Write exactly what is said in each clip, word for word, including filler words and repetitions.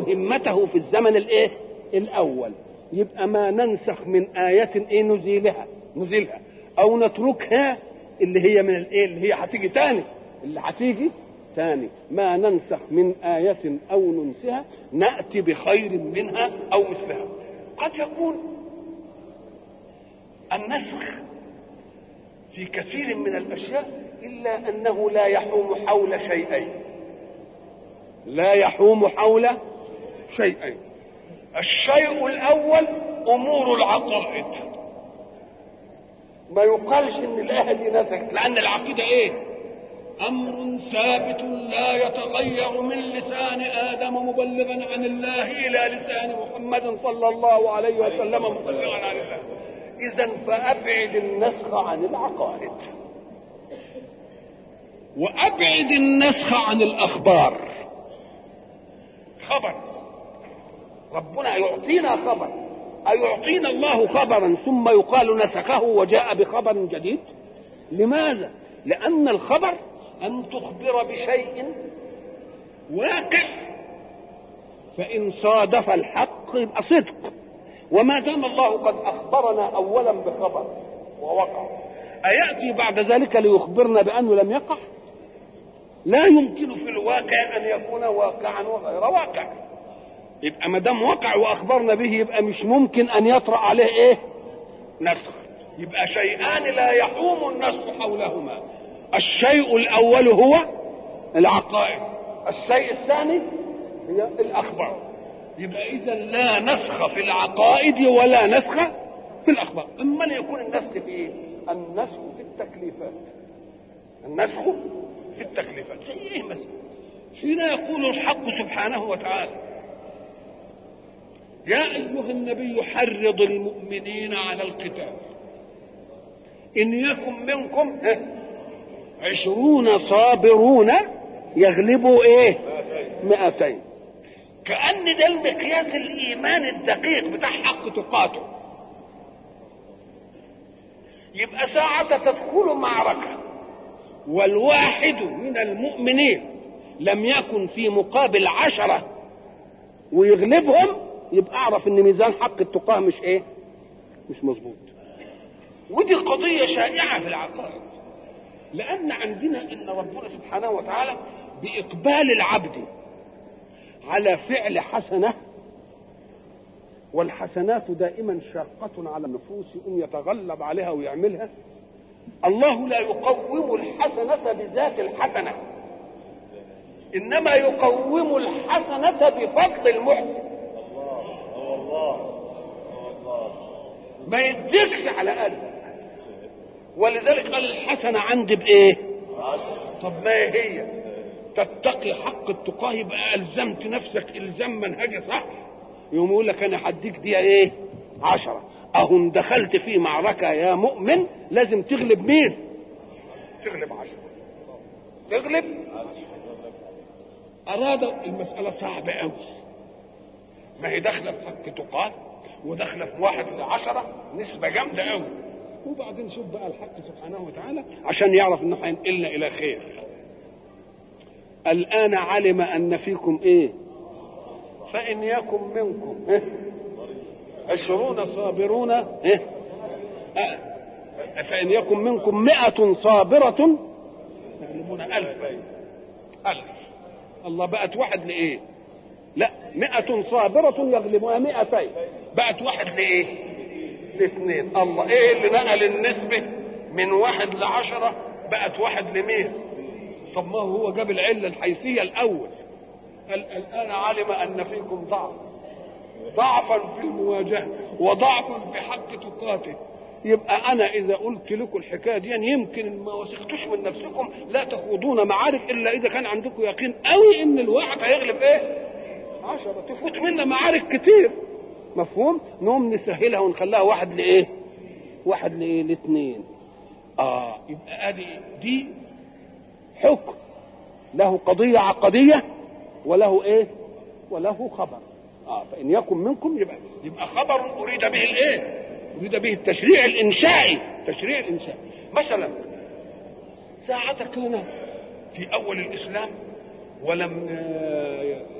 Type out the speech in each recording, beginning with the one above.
همته في الزمن الايه الاول. يبقى ما ننسخ من آية ايه نزيلها نزيلها او نتركها اللي هي من الايه اللي هي هتيجي تاني اللي هتيجي تاني ما ننسخ من آية او ننسها نأتي بخير منها او مثلها. قد يكون النسخ في كثير من الاشياء الا انه لا يحوم حول شيئين لا يحوم حول شيئين. الشيء الاول امور العقائد، ما يقالش ان الايه دي نسخت، لان العقيده ايه امر ثابت لا يتغير من لسان ادم مبلغا عن الله الى لسان محمد صلى الله عليه وسلم مبلغا عن الله. اذا فابعد النسخ عن العقائد وابعد النسخ عن الاخبار. خبر ربنا يعطينا خبر، أيعطينا الله خبرا ثم يقال نسخه وجاء بخبر جديد؟ لماذا؟ لأن الخبر أن تخبر بشيء واقع فإن صادف الحق يبقى صدق، وما دام الله قد أخبرنا أولا بخبر ووقع أيأتي بعد ذلك ليخبرنا بأنه لم يقع؟ لا يمكن في الواقع أن يكون واقعا وغير واقع. يبقى ما دام وقع واخبرنا به يبقى مش ممكن ان يطرأ عليه ايه نسخ. يبقى شيئان لا يحوم النسخ حولهما، الشيء الاول هو العقائد، الشيء الثاني هي الاخبار. يبقى اذا لا نسخ في العقائد ولا نسخ في الاخبار. اما يكون النسخ في ايه؟ النسخ في التكليفات. النسخ في التكليفات زي ايه مثلا؟ حين يقول الحق سبحانه وتعالى يا أيها النبي حرض المؤمنين على القتال إن يكن منكم عشرون صابرون يغلبوا إيه مئتين. كأن ده المقياس الإيمان الدقيق بتاع حق تقاته. يبقى ساعة تدخل معركة والواحد من المؤمنين لم يكن في مقابل عشرة ويغلبهم، يبقى اعرف ان ميزان حق التقاه مش ايه مش مظبوط. ودي قضيه شائعه في العقائد، لان عندنا ان ربنا سبحانه وتعالى باقبال العبد على فعل حسنه، والحسنات دائما شاقه على النفوس ان يتغلب عليها ويعملها. الله لا يقوم الحسنه بذات الحسنه، انما يقوم الحسنه بفضل المحسن. ما يديكش على قلبك، ولذلك قال الحسنة عندي بايه؟ طب ما هي تتقي حق التقاه يبقى ألزمت نفسك إلزام منهجي صح. يوم يقول لك أنا هديك دي ايه عشرة، أهو دخلت في معركة يا مؤمن لازم تغلب مين؟ تغلب عشرة، تغلب. أراد المسألة صعبة أوي، ما هي داخله في حق تقاه وداخله في واحد لعشرة، نسبه جامده قوي. وبعدين شوف بقى الحق سبحانه وتعالى عشان يعرف انه هينقلنا الى خير. الان علم ان فيكم ايه؟ فان يكن منكم إيه؟ عشرون صابرون إيه؟ آه. فان يكن منكم مئة صابرة يغلبون ألف. ألف الله بقت واحد لايه؟ لا، مئة صابرة يغلبها مئتين، بقت واحد لإيه؟ لاثنين. الله إيه اللي نقل النسبة من واحد لعشرة بقت واحد لمئة؟ طب ما هو جاب العلة الحيثية الأول، قال الآن علم أن فيكم ضعف، ضعفا في المواجهة وضعفا في حق تقاته. يبقى أنا إذا قلت لكم الحكاية دي يمكن ما وثقتوش من نفسكم لا تخوضون معارك إلا إذا كان عندكم يقين قوي إن الواحد هيغلب إيه؟ عشرة. تفوت منا معارك كتير، مفهوم؟ نقوم نسهلها ونخليها واحد لايه؟ واحد لايه؟ لاثنين. اه يبقى ادي دي حكم له قضيه عقديه وله ايه؟ وله خبر. اه فان يكن منكم يبقى يبقى خبر اريد به الايه؟ اريد به التشريع الانشائي، تشريع الانشائي. مثلا ساعة كان في اول الاسلام ولم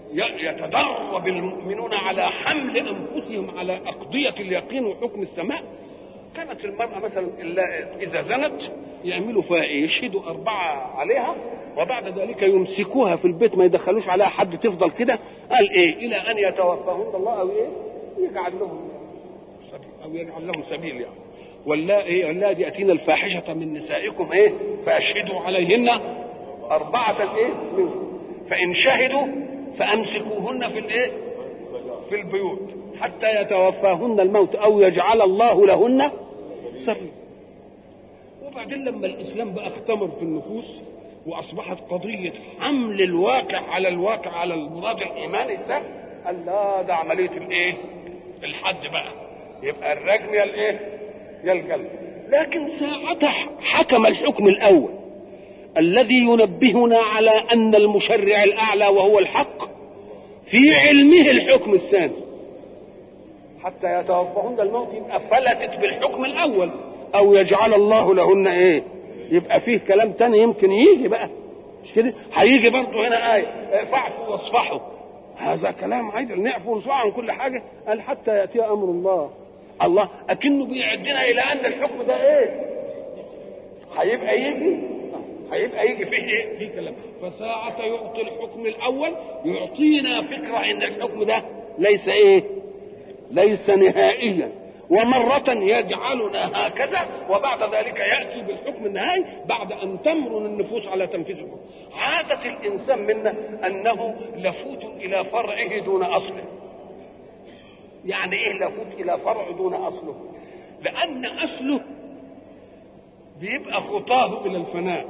يتدرب المؤمنون على حمل أنفسهم على أقضية اليقين وحكم السماء. كانت المرأة مثلا إذا زنت يعملوا فيها إيه؟ يشهدوا أربعة عليها وبعد ذلك يمسكوها في البيت ما يدخلوش عليها حد، تفضل كده قال إيه إلى أن يتوفاهن الله أو إيه يجعل لهم سبيل أو يجعل لهم سبيل يعني. ولا إيه ولا يأتين الفاحشة من نسائكم إيه فأشهدوا عليهن أربعة إيه منكم فإن شهدوا فأمسكوهن في الإيه في البيوت حتى يتوفاهن الموت أو يجعل الله لهن سبيل. وبعدين لما الإسلام بقى اختمر في النفوس وأصبحت قضية حمل الواقع على الواقع على المراد الإيماني ده قال لا ده عملية الإيه الحد بقى يبقى الرجم يا الإيه يا الجلد. لكن ساعتها حكم الحكم الأول الذي ينبهنا على أن المشرع الأعلى وهو الحق في علمه الحكم الثاني حتى يتوفاهن الموت يبقى فلتت بالحكم الأول أو يجعل الله لهن إيه يبقى فيه كلام تاني يمكن يجي بقى مش كده هيجي برضه هنا آية فاعفوا واصفحوا هذا كلام عادل نعفو ونصفح عن كل حاجة قال حتى يأتي أمر الله. الله أكنه بيعدنا إلى أن الحكم ده إيه هيبقى يجي هيبقى يجي فيه ايه فيه كلام. فساعة يعطي الحكم الاول يعطينا فكرة ان الحكم ده ليس ايه ليس نهائيا ومرة يجعلنا هكذا وبعد ذلك يأتي بالحكم النهائي بعد ان تمرن النفوس على تنفيذ الحكم. عادة الانسان منا انه لفوت الى فرعه دون اصله. يعني ايه لفوت الى فرع دون اصله؟ لان اصله بيبقى خطاه الى الفناء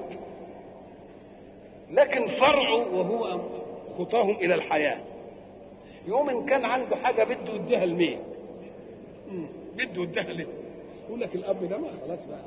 لكن فرعه وهو خطاهم الى الحياه. يوم ان كان عنده حاجه بده يديها لمين بده يديها ليه يقول لك الاب ده ما خلاص بقى.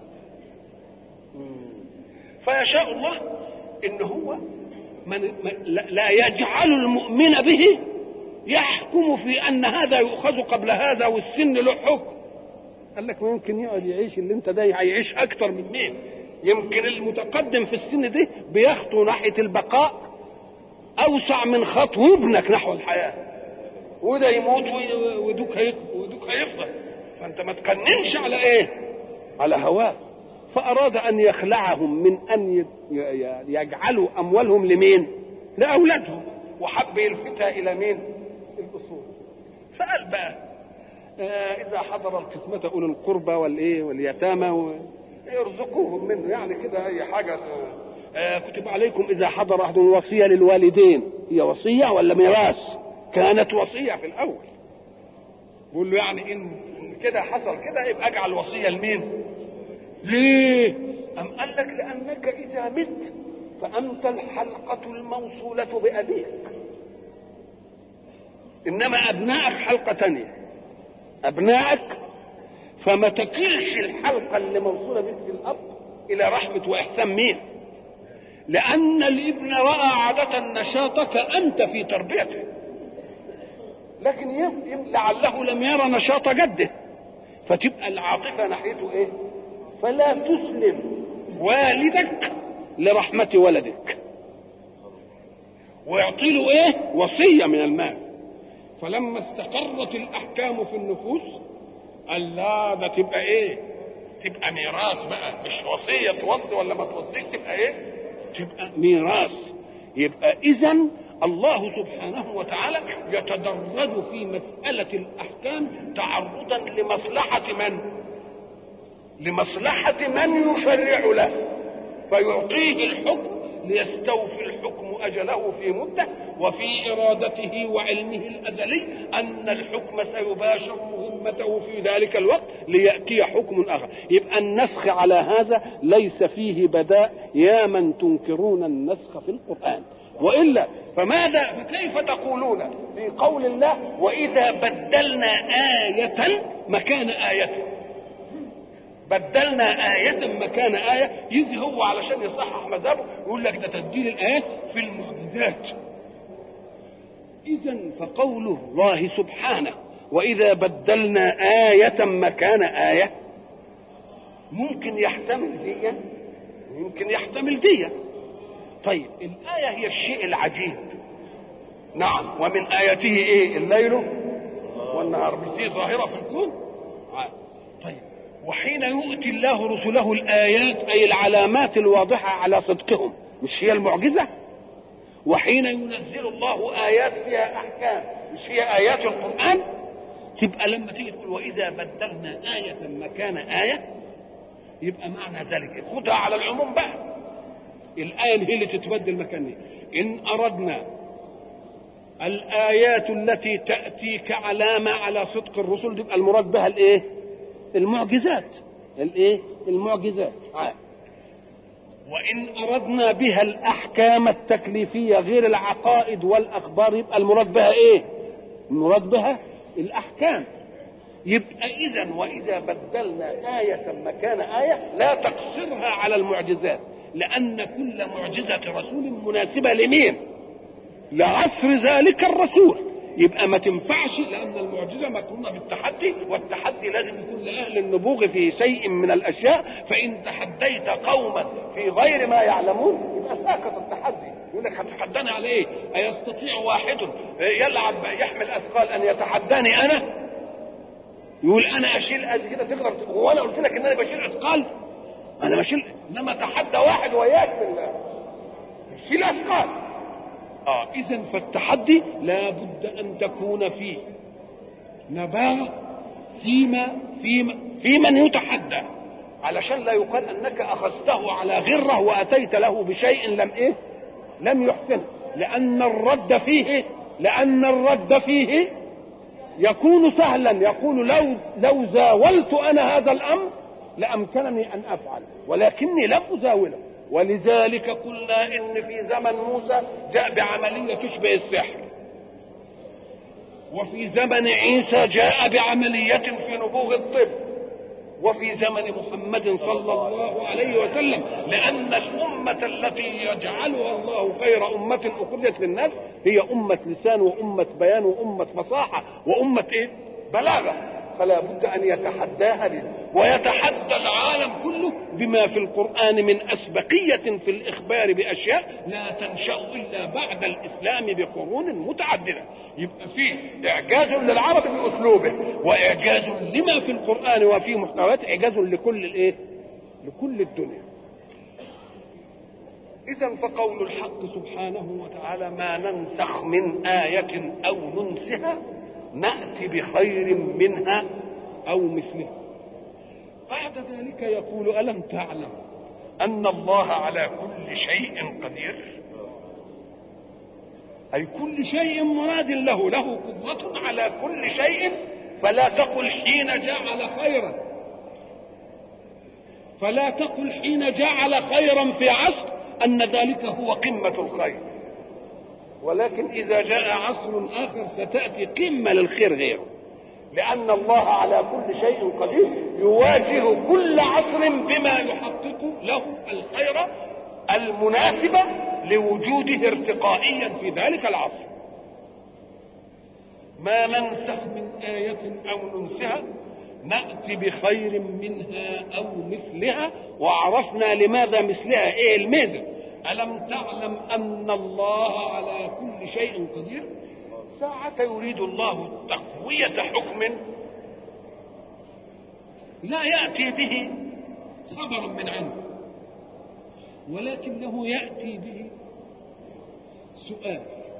فيشاء الله ان هو من لا يجعل المؤمن به يحكم في ان هذا يؤخذ قبل هذا والسن له حكم. قال لك ما يمكن يقعد يعيش اللي انت ده هيعيش اكتر من مين. يمكن المتقدم في السن دي بيخطو ناحيه البقاء اوسع من خطو ابنك نحو الحياه وده يموت ودوك ودوك هيفضل. فانت ما تقننش على ايه على هواه. فاراد ان يخلعهم من ان يجعلوا اموالهم لمين لاولادهم وحب يلفتها الى مين الاصول. فقال بقى آه اذا حضر القسمه اولي القربى والايه واليتامى يرزقوهم منه يعني كده اي حاجه. آه كتب عليكم اذا حضر احد الوصيه للوالدين هي وصيه ولا ميراث؟ كانت وصيه في الاول. بيقول له يعني ان كده حصل كده يبقى اجعل وصيه لمين؟ ليه؟ ام قال لك لانك اذا مت فانت الحلقه الموصوله بابيك انما ابنائك حلقه ثانيه. ابنائك فما تكلش الحلقه اللي موصوله بك الاب الى رحمه واحسان مين؟ لان الابن راى عاده نشاطك انت في تربيته لكن يم لعله لم يرى نشاط جده فتبقى العاطفه ناحيته ايه؟ فلا تسلم والدك لرحمه ولدك ويعطي له ايه؟ وصيه من المال. فلما استقرت الاحكام في النفوس قال لا ده تبقى ايه؟ تبقى ميراث بقى مش وصيه توصي ولا ما توصيش تبقى ايه؟ تبقى ميراث. يبقى اذن الله سبحانه وتعالى يتدرج في مسألة الأحكام تعرضا لمصلحة من؟ لمصلحة من يشرع له فيعطيه الحكم ليستوفي الحكم أجله في مدة وفي إرادته وعلمه الأزلي أن الحكم سيباشر مهمته في ذلك الوقت ليأتي حكم آخر. يبقى النسخ على هذا ليس فيه بداء يا من تنكرون النسخ في القرآن. وإلا فماذا فكيف تقولون في قول الله وإذا بدلنا آية مكان آية؟ بدلنا آية مكان آية يجي هو علشان يصحح مذهبه يقول لك ده تبديل الآيات في المعجزات. إذن فقول الله سبحانه وإذا بدلنا آية مكان آية ممكن يحتمل دي ممكن يحتمل دي. طيب الآية هي الشيء العجيب نعم. ومن آياته ايه؟ الليل والنهار. مش دي ظاهرة في الكون؟ طيب، وحين يؤتي الله رسله الآيات أي العلامات الواضحة على صدقهم، مش هي المعجزة؟ وحين ينزل الله آيات فيها أحكام، مش هي آيات القرآن؟ تبقى لما تيجي تقول وإذا بدلنا آية مكان آية، يبقى معنى ذلك خدها على العموم بقى. الآية هي اللي تتبدل مكانها. إن أردنا الآيات التي تأتي كعلامة على صدق الرسل، تبقى المراد بها الإيه؟ المعجزات. الإيه؟ المعجزات. آه. وإن أردنا بها الأحكام التكليفية غير العقائد والأخبار، يبقى المراد بها إيه؟ المراد بها الأحكام. يبقى إذن وإذا بدلنا آية مكان آية لا تقصرها على المعجزات، لأن كل معجزة رسول مناسبة لمين؟ لعصر ذلك الرسول. يبقى ما تنفعش، لأن المعجزة مقرونة بالتحدي، والتحدي لازم يكون لأهل النبوغ في شيء من الأشياء. فإن تحديت قوما في غير ما يعلمون يبقى ساقط التحدي. يقول لك هتحداني على إيه؟ أيستطيع واحد يلعب يحمل أثقال أن يتحداني أنا؟ يقول أنا أشيل قد كده تقدر؟ هو أنا قلت لك إن أنا بشيل أثقال؟ أنا بشيل، إنما تحدى واحد وياك بالله شيل أثقال. آه إذن فالتحدي لا بد أن تكون فيه نباغة فيما فيما في من يتحدى، علشان لا يقال أنك أخذته على غرة وأتيت له بشيء لم إيه؟ لم يحسنه. لأن الرد فيه لأن الرد فيه يكون سهلا. يقول لو لو زاولت أنا هذا الأمر لأمكنني أن أفعل، ولكني لم أزاوله. ولذلك قلنا إن في زمن موسى جاء بعملية تشبه السحر، وفي زمن عيسى جاء بعملية في نبوغ الطب، وفي زمن محمد صلى الله عليه وسلم، لأن الأمة التي يجعلها الله خير أمة أخرجت للناس هي أمة لسان وأمة بيان وأمة فصاحة وأمة إيه؟ بلاغة. فلا بد أن يتحداها به، ويتحدى العالم كله بما في القرآن من أسبقية في الإخبار بأشياء لا تنشأ إلا بعد الإسلام بقرون متعددة. يبقى فيه إعجاز للعرب بأسلوبه، وإعجاز لما في القرآن وفي محتويات، إعجاز لكل الإيه؟ لكل الدنيا. إذن فقول الحق سبحانه وتعالى ما ننسخ من آية أو ننسها نأتي بخير منها أو مثلها. بعد ذلك يقول ألم تعلم أن الله على كل شيء قدير؟ أي كل شيء مراد له، له قدرة على كل شيء. فلا تقل حين جعل خيرا فلا تقل حين جعل خيرا في عصر أن ذلك هو قمة الخير، ولكن إذا جاء عصر آخر ستأتي قمة للخير غيره، لأن الله على كل شيء قدير يواجه كل عصر بما يحقق له الخير المناسب لوجوده ارتقائيا في ذلك العصر. ما ننسخ من آية أو ننسها نأتي بخير منها أو مثلها. وعرفنا لماذا مثلها، إيه الميزة. ألم تعلم أن الله على كل شيء قدير؟ ساعة يريد الله تقوية حكم لا يأتي به خبرا من عنده، ولكنه يأتي به سؤال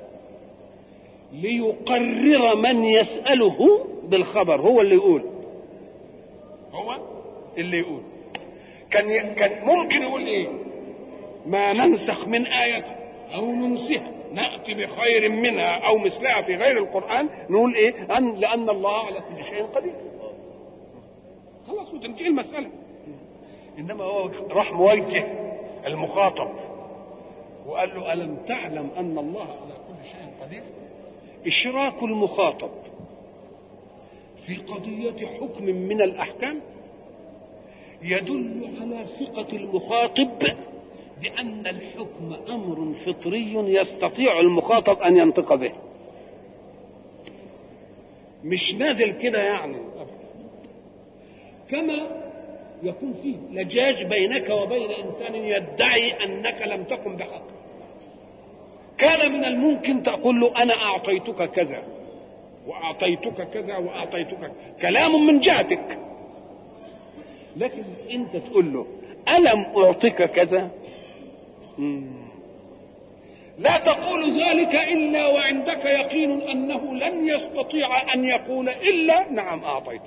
ليقرر من يسأله بالخبر. هو اللي يقول هو اللي يقول كان كان ممكن يقول ايه؟ ما ننسخ من آية أو ننسها نأتي بخير منها أو مثلها في غير القرآن. نقول إيه؟ أن لأن الله على كل شيء قدير، خلاص وتنتهي المسألة. إنما هو راح موجه المخاطب وقال له ألم تعلم أن الله على كل شيء قدير؟ إشراك المخاطب في قضية حكم من الأحكام يدل على ثقة المخاطب بأن الحكم أمر فطري يستطيع المخاطب أن ينطق به، مش نازل كده يعني. كما يكون فيه لجاج بينك وبين إنسان يدعي أنك لم تقم بحق، كان من الممكن تقول له أنا أعطيتك كذا وأعطيتك كذا وأعطيتك كذا. كلام من جهتك، لكن أنت تقول له ألم أعطيك كذا؟ مم. لا تقول ذلك إلا وعندك يقين أنه لن يستطيع أن يقول إلا نعم أعطيتك.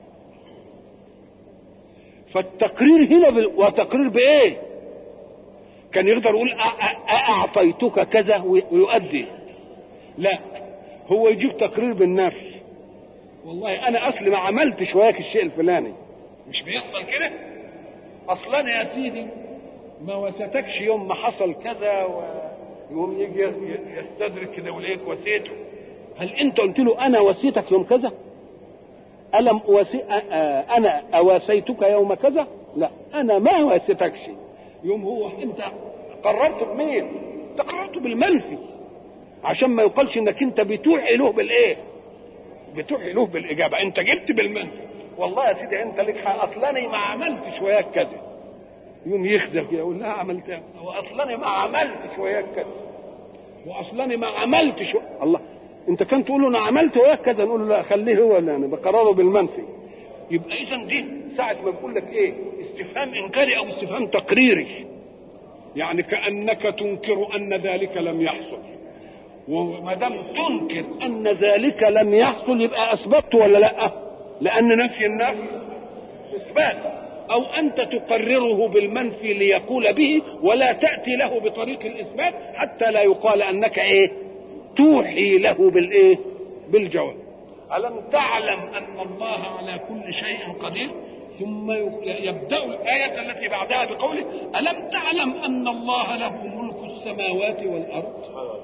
فالتقرير هنا ب... وتقرير بإيه؟ كان يقدر يقول أعطيتك كذا ويؤدي، لا، هو يجيب تقرير بالنفي. والله أنا أصلي ما عملتش وياك الشيء الفلاني. مش بيحصل كده؟ أصلا يا سيدي ما وستكش يوم ما حصل كذا و... يوم يجي يستدرك كده وليك وسيته. هل انت قلت له انا وسيتك يوم كذا؟ الم أوسي... انا اواسيتك يوم كذا؟ لا، انا ما واسيتكش. يوم هو انت قررت بمين؟ قررت بالمنفي، عشان ما يقالش انك انت بتوحي له بالايه؟ بتوحي له بالاجابه. انت جبت بالمنفي. والله يا سيدي انت لك حق، اصلاني ما عملتش وياك كذا. يوم يخزف يقول لا عملتها، واصلاني ما عملتش وياك كذا، واصلاني ما عملتش و... الله، انت كان تقول له انا عملت وياك كذا، نقول له لا خليه هو اللي انا بقرره بالمنفي. يبقى اذا دي ساعه ما بقول لك ايه؟ استفهام انكاري او استفهام تقريري، يعني كانك تنكر ان ذلك لم يحصل. وما دام تنكر ان ذلك لم يحصل يبقى اثبت ولا لا؟ لان نفي النفي اثبات. أو أنت تقرره بالمنفي ليقول به ولا تأتي له بطريق الإثبات حتى لا يقال أنك إيه؟ توحي له بالإيه؟ بالجواب. ألم تعلم أن الله على كل شيء قدير؟ ثم يبدأ الآية التي بعدها بقوله ألم تعلم أن الله له ملك السماوات والأرض؟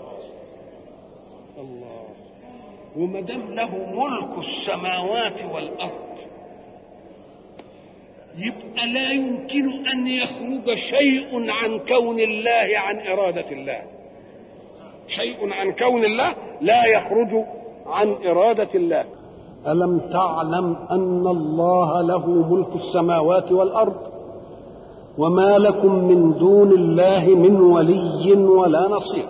الله. وما دام له ملك السماوات والأرض يبقى لا يمكن أن يخرج شيء عن كون الله عن إرادة الله. شيء عن كون الله لا يخرج عن إرادة الله. ألم تعلم أن الله له ملك السماوات والأرض وما لكم من دون الله من ولي ولا نصير.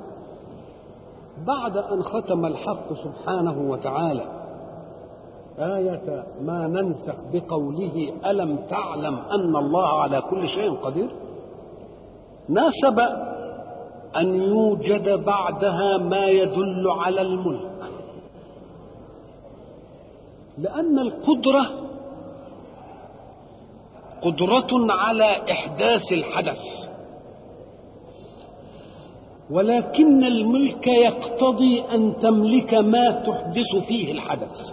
بعد أن ختم الحق سبحانه وتعالى آية ما ننسخ بقوله ألم تعلم أن الله على كل شيء قدير، ناسب أن يوجد بعدها ما يدل على الملك، لأن القدرة قدرة على إحداث الحدث، ولكن الملك يقتضي أن تملك ما تحدث فيه الحدث.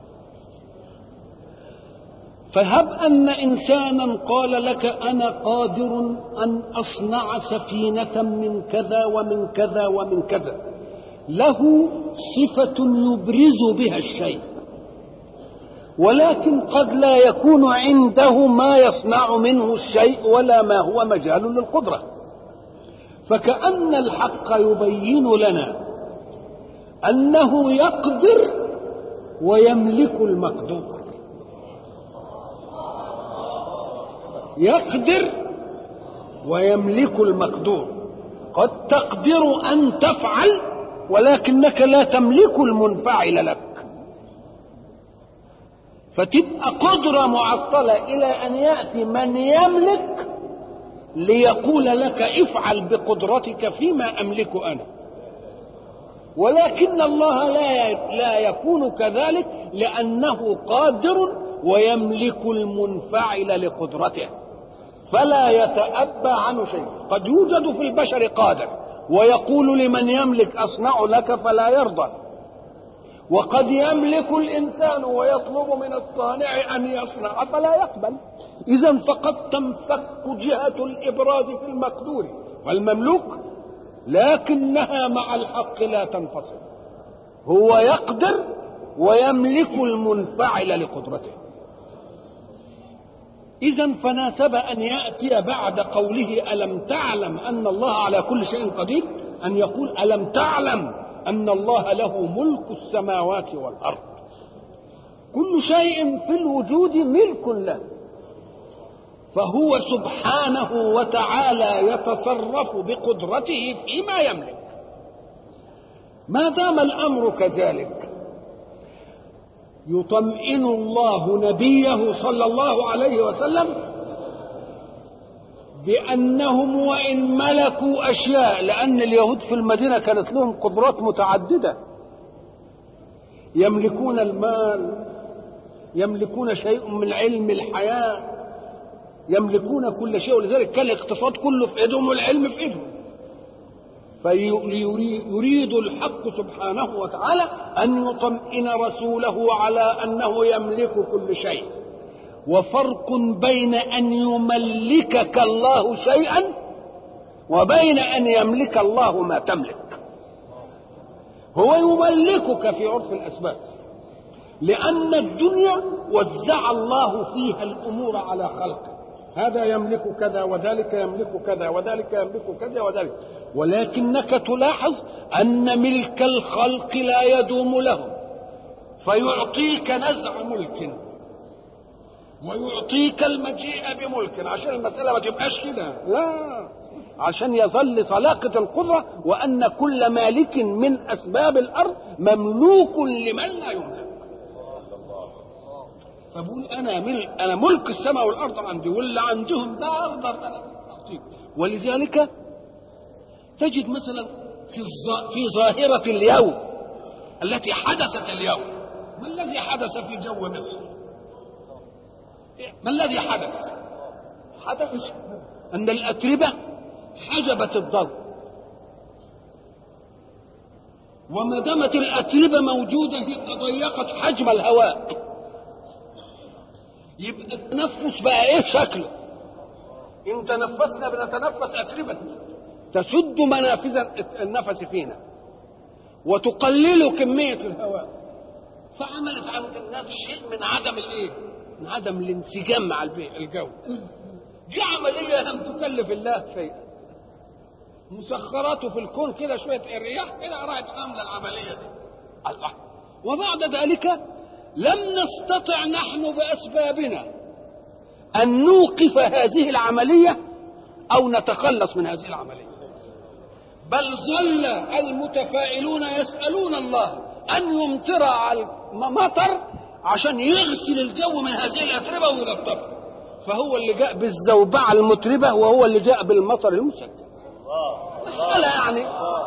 فهب أن إنسانا قال لك أنا قادر أن أصنع سفينة من كذا ومن كذا ومن كذا، له صفة يبرز بها الشيء، ولكن قد لا يكون عنده ما يصنع منه الشيء ولا ما هو مجال للقدرة. فكأن الحق يبين لنا أنه يقدر ويملك المقدور، يقدر ويملك المقدور. قد تقدر أن تفعل ولكنك لا تملك المنفعل لك، فتبقى قدرة معطلة إلى أن يأتي من يملك ليقول لك افعل بقدرتك فيما أملك أنا. ولكن الله لا لا يكون كذلك، لأنه قادر ويملك المنفعل لقدرته، فلا يتأبى عنه شيء. قد يوجد في البشر قادر ويقول لمن يملك أصنع لك فلا يرضى، وقد يملك الإنسان ويطلب من الصانع أن يصنع فلا يقبل. إذن فقد تنفك جهة الإبراز في المقدور والمملوك، لكنها مع الحق لا تنفصل. هو يقدر ويملك المنفعل لقدرته. إذن فناسب أن يأتي بعد قوله ألم تعلم أن الله على كل شيء قدير أن يقول ألم تعلم أن الله له ملك السماوات والأرض. كل شيء في الوجود ملك له، فهو سبحانه وتعالى يتصرف بقدرته فيما يملك. ما دام الأمر كذلك يطمئن الله نبيه صلى الله عليه وسلم بأنهم وإن ملكوا أشياء، لأن اليهود في المدينة كانت لهم قدرات متعددة، يملكون المال، يملكون شيء من علم الحياة، يملكون كل شيء، ولذلك كان الاقتصاد كله في ايدهم والعلم في ايدهم. فيريد الحق سبحانه وتعالى أن يطمئن رسوله على أنه يملك كل شيء. وفرق بين أن يملكك الله شيئا وبين أن يملك الله ما تملك. هو يملكك في عرف الأسباب، لأن الدنيا وزع الله فيها الأمور على خلقه، هذا يملك كذا وذلك يملك كذا وذلك يملك كذا وذلك، ولكنك تلاحظ أن ملك الخلق لا يدوم لهم، فيعطيك نزع ملك ويعطيك المجيء بملك عشان المسألة ما تبقاش كده، لا، عشان يظل طلاقة القدرة، وأن كل مالك من أسباب الأرض مملوك لمن لا يملك. فبقول أنا ملك، أنا ملك السماء والأرض عندي، واللي عندهم ده أقدر أنا أعطيه. ولذلك تجد مثلا في في ظاهرة اليوم التي حدثت اليوم، ما الذي حدث في جو مصر؟ ما الذي حدث؟ حدث أن الأتربة حجبت الضوء، وما دامت الأتربة موجودة يبقى ضيقت حجم الهواء، يبقى التنفس بقى إيه شكله؟ إن تنفسنا بنتنفس أتربة تسد منافذ النفس فينا وتقلل كمية الهواء، فعملت عند الناس شيء من عدم الإيه؟ من عدم الانسجام مع الجو. دي عملية لم تكلف الله شيئا، مسخراته في الكون كده، شوية الرياح كده راحت عاملة العملية دي. الله. وبعد ذلك لم نستطع نحن بأسبابنا أن نوقف هذه العملية أو نتخلص من هذه العملية، بل ظل المتفائلون يسألون الله أن يمطر على المطر عشان يغسل الجو من هذه الأتربة ويلطفها، فهو اللي جاء بالزوبعة المتربة وهو اللي جاء بالمطر المسكر. مسألة يعني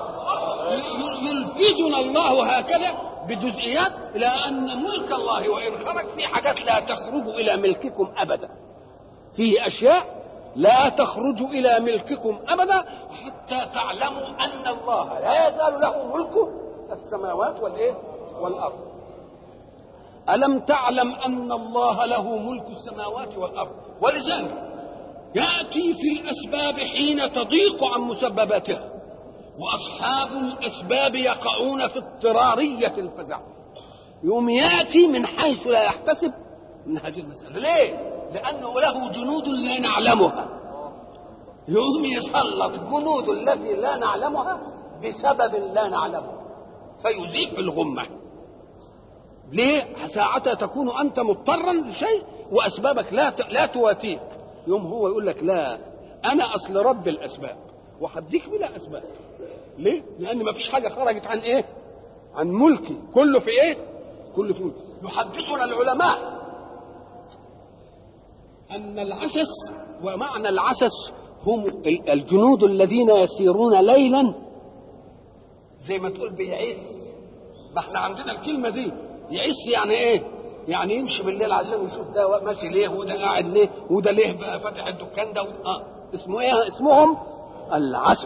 يلفتنا الله هكذا بجزئيات إلى أن ملك الله وإن خرج في حاجات لا تخرج إلى ملككم أبدا، فيه أشياء لا تخرج إلى ملككم أبدا، حتى تعلموا أن الله لا يزال له ملك السماوات والإيه والأرض. ألم تعلم أن الله له ملك السماوات والأرض؟ ولذلك يأتي في الأسباب حين تضيق عن مسبباتها، وأصحاب الأسباب يقعون في اضطرارية الفزع، يوم يأتي من حيث لا يحتسب من هذه المسألة. ليه؟ لأنه له جنود لا نعلمها، يوم يسلط جنود التي لا نعلمها بسبب لا نعلمه فيزيح الغمة. ليه؟ ساعتها تكون أنت مضطرا لشيء وأسبابك لا لا تواتيك، يوم هو يقول لك لا، أنا أصل رب الأسباب وحديك بلا أسباب. ليه؟ لأن ما فيش حاجة خرجت عن إيه؟ عن ملكي، كله في إيه؟ كله في ملكي. يحدثنا العلماء أن العسس، ومعنى العسس هم الجنود الذين يسيرون ليلا، زي ما تقول بيعس، ما احنا عندنا الكلمة دي يعس يعني ايه؟ يعني يمشي بالليل عشان يشوف ده ماشي ليه وده قاعد ليه وده ليه بقى فاتح الدكان ده، اه اسمه ايه؟ اسمهم العسس.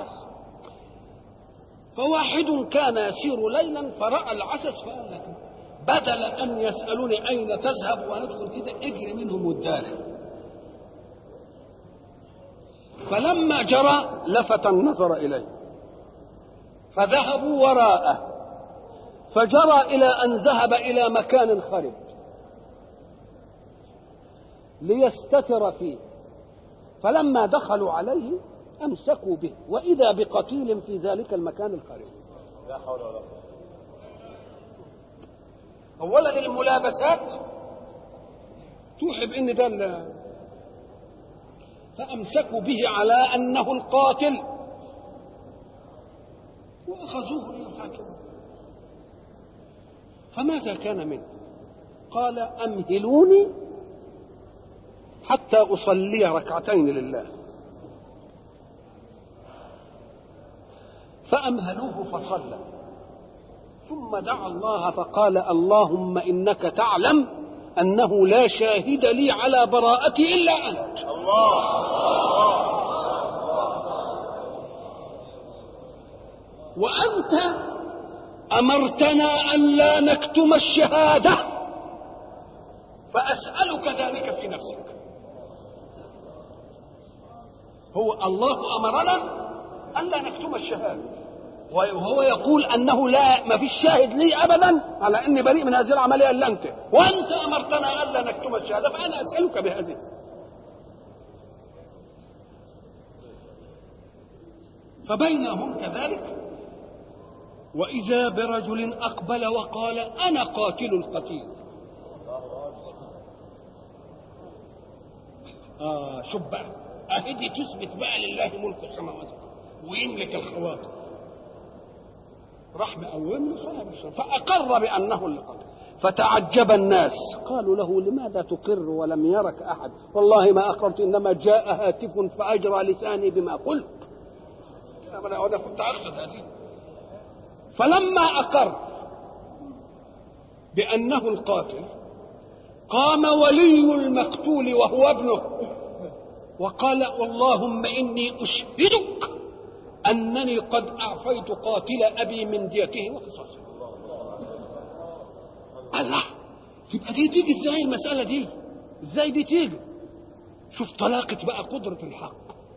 فواحد كان يسير ليلا فرأى العسس فقال لك بدل ان يسألوني اين تذهب وندخل كده اجري منهم والدار. فلما جرى لفت النظر اليه فذهبوا وراءه، فجرى إلى أن ذهب إلى مكان خرب ليستتر فيه، فلما دخلوا عليه أمسكوا به وإذا بقتيل في ذلك المكان الخرب. لا حول ولا قوة. أولا الملابسات توحي بأن ده، فأمسكوا به على أنه القاتل وأخذوه ليحاكموا. فماذا كان منه؟ قال أمهلوني حتى أصلي ركعتين لله. فأمهلوه فصلى، ثم دعا الله فقال اللهم إنك تعلم أنه لا شاهد لي على براءتي إلا أنت. وأنت أمرتنا أن لا نكتم الشهادة، فأسألك ذلك في نفسك. هو الله أمرنا أن لا نكتم الشهادة، وهو يقول أنه لا ما فيش شاهد لي أبدا على أني بريء من هذه العملية إلا أنت، وأنت أمرتنا أن لا نكتم الشهادة، فأنا أسألك بهذه. فبينهم كذلك وإذا برجل أقبل وقال أنا قاتل القتيل. آه شوف بقى، أهدي تثبت بقى لله ملك السماوات ويملك الخواطر. راح مقوم له صاحب الشرف فأقر بأنه اللي قتل. فتعجب الناس قالوا له لماذا تقر ولم يرك أحد؟ والله ما أقررت، إنما جاء هاتف فأجرى لساني بما قلت. أنا كنت أقصد هذه. فلما أقر بأنه القاتل قام ولي المقتول وهو ابنه وقال اللهم إني أشهدك أنني قد أعفيت قاتل أبي من ديته وقصاصه. الله، تبقى دي تيجي ازاي المسألة دي؟ ازاي دي تيجي؟ شوف طلاقة بقى قدرة الحق.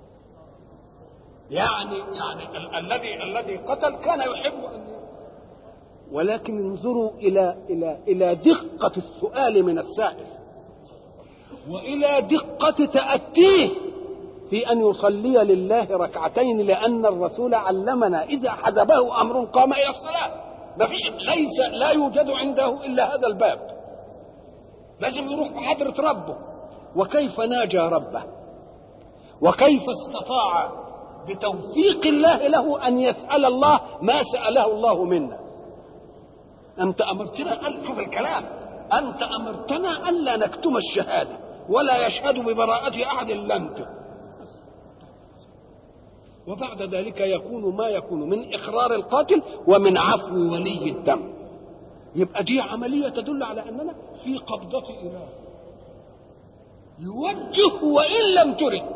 يعني يعني ال- الذي الذي قتل كان يحب أن، ولكن انظروا إلى إلى إلى دقة السؤال من السائل، وإلى دقة تأتيه في أن يصلي لله ركعتين، لأن الرسول علمنا إذا حزبه أمر قام إلى الصلاة. ما فيش، ليس لا يوجد عنده إلا هذا الباب، لازم يروح في حضرة ربه. وكيف ناجى ربه؟ وكيف استطاع بتوفيق الله له أن يسأل الله ما سأله الله منا؟ أنت أمرتنا أن، شوف الكلام، أنت أمرتنا ألا نكتم الشهادة ولا يشهد ببراءة أحد إلا أنت. وبعد ذلك يكون ما يكون من إقرار القاتل ومن عفو ولي الدم. يبقى دي عملية تدل على أننا في قبضة إله يوجه وإن لم ترد،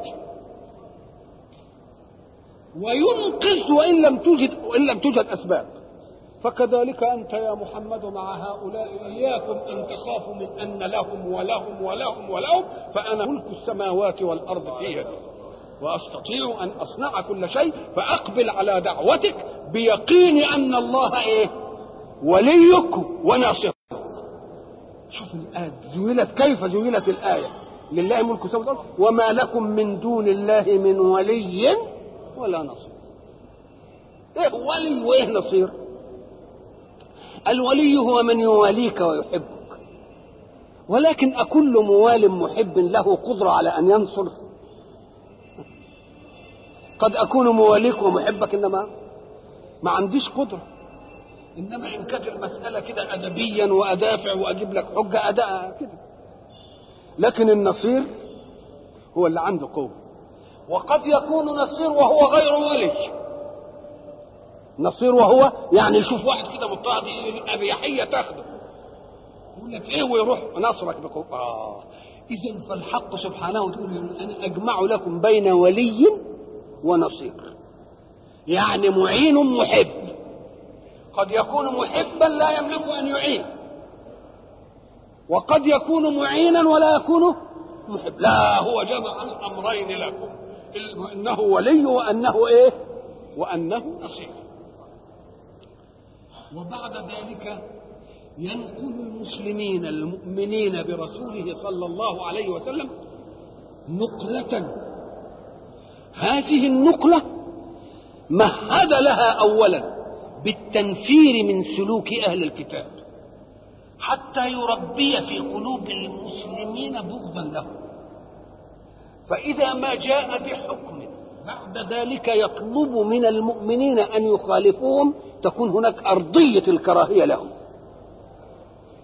وينقذ وإن لم توجد وإن لم توجد أسباب. فكذلك أنت يا محمد مع هؤلاء إياكم أن تخافوا من أن لهم ولهم ولهم ولهم، فأنا ملك السماوات والأرض في يدي وأستطيع أن أصنع كل شيء، فأقبل على دعوتك بيقين أن الله إيه؟ وليك وناصرك. شوف الآية زويلت كيف زويلت الآية، لله ملك السماوات والأرض وما لكم من دون الله من ولي ولا نصير. إيه ولي وإيه نصير؟ الولي هو من يواليك ويحبك، ولكن أكل موال محب له قدرة على أن ينصر؟ قد أكون مواليك ومحبك إنما ما عنديش قدرة، إنما إن كانت المسألة كده أدبيا وأدافع وأجيب لك حجة أداء كده. لكن النصير هو اللي عنده قوة. وقد يكون نصير وهو غير ولي. نصير وهو يعني يشوف واحد كده مضطهد الأبيحية تاخده يقول لك إيه ويروح نصرك بقوة. آه. إذن فالحق سبحانه وتعالى أنا أجمع لكم بين ولي ونصير، يعني معين محب. قد يكون محبا لا يملك أن يعين، وقد يكون معينا ولا يكون محب. لا، هو جمع الأمرين لكم، إنه ولي وأنه إيه؟ وأنه نصير. وبعد ذلك ينقل المسلمين المؤمنين برسوله صلى الله عليه وسلم نقلة، هذه النقلة مهد لها أولا بالتنفير من سلوك أهل الكتاب حتى يربي في قلوب المسلمين بغضا له. فإذا ما جاء بحكم بعد ذلك يطلب من المؤمنين أن يخالفوهم تكون هناك أرضية الكراهية لهم.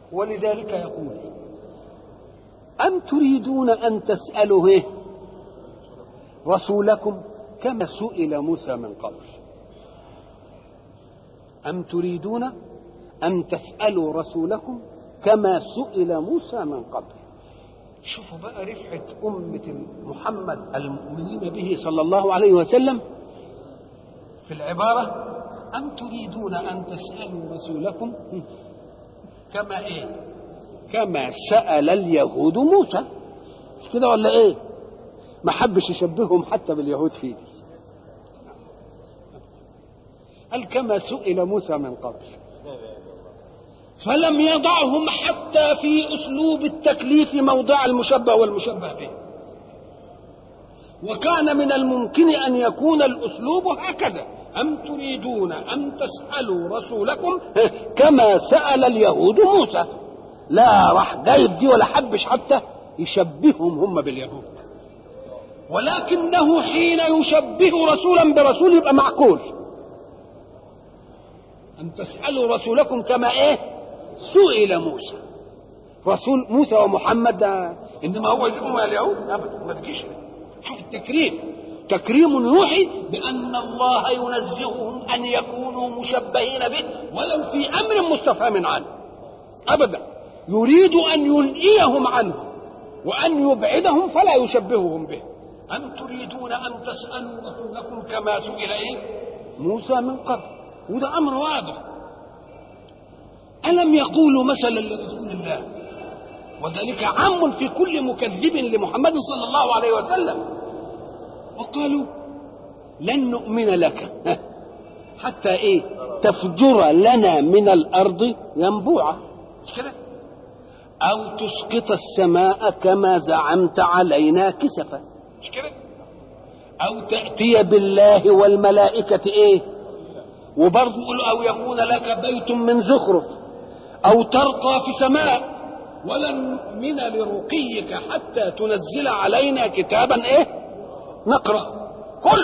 ولذلك يقول أم تريدون أن تسألوا إيه رسولكم كما سئل موسى من قبل. أم تريدون أن تسألوا رسولكم كما سئل موسى من قبل. شوفوا بقى رفعة أمة محمد المؤمنين به صلى الله عليه وسلم في العبارة أم تريدون أن تسألوا رسولكم كما إيه كما سأل اليهود موسى. مش كده ولا إيه؟ ما حبش يشبههم حتى باليهود فيه. قال كما سئل موسى من قبل، فلم يضعهم حتى في أسلوب التكليف موضع المشبه والمشبه به، وكان من الممكن أن يكون الأسلوب هكذا أم تريدون أن تسألوا رسولكم كما سأل اليهود موسى. لا راح جايب دي ولا حبش حتى يشبههم هم باليهود، ولكنه حين يشبه رسولا برسول يبقى معقول. أن تسألوا رسولكم كما إيه سئل موسى. رسول موسى ومحمد ده إنما هو يجيبهم اليهود أبدا، ما تجيش. شوف التكريم، تكريم يوحي بأن الله ينزههم أن يكونوا مشبهين به ولو في أمر مستفهم عنه أبدا، يريد أن ينئيهم عنه وأن يبعدهم فلا يشبههم به. أم تريدون أن تسألوا رسولكم كما سئل إيه موسى من قبل، وده أمر واضح. ألم يقولوا مثلا لرسول الله، وذلك عام في كل مكذب لمحمد صلى الله عليه وسلم، وقالوا لن نؤمن لك حتى إيه تفجر لنا من الأرض ينبوعا، مش كده؟ أو تسقط السماء كما زعمت علينا كسفا، مش كده؟ أو تأتي بالله والملائكة إيه، وبرضه يقول أو يكون لك بيت من زخرف أو ترقى في سماء ولن نؤمن لرقيك حتى تنزل علينا كتابا إيه نقرأ. كل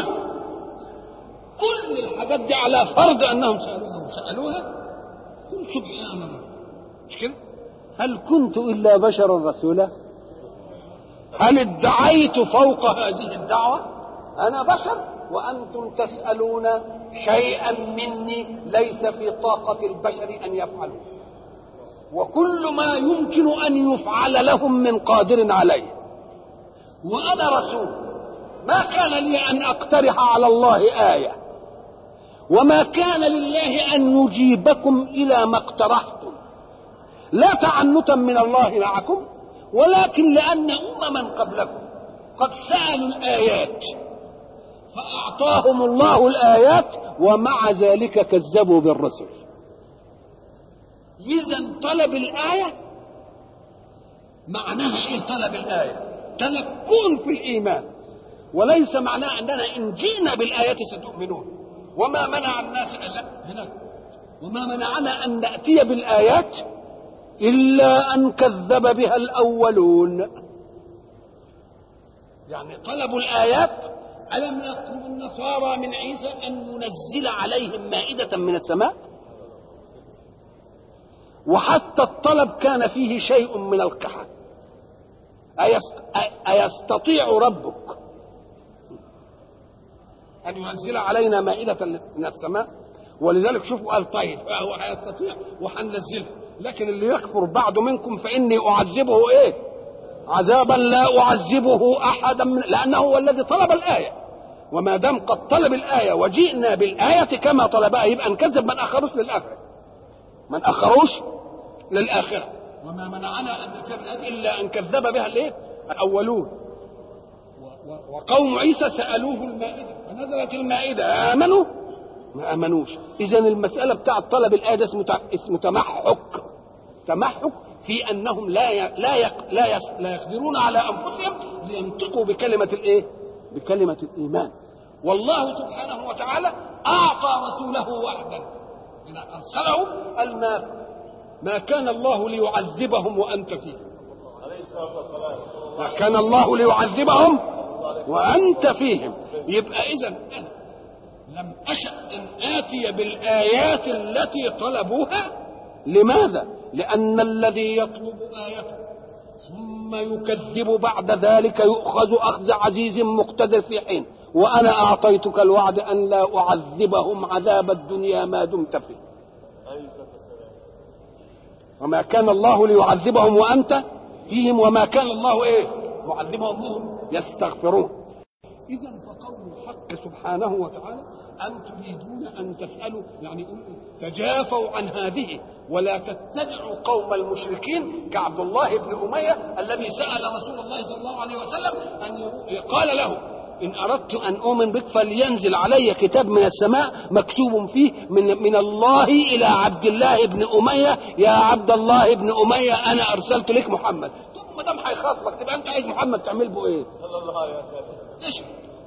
كل الحاجات دي على فرض أنهم سألوها وسألوها قل سبحان الله، مش كده؟ هل كنت إلا بشرا رسولا؟ هل ادعيت فوق هذه الدعوة أنا بشر وأنتم تسألون شيئا مني ليس في طاقة البشر أن يفعلوا، وكل ما يمكن أن يفعل لهم من قادر عليه، وأنا رسول ما كان لي أن أقترح على الله آية، وما كان لله أن يجيبكم إلى ما اقترحتم، لا تعنتا من الله معكم، ولكن لأن أمما قبلكم قد سألوا الآيات فأعطاهم الله الآيات ومع ذلك كذبوا بالرسل. إذن طلب الآية معناها إيه؟ طلب الآية تلكؤ في الإيمان، وليس معناه أننا إن جئنا بالآيات ستؤمنون. وما منع الناس لا هنا وما منعنا أن نأتي بالآيات إلا أن كذب بها الأولون. يعني طلبوا الآيات. ألم يطلب النصارى من عيسى أن ينزل عليهم مائدة من السماء؟ وحتى الطلب كان فيه شيء من القحة. أيستطيع ربك أن ينزل علينا مائدة من السماء؟ ولذلك شوفوا قال طيب هو هيستطيع وهننزلها، لكن اللي يكفر بعد منكم فإني أعذبه إيه؟ عذابا لا أعذبه أحدا من، لأنه هو الذي طلب الآية. وما دام قد طلب الآية وجئنا بالآية كما طلبها يبقى نكذب من أخروش للآخرة، من أخروش للآخرة. وما منعنا أن نكذب إلا أن كذب بها الإيه؟ الأولون. وقوم عيسى سألوه المائدة ونزلت المائدة آمنوا ما آمنوش. إذن المسألة بتاعة طلب الآية ده اسمه تمحك، تمحك في أنهم لا ي... لا ي... لا, ي... لا يقدرون على أنفسهم لينطقوا بكلمة الإيه؟ بكلمة الإيمان. والله سبحانه وتعالى أعطى رسوله وعدا إن أرسله قال ما ما كان الله ليعذبهم وأنت فيهم، ما كان الله ليعذبهم وأنت فيهم. يبقى إذن أنا لم أشأ أن آتي بالآيات التي طلبوها. لماذا؟ لأن الذي يطلب آية ثم يكذب بعد ذلك يؤخذ أخذ عزيز مقتدر في حين، وأنا أعطيتك الوعد أن لا أعذبهم عذاب الدنيا ما دمت فيه. وما كان الله ليعذبهم وأنت فيهم وما كان الله إيه معذبهم وهم يستغفرون. إذا فقول الحق سبحانه وتعالى أم تريدون أن تسألوا، يعني تجافوا عن هذه ولا تتبعوا قوم المشركين كعبد الله بن أمية الذي سأل رسول الله صلى الله عليه وسلم أن قال له إن أردت أن أؤمن بك فلينزل علي كتاب من السماء مكتوب فيه من, من الله إلى عبد الله بن أمية يا عبد الله بن أمية أنا أرسلت لك محمد. طب ما دام هيخاطبك تبقى أنت عايز محمد تعمل به إيه؟ صلى الله عليه وسلم. إيش؟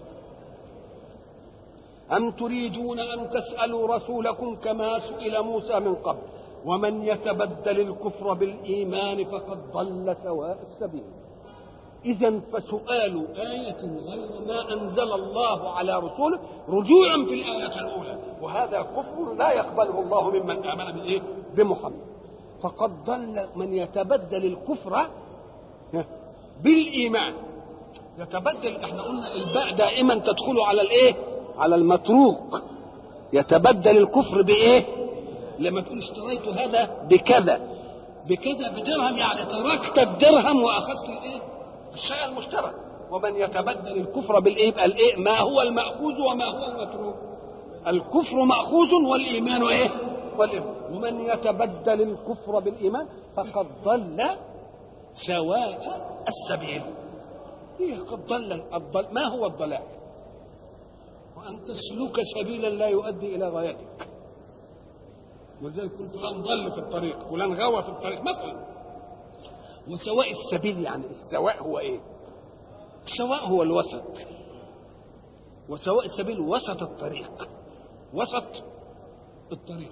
أم تريدون أن تسألوا رسولكم كما سئل موسى من قبل ومن يتبدل الكفر بالإيمان فقد ضل سواء السبيل. إذن فسؤال آية غير ما أنزل الله على رسوله رجوعا في الآية الأولى، وهذا كفر لا يقبله الله ممن آمن بالإيه؟ بمحمد. فقد ضل من يتبدل الكفر بالإيمان. يتبدل، احنا قلنا الباء دائما تدخل على الإيه؟ على المتروك. يتبدل الكفر بإيه؟ لما تقول اشتريت هذا بكذا بكذا بدرهم، يعني تركت الدرهم وأخذت الإيه؟ الشيء المشترك. ومن يتبدل الكفر بالايه يبقى الايه ما هو المأخوذ وما هو المتروك. الكفر مأخوذ والايمان ايه؟ والايمان. ومن يتبدل الكفر بالايمان فقد ضل سواء السبيل. ايه قد ضل؟ الضل ما هو الضلال؟ وان تسلك سبيلا لا يؤدي الى غايتك. ولذلك يقول فلان ضل في الطريق فلان غوى في الطريق مثلا. وسواء السبيل يعني السواء هو ايه؟ السواء هو الوسط، وسواء السبيل وسط الطريق، وسط الطريق.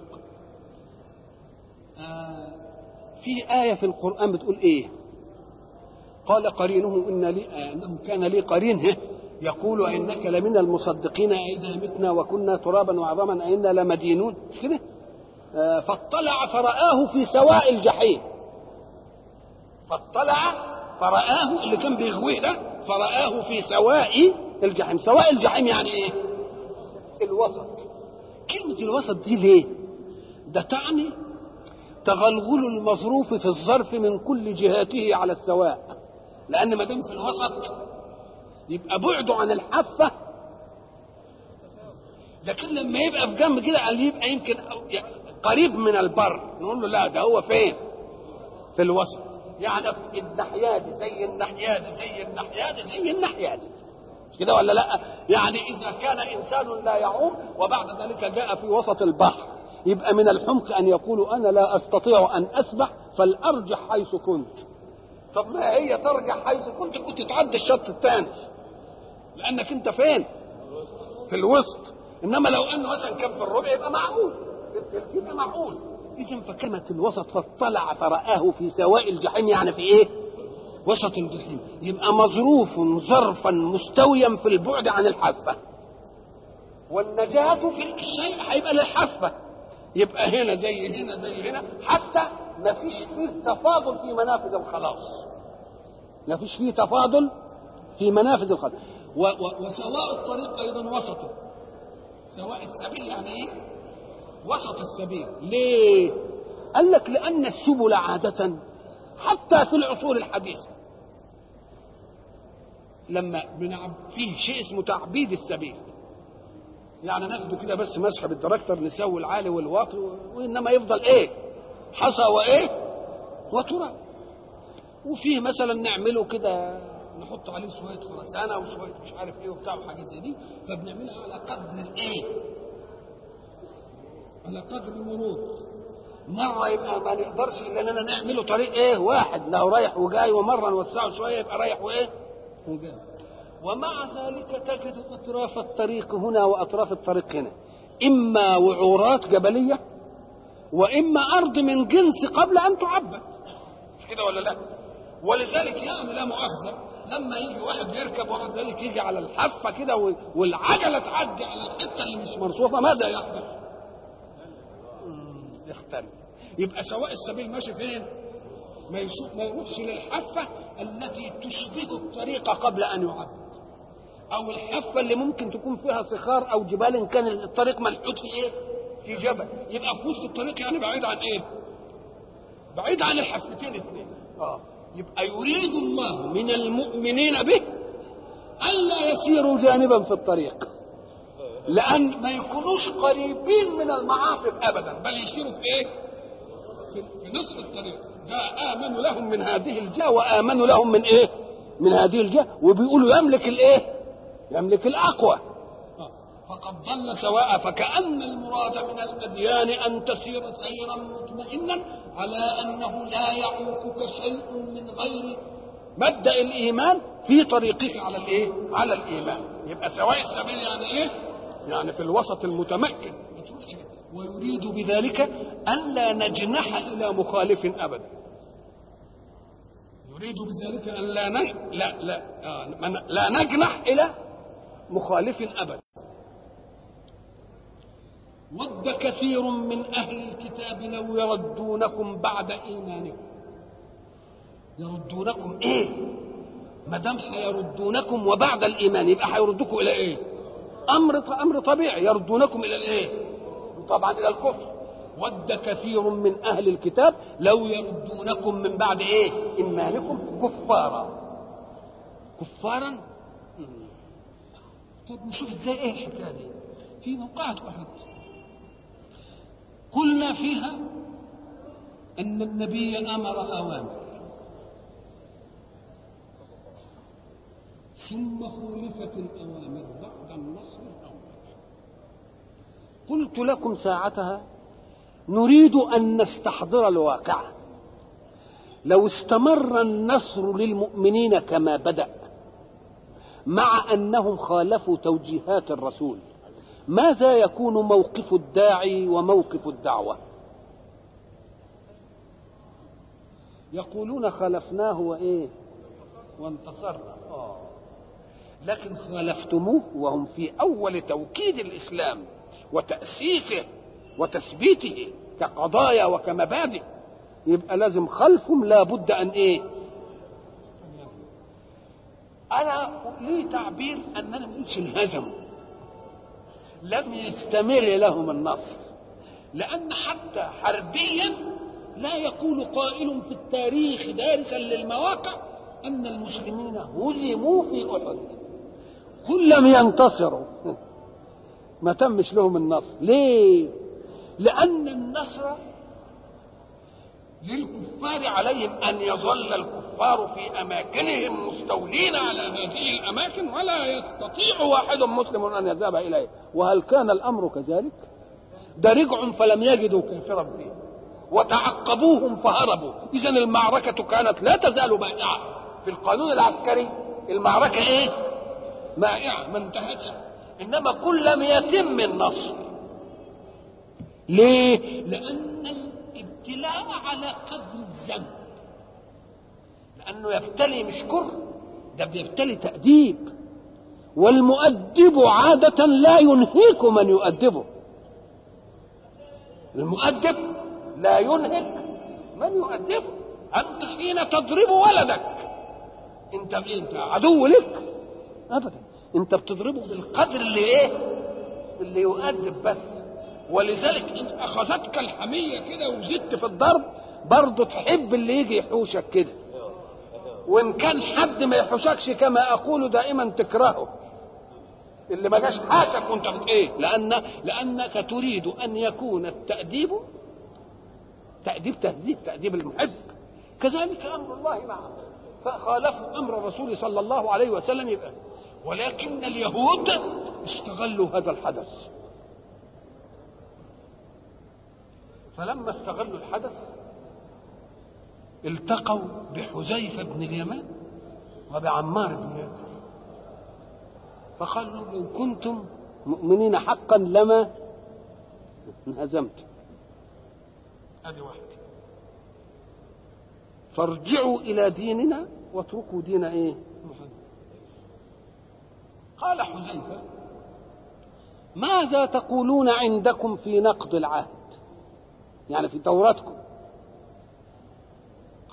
آه في آية في القرآن بتقول ايه؟ قال قرينه إن لي آه انه كان لي قرين يقول إنك لمن المصدقين إذا متنا وكنا ترابا وعظاما أئنا لمدينون. مش كده؟ آه فاطلع فرآه في سواء الجحيم. فاطلع فرآه اللي كان بيغويه ده فرآه في سواء الجحيم. سواء الجحيم يعني ايه؟ الوسط. كلمة الوسط دي ليه؟ ده تعني تغلغل المظروف في الظرف من كل جهاته على السواء، لأن ما دام في الوسط يبقى بعده عن الحافة. لكن لما يبقى في جنب كده قال يبقى يمكن قريب من البر نقول له لا ده هو فين؟ في الوسط. يعني الناحية دي زي الناحية دي زي الناحية دي زي الناحية دي مش كده ولا لا؟ يعني إذا كان إنسان لا يعوم وبعد ذلك جاء في وسط البحر يبقى من الحمق أن يقول أنا لا أستطيع أن أسبح فالأرجح حيث كنت. طب ما هي ترجح حيث كنت كنت تعدي الشط الثاني لأنك أنت فين؟ في الوسط. إنما لو أنه مثلا كان في الربع يبقى معقول، في الثلث يبقى معقول. إذن فكلمة الوسط فاطلع فرآه في سواء الجحيم يعني في إيه؟ وسط الجحيم. يبقى مظروف ظرفا مستويا في البعد عن الحافة، والنجاة في الشيء هيبقى للحافة. يبقى هنا زي هنا زي هنا، حتى ما فيش فيه تفاضل في منافذ الخلاص. ما فيش فيه تفاضل في منافذ الخلاص. و- و- وسواء الطريق أيضا وسطه. سواء السبيل يعني إيه؟ وسط السبيل. ليه؟ قال لك لأن السبل عادة حتى في العصور الحديثة لما بنعب فيه شيء اسمه تعبيد السبيل، يعني ناخده كده بس مسح بالدركتر نسوي العالي والواطي وإنما يفضل إيه؟ حصى وإيه؟ وتراب. وفيه مثلا نعمله كده نحط عليه شوية خرسانة وشوية مش عارف إيه وبتاع وحاجات زي دي، فبنعملها على قدر الإيه؟ على قدر المرور. مرة يبقى ما نقدرش إلا أننا نعمله طريق إيه واحد لو رايح وجاي، ومرة نوسعه شوية يبقى رايح وإيه وجاي. ومع ذلك تجد أطراف الطريق هنا وأطراف الطريق هنا إما وعورات جبلية وإما أرض من جنس قبل أن تعبد. مش كده ولا لا؟ ولذلك يعني لا مؤاخذة لما يجي واحد يركب وبعد ذلك يجي على الحافة كده والعجلة تعدي على الحتة اللي مش مرصوفة ماذا يحدث؟ يختلف. يبقى سواء السبيل ماشي فين؟ ما يشوف ما يروحش للحافه التي تشبه الطريق قبل ان يعد، او الحافه اللي ممكن تكون فيها صخار او جبال ان كان الطريق منحوت في ايه؟ في جبل، يبقى في وسط الطريق يعني بعيد عن ايه؟ بعيد عن الحفتين اثنين. اه يبقى يريد الله من المؤمنين به الا يسيروا جانبا في الطريق، لان ما يكونوش قريبين من المعاطف ابدا، بل يسيروا في ايه؟ في, في نصف الطريق. جاء امنوا لهم من هذه الجهه وامنوا لهم من ايه؟ من هذه الجهه، وبيقولوا يملك الايه؟ يملك الاقوى. فقد ضل سواء. فكأن المراد من الأديان أن تسير سيرا مطمئنا على أنه لا يعوقك شيء من غير مبدأ الإيمان في طريقه على الإيه؟ على الإيمان. يبقى سواء السبيل يعني إيه؟ يعني في الوسط المتمكن. ويريد بذلك أن لا نجنح إلى مخالف أبدا. يريد بذلك أن لا ن... لا لا آه من... لا نجنح إلى مخالف أبدا. ود كثير من أهل الكتاب لو يردونكم بعد إيمانكم. يردونكم إيه؟ ما دام هيردونكم وبعد الإيمان يبقى هيردوكم إلى إيه؟ أمر أمر طبيعي، يردونكم إلى الإيه؟ طبعا إلى الكفر. ود كثير من أهل الكتاب لو يردونكم من بعد إيه؟ إيمانكم كفارا. كفارا؟ طب نشوف إزاي إيه الحكاية دي؟ في موقعة أحد قلنا فيها أن النبي أمر أوامر ثم خولفت الأوامر بعد النصر الأول. قلت لكم ساعتها نريد أن نستحضر الواقع. لو استمر النصر للمؤمنين كما بدأ مع أنهم خالفوا توجيهات الرسول، ماذا يكون موقف الداعي وموقف الدعوة؟ يقولون خالفناه وإيه؟ وانتصرنا. آه. لكن خالفتموه وهم في أول توكيد الإسلام وتأسيسه وتثبيته كقضايا وكمبادئ، يبقى لازم خلفهم لا بد أن إيه؟ أنا لي تعبير أننا مش انهزموا، لم يستمر لهم النصر، لأن حتى حربيا لا يقول قائل في التاريخ دارسا للمواقع أن المسلمين هزموا في أحد، كل لم ينتصروا، ما تمش لهم النصر. ليه؟ لأن النصر للكفار عليهم أن يظل الكفار في أماكنهم مستولين على هذه الأماكن ولا يستطيع واحد مسلم أن يذهب إليه. وهل كان الأمر كذلك؟ ده رجعوا فلم يجدوا كافرا فيه وتعقبوهم فهربوا. إذن المعركة كانت لا تزال مائعة. في القانون العسكري المعركة إيه؟ مائعة ما انتهتش، إنما كل لم يتم النصر. ليه؟ لأن الابتلاء على قدر الذنب، لأنه يبتلي مش كره، ده بيبتلي تأديب، والمؤدب عادة لا ينهك من يؤدبه. المؤدب لا ينهك من يؤدبه. أنت حين تضرب ولدك أنت أنت عدو لك أبدا، أنت بتضربه بالقدر اللي إيه؟ اللي يؤدب بس. ولذلك إن أخذتك الحمية كده وزدت في الضرب برضه تحب اللي يجي يحوشك كده، وإن كان حد ما يحوشكش كما أقول دائما تكرهه، اللي ما جاش حاشك وأنت بت إيه؟ لأن لأنك تريد أن يكون التأديب تأديب تهذيب، تأديب المحب. كذلك أمر الله معه، فخالفوا أمر الرسول صلى الله عليه وسلم يبقى. ولكن اليهود استغلوا هذا الحدث، فلما استغلوا الحدث التقوا بحذيفة بن اليمان وبعمار بن ياسر، فقال لهم لو كنتم مؤمنين حقا لما انهزمتم. هذه واحدة، فارجعوا إلى ديننا واتركوا دين إيه؟ محمد. قال حذيفة ماذا تقولون عندكم في نقض العهد؟ يعني في توراتكم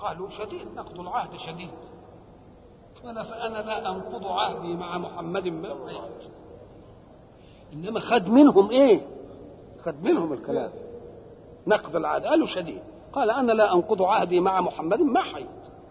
قالوا شديد، نقض العهد شديد. قال فأنا لا أنقض عهدي مع محمد ما حييت. إنما خد منهم إيه؟ خد منهم الكلام نقض العهد، قالوا شديد. قال أنا لا أنقض عهدي مع محمد ما حييت.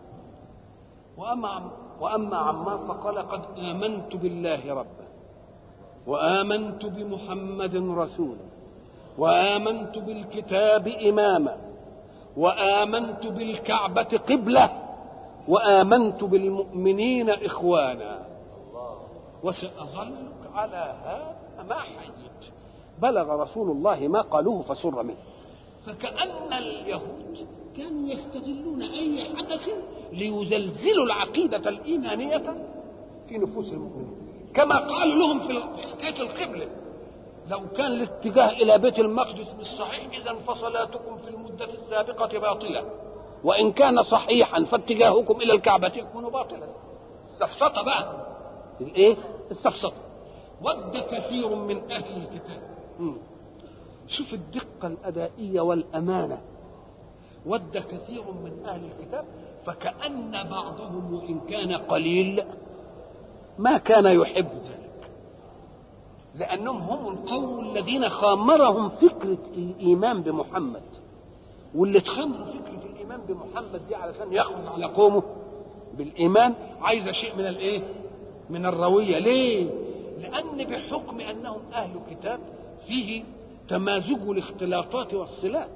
وأما وأما عمار فقال قد آمنت بالله ربا، وآمنت بمحمد رسولا، وآمنت بالكتاب إماما، وآمنت بالكعبة قبلة، وآمنت بالمؤمنين إخوانا، وسأظل على هذا ما حييت. بلغ رسول الله ما قالوه فسر منه. فكأن اليهود كانوا يستغلون أي حدث ليزلزلوا العقيدة الإيمانية في نفوس المؤمنين، كما قالوا لهم في حكاية القبلة لو كان الاتجاه إلى بيت المقدس مش صحيح إذن فصلاتكم في المدة السابقة باطلة، وإن كان صحيحا فاتجاهكم إلى الكعبة يكون باطلا. السفسطة بقى إيه؟ السفسطة. ود كثير من أهل الكتاب، مم. شوف الدقة الأدائية والأمانة. ود كثير من أهل الكتاب، فكأن بعضهم وإن كان قليل ما كان يحب ذلك، لأنهم هم القوم الذين خامرهم فكرة الإيمان بمحمد، واللي تخمروا فكرة الإيمان بمحمد دي علشان يخرج على قومه بالإيمان عايزة شيء من الإيه؟ من الروية. ليه؟ لأن بحكم أنهم أهل كتاب فيه تمازج الاختلاطات والصلات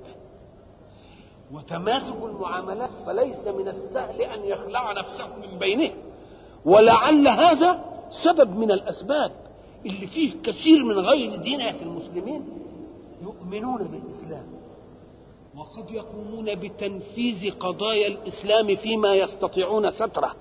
وتمازج المعاملات، فليس من السهل أن يخلع نفسه من بينه. ولعل هذا سبب من الأسباب اللي فيه كثير من غير دينة المسلمين يؤمنون بالإسلام وقد يقومون بتنفيذ قضايا الإسلام فيما يستطيعون ستره،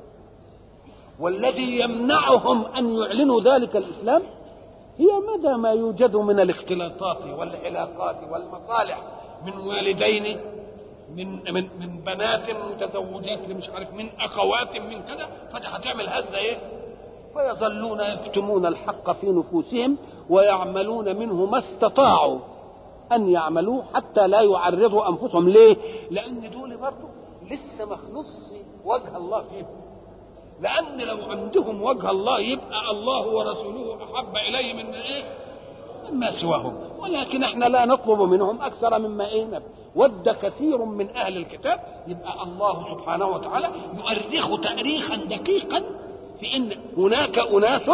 والذي يمنعهم أن يعلنوا ذلك الإسلام هي مدى ما يوجد من الاختلاطات والعلاقات والمصالح من والدين، من من من بنات متزوجات مش عارف، من اخوات، من كذا، فده هتعمل هذا ايه؟ فيظلون يكتمون الحق في نفوسهم ويعملون منه ما استطاعوا ان يعملوه حتى لا يعرضوا انفسهم. ليه؟ لان دول برضه لسه مخلص وجه الله فيهم، لان لو عندهم وجه الله يبقى الله ورسوله احب اليه من ايه؟ مما سواهم. ولكن احنا لا نطلب منهم اكثر مما ايه نبي. ود كثير من اهل الكتاب، يبقى الله سبحانه وتعالى يؤرخ تاريخا دقيقا في ان هناك اناس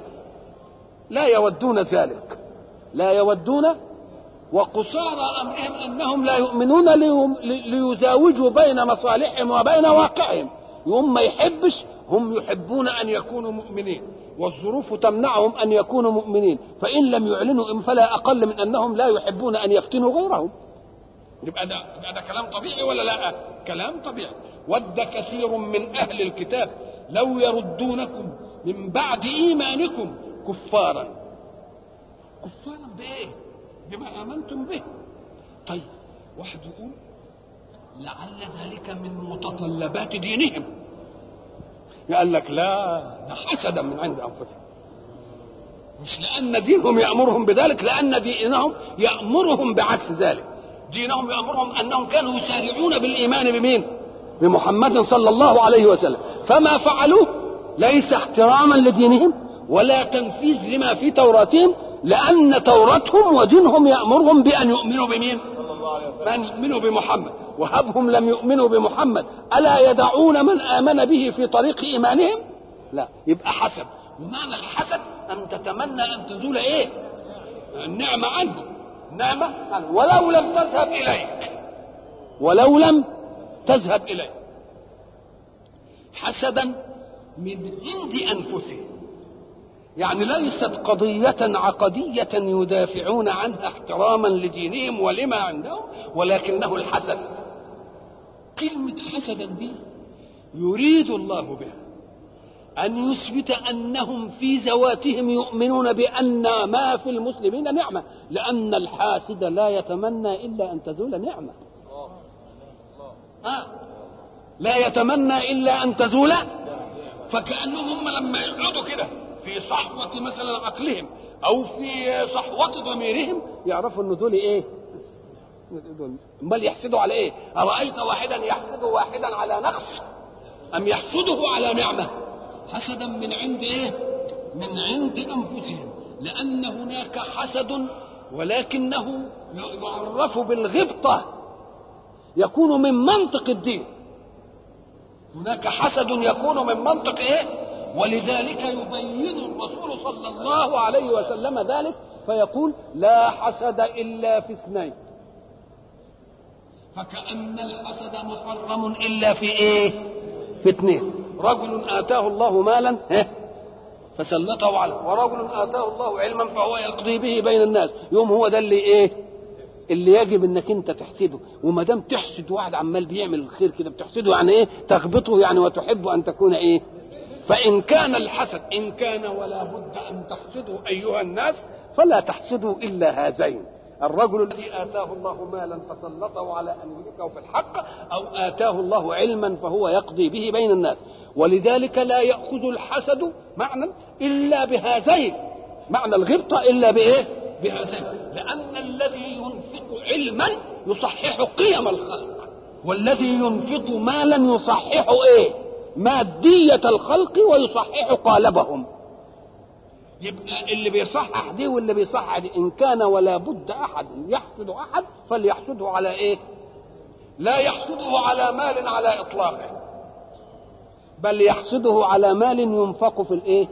لا يودون ذلك، لا يودون، وقصارى امرهم انهم لا يؤمنون ليزاوجوا بين مصالحهم وبين واقعهم. يوم ما يحبش، هم يحبون ان يكونوا مؤمنين والظروف تمنعهم ان يكونوا مؤمنين، فان لم يعلنوا فلا اقل من انهم لا يحبون ان يفتنوا غيرهم. يبقى ده, يبقى ده كلام طبيعي ولا لا؟ كلام طبيعي. ود كثير من اهل الكتاب لو يردونكم من بعد ايمانكم كفارا. كفارا بايه؟ بما امنتم به. طيب واحد يقول لعل ذلك من متطلبات دينهم، قال لك لا، ده حسدا من عند انفسهم، مش لان دينهم يامرهم بذلك، لان دينهم يامرهم بعكس ذلك. دينهم يامرهم انهم كانوا يسارعون بالايمان بمين؟ بمحمد صلى الله عليه وسلم، فما فعلوه ليس احتراما لدينهم ولا تنفيذ لما في توراتهم، لان توراتهم ودينهم يامرهم بان يؤمنوا بمين؟ بان يؤمنوا بمحمد. وهبهم لم يؤمنوا بمحمد الا يدعون من امن به في طريق ايمانهم؟ لا. يبقى حسد. ومعنى الحسد ان تتمنى ان تزول ايه؟ النعمه عنه، نعمه عنه ولو لم تذهب اليك، ولو لم تذهب اليك، حسدا من عند انفسهم. يعني ليست قضية عقدية يدافعون عنها احتراما لدينهم ولما عندهم، ولكنه الحسد. كلمة حسدا دي يريد الله بها أن يثبت أنهم في ذواتهم يؤمنون بأن ما في المسلمين نعمة، لأن الحاسد لا يتمنى إلا أن تزول نعمة. آه. لا يتمنى إلا أن تزول. فكأنهم هم لما يقعدوا كده في صحوة مثلا عقلهم أو في صحوة ضميرهم يعرفوا أن دول إيه؟ امال يحسده على ايه؟ ارايت واحدا يحسد واحدا على نقص ام يحسده على نعمه؟ حسدا من عند ايه؟ من عند انفسهم، لان هناك حسد ولكنه يعرف بالغبطه، يكون من منطق الدين. هناك حسد يكون من منطق ايه؟ ولذلك يبين الرسول صلى الله عليه وسلم ذلك فيقول لا حسد الا في اثنين، فكأن الحسد محرم الا في ايه؟ في اثنين. رجل اتاه الله مالا فسلطه عليه، ورجل اتاه الله علما فهو يقضي به بين الناس. يوم هو ده اللي ايه؟ اللي يجب انك انت تحسده. وما دام تحسد واحد عمال بيعمل الخير كده بتحسده، يعني ايه؟ تغبطه يعني، وتحب ان تكون ايه؟ فان كان الحسد ان كان ولا بد ان تحسدوا ايها الناس فلا تحسدوا الا هذين: الرجل الذي اتاه الله مالا فسلطه على ان يهلكه في الحق، او اتاه الله علما فهو يقضي به بين الناس. ولذلك لا ياخذ الحسد معنى الا بهذين، معنى الغبطه الا بايه؟ بهذين. لان الذي ينفق علما يصحح قيم الخلق، والذي ينفق مالا يصحح ايه؟ ماديه الخلق ويصحح قالبهم. يبقى اللي بيصحح دي واللي بيصحح دي. ان كان ولا بد احد يحسد احد فليحسده على ايه؟ لا يحسده على مال على اطلاقه، بل يحسده على مال ينفق في الايه؟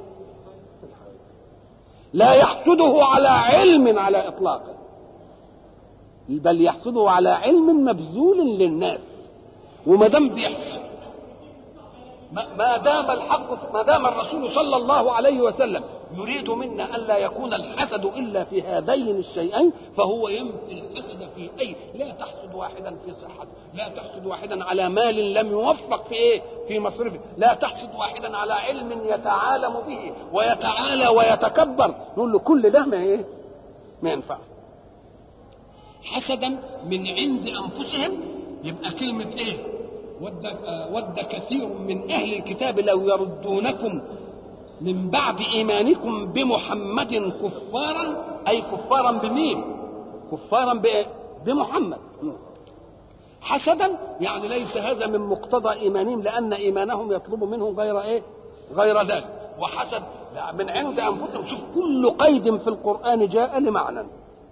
لا يحسده على علم على اطلاقه، بل يحسده على علم مبذول للناس. وما دام بيحسد، ما دام الحق، ما دام الرسول صلى الله عليه وسلم يريد منا الا يكون الحسد الا في هذين الشيئين، فهو ينفي الحسد في اي. لا تحسد واحدا في صحته، لا تحسد واحدا على مال لم يوفق في ايه؟ في مصرفه، لا تحسد واحدا على علم يتعالم به ويتعالى ويتكبر. نقول له كل ده ما ايه؟ ما ينفع. حسدا من عند انفسهم، يبقى كلمه ايه؟ ود, ود كثير من أهل الكتاب لو يردونكم من بعد إيمانكم بمحمد كفارا، أي كفارا بمين؟ كفارا بمحمد. حسدا يعني ليس هذا من مقتضى إيمانهم، لأن إيمانهم يطلب منهم غير إيه؟ غير ذلك. وحسد من عند أنفسهم. شوف كل قيد في القرآن جاء لمعنى،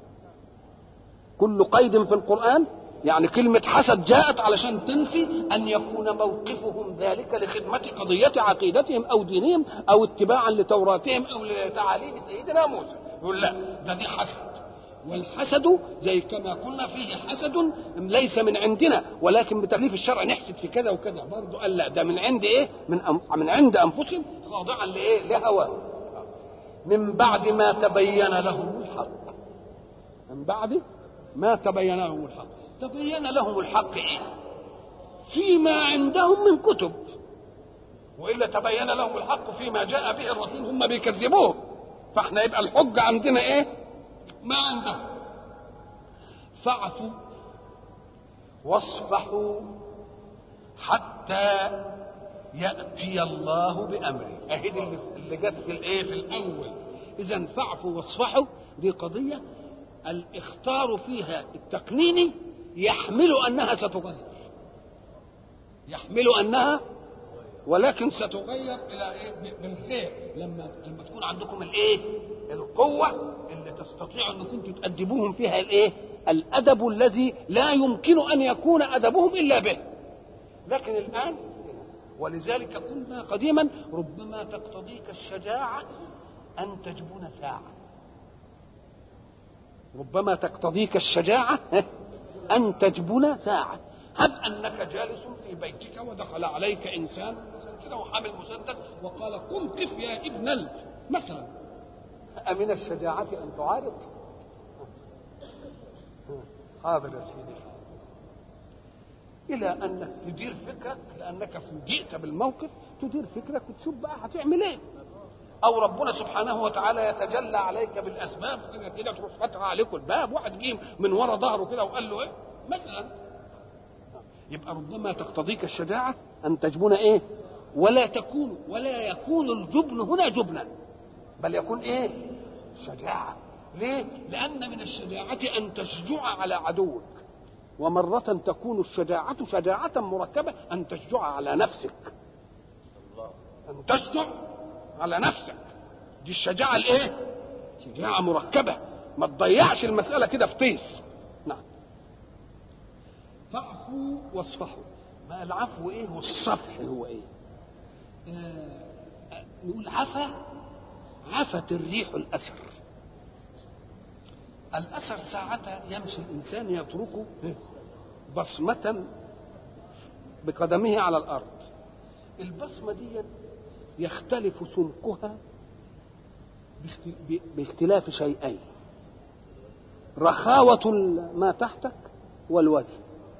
كل قيد في القرآن يعني كلمة حسد جاءت علشان تنفي أن يكون موقفهم ذلك لخدمة قضية عقيدتهم أو دينهم أو اتباعا لتوراتهم أو لتعاليم سيدنا موسى. يقول لا، ده دي حسد. والحسد زي كما قلنا فيه حسد ليس من عندنا، ولكن بتكليف الشرع نحسد في كذا وكذا. برضه قال لا، ده من عند إيه؟ من أم من عند أنفسهم خاضعا لإيه؟ لهوى. من بعد ما تبين لهم الحق، من بعد ما تبين لهم الحق. تبين لهم الحق ايه؟ فيما عندهم من كتب، والا تبين لهم الحق فيما جاء به الرسول، هم بيكذبوه. فاحنا يبقى الحجه عندنا ايه؟ ما عندهم. فاعفوا واصفحوا حتى ياتي الله بامره. اهي دي اللي جت في الايه؟ في الاول. اذا فاعفوا واصفحوا دي قضيه الاختار فيها التقنيني يحمل انها ستغير، يحمل انها، ولكن ستغير الى ايه؟ بالخير. لما لما تكون عندكم الايه؟ القوه اللي تستطيعوا انكم انتم تؤدبوهم فيها الايه؟ الادب الذي لا يمكن ان يكون ادبهم الا به. لكن الان، ولذلك قلنا قديما ربما تقتضيك الشجاعه ان تجبن ساعه، ربما تقتضيك الشجاعه أن تجبن ساعة. هب أنك جالس في بيتك ودخل عليك إنسان كده وحامل مسدس وقال قم قف يا ابن ال مثلا، أمن الشجاعة أن تعارض؟ حاضر يا سيدي. إلى أنك تدير فكرك، لأنك فوجئت بالموقف، تدير فكرك وتشوف بقى هتعمل إيه. أو ربنا سبحانه وتعالى يتجلى عليك بالأسباب كده كده، تروح فتح عليكم الباب، واحد جه من ورا ظهره كده وقال له إيه مثلا. يبقى ربما تقتضيك الشجاعة أن تجبن إيه؟ ولا تكون ولا يكون الجبن هنا جبنا، بل يكون إيه؟ شجاعة. ليه؟ لأن من الشجاعة أن تشجع على عدوك. ومرة تكون الشجاعة شجاعة مركبة، أن تشجع على نفسك، أن تشجع على نفسك، دي الشجاعة الإيه؟ شجاعة مركبة، ما تضيعش المسألة كده في طيس. نعم. فاعفوا واصفحوا. ما العفو إيه والصفح هو إيه؟ آه نقول عفا، عفت الريح الأثر. الأثر ساعة يمشي الإنسان يتركه بصمة بقدمه على الأرض. البصمة دي يختلف سمكها باختلاف شيئين: رخاوة ما تحتك والوزن.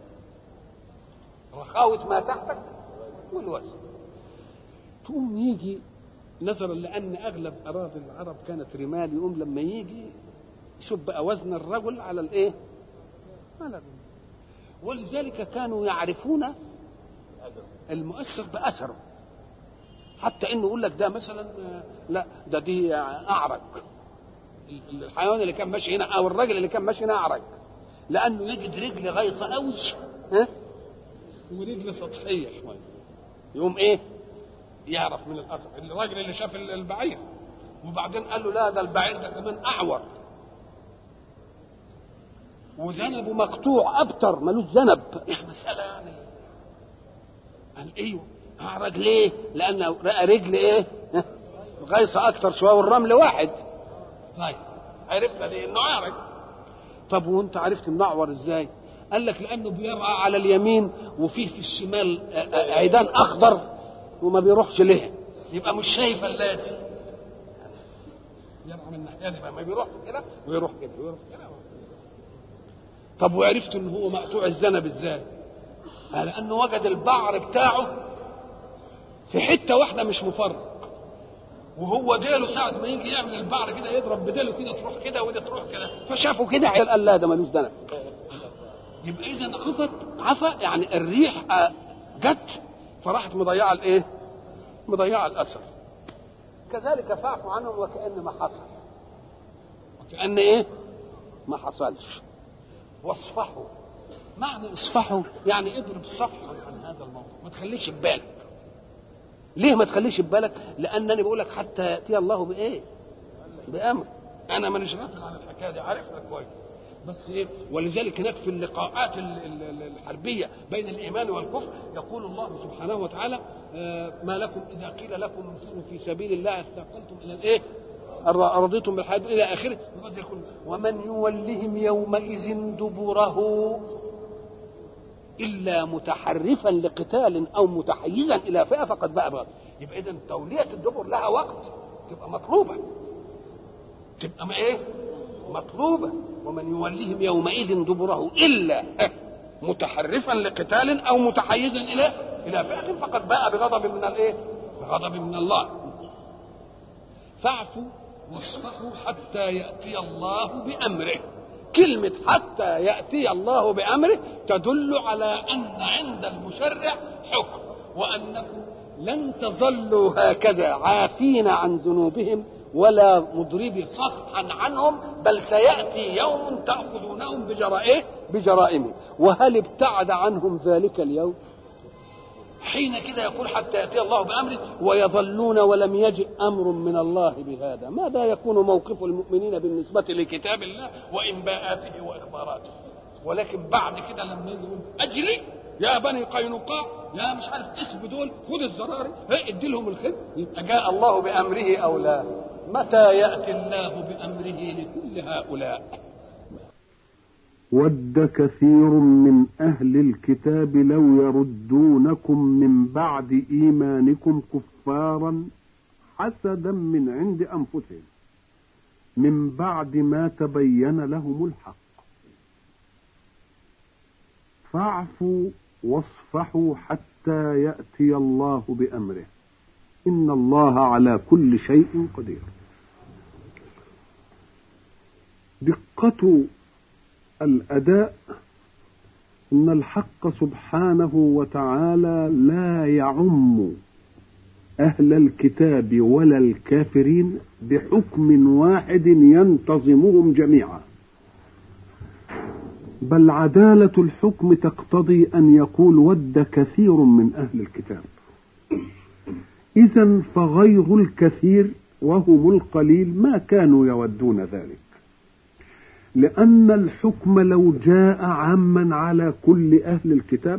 رخاوة ما تحتك والوزن. تقوم يجي نظرا لأن أغلب أراضي العرب كانت رمال، يقوم لما يجي يشوف بقى وزن الرجل على الإيه؟ على الرمال. ولذلك كانوا يعرفون المؤثر بأثره، حتى إنه يقول لك ده مثلا لا ده دي أعرج، الحيوان اللي كان ماشي هنا أو الرجل اللي كان ماشي هنا أعرج، لأنه يجد رجل غيصة قوي ها ورجل سطحية شوية، يقوم إيه؟ يعرف من الأثر. الراجل اللي شاف البعير وبعدين قال له لا ده البعير ده كمان أعور وذنبه مقطوع أبتر ملوش ذنب، مسألة يعني. قال ايوه اعرج ليه؟ لأنه رأى رجل ايه؟ غيصة أكتر شوية والرمل واحد. طيب عرفنا ليه إنه أعرج. طب وأنت عرفت إنه أعور إزاي؟ قال لك لأنه بيرعى على اليمين وفيه في الشمال عيدان أخضر وما بيروحش ليه، يبقى مش شايف الا دي، يرعى من الناحية دي ما بيروح كده ويروح كده ويروح كده. طب وعرفت إن هو مقطوع الذنب إزاي؟ لأنه وجد البعر بتاعه في حتة واحدة مش مفرق، وهو ديله ساعة ما يجي يعمل البعر كده يضرب بديله كده تروح كده ودي تروح كده، فشافوا كده قال لا ده ملوش ذنب. يبقى إذا عفت عفا يعني الريح جت فراحت مضيعة الإيه؟ مضيعة الأثر. كذلك فاعفوا عنهم وكأن ما حصل، وكأن إيه؟ ما حصلش. واصفحوا. معنى اصفحوا يعني اضرب صفحا عن هذا الموضوع، ما تخليش ببالك. ليه ما تخليش ببالك؟ لأنني بقول لك حتى يأتي الله بإيه؟ بأمر. أنا مانيش غافل عن الحكاية دي، عارفها كويس، بس إيه؟ ولذلك هناك في اللقاءات الحربية بين الإيمان والكفر يقول الله سبحانه وتعالى ما لكم إذا قيل لكم انفروا في سبيل الله اثاقلتم إلى الإيه؟ رضيتم بالحياة إلى آخره. ومن يولهم يومئذ دبره إلا متحرفا لقتال أو متحيزا إلى فئة فقد باء بغضب. يبقى إذن تولية الدبر لها وقت تبقى مطلوبة، تبقى ما إيه؟ مطلوبة. ومن يولهم يومئذ دبره إلا متحرفا لقتال أو متحيزا إلى إلى فئة فقد باء بغضب من الإيه؟ بغضب من الله. فاعفوا واصفحوا حتى يأتي الله بأمره. كلمة حتى يأتي الله بأمره تدل على أن عند المشرع حكم، وأنكم لن تظلوا هكذا عافين عن ذنوبهم ولا مضربي صفحا عنهم، بل سيأتي يوم تأخذونهم بجرائم بجرائمهم. وهل ابتعد عنهم ذلك اليوم؟ حين كده يقول حتى يأتي الله بأمره ويظلون ولم يجئ أمر من الله بهذا. ماذا يكون موقف المؤمنين بالنسبة لكتاب الله وإنباءاته وإخباراته؟ ولكن بعد كده لما يقول أجلي يا بني قينقاع يا مش عارف اسم دول خذ الزراري ادي لهم الخذ، يبقى جاء الله بأمره أو لا؟ متى يأتي الله بأمره لكل هؤلاء؟ ود كثير من أهل الكتاب لو يردونكم من بعد إيمانكم كفارا حسدا من عند أنفسهم من بعد ما تبين لهم الحق فاعفوا واصفحوا حتى يأتي الله بأمره إن الله على كل شيء قدير. دقة الأداء أن الحق سبحانه وتعالى لا يعم أهل الكتاب ولا الكافرين بحكم واحد ينتظمهم جميعا، بل عدالة الحكم تقتضي أن يقول ود كثير من أهل الكتاب. إذن فغير الكثير وهم القليل ما كانوا يودون ذلك، لأن الحكم لو جاء عاما على كل أهل الكتاب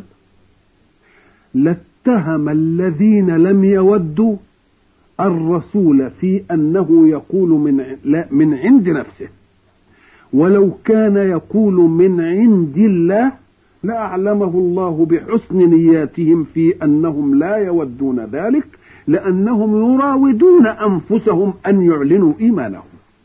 لاتهم الذين لم يودوا الرسول في أنه يقول من لا من عند نفسه، ولو كان يقول من عند الله لأعلمه الله بحسن نياتهم في أنهم لا يودون ذلك، لأنهم يراودون أنفسهم أن يعلنوا إيمانهم.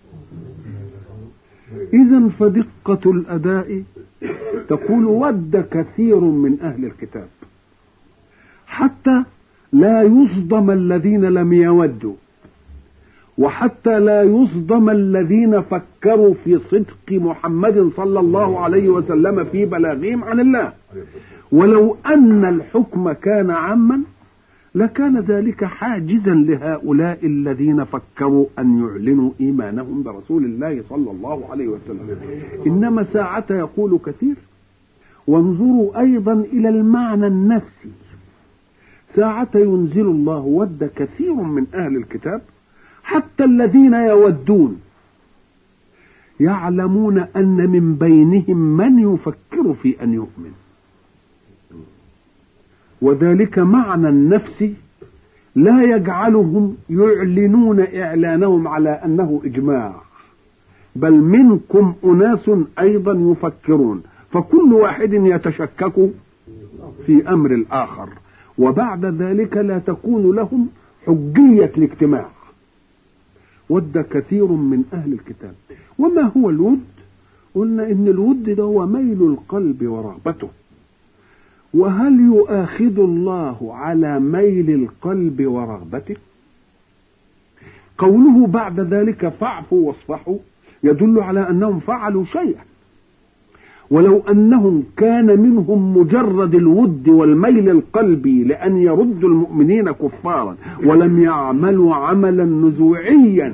إذن فدقة الأداء تقول ود كثير من أهل الكتاب، حتى لا يصدم الذين لم يودوا، وحتى لا يصدم الذين فكروا في صدق محمد صلى الله عليه وسلم في بلاغهم عن الله. ولو أن الحكم كان عاما لكان ذلك حاجزا لهؤلاء الذين فكروا أن يعلنوا إيمانهم برسول الله صلى الله عليه وسلم. إنما ساعة يقول كثير. وانظروا أيضا إلى المعنى النفسي، ساعة ينزل الله ود كثير من أهل الكتاب، حتى الذين يودون يعلمون أن من بينهم من يفكر في أن يؤمن، وذلك معنى النفسي لا يجعلهم يعلنون إعلانهم على أنه إجماع، بل منكم أناس أيضا يفكرون، فكل واحد يتشكك في أمر الآخر، وبعد ذلك لا تكون لهم حجية الاجتماع. ود كثير من أهل الكتاب. وما هو الود؟ قلنا إن الود ده هو ميل القلب ورغبته. وهل يؤاخذ الله على ميل القلب ورغبته؟ قوله بعد ذلك فاعفوا واصفحوا يدل على أنهم فعلوا شيئا، ولو أنهم كان منهم مجرد الود والميل القلبي لأن يردوا المؤمنين كفارا ولم يعملوا عملا نزوعيا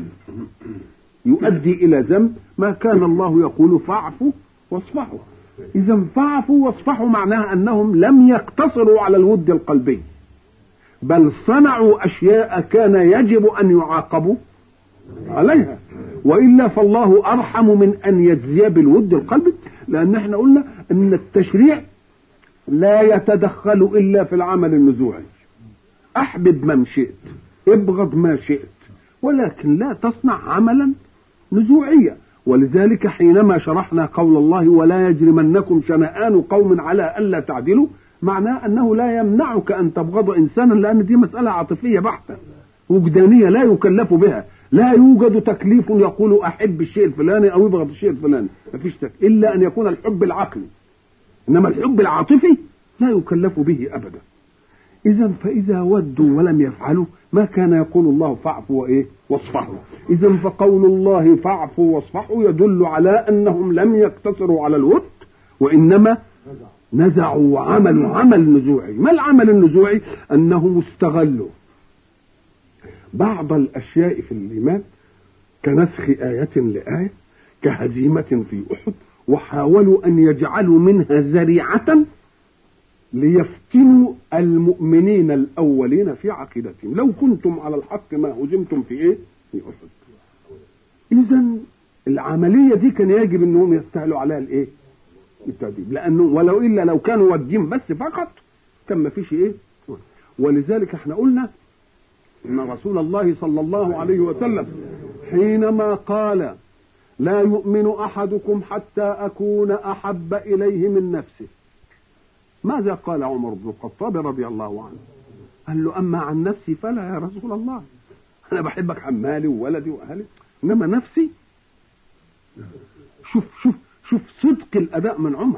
يؤدي إلى ذنب ما كان الله يقول فاعفوا واصفحوا. إذا فاعفوا واصفحوا معناها أنهم لم يقتصروا على الود القلبي، بل صنعوا أشياء كان يجب أن يعاقبوا عليها، وإلا فالله أرحم من أن يجزي بالود القلبي، لأن احنا قلنا أن التشريع لا يتدخل إلا في العمل النزوعي. أحبب من شئت، ابغض ما شئت، ولكن لا تصنع عملا نزوعيا. ولذلك حينما شرحنا قول الله ولا يجرمنكم شنآن قوم على ألا تعدلوا، معناه أنه لا يمنعك أن تبغض إنسانا، لأن دي مسألة عاطفية بحتة وجدانية لا يكلف بها. لا يوجد تكليف يقول أحب الشيء الفلاني أو يبغض الشيء الفلاني، مفيش تكليف إلا أن يكون الحب العقلي، إنما الحب العاطفي لا يكلف به أبدا. إذا فإذا ودوا ولم يفعلوا ما كان يقول الله فاعفوا وإيه واصفحوا. إذا فقول الله فاعفوا واصفحوا يدل على أنهم لم يقتصروا على الود، وإنما نزعوا وعملوا عمل نزوعي. ما العمل النزوعي؟ أنهم استغلوا بعض الأشياء في الإيمان كنسخ آية لآية، كهزيمة في أحد، وحاولوا أن يجعلوا منها ذريعة ليفتنوا المؤمنين الأولين في عقيدتهم. لو كنتم على الحق ما هزمتم في إيه؟ في أحد. إذن العملية دي كان يجب أنهم يستهلوا عليها الإيه؟ التأديب، لأنه ولو إلا لو كانوا ودين بس فقط كان ما فيش إيه. ولذلك احنا قلنا إن رسول الله صلى الله عليه وسلم حينما قال لا يؤمن أحدكم حتى أكون أحب إليه من نفسه، ماذا قال عمر بن الخطاب رضي الله عنه؟ قال له أما عن نفسي فلا يا رسول الله، أنا بحبك عن مالي وولدي وأهلي، إنما نفسي. شوف شوف شوف صدق الأداء من عمر،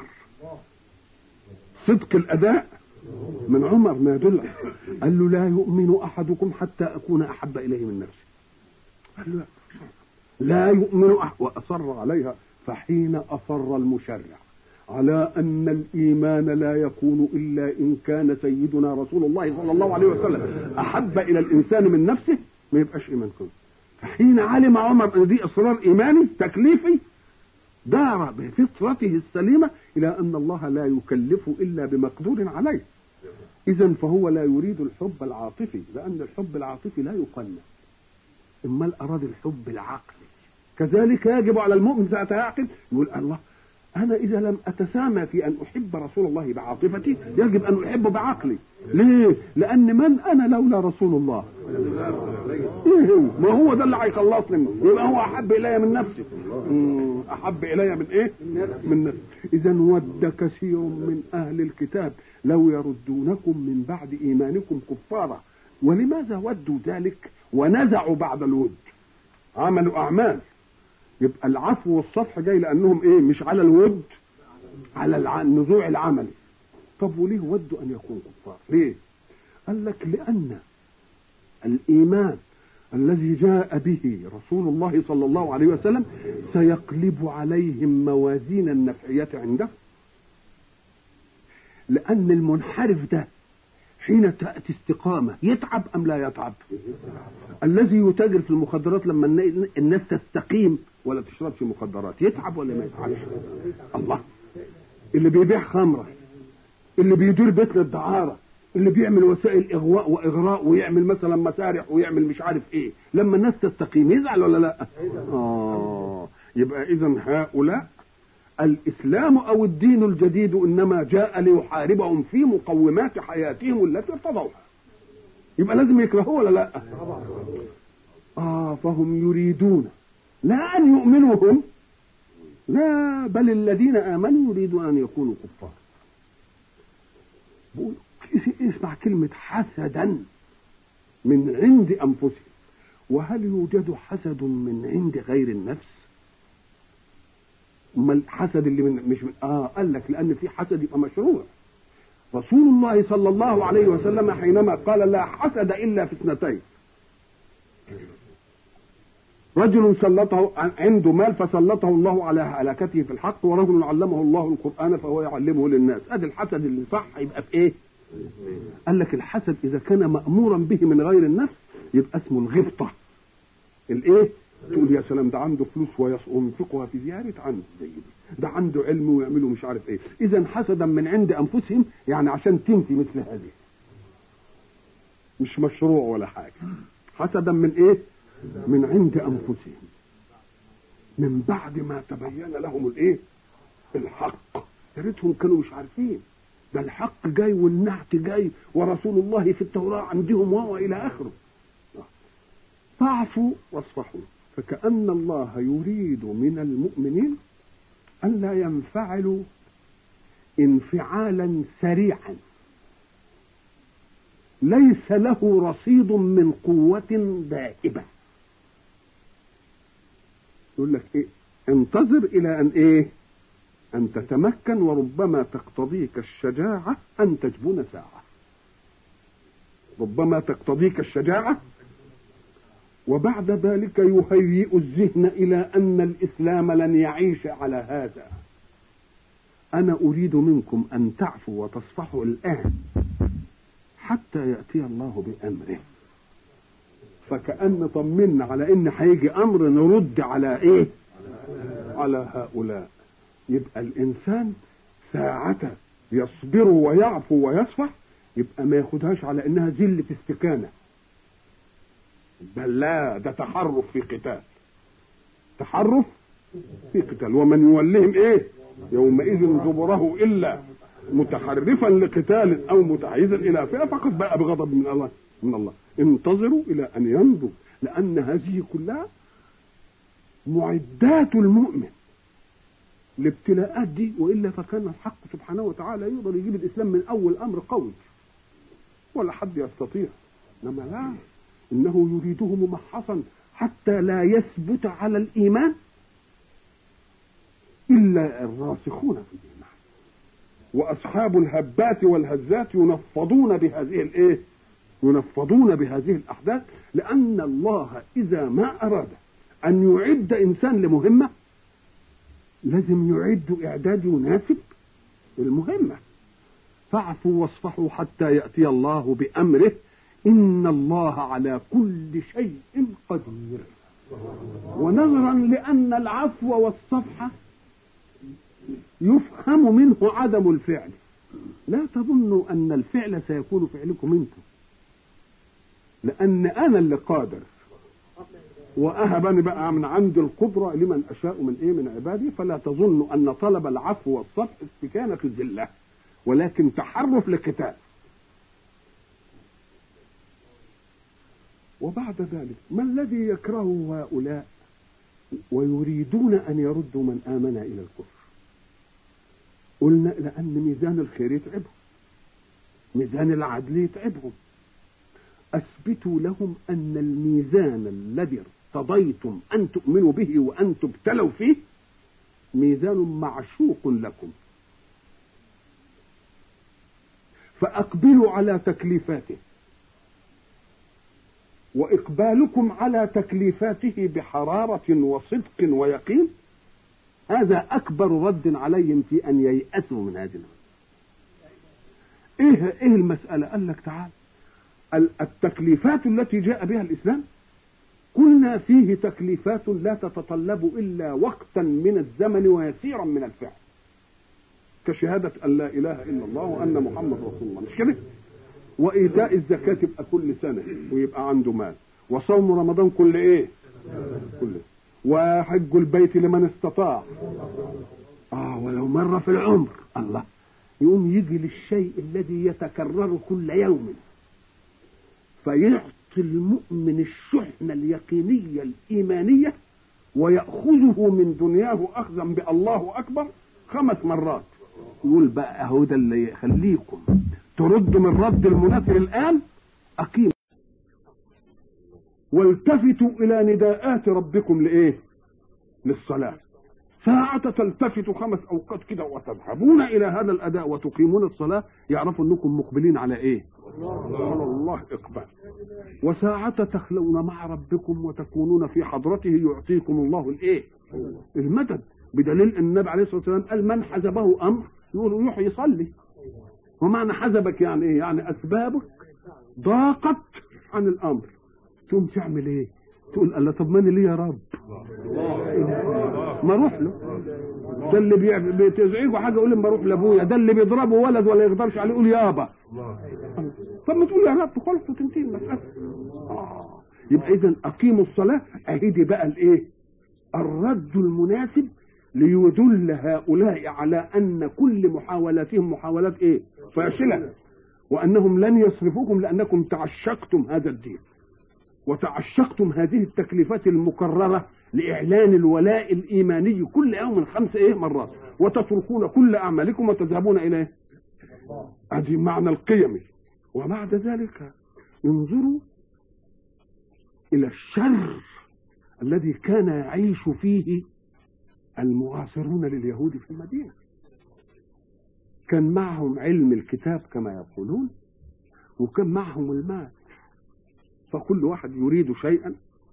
صدق الأداء من عمر ما يدل. قال له لا يؤمن أحدكم حتى أكون أحب إليه من نفسي. قال له لا يؤمن أحد، وأصر عليها. فحين أصر المشرع على أن الإيمان لا يكون إلا إن كان سيدنا رسول الله صلى الله عليه وسلم أحب إلى الإنسان من نفسه ما يبقاش إيمان كله. فحين علم عمر أن دي إصرار إيماني تكليفي دار بفطرته السليمة إلى أن الله لا يكلف إلا بمقدور عليه. إذن فهو لا يريد الحب العاطفي، لأن الحب العاطفي لا يقنن، إما أراد الحب العقلي. كذلك يجب على المؤمن ساعة يعقل يقول الله أنا إذا لم أتسامى في أن أحب رسول الله بعاطفتي يجب أن أحبه بعقلي. ليه؟ لأن من أنا لولا رسول الله؟ إيه هو؟ ما هو ده اللي هيخلصني منه، يبقى هو أحب إلي من نفسي. أحب إلي من إيه؟ من نفسي. إذا ود كثير من أهل الكتاب لو يردونكم من بعد إيمانكم كفارا. ولماذا ودوا ذلك ونزعوا بعد الود؟ عملوا أعمال. يبقى العفو والصفح جاي لأنهم إيه؟ مش على الود، على النزوع العملي. طب وليه ودوا أن يكونوا كفار؟ ليه؟ قال لك لأن الإيمان الذي جاء به رسول الله صلى الله عليه وسلم سيقلب عليهم موازين النفعية عنده. لأن المنحرف ده حين تأتي استقامة يتعب أم لا يتعب؟ الذي يتاجر في المخدرات لما الناس تستقيم ولا تشربش مخدرات يتعب ولا ما يتعبش؟ الله. اللي بيبيع خمرة، اللي بيدير بيت للدعارة، اللي بيعمل وسائل إغواء وإغراء ويعمل مثلا مسارح ويعمل مش عارف إيه، لما الناس تستقيم يزعل ولا لا؟ آه. يبقى إذن هؤلاء الإسلام أو الدين الجديد إنما جاء ليحاربهم في مقومات حياتهم التي ارتضوها. يبقى لازم يكرهوه ولا لا؟ آه. فهم يريدون لا أن يؤمنوا هم، لا، بل الذين آمنوا يريدون أن يكونوا كفار. اسمع كلمة حسدا من عند أنفسهم. وهل يوجد حسد من عند غير النفس؟ ما الحسد اللي من مش من آه قال لك لأن في حسد يبقى مشروع. رسول الله صلى الله عليه وسلم حينما قال لا حسد إلا في اثنتين: رجل سلطه عنده مال فسلطه الله على هلاكته في الحق، ورجل علمه الله القرآن فهو يعلمه للناس. ادي الحسد اللي صح يبقى في ايه؟ قال لك الحسد اذا كان مأمورا به من غير النفس يبقى اسمه الغبطة. الايه؟ تقول يا سلام ده عنده فلوس وينفقها في زيارة عنده زي دي، ده عنده علم ويعمله مش عارف ايه. اذا حسدا من عند انفسهم يعني عشان تنفي مثل هذه، مش مشروع ولا حاجة. حسدا من ايه؟ من عند أنفسهم من بعد ما تبين لهم الايه؟ الحق. يا ريتهم كانوا مش عارفين ده الحق جاي والنعت جاي ورسول الله في التوراة عندهم وهو إلى آخره. فاعفوا واصفحوا. فكأن الله يريد من المؤمنين أن لا ينفعلوا انفعالا سريعا ليس له رصيد من قوة دائبة. يقول لك ايه؟ انتظر الى ان ايه؟ ان تتمكن، وربما تقتضيك الشجاعة ان تجبن ساعة. ربما تقتضيك الشجاعة، وبعد ذلك يهيئ الذهن الى ان الاسلام لن يعيش على هذا. انا اريد منكم ان تعفوا وتصفحوا الان حتى يأتي الله بأمره. فكأن طمنا على ان هيجي امر نرد على ايه؟ على هؤلاء. يبقى الانسان ساعة يصبر ويعفو ويصفح يبقى ما ياخدهاش على انها ذل في استكانة، بل لا، ده تحرف في قتال. تحرف في قتال. ومن يولهم ايه؟ يومئذ دبره الا متحرفا لقتال او متحيزا الى فئه فقد باء بغضب من الله من الله. انتظروا الى ان ينضج، لان هذه كلها معدات المؤمن الابتلاءات دي، والا فكان الحق سبحانه وتعالى يقدر يجيب الاسلام من اول امر قوي ولا حد يستطيع. انما لا، انه يريده ممحصا حتى لا يثبت على الايمان الا الراسخون في الايمان. واصحاب الهبات والهزات ينفضون بهذه الايه؟ ينفضون بهذه الاحداث، لان الله اذا ما اراد ان يعد انسان لمهمه لازم يعد اعداد يناسب المهمه. فاعفوا واصفحوا حتى ياتي الله بامره ان الله على كل شيء قدير. ونظرا لان العفو والصفح يفهم منه عدم الفعل. لا تظنوا أن الفعل سيكون فعلكم أنتم، لأن أنا اللي قادر، وأهبني بقى من عند القدرة لمن أشاء من إيه من عبادي. فلا تظنوا أن طلب العفو والصفح استكانة الذلة، ولكن تحرف لقتال. وبعد ذلك ما الذي يكرهه هؤلاء ويريدون أن يردوا من آمن إلى الكفر؟ قلنا لأن ميزان الخير يتعبهم، ميزان العدل يتعبهم. أثبتوا لهم أن الميزان الذي ارتضيتم أن تؤمنوا به وأن تبتلوا فيه ميزان معشوق لكم، فأقبلوا على تكليفاته. وإقبالكم على تكليفاته بحرارة وصدق ويقين هذا أكبر رد عليهم في أن ييأسوا من هذه المسألة. إيه إيه المسألة؟ قال لك تعال، التكليفات التي جاء بها الإسلام قلنا فيه تكليفات لا تتطلب إلا وقتا من الزمن ويسيرا من الفعل، كشهادة أن لا إله إلا الله وأن محمد رسول الله، مش كده؟ وإيتاء الزكاة يبقى كل سنة ويبقى عنده مال، وصوم رمضان كل إيه؟ كل، وحج البيت لمن استطاع، آه ولو مرة في العمر. الله، يقوم يجي للشيء الذي يتكرر كل يوم فيعطي المؤمن الشحنة اليقينية الإيمانية ويأخذه من دنياه أخذا بالله أكبر خمس مرات. يقول بقى أهو ده اللي يخليكم تردوا من رد المنافر الآن. أقيموا والتفتوا إلى نداءات ربكم لإيه؟ للصلاة. ساعة تلتفتوا خمس أوقات كده وتذهبون إلى هذا الأداء وتقيمون الصلاة، يعرفوا أنكم مقبلين على إيه؟ على الله إقبال. وساعة تخلون مع ربكم وتكونون في حضرته يعطيكم الله الإيه؟ المدد. بدليل أن النبي عليه الصلاة والسلام قال من حزبه أمر يقول يروح يصلي. ومعنى حزبك يعني إيه؟ يعني أسبابك ضاقت عن الأمر، تقوم تعمل إيه؟ تقول الله طب ماني ليه يا رب؟ ما اروح له. ده اللي بتزعجه حاجه يقول ما اروح لابويا، ده اللي بيضربه ولد ولا يقدرش عليه يقول يابا. طب ما تقول يا رب خلاص وتنتهي المساله. آه. يبقى اذا اقيموا الصلاه اهدي بقى الايه؟ الرد المناسب ليدل هؤلاء على ان كل محاولاتهم محاولات ايه؟ فاشله، وانهم لن يصرفوكم لانكم تعشقتم هذا الدين وتعشقتم هذه التكليفات المكررة لإعلان الولاء الإيماني كل يوم خمس إيه مرات، وتتركون كل أعمالكم وتذهبون إليه. هذه معنى القيم. وبعد ذلك انظروا إلى الشر الذي كان يعيش فيه المعاصرون لليهود في المدينة. كان معهم علم الكتاب كما يقولون، وكان معهم المال، فكل واحد يريد شيئا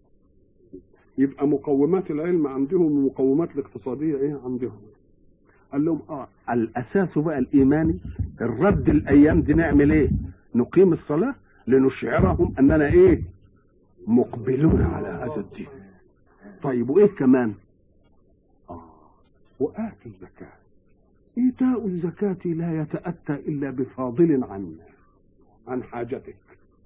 يبقى مقومات العلم عندهم ومقومات الاقتصادية ايه عندهم. قال لهم اه الاساس بقى الايماني، الرد الايام دي نعمل ايه؟ نقيم الصلاة لنشعرهم اننا ايه؟ مقبلون على هذا الدين. طيب وايه كمان؟ اه وآتوا الزكاة. ايتاء الزكاة لا يتأتى الا بفاضل عن عن حاجتك.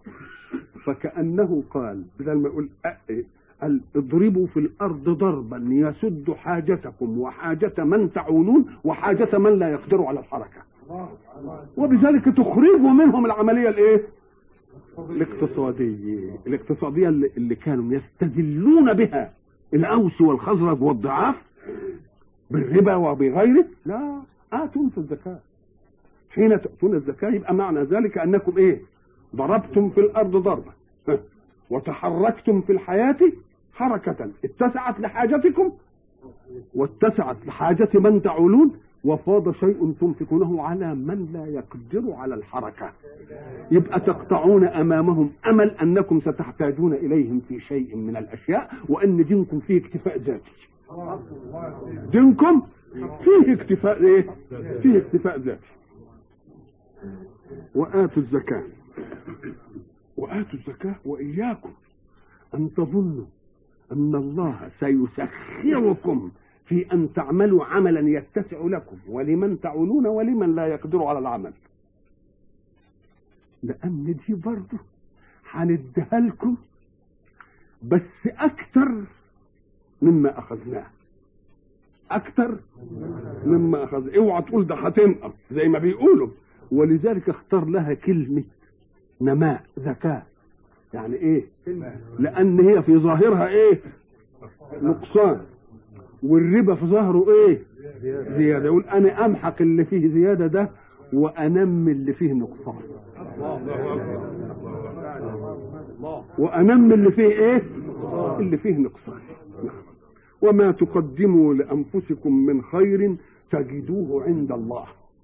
فكأنه قال بدل ما يقول اضربوا في الأرض ضربا يسد حاجتكم وحاجة من تعولون وحاجة من لا يقدر على الحركة، وبذلك تخرجوا منهم العملية الايه؟ الاقتصادية الاقتصادية اللي كانوا يستذلون بها الأوس والخزرج والضعاف بالربا وبغيره. لا، آتوا في الزكاة. حين تأتون الزكاة يبقى معنى ذلك أنكم ايه؟ ضربتم في الأرض ضربة وتحركتم في الحياة حركة اتسعت لحاجتكم واتسعت لحاجة من تعولون، وفاض شيء تنفقونه على من لا يقدر على الحركة. يبقى تقطعون أمامهم أمل أنكم ستحتاجون إليهم في شيء من الأشياء، وأن دينكم فيه اكتفاء ذاتي. دينكم فيه اكتفاء ايه؟ فيه اكتفاء ذاتي. وآتوا الزكاة وآتوا الزكاة. وإياكم أن تظنوا أن الله سيسخركم في أن تعملوا عملا يتسع لكم ولمن تعولون ولمن لا يقدر على العمل، لأن دي برضه هنديها لكم بس أكثر مما أخذناه، أكثر مما أخذ. اوعى تقول ده هتنقص زي ما بيقولوا، ولذلك اختار لها كلمة نماء، ذكاء. يعني إيه؟ لأن هي في ظاهرها إيه؟ نقصان، والربا في ظاهره إيه؟ زيادة. يقول أنا أمحق اللي فيه زيادة ده وأنمي اللي فيه نقصان، وأنمي اللي فيه إيه؟ اللي فيه نقصان. وما تقدموا لأنفسكم من خير تجدوه عند الله.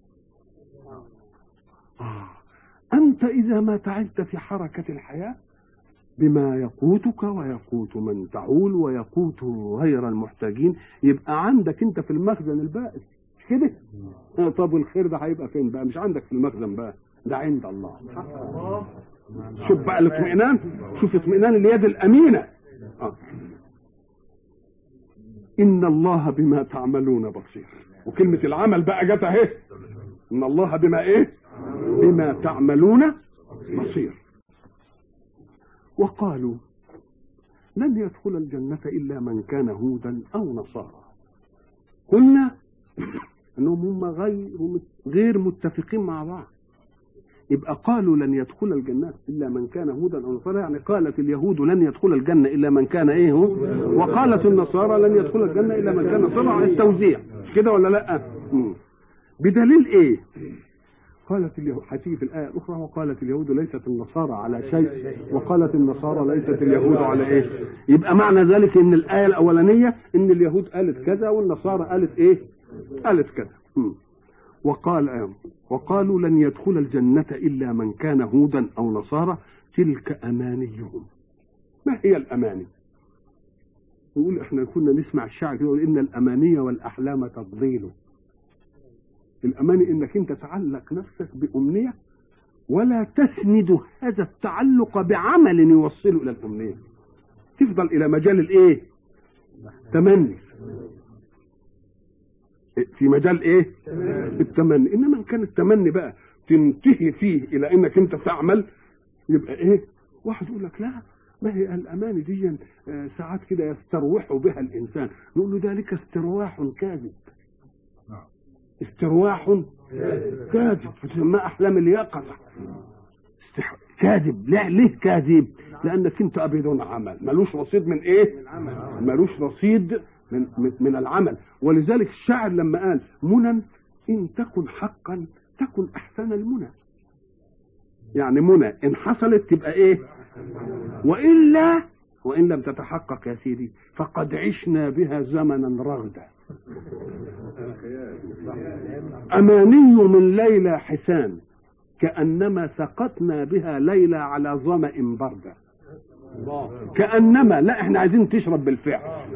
آه. أنت إذا ما تعبت في حركة الحياة بما يقوتك ويقوت من تعول ويقوت غير المحتاجين، يبقى عندك أنت في المخزن البائس كده. آه طب والخير ده هيبقى فين بقى؟ مش عندك في المخزن بقى، ده عند الله. شوف بقى الاطمئنان، شوف اطمئنان اليد الأمينة. آه. إن الله بما تعملون بصير. وكلمة العمل بقى جت اهي، إن الله بما إيه؟ بما تعملون بصير. وقالوا لن يدخل الجنة إلا من كان هودا أو نصارى. قلنا أنهم هم غير غير متفقين مع بعض. يبقى قالوا لن يدخل الجنة إلا من كان هودا أو نصارى، يعني قالت اليهود لن يدخل الجنة إلا من كان إيه هو، وقالت النصارى لن يدخل الجنة إلا من كان نصارى. على التوزيع مش كده ولا لأ؟ بدليل إيه؟ قالت اليهود، هتيجي في الآية الأخرى وقالت اليهود ليست النصارى على شيء وقالت النصارى ليست اليهود على إيه. يبقى معنى ذلك إن الآية الأولانية إن اليهود قالت كذا والنصارى قالت إيه؟ قالت كذا. وقال وقالوا لن يدخل الجنة إلا من كان هودا أو نصارى تلك أمانيهم. ما هي الأماني؟ يقول احنا كنا نسمع الشعر يقول إن الأماني والأحلام تضليل. الأماني إنك أنت تعلق نفسك بأمنية ولا تسند هذا التعلق بعمل يوصله إلى الأمنية، تفضل إلى مجال الإيه؟ تمني، في مجال ايه؟ التمني. انما كان التمني بقى تنتهي فيه الى انك انت تعمل، يبقى ايه؟ واحد يقول لك لا ما هي الاماني دي ساعات كده يستروح بها الانسان، نقول له ذلك استرواح كاذب. استرواح كاذب ما احلام اليقظه كاذب. لا ليه كاذب؟ لانك انت ابيض عمل، ملوش رصيد من ايه؟ ملوش رصيد من من العمل. ولذلك الشاعر لما قال منى ان تكن حقا تكن احسن المنى، يعني منى ان حصلت تبقى ايه؟ والا وان لم تتحقق يا سيدي فقد عشنا بها زمنا رغدا. اماني من ليلى حسان كانما سقطنا بها ليلى على ظمأ بردا. كأنما لا احنا عايزين تشرب بالفعل.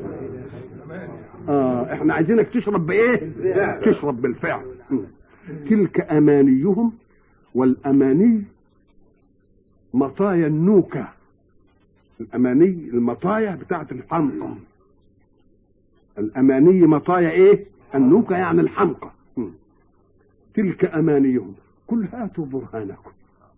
اه احنا عايزينك تشرب بايه؟ تشرب بالفعل. تلك امانيهم. والاماني مطايا النوكة، الاماني المطايا بتاعت الحمقى. الاماني مطايا ايه؟ النوكة يعني الحمقى. تلك امانيهم قل هاتوا برهانكم.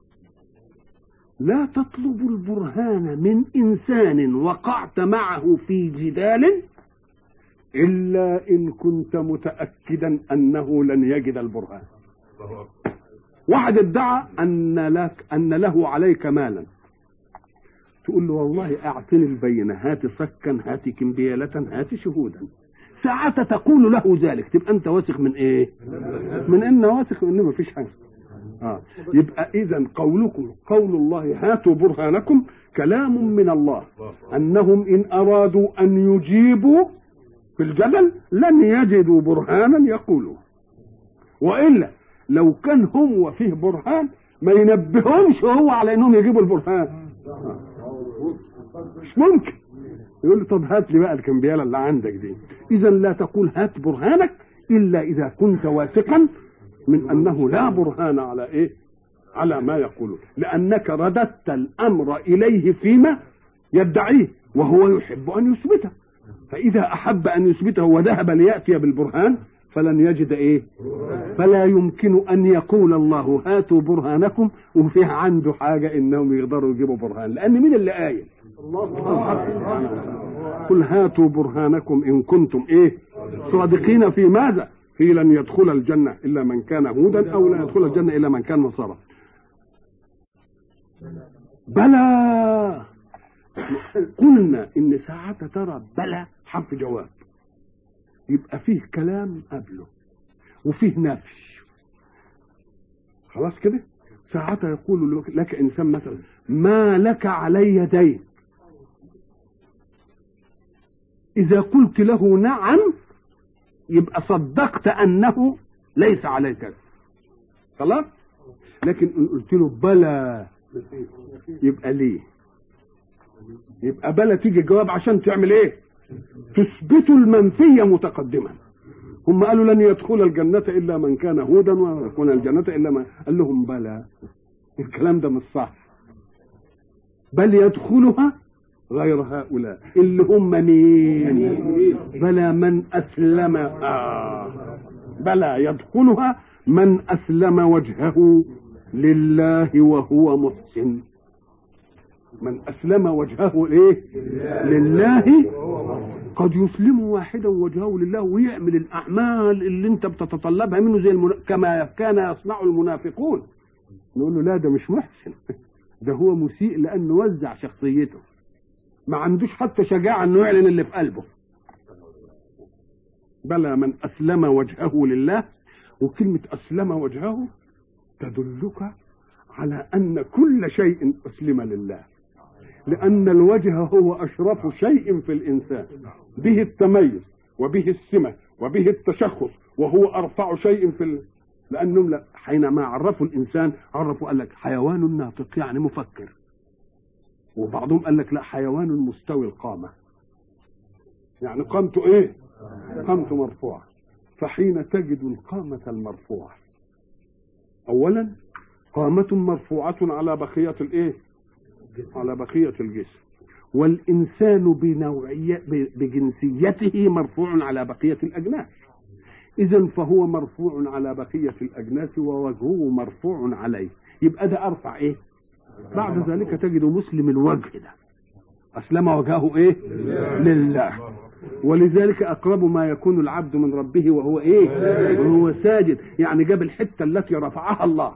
لا تطلب البرهان من إنسان وقعت معه في جدال إلا إن كنت متأكدا أنه لن يجد البرهان. واحد ادعى أن لك أن له عليك مالا، تقول له والله أعطني البينة، هات سكا، هات كمبيالة، هات شهودا. ساعة تقول له ذلك تبقى أنت واثق من إيه؟ من إنه واثق إنه ما فيش حاجة. آه. يبقى إذن قولكم قول الله هاتوا برهانكم كلام من الله، أنهم إن أرادوا أن يجيبوا في الجدل لن يجدوا برهانا يقولوا، وإلا لو كان هو فيه برهان ما ينبههمش هو على أنهم يجيبوا البرهان. آه. مش ممكن. يقول له طب هات لي بقى الكمبيالة اللي عندك دي. إذن لا تقول هات برهانك إلا إذا كنت واثقا من أنه لا برهان على إيه؟ على ما يقولون، لأنك رددت الأمر إليه فيما يدعيه وهو يحب أن يثبته. فإذا أحب أن يثبته وذهب ليأتي بالبرهان فلن يجد إيه؟ فلا يمكن أن يقول الله هاتوا برهانكم وفيه عنده حاجة إنهم يقدروا يجيبوا برهان، لأن مين اللي قايل؟ قل هاتوا برهانكم إن كنتم إيه؟ صادقين في ماذا؟ في لن يدخل الجنة إلا من كان هودا أو لن يدخل الجنة إلا من كان نصارى. بلى قلنا إن ساعة ترى بلى حرف جواب، يبقى فيه كلام قبله وفيه نفي. خلاص كده؟ ساعتها يقول لك إنسان مثلا ما لك علي دين، إذا قلت له نعم يبقى صدقت أنه ليس عليك، خلاص. لكن إن قلت له بلى يبقى ليه؟ يبقى بلى تيجي جواب عشان تعمل ايه؟ تثبت المنفية متقدما. هم قالوا لن يدخل الجنة إلا من كان هودا ولا يدخل الجنة إلا من، قال لهم بلى الكلام ده مش صح، بل يدخلها غير هؤلاء اللي هم مين؟ بلى من أسلم آه. بلى يدخلها من أسلم وجهه لله وهو محسن. من أسلم وجهه إيه؟ لله. قد يسلم واحدا وجهه لله ويعمل الأعمال اللي انت بتتطلبها منه زي المنا... كما كان يصنع المنافقون. نقول له لا ده مش محسن، ده هو مسيء لأنه وزع شخصيته، ما عندوش حتى شجاعة انه يعلن اللي في قلبه. بلى من أسلم وجهه لله. وكلمة أسلم وجهه تدلك على أن كل شيء أسلم لله، لأن الوجه هو أشرف شيء في الإنسان، به التميز وبه السمة وبه التشخص، وهو أرفع شيء في ال... لأنهم لا حينما عرفوا الإنسان عرفوا قال لك حيوان ناطق يعني مفكر، وبعضهم قال لك لا حيوان مستوي القامة يعني قامته إيه؟ قامته مرفوعة. فحين تجد القامة المرفوعة أولا قامة مرفوعة على بقية الإيه؟ على بقية الجسم، والإنسان بنوعية بجنسيته مرفوع على بقية الأجناس، إذن فهو مرفوع على بقية الأجناس ووجهه مرفوع عليه، يبقى ده أرفع إيه؟ بعد ذلك تجد مسلم الوجه ده أسلم وجهه إيه؟ لله. ولذلك أقرب ما يكون العبد من ربه وهو إيه؟ وهو ساجد، يعني جاب الحتة التي رفعها الله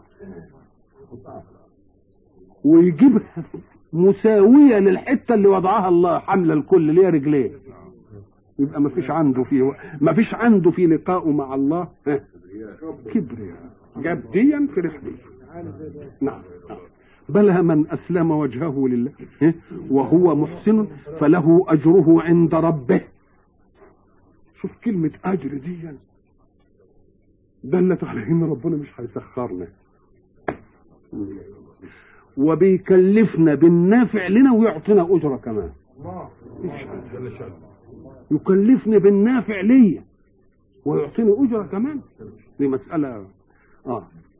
ويجيبها مساوية للحتة اللي وضعها الله، حمل الكل ليه رجليه، يبقى ما فيش عنده فيه ما فيش عنده في لقاءه مع الله كبرياء، جاب ديا في رحله. نعم. بلى من أسلم وجهه لله وهو محسن فله أجره عند ربه. شوف كلمة أجر دي دلت على إن ربنا مش هيسخرنا وبيكلفنا بالنافع لنا ويعطينا أجرة كمان. يكلفني بالنافع ليا ويعطيني أجرة كمان، دي مسألة آه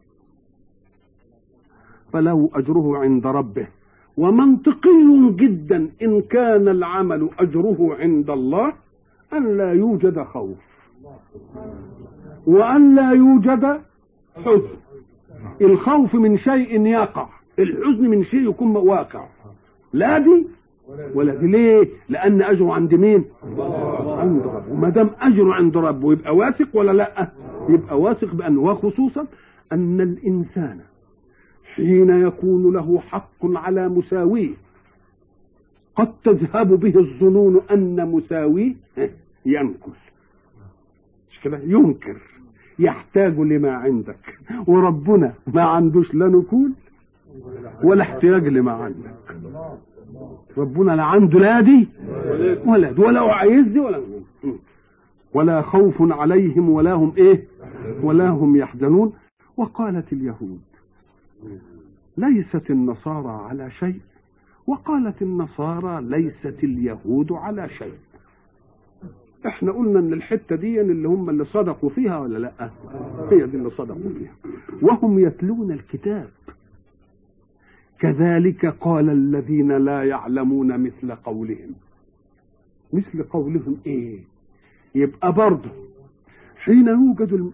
فله أجره عند ربه. ومنطقي جدا إن كان العمل أجره عند الله أن لا يوجد خوف وأن لا يوجد حزن. الخوف من شيء يقع، الحزن من شيء يكون واقع، لا دي ولا دي. ليه؟ لأن أجره عند مين؟ عند ربه. وما دام أجره عند ربه يبقى واثق ولا لا؟ يبقى واثق بأن، وخصوصا أن الإنسان حين يكون له حق على مساويه قد تذهب به الظنون أن مساويه ينكر، مش كده؟ ينكر، يحتاج لما عندك، وربنا ما عندوش لا نكول ولا احتياج لما عندك. ربنا لا عنده لا دي ولا دي ولا عايز دي ولا ولا خوف عليهم ولا هم ايه ولا هم يحزنون. وقالت اليهود ليست النصارى على شيء، وقالت النصارى ليست اليهود على شيء. احنا قلنا ان الحتة دي اللي هم اللي صدقوا فيها ولا لا؟ هي دي اللي صدقوا فيها. وهم يتلون الكتاب كذلك قال الذين لا يعلمون مثل قولهم. مثل قولهم ايه؟ يبقى برضه حين يوجد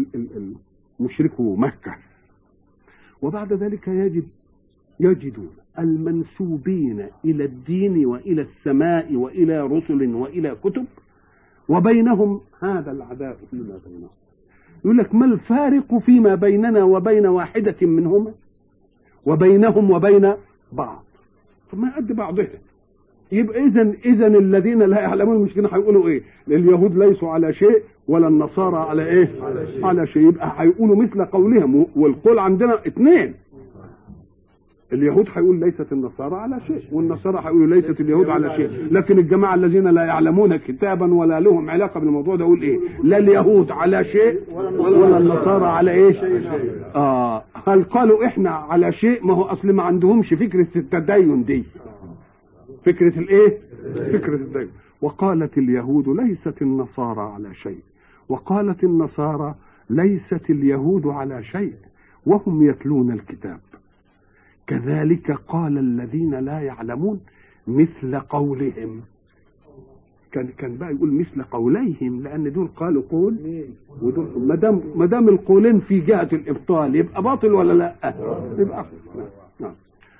المشركو مكة وبعد ذلك يجد يجدون المنسوبين إلى الدين وإلى السماء وإلى رسل وإلى كتب وبينهم هذا العداء فيما بينهم، يقول لك ما الفارق فيما بيننا وبين واحدة منهما وبينهم وبين بعض؟ فما قد بعضها. يبقى إذن إذن الذين لا يعلمون المشركين هيقولوا إيه؟ اليهود ليسوا على شيء ولا النصارى على إيه؟ على شيء, على شيء. يبقى هيقولوا مثل قولهم، والقول عندنا اثنين. اليهود هيقول ليست النصارى على شيء، والنصارى هيقولوا ليست اليهود على شيء، لكن الجماعة الذين لا يعلمون كتابا ولا لهم علاقة بالموضوع ده يقول إيه؟ لا اليهود على شيء ولا النصارى على إيه؟ آه هل قالوا إحنا على شيء؟ ما هو أصل ما عندهمش فكرة التدين دي، فكرة الايه؟ فكرة الدين. وقالت اليهود ليست النصارى على شيء، وقالت النصارى ليست اليهود على شيء وهم يتلون الكتاب. كذلك قال الذين لا يعلمون مثل قولهم. كان كان بقى يقول مثل قوليهم، لان دول قالوا قول ودول ما دام ما دام القولين في جهة الابطال يبقى باطل ولا لا؟ يبقى نعم.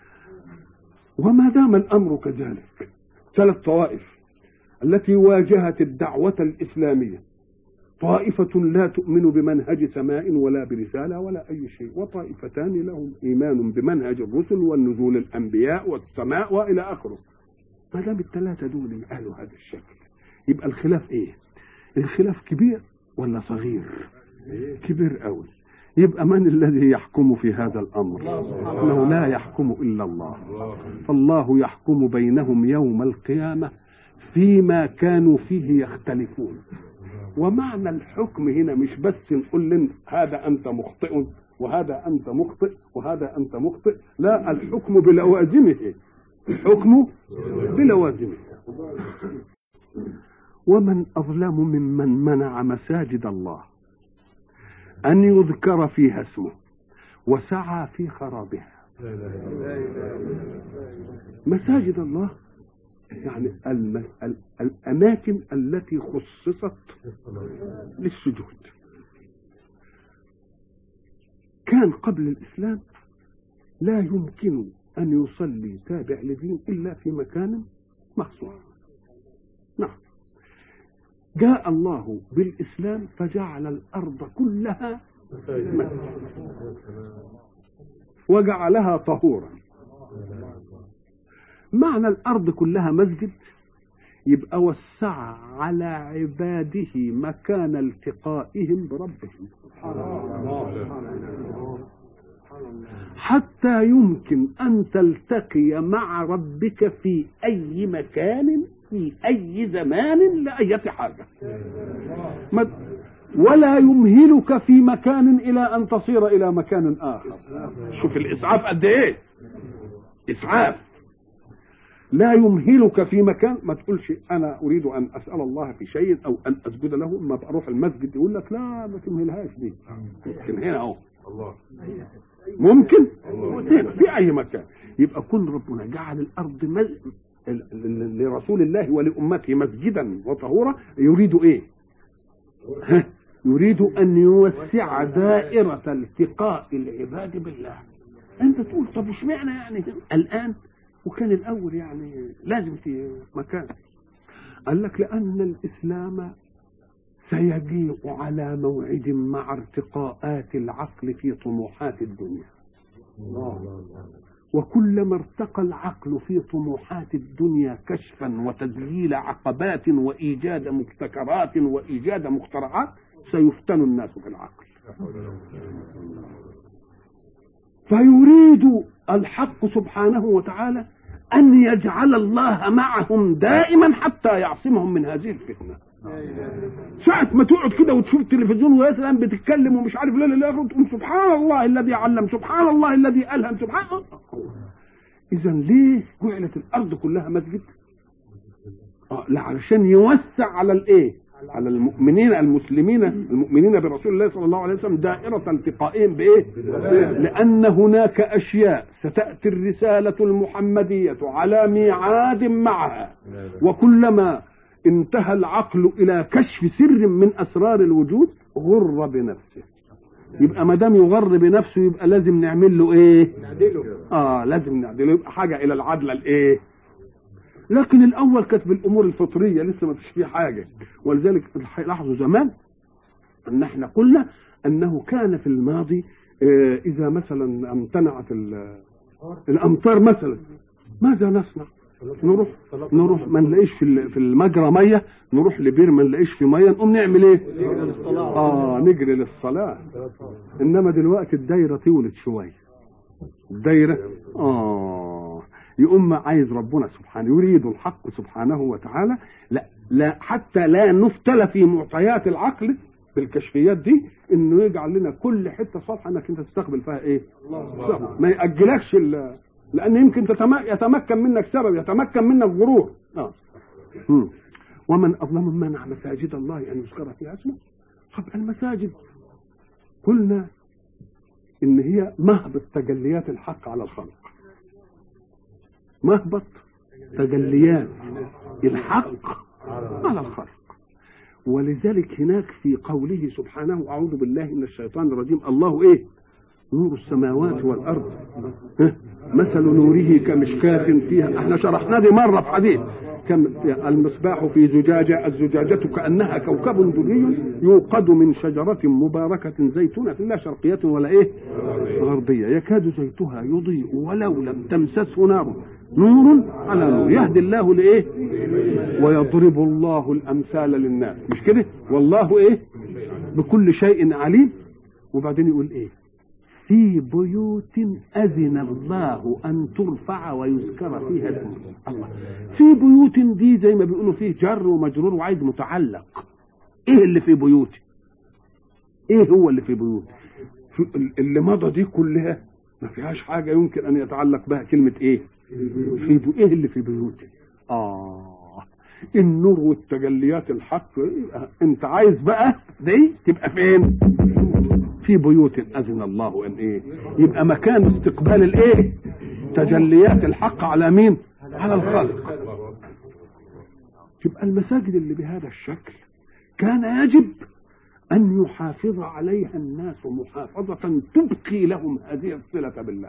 وما دام الأمر كذلك، ثلاث طوائف التي واجهت الدعوة الإسلامية، طائفة لا تؤمن بمنهج سماء ولا برسالة ولا أي شيء، وطائفتان لهم إيمان بمنهج الرسل والنزول الأنبياء والسماء وإلى آخره. ما دام الثلاثة دول قالوا هذا الشكل، يبقى الخلاف إيه؟ الخلاف كبير ولا صغير؟ كبير قوي. يبقى من الذي يحكم في هذا الأمر؟ أنه لا يحكم إلا الله، فالله يحكم بينهم يوم القيامة فيما كانوا فيه يختلفون. ومعنى الحكم هنا مش بس نقول لهم هذا أنت مخطئ وهذا أنت مخطئ وهذا أنت مخطئ، لا، الحكم بلوازمه، الحكم بلوازمه. ومن أظلم ممن منع مساجد الله أن يذكر فيها اسمه وسعى في خرابها. مساجد الله يعني الأماكن التي خصصت للسجود. كان قبل الإسلام لا يمكن أن يصلي تابع لدين إلا في مكان مخصوص. نعم. جاء الله بالإسلام فجعل الأرض كلها مسجد وجعلها طهورا. معنى الأرض كلها مسجد يبقى وسع على عباده مكان التقائهم بربهم حتى يمكن أن تلتقي مع ربك في أي مكان في أي زمان لأي حاجة، ولا يمهلك في مكان إلى أن تصير إلى مكان آخر. شوف الإسعاف قد إيه، إسعاف. لا يمهلك في مكان، ما تقولش أنا أريد أن أسأل الله في شيء أو أن أسجد له ما بروح المسجد يقول لك لا ما تمهلهاش دي، ممكن هنا أهو ممكن في أي مكان. يبقى كل ربنا جعل الأرض مز... لرسول الله ولأمته مسجدا وطهورا. يريد إيه؟ ها؟ يريد أن يوسع دائرة التقاء العباد بالله. أنت تقول طب وش معنى يعني الآن وكان الأول يعني لازم في مكان؟ قال لك لأن الإسلام سيجيء على موعد مع ارتقاءات العقل في طموحات الدنيا. وكلما ارتقى العقل في طموحات الدنيا كشفا وتذليل عقبات وإيجاد مبتكرات وإيجاد مخترعات سيفتن الناس في العقل. فيريد الحق سبحانه وتعالى أن يجعل الله معهم دائما حتى يعصمهم من هذه الفتنة. ساعة ما تقعد كده وتشوف التلفزيون ويا سلام بتتكلم ومش عارف لا لا لا تقول سبحان الله الذي علم، سبحان الله الذي ألهم، سبحان الله. إذا ليه جعلت الأرض كلها مسجد؟ آه لا، علشان يوسع على الإيه؟ على المؤمنين المسلمين المؤمنين برسول الله صلى الله عليه وسلم دائرة التقائهم بإيه؟ لأن هناك أشياء ستأتي الرسالة المحمدية على ميعاد معها، وكلما انتهى العقل الى كشف سر من اسرار الوجود غر بنفسه. يبقى ما دام يغر بنفسه يبقى لازم نعمل له ايه؟ نعدله. اه لازم نعدله، يبقى حاجه الى العدله الايه؟ لكن الاول كانت بالامور الفطريه لسه ما فيش فيه حاجه. ولذلك لاحظوا زمان ان احنا قلنا انه كان في الماضي آه اذا مثلا امتنعت الامطار مثلا ماذا نصنع؟ نروح نروح ما نلاقيش في في المجرى ميه، نروح لبير ما نلاقيش في ميه، نقوم نعمل ايه؟ اه نجري للصلاه. انما دلوقتي الدايره طولت شويه، الدايره اه يقوم عايز ربنا سبحانه يريد الحق سبحانه وتعالى لا لا حتى لا نفتل في معطيات العقل بالكشفيات دي، انه يجعل لنا كل حته صالحه انك انت تستقبل فيها ايه؟ الله. ما ياجلكش لان يمكن يتمكن منك سبب، يتمكن منك غرور. اه ومن اظلم ممن منع مساجد الله ان يذكر فيها اسمه. طب المساجد قلنا ان هي مهبط تجليات الحق على الخلق، مهبط تجليات الحق على الخلق. ولذلك هناك في قوله سبحانه اعوذ بالله من الشيطان الرجيم الله ايه؟ نور السماوات والارض مثل نوره كمشكاة فيها، احنا شرحنا دي مره في حديث كم المصباح في زجاجه، الزجاجه كانها كوكب دري يوقد من شجره مباركه زيتونه لا شرقيه ولا ايه غربيه يكاد زيتها يضيء ولو لم تمسسه نار نور على نور يهدي الله لايه؟ ويضرب الله الامثال للناس، مش كده؟ والله ايه؟ بكل شيء عليم. وبعدين يقول ايه؟ في بيوت أذن الله أن ترفع ويذكر فيها اسمه الله. في بيوت دي زي ما بيقولوا فيه جر ومجرور وعايز متعلق. ايه اللي في بيوت؟ ايه هو اللي في بيوت؟ في اللي مضى دي كلها ما فيهاش حاجة يمكن أن يتعلق بها كلمة ايه؟ في بيوت. ايه اللي في بيوت؟ اه النور والتجليات الحق. انت عايز بقى دي تبقى فين؟ في بيوت أذن الله أن إيه؟ يبقى مكان استقبال الإيه؟ تجليات الحق على مين؟ على الخلق. يبقى المساجد اللي بهذا الشكل كان يجب أن يحافظ عليها الناس محافظة تبقي لهم هذه الصلة بالله.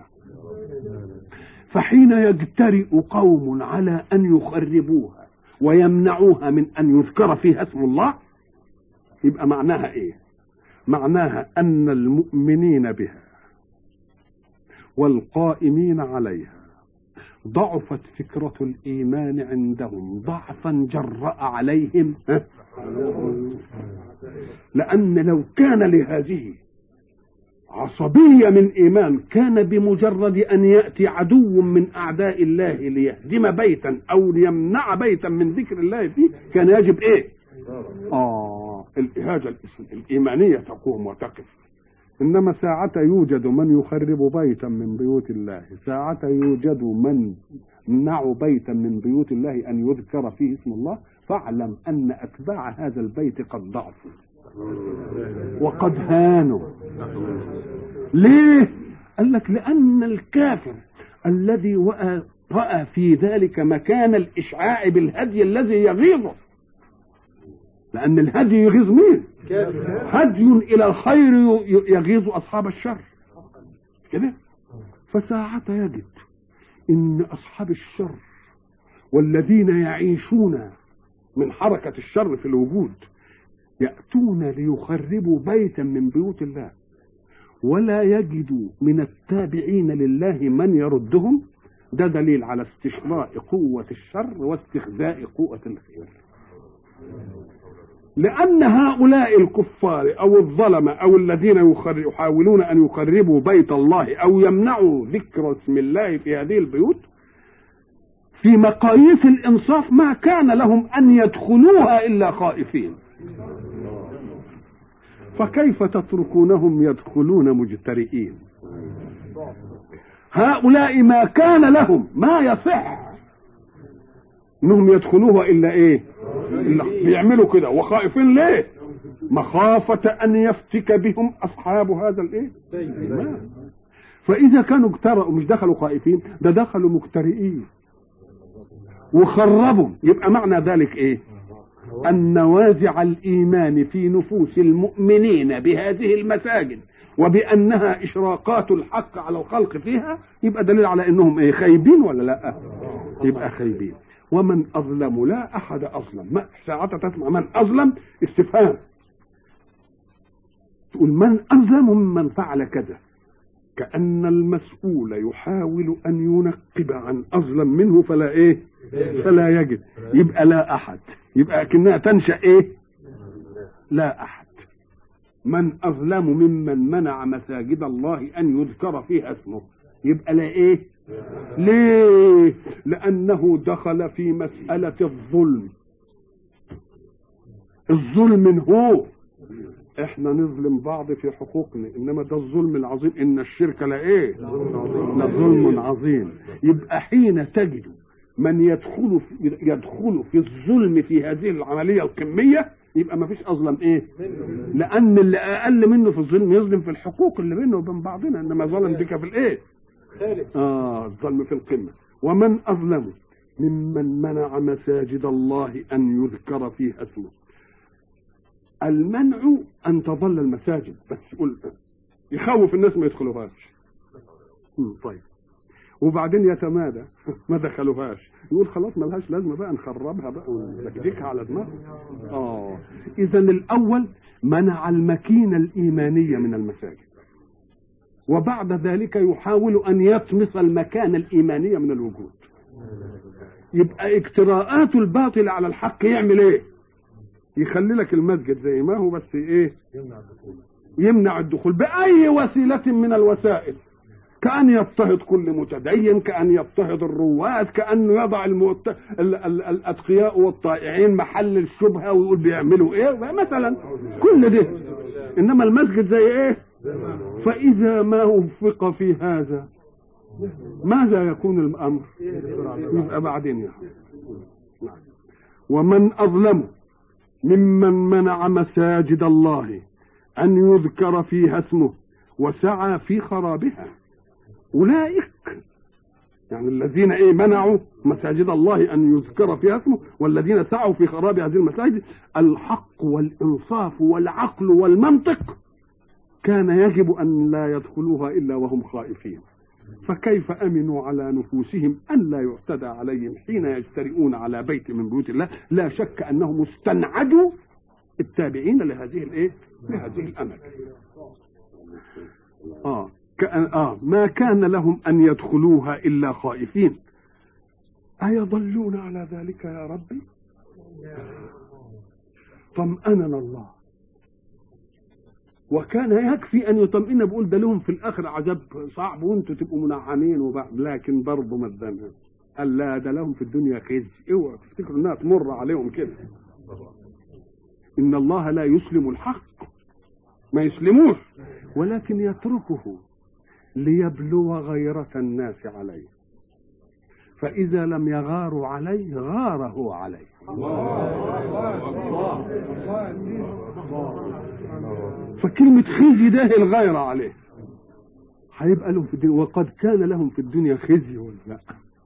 فحين يجترئ قوم على أن يخربوها ويمنعوها من أن يذكر فيها اسم الله يبقى معناها إيه؟ معناها أن المؤمنين بها والقائمين عليها ضعفت فكرة الإيمان عندهم ضعفا جرأ عليهم. لأن لو كان لهذه عصبية من إيمان كان بمجرد أن يأتي عدو من أعداء الله ليهدم بيتا أو ليمنع بيتا من ذكر الله فيه كان يجب إيه؟ آه الإهاجة الإيمانية تقوم وتقف. إنما ساعة يوجد من يخرب بيتا من بيوت الله، ساعة يوجد من يمنع بيتا من بيوت الله أن يذكر فيه اسم الله، فاعلم أن أتباع هذا البيت قد ضعفوا وقد هانوا. ليه؟ قال لك لأن الكافر الذي رأى في ذلك مكان الإشعاع بالهدي الذي يغيظه، لأن الهدي يغيظ مين؟ هدي إلى الخير يغيظ أصحاب الشر كده. فساعة يجد إن أصحاب الشر والذين يعيشون من حركة الشر في الوجود يأتون ليخربوا بيتا من بيوت الله ولا يجدوا من التابعين لله من يردهم، ده دليل على استشراء قوة الشر واستخزاء قوة الخير. لأن هؤلاء الكفار أو الظلمة أو الذين يحاولون أن يخربوا بيت الله أو يمنعوا ذكر اسم الله في هذه البيوت في مقاييس الإنصاف ما كان لهم أن يدخلوها إلا خائفين، فكيف تتركونهم يدخلون مجترئين؟ هؤلاء ما كان لهم ما يصح انهم يدخلوها الا ايه؟ إلا بيعملوا كده وخائفين. ليه؟ مخافة ان يفتك بهم اصحاب هذا الايه؟ فاذا كانوا اجترأوا مش دخلوا خائفين، ده دخلوا مجترئين وخربوا، يبقى معنى ذلك ايه؟ أن نوازع الإيمان في نفوس المؤمنين بهذه المساجد وبأنها إشراقات الحق على الخلق فيها، يبقى دليل على أنهم إيه؟ خايبين ولا لا؟ يبقى خايبين. ومن أظلم، لا أحد أظلم. ما ساعتها تسمع من أظلم استفهام، تقول من أظلم ممن فعل كذا، كأن المسؤول يحاول أن ينقب عن أظلم منه فلا إيه؟ فلا يجد. يبقى لا أحد، يبقى أكنها تنشأ إيه؟ لا أحد. من أظلم ممن منع مساجد الله أن يذكر فيها اسمه، يبقى لا إيه؟ ليه؟ لأنه دخل في مسألة الظلم. الظلم هو احنا نظلم بعض في حقوقنا، انما ده الظلم العظيم، ان الشرك لا ايه؟ لظلم عظيم. يبقى حين تجد من يدخل في يدخل في الظلم في هذه العملية القمية، يبقى ما فيش اظلم ايه؟ لان اللي اقل منه في الظلم يظلم في الحقوق اللي بينه وبين بعضنا، انما ظلم بك في الايه؟ اه الظلم في القمة. ومن اظلم ممن منع مساجد الله ان يذكر فيها اسمه. المنع ان تظل المساجد، بس يقول يخوف الناس ما يدخلوهاش. طيب وبعدين يتمادى ما دخلوهاش، يقول خلاص ما لهاش لازمه بقى نخربها بقى ونسكتها على دماغ. اه اذا الاول منع المكينه الايمانيه من المساجد، وبعد ذلك يحاول ان يطمس المكانه الايمانيه من الوجود. يبقى اجتراءات الباطل على الحق يعمل ايه؟ يخلي لك المسجد زي ما هو، بس ايه؟ يمنع الدخول. يمنع الدخول باي وسيله من الوسائل، كأن يضطهد كل متدين، كأن يضطهد الرواد، كأنه يضع المؤت... ال... ال... الأتقياء والطائعين محل الشبهة ويقول بيعملوا ايه مثلا، كل ده. انما المسجد زي ايه؟ فإذا ما وفق في هذا ماذا يكون الأمر؟ يبقى بعدين يا يعني. ومن أظلم ممن منع مساجد الله أن يذكر فيها اسمه وسعى في خرابها. أولئك يعني الذين إيه؟ منعوا مساجد الله أن يذكر فيها اسمه، والذين سعوا في خراب هذه المساجد. الحق والإنصاف والعقل والمنطق كان يجب أن لا يدخلوها إلا وهم خائفين، فكيف أمنوا على نفوسهم أن لا يعتدى عليهم حين يجترئون على بيت من بيوت الله؟ لا شك أنهم استنعدوا التابعين لهذه الإيه؟ لهذه الأمل. آه. كأن آه ما كان لهم أن يدخلوها إلا خائفين. أيضلون على ذلك يا ربي؟ طمأننا الله، وكان يكفي أن يطمئن بقول ده لهم في الآخر عذاب صعب وانتوا تبقوا منعمين وبعد، لكن برضه مدنها قال لا ده لهم في الدنيا خزي. اوعوا تفتكروا انها تمر عليهم كده. إن الله لا يسلم الحق، ما يسلموش، ولكن يتركه ليبلو غيرة الناس عليه، فإذا لم يغاروا عليه غاره عليه. فكلمة خزي ده الغيرة عليه، هيبقى لهم في الدنيا، وقد كان لهم في الدنيا خزي ولا لا؟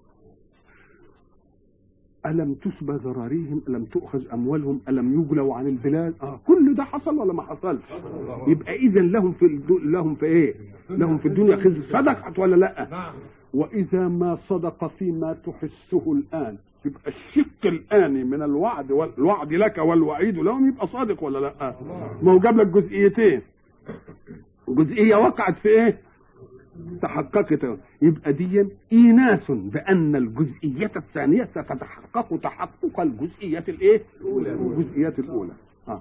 ألم تسبى ذراريهم؟ ألم تؤخذ أموالهم؟ ألم يجلوا عن البلاد؟ آه كل ده حصل ولا ما حصلش؟ يبقى إذا لهم في الدو... لهم في إيه؟ لهم في الدنيا خزي. صدقت ولا لا؟ وإذا ما صدق فيما تحسه الآن، يبقى الشق الآني من الوعد والوعد لك والوعيد لهم يبقى صادق ولا لا؟ ما هو جاب لك جزئيتين، جزئية وقعت في إيه؟ تحققت. يبقى دي إيناس بأن الجزئية الثانية ستتحقق تحقق الجزئية الإيه؟ الجزئية الأولى. آه.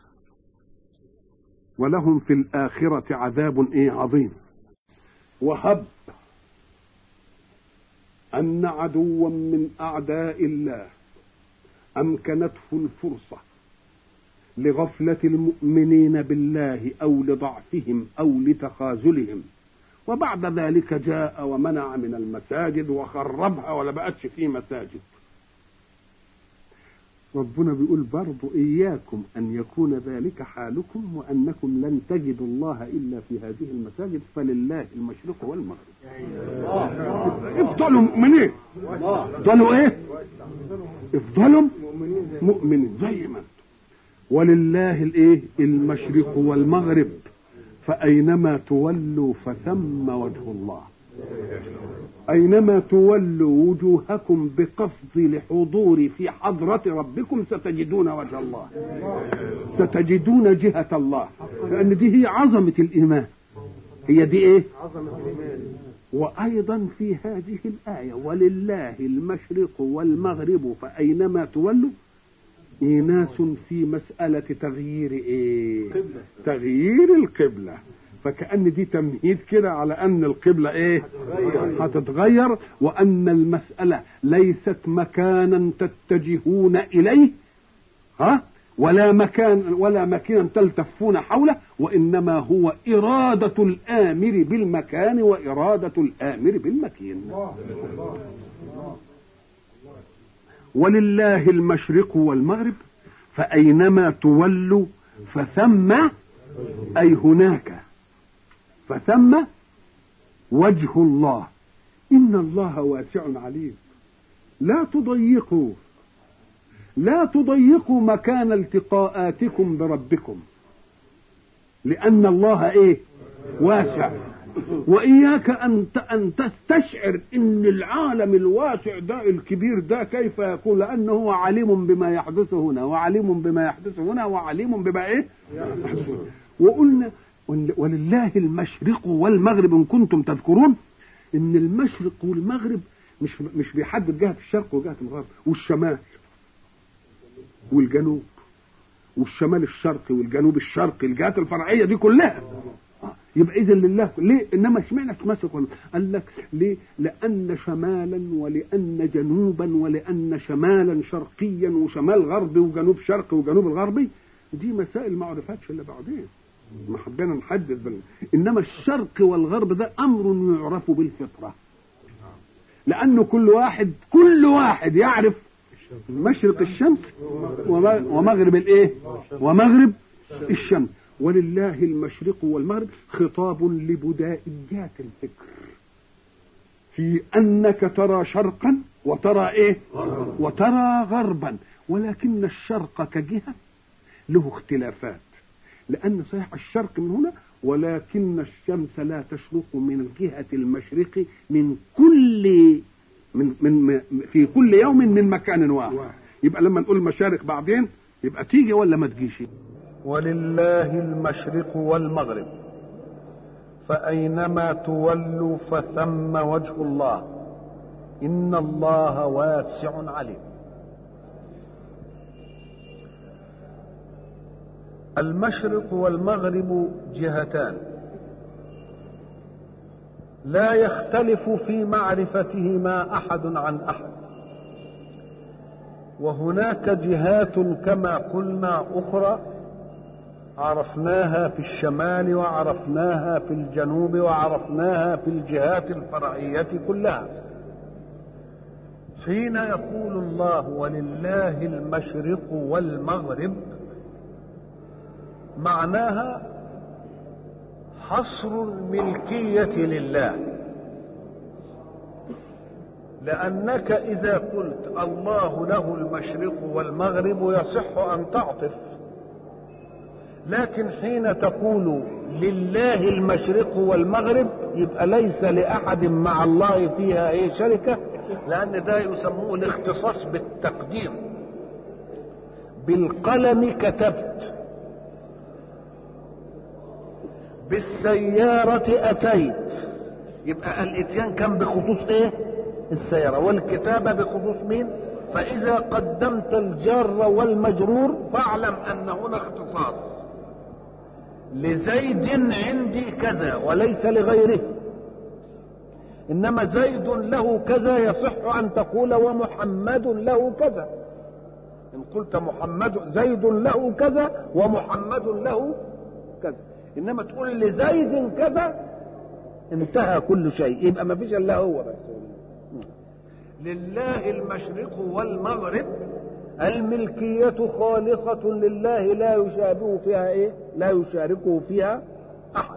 ولهم في الآخرة عذاب إيه؟ عظيم. وهب أن عدوا من أعداء الله أمكنته الفرصة لغفلة المؤمنين بالله أو لضعفهم أو لتخاذلهم، وبعد ذلك جاء ومنع من المساجد وخربها ولا بقتش فيه مساجد. ربنا بيقول برضو إياكم أن يكون ذلك حالكم وأنكم لن تجدوا الله إلا في هذه المساجد فلله المشرق والمغرب. افضلوا مؤمنين، افضلوا ايه؟ افضلوا مؤمنين زي ما ولله الايه المشرق والمغرب فأينما تولوا فثم وجه الله. أينما تولوا وجوهكم بقصد لحضور في حضرة ربكم ستجدون وجه الله، ستجدون جهة الله، لأن دي هي عظمة الإيمان. هي دي إيه؟ عظمة الإيمان. وأيضا في هذه الآية ولله المشرق والمغرب فأينما تولوا إيناس في مسألة تغيير إيه؟ قبلة. تغيير القبلة. فكأن دي تمهيد كده على أن القبلة إيه؟ هتتغير، وأن المسألة ليست مكانا تتجهون إليه ها ولا مكان ولا مكانا تلتفون حوله، وإنما هو إرادة الآمر بالمكان وإرادة الآمر بالمكين. ولله المشرق والمغرب فأينما تولوا فثم أي هناك فثم وجه الله إن الله واسع عليم. لا تضيقوا لا تضيقوا مكان التقاءاتكم بربكم، لأن الله إيه؟ واسع. وإياك أن أن تستشعر إن العالم الواسع ده الكبير ده كيف يكون، لأنه هو عليم بما يحدث هنا وعليم بما يحدث هنا وعليم بما إيه؟ يحدث هنا. وقلنا ولله المشرق والمغرب إن كنتم تذكرون إن المشرق والمغرب مش مش بيحدد جهة الشرق وجهة الغرب والشمال والجنوب والشمال الشرقي والجنوب الشرقي، الجهات الفرعية دي كلها. يبقى إذن لله ليه؟ إنما اشمعنى مشرق؟ قال لك ليه؟ لأن شمالا ولأن جنوبا ولأن شمالا شرقيا وشمال غربي وجنوب شرقي وجنوب الغربي دي مسائل ما عرفتش إلا بعدين، ما حبينا نحدد بل... إنما الشرق والغرب ده أمر يعرف بالفطرة، لأنه كل واحد كل واحد يعرف مشرق الشمس ومغرب الإيه؟ ومغرب الشمس. ولله المشرق والمغرب خطاب لبدائيات الفكر في أنك ترى شرقا وترى إيه؟ وترى غربا، ولكن الشرق كجهة له اختلافات، لأن صحيح الشرق من هنا ولكن الشمس لا تشرق من الجهة المشرق من كل من من في كل يوم من مكان واحد. يبقى لما نقول مشارق بعدين يبقى تيجي ولا ما تجيش؟ ولله المشرق والمغرب فأينما تولوا فثم وجه الله إن الله واسع عليم. المشرق والمغرب جهتان لا يختلف في معرفتهما أحد عن أحد، وهناك جهات كما قلنا أخرى عرفناها في الشمال وعرفناها في الجنوب وعرفناها في الجهات الفرعية كلها. حين يقول الله ولله المشرق والمغرب معناها حصر الملكية لله، لأنك إذا قلت الله له المشرق والمغرب يصح أن تعطف، لكن حين تقول لله المشرق والمغرب يبقى ليس لأحد مع الله فيها أي شركة، لأن ده يسموه الاختصاص بالتقدير. بالقلم كتبت، بالسيارة أتيت، يبقى الاتيان كان بخصوص ايه؟ السيارة، والكتابة بخصوص مين؟ فإذا قدمت الجار والمجرور فاعلم أن هنا اختصاص لزيد عندي كذا وليس لغيره، إنما زيد له كذا يصح أن تقول ومحمد له كذا. إن قلت محمد زيد له كذا ومحمد له كذا، إنما تقول لزيد كذا انتهى كل شيء، يبقى ما فيش إلا هو بس. لله المشرق والمغرب الملكية خالصة لله لا يشابه فيها ايه؟ لا يشاركه فيها احد.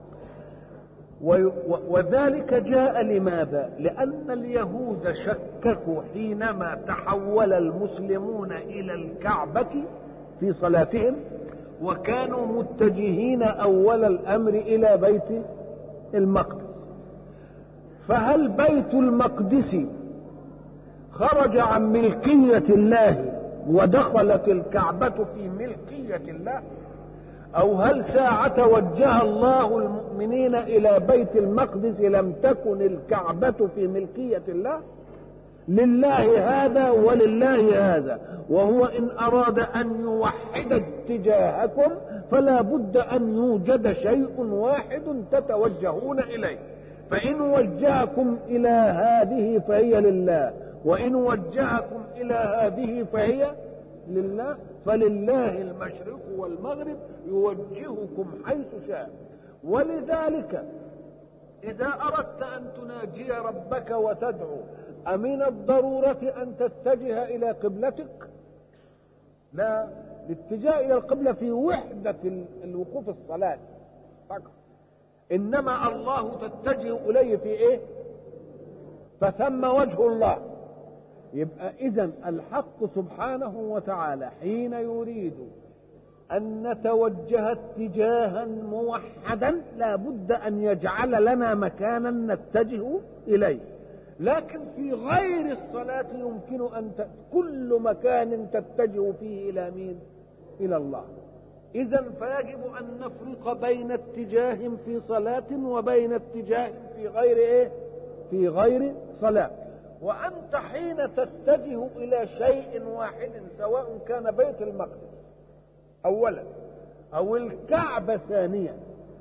وذلك جاء لماذا؟ لأن اليهود شككوا حينما تحول المسلمون إلى الكعبة في صلاتهم، وكانوا متجهين أول الأمر إلى بيت المقدس. فهل بيت المقدس خرج عن ملكية الله ودخلت الكعبة في ملكية الله؟ أو هل ساعة وجه الله المؤمنين إلى بيت المقدس لم تكن الكعبة في ملكية الله؟ لله هذا ولله هذا. وهو إن أراد أن يوحد اتجاهكم فلا بد أن يوجد شيء واحد تتوجهون إليه. فإن وجهكم إلى هذه فهي لله، وإن وجهكم إلى هذه فهي لله. فلله المشرق والمغرب يوجهكم حيث شاء. ولذلك إذا أردت أن تناجي ربك وتدعو، أمن الضرورة أن تتجه إلى قبلتك؟ لا، الاتجاه إلى القبلة في وحدة الوقوف الصلاة فقط، إنما الله تتجه إليه في إيه؟ فثم وجه الله. يبقى إذن الحق سبحانه وتعالى حين يريد أن نتوجه اتجاها موحدا لا بد أن يجعل لنا مكانا نتجه إليه. لكن في غير الصلاة يمكن أن ت... كل مكان تتجه فيه إلى مين؟ إلى الله. إذن فيجب أن نفرق بين اتجاه في صلاة وبين اتجاه في غير إيه؟ في غير صلاة. وأنت حين تتجه إلى شيء واحد سواء كان بيت المقدس أولا أو الكعبة ثانيا،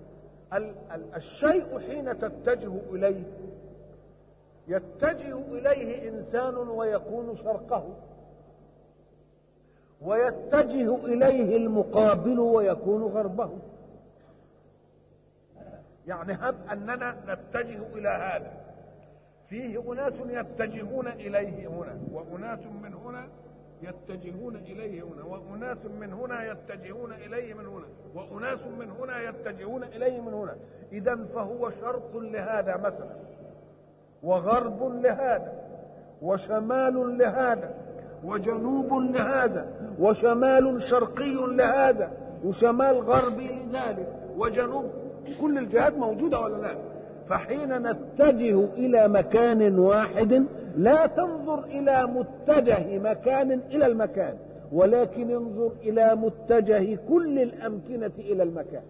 الشيء حين تتجه إليه يتجه إليه إنسان ويكون شرقه، ويتجه إليه المقابل ويكون غربه. يعني هب أننا نتجه إلى هذا، فيه أناس يتجهون إليه هنا، وأناس من هنا يتجهون إليه هنا، وأناس من هنا يتجهون إليه من هنا، وأناس من هنا يتجهون إليه من هنا. إذن فهو شرق لهذا مثلا، وغرب لهذا، وشمال لهذا، وجنوب لهذا، وشمال شرقي لهذا، وشمال غربي لذلك، وجنوب. كل الجهات موجودة ولا لا؟ فحين نتجه إلى مكان واحد لا تنظر إلى متجه مكان إلى المكان، ولكن انظر إلى متجه كل الأمكنة إلى المكان.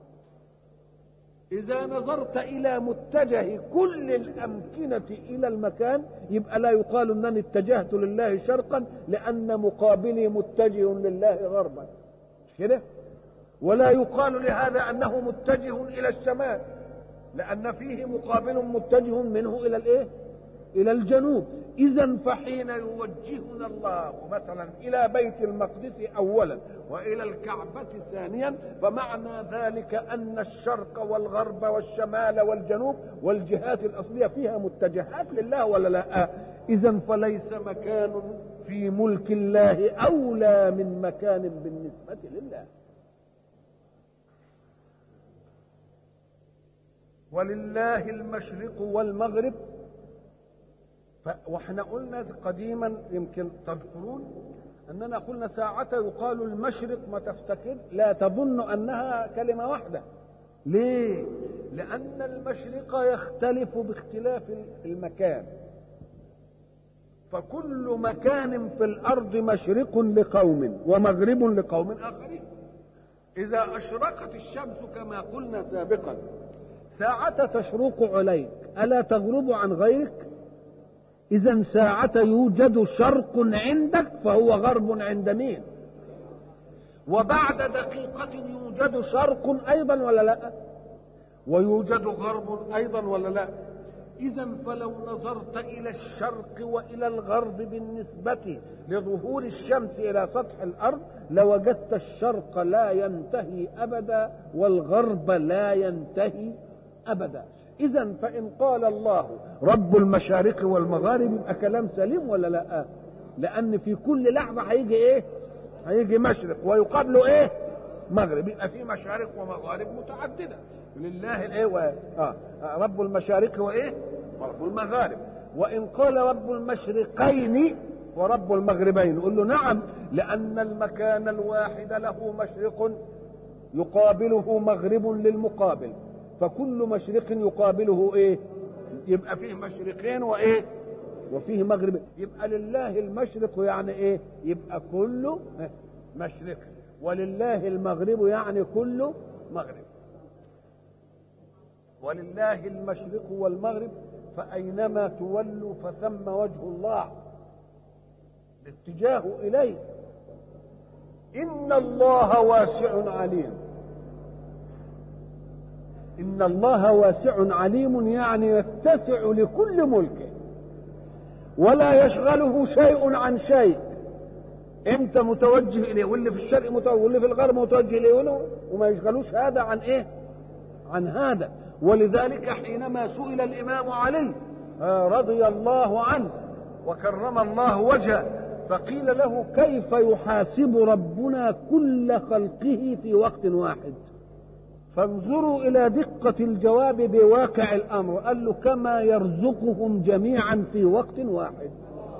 إذا نظرت إلى متجه كل الأمكنة إلى المكان يبقى لا يقال أنني اتجهت لله شرقا لأن مقابلي متجه لله غربا، مش كده؟ ولا يقال لهذا أنه متجه إلى الشمال لأن فيه مقابل متجه منه إلى الإيه؟ إلى الجنوب. إذن فحين يوجهنا الله مثلا إلى بيت المقدس أولا وإلى الكعبة ثانيا، فمعنى ذلك أن الشرق والغرب والشمال والجنوب والجهات الأصلية فيها متجهات لله ولا لا؟ إذن فليس مكان في ملك الله أولى من مكان بالنسبة لله. ولله المشرق والمغرب. واحنا قلنا قديما يمكن تذكرون اننا قلنا ساعة يقال المشرق ما تفتكر لا تظن انها كلمة واحدة. ليه؟ لان المشرق يختلف باختلاف المكان، فكل مكان في الارض مشرق لقوم ومغرب لقوم اخرين. اذا اشرقت الشمس كما قلنا سابقا ساعة تشرق عليك الا تغرب عن غيرك؟ إذن ساعة يوجد شرق عندك فهو غرب عند مين؟ وبعد دقيقة يوجد شرق أيضا ولا لا؟ ويوجد غرب أيضا ولا لا؟ إذن فلو نظرت إلى الشرق وإلى الغرب بالنسبة لظهور الشمس إلى سطح الأرض لوجدت الشرق لا ينتهي أبدا والغرب لا ينتهي أبدا. إذن فإن قال الله رب المشارق والمغارب يبقى كلام سليم ولا لا؟ لأن في كل لحظة هيجي إيه؟ هيجي مشرق ويقابله إيه؟ مغرب. يبقى في مشارق ومغارب متعددة لله الإيه؟ و... آه. رب المشارق وإيه؟ ورب المغارب. وإن قال رب المشرقين ورب المغربين نقول له نعم، لأن المكان الواحد له مشرق يقابله مغرب للمقابل، فكل مشرق يقابله ايه؟ يبقى فيه مشرقين وايه؟ وفيه مغرب. يبقى لله المشرق يعني ايه؟ يبقى كله مشرق، ولله المغرب يعني كله مغرب. ولله المشرق والمغرب فأينما تولوا فثم وجه الله، الاتجاه إليه. إن الله واسع عليم. إن الله واسع عليم يعني يتسع لكل ملكه ولا يشغله شيء عن شيء. انت متوجه اليه واللي في الشرق متوجه واللي في الغرب متوجه اليه وما يشغلوش هذا عن ايه؟ عن هذا. ولذلك حينما سئل الامام علي رضي الله عنه وكرم الله وجهه فقيل له كيف يحاسب ربنا كل خلقه في وقت واحد؟ فانظروا إلى دقة الجواب بواقع الأمر. قال له كما يرزقهم جميعا في وقت واحد.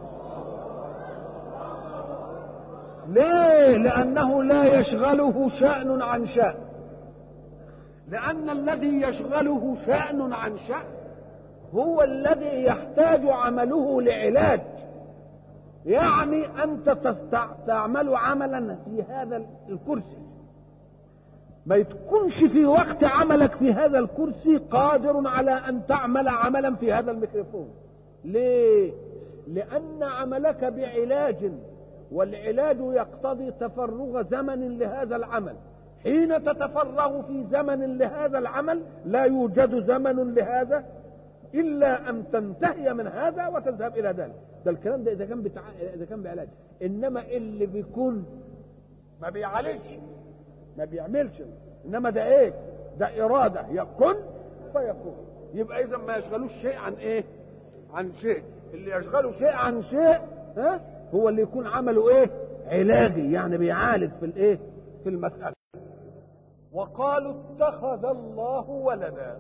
ليه؟ لأنه لا يشغله شأن عن شأن. لأن الذي يشغله شأن عن شأن هو الذي يحتاج عمله لعلاج. يعني أنت تعمل عملا في هذا الكرسي، ما تكونش في وقت عملك في هذا الكرسي قادر على أن تعمل عملا في هذا الميكروفون. ليه؟ لأن عملك بعلاج، والعلاج يقتضي تفرغ زمن لهذا العمل. حين تتفرغ في زمن لهذا العمل لا يوجد زمن لهذا إلا أن تنتهي من هذا وتذهب إلى ذلك. ده الكلام ده إذا كان بتع... إذا كان بعلاج. إنما اللي بيكون ما بيعالجش ما بيعملش، إنما ده إيه؟ ده إرادة، يكون فيكون. يبقى إذا ما يشغلوش شيء عن إيه؟ عن شيء. اللي يشغله شيء عن شيء ها هو اللي يكون عمله إيه؟ علاجي، يعني بيعالج في الإيه؟ في المسألة. وقالوا اتخذ الله ولدا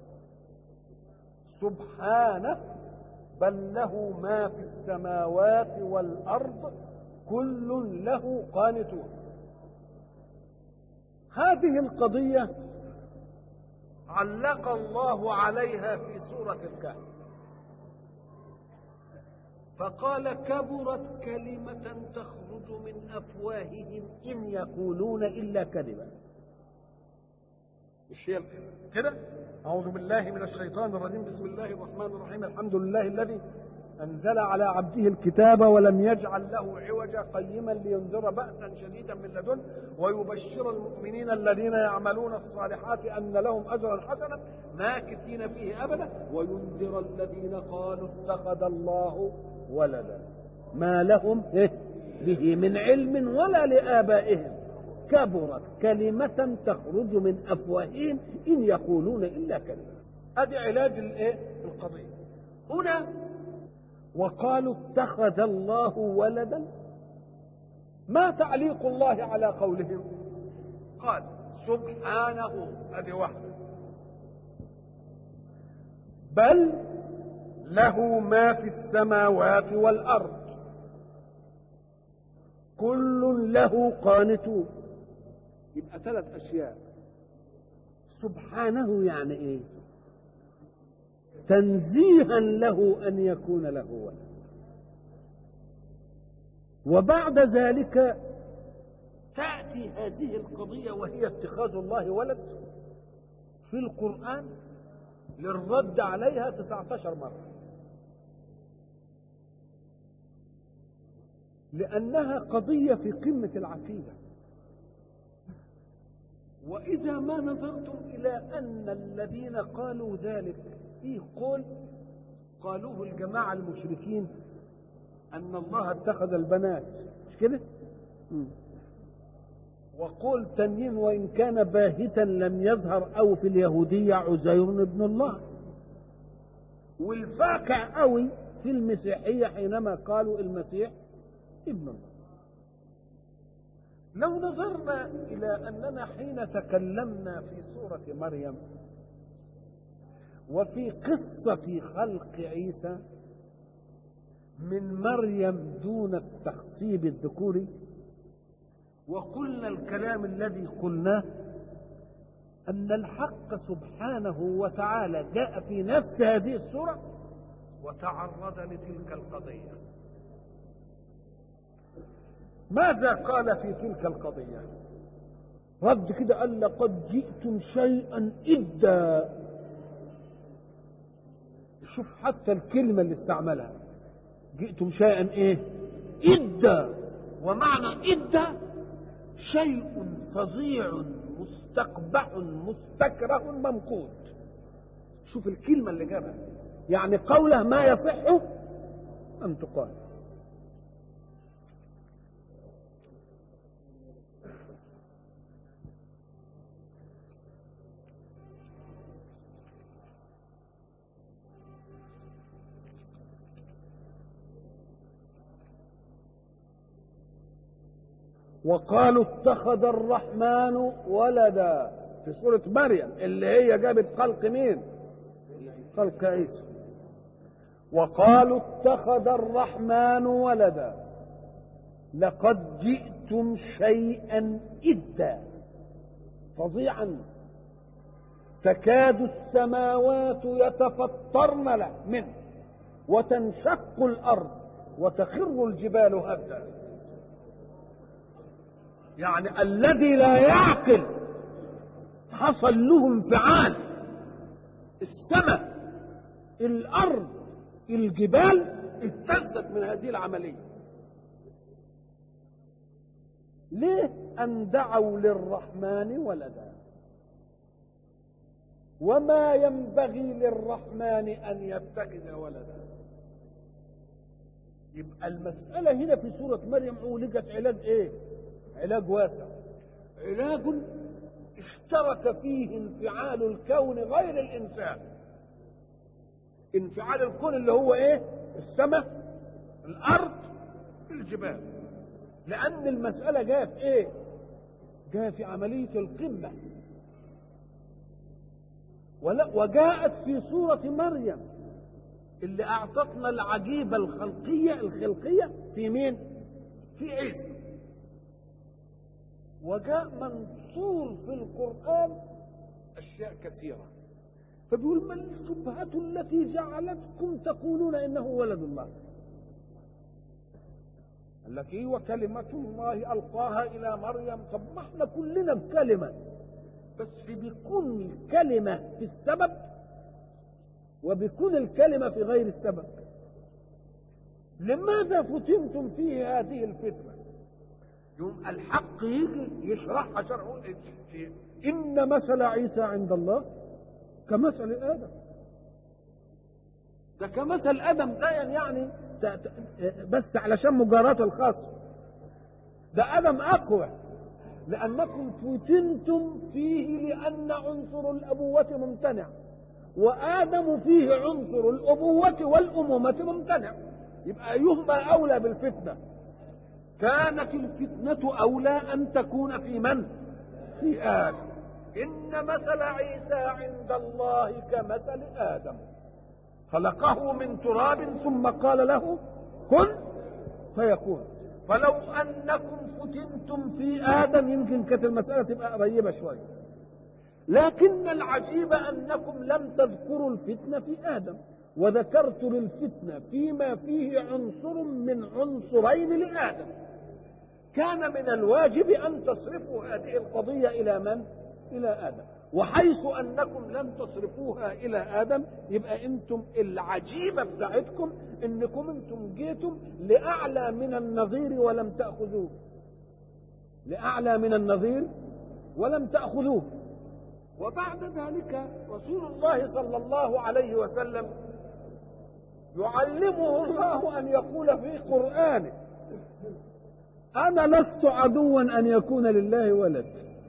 سبحانه بل له ما في السماوات والأرض كل له قانتون. هذه القضية علق الله عليها في سورة الكهف فقال كبرت كلمة تخرج من أفواههم إن يقولون إلا كذبا. مش هي كده؟ أعوذ بالله من الشيطان الرجيم. بسم الله الرحمن الرحيم. الحمد لله الذي أنزل على عبده الكتاب ولم يجعل له عوجا قيما لينذر بأسا شديدا من لدنه ويبشر المؤمنين الذين يعملون الصالحات أن لهم أجرا حسنا ماكثين فيه أبدا وينذر الذين قالوا اتخذ الله ولدا ما لهم به من علم ولا لآبائهم كبرت كلمة تخرج من أفواههم إن يقولون إلا كلمة. هذه علاج الايه؟ القضية. هنا وقالوا اتخذ الله ولدا، ما تعليق الله على قولهم؟ قال سبحانه، هذه واحدة، بل له ما في السماوات والأرض كل له قانتون. يبقى ثلاث أشياء. سبحانه يعني إيه؟ تنزيها له أن يكون له ولد. وبعد ذلك تأتي هذه القضية وهي اتخاذ الله ولد في القرآن للرد عليها تسعة عشر مرة، لأنها قضية في قمة العقيدة. وإذا ما نظرتم إلى أن الذين قالوا ذلك فيه قول قالوه الجماعة المشركين أن الله اتخذ البنات، مش كده؟ وقول تنين وإن كان باهتا لم يظهر أو في اليهودية عزير ابن الله. والفاقع قوي في المسيحية حينما قالوا المسيح ابن الله. لو نظرنا إلى أننا حين تكلمنا في سورة مريم وفي قصة خلق عيسى من مريم دون التخصيب الذكوري، وقلنا الكلام الذي قلناه أن الحق سبحانه وتعالى جاء في نفس هذه السورة وتعرض لتلك القضية. ماذا قال في تلك القضية؟ رد كده قال لقد جئتم شيئا إدا. شوف حتى الكلمة اللي استعملها، جئتم شيئا ايه؟ إدا. ومعنى إدا شيء فظيع مستقبح مستكره ممقوت. شوف الكلمة اللي جابها، يعني قوله ما يصح أن تقال. وقالوا اتخذ الرحمن ولدا في سورة مريم اللي هي جابت خلق مين؟ خلق عيسى. وقالوا اتخذ الرحمن ولدا لقد جئتم شيئا إدا فظيعا تكاد السماوات يتفطرن له منه وتنشق الأرض وتخر الجبال هدا. يعني الذي لا يعقل حصل له انفعال، السماء الأرض الجبال اهتزت من هذه العملية. ليه؟ أن دعوا للرحمن ولدا، وما ينبغي للرحمن أن يتخذ ولدا. يبقى المسألة هنا في سورة مريم عولجت علاج ايه؟ علاج واسع، علاج اشترك فيه انفعال الكون غير الإنسان. انفعال الكون اللي هو ايه؟ السماء الأرض الجبال. لأن المسألة جاء في ايه؟ جاء في عملية القمة. وجاءت في سورة مريم اللي أعطتنا العجيبة الخلقية الخلقية في مين؟ في عيسى. وجاء منصور في القرآن أشياء كثيرة، فبيقول ما الشبهة التي جعلتكم تقولون إنه ولد الله؟ قال لك إيه؟ وكلمة الله ألقاها إلى مريم. طب ما احنا كلنا بكلمة، بس بيكون الكلمة في السبب وبيكون الكلمة في غير السبب. لماذا فتنتم فيه هذه الفتنة؟ يوم الحق يجي يشرحها شرحه إن مثل عيسى عند الله كمثل آدم. ده كمثل آدم ده يعني بس علشان مجاراة الخاص. ده آدم أقوى، لأنكم فتنتم فيه لأن عنصر الأبوة ممتنع، وآدم فيه عنصر الأبوة والأمومة ممتنع. يبقى أيهما أولى بالفتنة؟ كانت الفتنة أولى أن تكون في من؟ في آدم. إن مثل عيسى عند الله كمثل آدم خلقه من تراب ثم قال له كن فيكون. فلو أنكم فتنتم في آدم يمكن كانت المسألة تبقى قريبة شوية، لكن العجيب أنكم لم تذكروا الفتنة في آدم، وذكرت للفتنة فيما فيه عنصر من عنصرين لآدم. كان من الواجب أن تصرفوا هذه القضية إلى من؟ إلى آدم. وحيث أنكم لم تصرفوها إلى آدم يبقى أنتم العجيبة بتاعتكم إنكم أنتم جيتم لأعلى من النظير ولم تأخذوه، لأعلى من النظير ولم تأخذوه. وبعد ذلك رسول الله صلى الله عليه وسلم يعلمه الله أن يقول في قرآنه أنا لست عدوا أن يكون لله ولد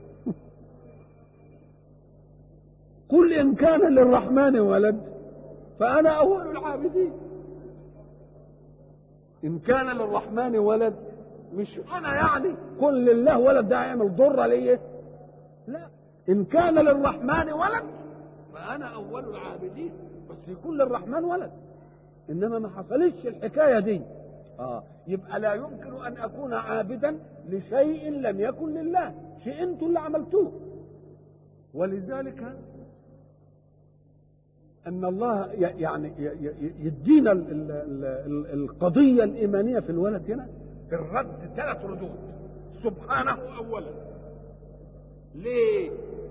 قل إن كان للرحمن ولد فأنا أول العابدين. إن كان للرحمن ولد، مش أنا يعني كن لله ولد ده هيعمل ضرة ليه؟ لا، إن كان للرحمن ولد فأنا أول العابدين، بس يكون للرحمن ولد. إنما ما حصلتش الحكاية دي. آه يبقى لا يمكن أن أكون عابدا لشيء لم يكن لله، شيء أنتم اللي عملتوه. ولذلك أن الله يعني يدينا القضية الإيمانية في الولد هنا الرد ثلاث ردود. سبحانه أولا، ليه؟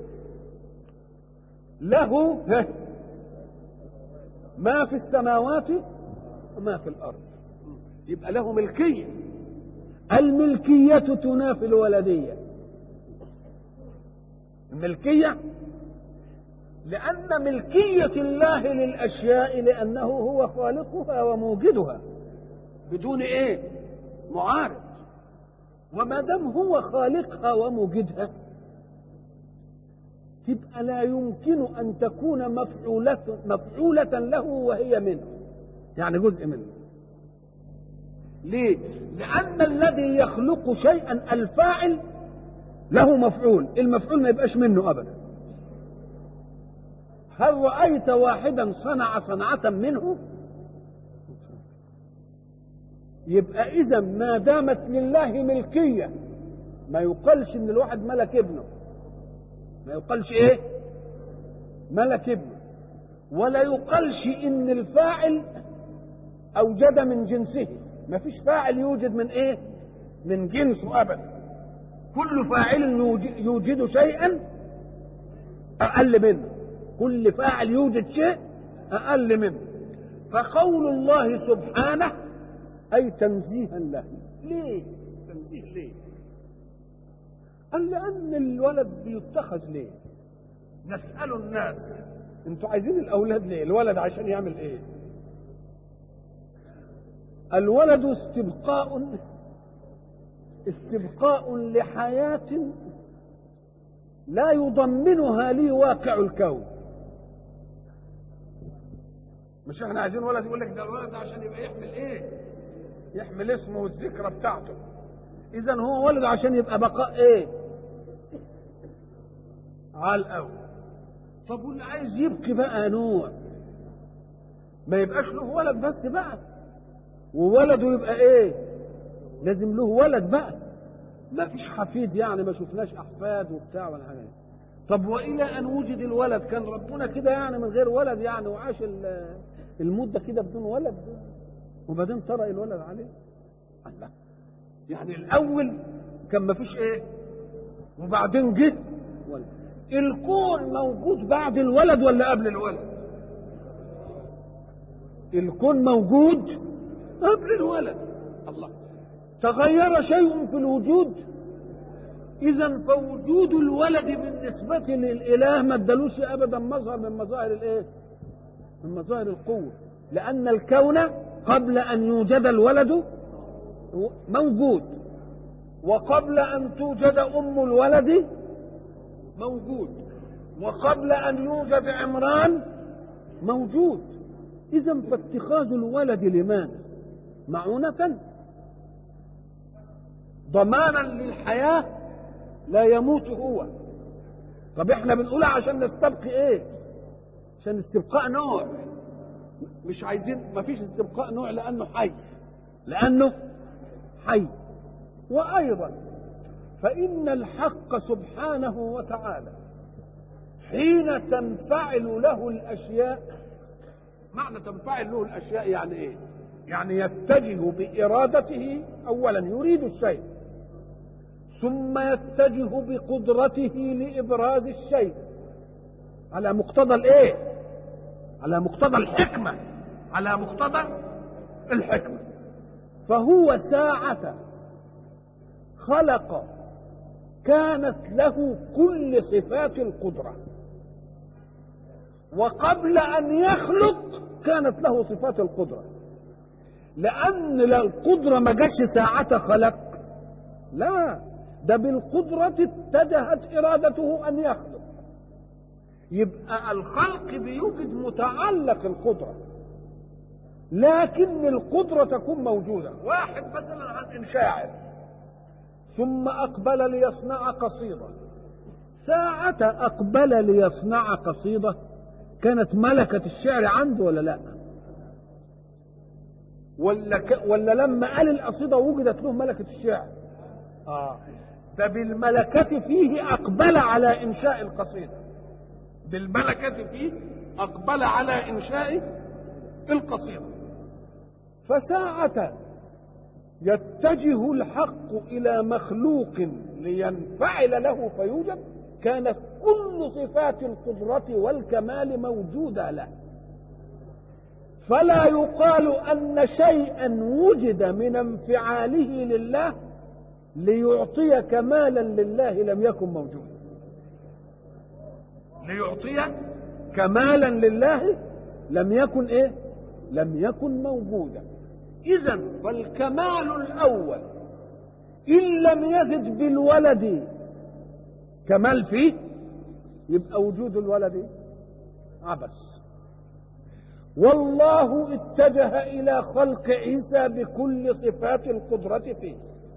له ما في السماوات وما في الأرض، يبقى له ملكية. الملكية تنافي الولدية. الملكية لأن ملكية الله للأشياء لأنه هو خالقها وموجدها بدون إيه؟ معارض. وما دام هو خالقها وموجدها تبقى لا يمكن أن تكون مفعولة مفعولة له وهي منه، يعني جزء منه. ليه؟ لأن الذي يخلق شيئا الفاعل له مفعول، المفعول ما يبقاش منه أبدا. هل رأيت واحدا صنع صنعة منه؟ يبقى إذا ما دامت لله ملكية ما يقالش إن الواحد ملك ابنه، ما يقالش إيه؟ ملك ابنه، ولا يقالش إن الفاعل أوجد من جنسه. ما فيش فاعل يوجد من إيه؟ من جنسه أبدا. كل فاعل يوجد شيئا أقل منه، كل فاعل يوجد شيء أقل منه. فقول الله سبحانه أي تنزيها له. ليه؟ تنزيه ليه؟ قال لأن الولد بيتخذ ليه؟ نسأل الناس انتوا عايزين الأولاد ليه؟ الولد عشان يعمل إيه؟ الولد استبقاء استبقاء لحياة لا يضمنها لي واقع الكون. مش احنا عايزين ولد يقول لك ده الولد عشان يبقى يحمل ايه؟ يحمل اسمه والذكرى بتاعته. اذا هو ولد عشان يبقى بقاء ايه؟ على الاول. طب واللي عايز يبقي بقى نوع ما يبقاش له ولد بس بقى، وولده يبقى ايه؟ لازم له ولد بقى، ما فيش حفيد يعني، ما شفناش احفاد وبتاع ولا حاجه. طب والى ان وجد الولد كان ربنا كده يعني من غير ولد يعني، وعاش المده كده بدون ولد، وبعدين طرأ الولد عليه. الله، يعني الاول كان ما فيش ايه وبعدين جه ولد. الكون موجود بعد الولد ولا قبل الولد؟ الكون موجود قبل الولد. الله، تغير شيء في الوجود؟ إذا فوجود الولد بالنسبة للإله ما ادالوش أبدا مظهر من مظاهر الإيه؟ من مظاهر القوة، لأن الكون قبل أن يوجد الولد موجود، وقبل أن توجد أم الولد موجود، وقبل أن يوجد عمران موجود. إذا فاتخاذ الولد لماذا؟ معونة ضمانا للحياة لا يموت هو. طب احنا بنقولها عشان نستبقي ايه؟ عشان استبقاء نوع. مش عايزين، ما فيش استبقاء نوع لأنه حي، لأنه حي. وأيضا فإن الحق سبحانه وتعالى حين تنفعل له الأشياء، معنى تنفعل له الأشياء يعني ايه؟ يعني يتجه بإرادته، أولا يريد الشيء ثم يتجه بقدرته لإبراز الشيء على مقتضى الايه؟ على مقتضى الحكمة، على مقتضى الحكمة. فهو ساعة خلق كانت له كل صفات القدرة، وقبل أن يخلق كانت له صفات القدرة، لأن القدرة ما جاش ساعة خلق، لا، ده بالقدرة اتجهت إرادته أن يخلق. يبقى الخلق بيوجد متعلق القدرة، لكن القدرة تكون موجودة. واحد مثلا عن شاعر ثم أقبل ليصنع قصيدة، ساعة أقبل ليصنع قصيدة كانت ملكة الشعر عنده ولا لا؟ ولا ك... ولا لما قال القصيدة وجدت له ملكة الشعر؟ آه ده بالملكة فيه أقبل على إنشاء القصيدة، بالملكة فيه أقبل على إنشاء القصيدة. فساعة يتجه الحق إلى مخلوق لينفعل له فيوجد، كانت كل صفات القدرة والكمال موجودة له، فلا يقال أن شيئا وجد من انفعاله لله ليعطي كمالا لله لم يكن موجودا، ليعطي كمالا لله لم يكن ايه؟ لم يكن موجودا. إذا فالكمال الأول إن لم يزد بالولد كمال فيه يبقى وجود الولد عبث. والله اتجه إلى خلق عيسى بكل صفات القدرة فيه،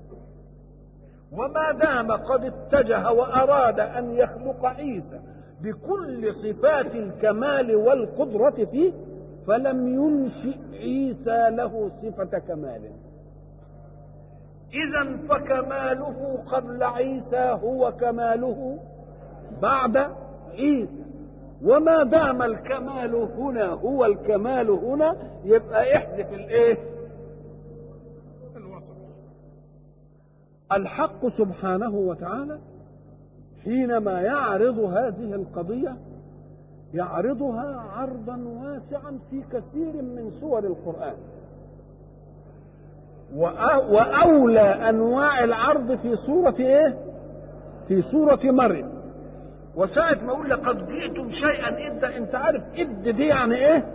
وما دام قد اتجه وأراد أن يخلق عيسى بكل صفات الكمال والقدرة فيه فلم ينشئ عيسى له صفة كمال. إذن فكماله قبل عيسى هو كماله بعد عيسى، وما دام الكمال هنا هو الكمال هنا يبقى احذف الايه؟ الوسط. الحق سبحانه وتعالى حينما يعرض هذه القضية يعرضها عرضا واسعا في كثير من سور القرآن، وأولى أنواع العرض في سورة إيه؟ في سورة مريم. وساعة ما أقول لقد جئتم شيئا إدا، أنت عارف إد دي يعني إيه؟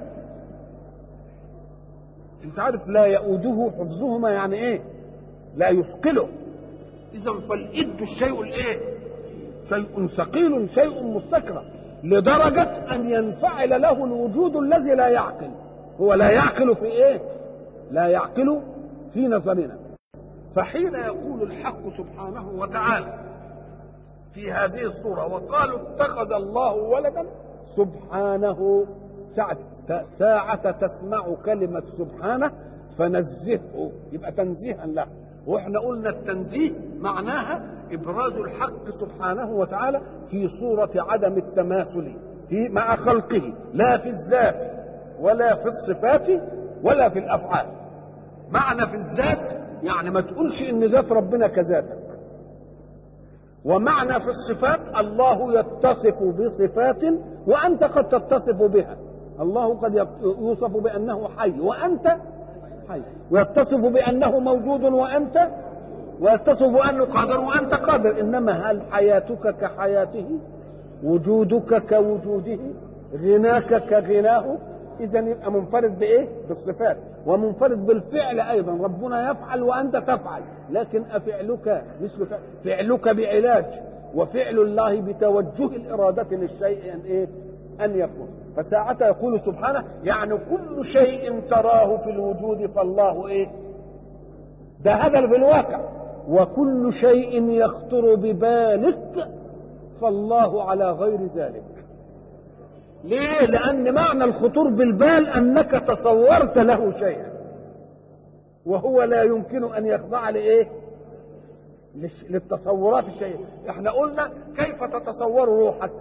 أنت عارف لا يؤوده حفظهما يعني إيه؟ لا يثقله. إذا فالإد الشيء الإيه؟ شيء ثقيل، شيء مستكره، لدرجة أن ينفعل له الوجود الذي لا يعقل. هو لا يعقل في إيه؟ لا يعقل في نظرنا. فحين يقول الحق سبحانه وتعالى في هذه الصورة وقالوا اتخذ الله ولدا، سبحانه ساعة, ساعة تسمع كلمة سبحانه فنزهه، يبقى تنزيها له. واحنا قلنا التنزيه معناها ابراز الحق سبحانه وتعالى في صورة عدم التماثل في مع خلقه، لا في الذات ولا في الصفات ولا في الافعال. معنى في الذات يعني ما تقولش ان ذات ربنا كذاتك، ومعنى في الصفات الله يتصف بصفات وانت قد تتصف بها. الله قد يوصف بانه حي وانت حي، ويتصف بانه موجود وانت، ويتصف بانه قادر وانت قادر. انما هل حياتك كحياته؟ وجودك كوجوده؟ غناك كغناه؟ اذا يبقى منفرد بايه؟ بالصفات، ومنفرد بالفعل ايضا. ربنا يفعل وانت تفعل، لكن افعلك مثل فعل فعلك بعلاج، وفعل الله بتوجه الاراده للشيء ان ايه؟ ان يكون. فساعة يقول سبحانه يعني كل شيء تراه في الوجود فالله ايه؟ ده هذا في الواقع. وكل شيء يخطر ببالك فالله على غير ذلك. ليه؟ لأن معنى الخطور بالبال أنك تصورت له شيئا وهو لا يمكن أن يخضع لإيه؟ للتصورات الشيء. احنا قلنا كيف تتصور روحك؟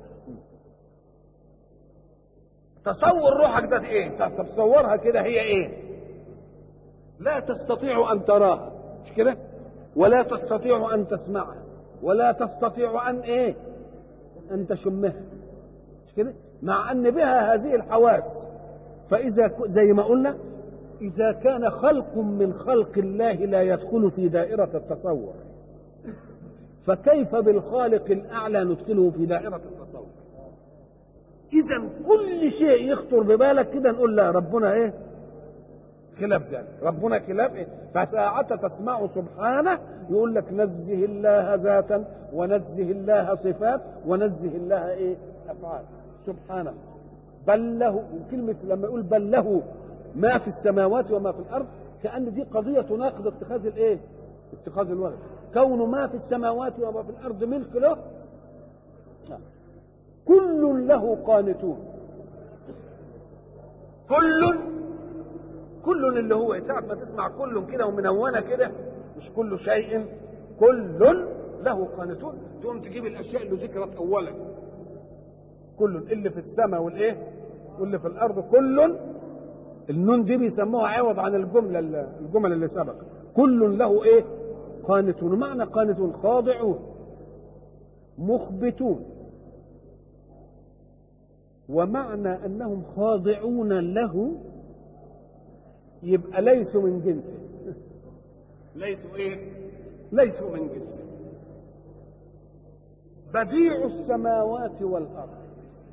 تصور روحك ده ايه؟ تتصورها كده هي ايه؟ لا تستطيع ان تراها، مش كده؟ ولا تستطيع ان تسمعها، ولا تستطيع ان ايه؟ ان تشمها، مش كده؟ مع ان بها هذه الحواس. فاذا زي ما قلنا اذا كان خلق من خلق الله لا يدخل في دائرة التصور، فكيف بالخالق الاعلى ندخله في دائرة التصور؟ إذا كل شيء يخطر ببالك كده نقول لا ربنا إيه؟ خلاف ذلك، ربنا خلاف إيه؟ فساعة تسمع سبحانه يقول لك نزه الله ذاتا ونزه الله صفات ونزه الله إيه؟ أفعال. سبحانه بل له، كلمة لما يقول بل له ما في السماوات وما في الارض، كأن دي قضية تناقض اتخاذ الايه؟ اتخاذ الولد. كون ما في السماوات وما في الارض ملك له، كل له قانتون. كل كل اللي هو ساعة ما تسمع كل كده ومنونة كده، مش كل شيء، كل له قانتون، تقوم تجيب الاشياء اللي ذكرت اولا. كل اللي في السماء والايه واللي في الارض، كل النون دي بيسموها عوض عن الجمله الجمل اللي سبق. كل له ايه؟ قانتون. معنى قانتون خاضعون مخبتون، ومعنى انهم خاضعون له يبقى ليسوا من جنسه. ليسوا ايه؟ ليسوا من جنسه. بديع السماوات والارض،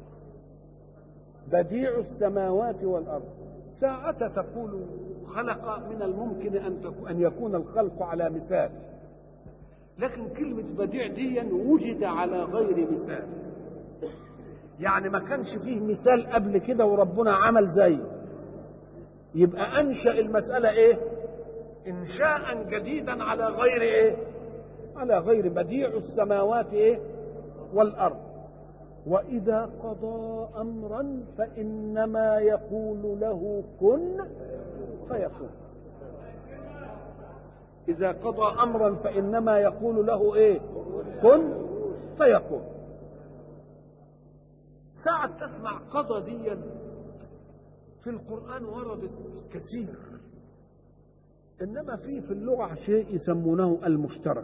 بديع السماوات والارض. ساعة تقول خلق، من الممكن ان ان يكون الخلق على مثال، لكن كلمة بديع دي وجد على غير مثال، يعني ما كانش فيه مثال قبل كده وربنا عمل زيه، يبقى انشأ المسألة ايه؟ انشاء جديدا على غير ايه؟ على غير بديع السماوات ايه؟ والارض. واذا قضى امرا فانما يقول له كن فيكون. اذا قضى امرا فانما يقول له ايه؟ كن فيكون. ساعة تسمع قضى ديا في القرآن وردت كثير، انما في في اللغة شيء يسمونه المشترك.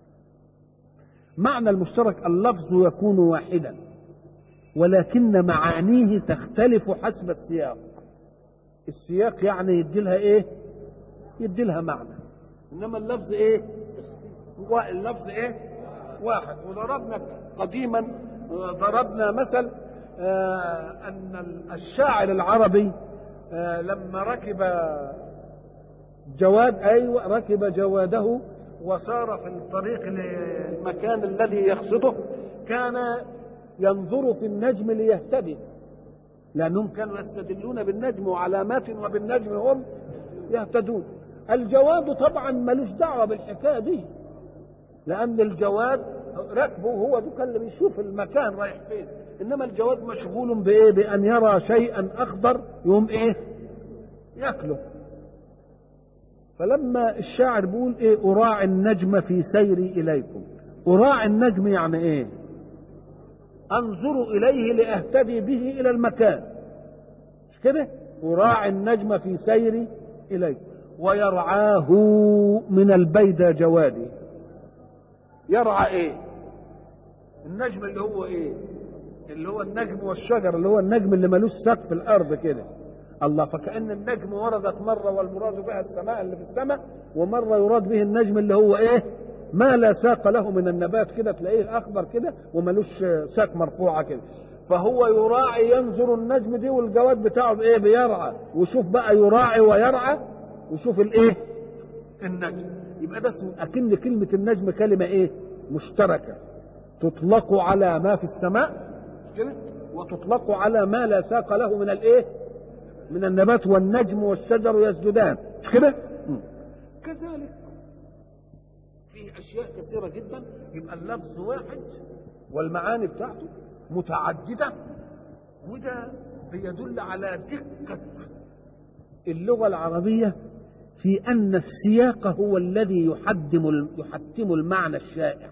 معنى المشترك اللفظ يكون واحدا ولكن معانيه تختلف حسب السياق. السياق يعني يدي لها ايه؟ يدي لها معنى، انما اللفظ ايه؟ اللفظ ايه؟ واحد. وضربنا قديما ضربنا مثل آه ان الشاعر العربي آه لما ركب جواد، ايوه ركب جواده وسار في الطريق للمكان الذي يقصده، كان ينظر في النجم ليهتدي، لأنهم كانوا يستدلون بالنجم وعلامات وبالنجم هم يهتدون. الجواد طبعا ملوش دعوة بالحكاية دي، لأن الجواد ركبه هو ده اللي بيشوف المكان رايح فين، إنما الجواد مشغول بإيه؟ بأن يرى شيئا أخضر يوم إيه؟ يأكله. فلما الشاعر بيقول ايه؟ اراعي النجم في سيري اليكم. اراعي النجم يعني ايه؟ انظر اليه لاهتدي به الى المكان، مش كده؟ اراعي النجم في سيري اليكم ويرعاه من البيدى جوادي. يرعى ايه؟ النجم اللي هو ايه؟ اللي هو النجم والشجر، اللي هو النجم اللي ملوش سقف في الارض كده. الله، فكأن النجم وردت مرة والمراد بها السماء اللي في السماء، ومرة يراد به النجم اللي هو ايه؟ ما لا ساق له من النبات كده، تلاقيه اخضر كده وملوش ساق مرفوعة كده. فهو يراعي، ينظر النجم دي والجواد بتاعه بايه؟ بيرعى. وشوف بقى يراعي ويرعى، وشوف الايه؟ النجم. يبقى ده اكن كلمة النجم كلمة ايه؟ مشتركة، تطلق على ما في السماء كده، وتطلق على ما لا ساق له من الايه؟ من النبات. والنجم والشجر يسجدان، مش كده؟ كذلك في اشياء كثيره جدا يبقى اللفظ واحد والمعاني بتاعته متعدده، وده بيدل على دقه اللغه العربيه في ان السياق هو الذي يحتم يحتم المعنى الشائع.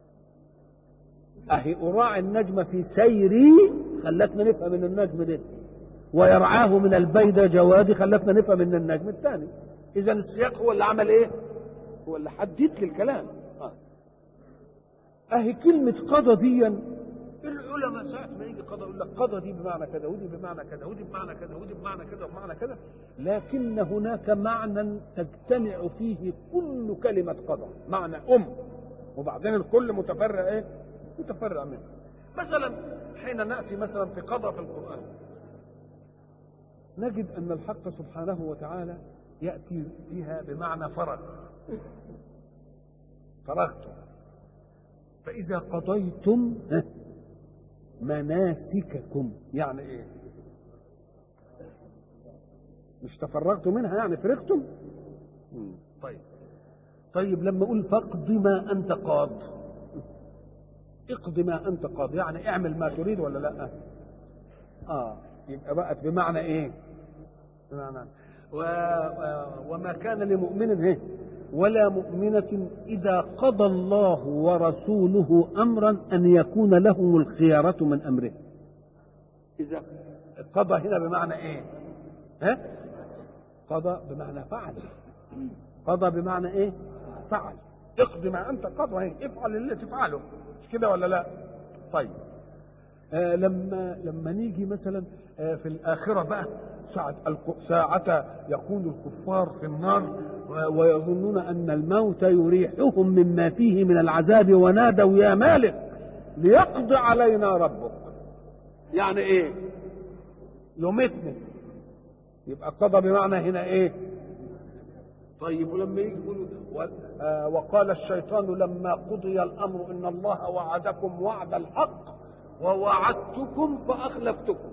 اهي اراعي النجم في سيري خلتنا نفهم ان النجم ده، ويرعاه من البيدى جوادي خلتنا نفهم ان النجم الثاني. اذا السياق هو اللي عمل ايه؟ هو اللي حدد لي الكلام. اهي كلمه قضى دي العلماء ساعه ما يجي قضى يقول لك قضى دي بمعنى كذا ودي بمعنى كذا ودي بمعنى كذا ودي بمعنى كذا وبمعنى كذا، لكن هناك معنى تجتمع فيه كل كلمه قضى، معنى ام، وبعدين الكل متفرع ايه؟ متفرع منه. مثلا حين ناتي مثلا في قضى في القران نجد أن الحق سبحانه وتعالى يأتي فيها بمعنى فرغ، فرغتم. فإذا قضيتم مناسككم يعني إيه؟ مش تفرغتم منها يعني فرغتم. طيب طيب لما اقول فاقض ما انت قاض، اقض ما انت قاض يعني اعمل ما تريد ولا لا؟ اه يبقى بقت بمعنى ايه؟ بمعنى و... و... وما كان لمؤمن هي ولا مؤمنة إذا قضى الله ورسوله أمرا أن يكون لهم الخيارة من أمره. إذا قضى هنا بمعنى إيه؟ ها؟ قضى بمعنى فعل. قضى بمعنى إيه؟ فعل. اقض ما أنت قضى، افعل اللي تفعله، مش كده ولا لا؟ طيب آه لما لما نيجي مثلا آه في الآخرة بقى ساعة ساعة يكون الكفار في النار ويظنون أن الموت يريحهم مما فيه من العذاب ونادوا يا مالك ليقضي علينا ربك. يعني إيه؟ يمتنا. يبقى قضى بمعنى هنا إيه؟ طيب ولما يجي يقولوا وقال الشيطان لما قضي الأمر إن الله وعدكم وعد الحق ووعدتكم فأخلفتكم.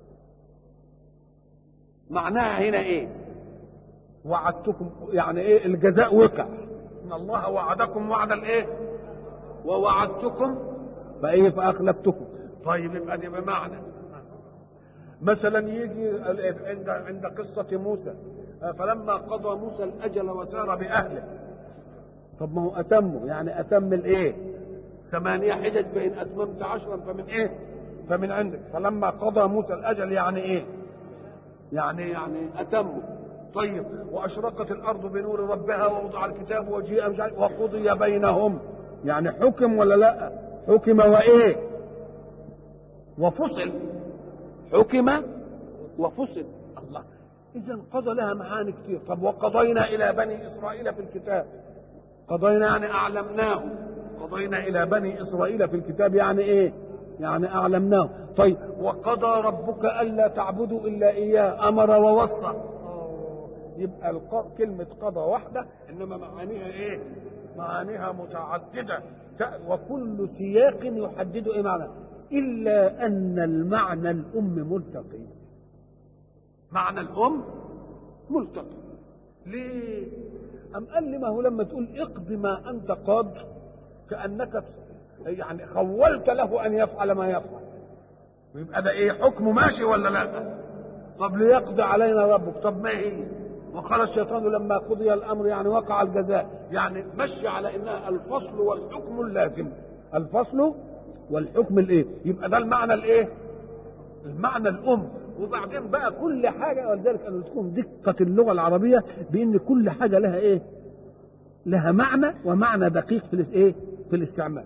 معناها هنا ايه؟ وعدتكم يعني ايه؟ الجزاء وقع. ان الله وعدكم وعد الايه؟ ووعدتكم فايه؟ فاخلفتكم. طيب يبقى دي بمعنى مثلا يجي عند عند قصه موسى فلما قضى موسى الاجل وسار باهله. طب ما هو اتمه يعني اتم الايه؟ ثمانيه حجج فان اتممت عشرا فمن ايه؟ فمن عندك. فلما قضى موسى الاجل يعني ايه؟ يعني يعني أتموا. طيب وأشرقت الأرض بنور ربها ووضع الكتاب وجيء مش عارف وقضي بينهم يعني حكم ولا لا؟ حكم وإيه؟ وفصل. حكم وفصل. الله إذا قضى لها معاني كتير. طب وقضينا إلى بني إسرائيل في الكتاب. قضينا يعني أعلمناه. قضينا إلى بني إسرائيل في الكتاب يعني إيه؟ يعني أعلمناه. طيب وقضى ربك ألا تعبدوا إلا إياه أمر ووصى. يبقى الق... كلمة قضى واحدة إنما معانيها إيه؟ معانيها متعددة وكل سياق يحدد إيه معنى إلا أن المعنى الأم ملتقي. معنى الأم ملتقي. ليه؟ أم قال لي ما هو لما تقول اقض ما أنت قاض كأنك يعني خولت له ان يفعل ما يفعل. ويبقى ده ايه؟ حكمه ماشي ولا لا؟ طب ليقضي علينا ربك. طب ما هي؟ وقال الشيطان لما قضي الامر يعني وقع الجزاء يعني مشي على انها الفصل والحكم اللازم. الفصل والحكم الايه؟ يبقى ده المعنى الايه؟ المعنى الام. وبعدين بقى كل حاجه ولذلك ان تكون دقه اللغه العربيه بان كل حاجه لها ايه؟ لها معنى ومعنى دقيق في الايه؟ في الاستعمال.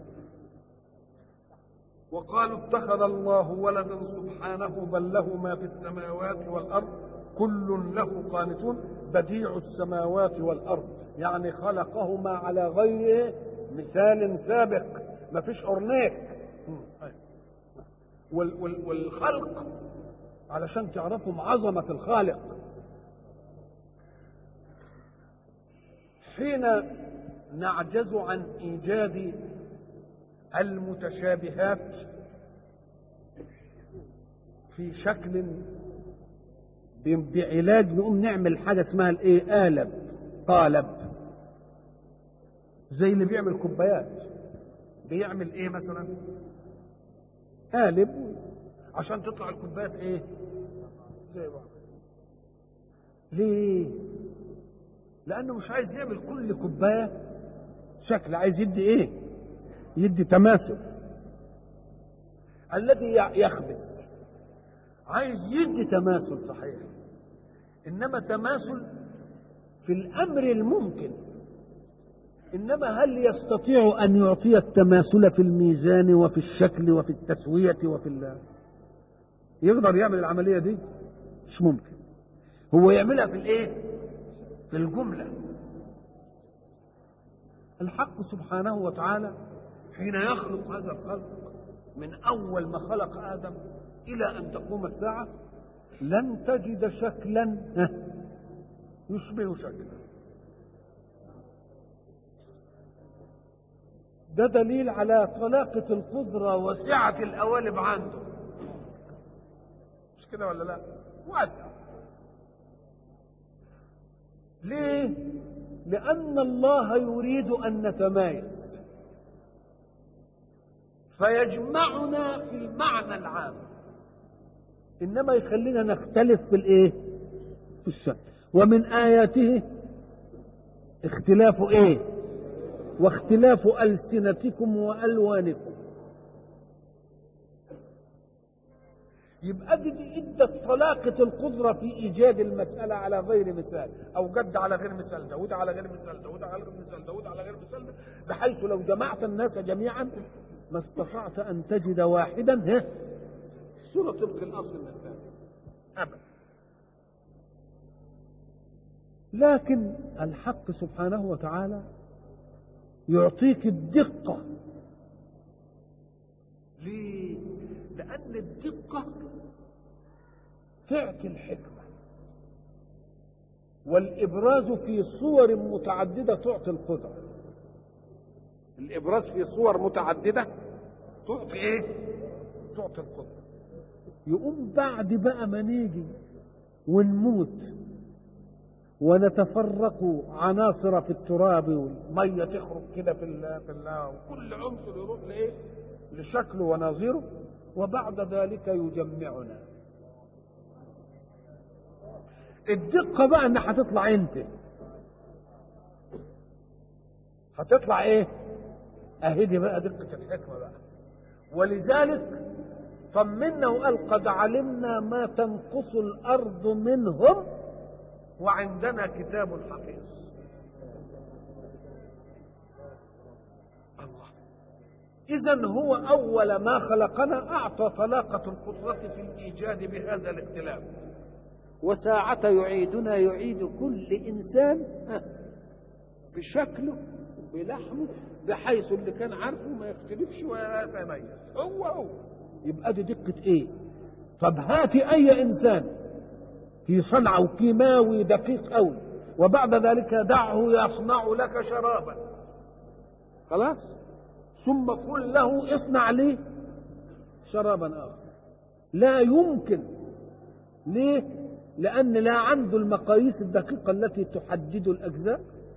وقالوا اتخذ الله ولدا سبحانه بل له ما في السماوات والأرض كل له قانتون بديع السماوات والأرض يعني خلقهما على غير مثال سابق ما فيش أرنيك. والخلق علشان تعرفوا عظمة الخالق حين نعجز عن إيجاد المتشابهات في شكل بعلاج نقوم نعمل حاجة اسمها الايه؟ قالب. قالب زي اللي بيعمل كوبايات بيعمل ايه مثلا؟ قالب عشان تطلع الكوبايات ايه؟ زي بعض. ليه؟ لأنه مش عايز يعمل كل كوباية شكل، عايز يدي ايه؟ يدي تماثل. الذي يخبث عايز يدي تماثل صحيح، انما تماثل في الامر الممكن، انما هل يستطيع ان يعطي التماثل في الميزان وفي الشكل وفي التسوية وفي الله؟ يقدر يعمل العملية دي؟ مش ممكن. هو يعملها في الايه؟ في الجملة. الحق سبحانه وتعالى حين يخلق هذا الخلق من أول ما خلق آدم إلى أن تقوم الساعة لن تجد شكلا يشبه شكله. ده دليل على طلاقة القدرة وسعة القوالب عنده، مش كده ولا لا؟ واسع. ليه؟ لأن الله يريد أن نتمايز فيجمعنا في المعنى العام، إنما يخلينا نختلف في الإيه؟ في الشكل. ومن آياته اختلاف إيه؟ واختلاف ألسنتكم وألوانكم. يبقى دي ادت طلاقة القدرة في إيجاد المسألة على غير مثال، أو جد على غير مثال، داود على غير مثال، داود على غير مثال، داود على غير مثال، بحيث لو جمعت الناس جميعا ما استطعت أن تجد واحدا ها صورة طبق الأصل من الثاني أبدا. لكن الحق سبحانه وتعالى يعطيك الدقة. ليه؟ لأن الدقة تعطي الحكمة، والإبراز في صور متعددة تعطي القدرة. الإبراز في صور متعددة تعطي إيه؟ تعطي القدرة. يقوم بعد بقى ما نيجي ونموت ونتفرق عناصر في التراب والمية تخرج كده في ال في ال وكل عنصر يروح لإيه؟ لشكله ونظيره، وبعد ذلك يجمعنا. الدقة بقى ان هتطلع انت، هتطلع ايه؟ اهي دي بقى دقة الحكمة بقى. ولذلك طمنا وقال قد علمنا ما تنقص الارض منهم وعندنا كتاب حفيظ. الله. إذن هو أول ما خلقنا أعطى طلاقة القدرة في الإيجاد بهذا الاختلاف، وساعة يعيدنا يعيد كل إنسان بشكله بلحمه بحيث اللي كان عارفه ما يختلفش ولا يتميز، هو هو. يبقى دي دقة إيه؟ طب هاتي أي إنسان في صنعه كيماوي دقيق أوي وبعد ذلك دعه يصنع لك شرابا، خلاص، ثم قل له اصنع لي شرابا آخر، لا يمكن. ليه؟ لأن لا عنده المقاييس الدقيقة التي تحدد الأجزاء،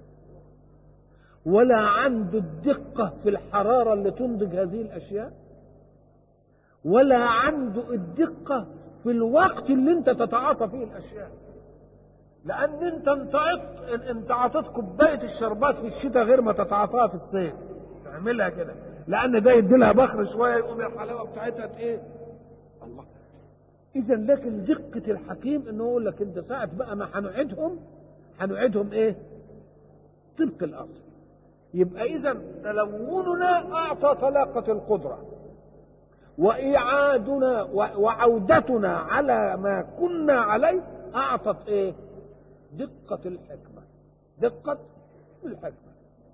ولا عنده الدقة في الحرارة اللي تنضج هذه الأشياء، ولا عنده الدقة في الوقت اللي انت تتعاطى فيه الأشياء. لأن انت انت انت عطيت كوباية الشربات في الشتاء غير ما تتعاطاها في الصيف، تعملها كده، لأن ده يدي لها بخر شوية يقوم الحلاوة بتاعتها ايه؟ الله. إذا لكن دقة الحكيم إنه يقول لك أنت ساعة بقى ما هنعيدهم هنعيدهم إيه؟ طبق الأصل. يبقى إذا تلوننا أعطى طلاقة القدرة، وإعادنا وعودتنا على ما كنا عليه أعطت إيه؟ دقة الحكمة. دقة الحكمة.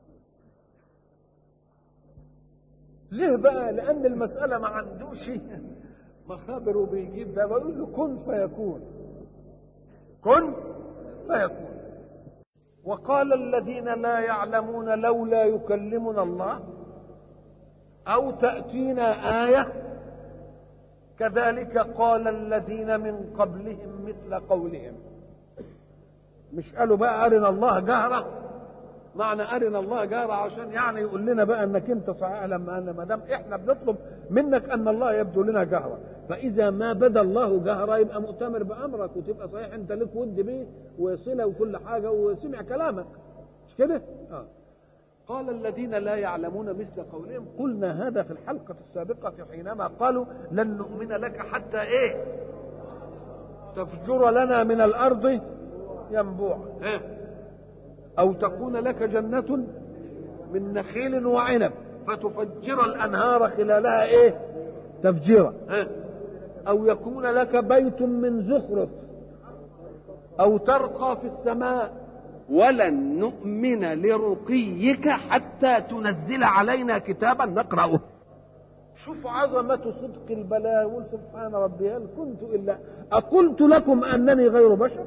ليه بقى؟ لأن المسألة ما عندوش مخابر وبيجيب ده، بقول له كن فيكون، كن فيكون. وقال الذين لا يعلمون لولا يكلمنا الله أو تأتينا آية كذلك قال الذين من قبلهم مثل قولهم. مش قالوا بقى أرنا الله جهرة؟ معنى أرنا الله جهرة عشان يعني يقول لنا بقى أنك أنت صحيح، لما أن ما دام إحنا بنطلب منك أن الله يبدو لنا جهرة، فإذا ما بدا الله جهرة يبقى مؤتمر بأمرك وتبقى صحيح أنت لك ود بيه وصلة وكل حاجة وسمع كلامك، مش كده؟ آه. قال الذين لا يعلمون مثل قولهم. قلنا هذا في الحلقة السابقة حينما قالوا لن نؤمن لك حتى إيه؟ تفجر لنا من الأرض ينبوعا، أو تكون لك جنة من نخيل وعنب فتفجر الأنهار خلالها إيه؟ تفجيرا، أو يكون لك بيت من زخرف أو ترقى في السماء ولن نؤمن لرقيك حتى تنزل علينا كتابا نقرأه. شوف عظمة صدق البلاء. يقول سبحان ربي هل كنت إلا أقلت لكم أنني غير بشر.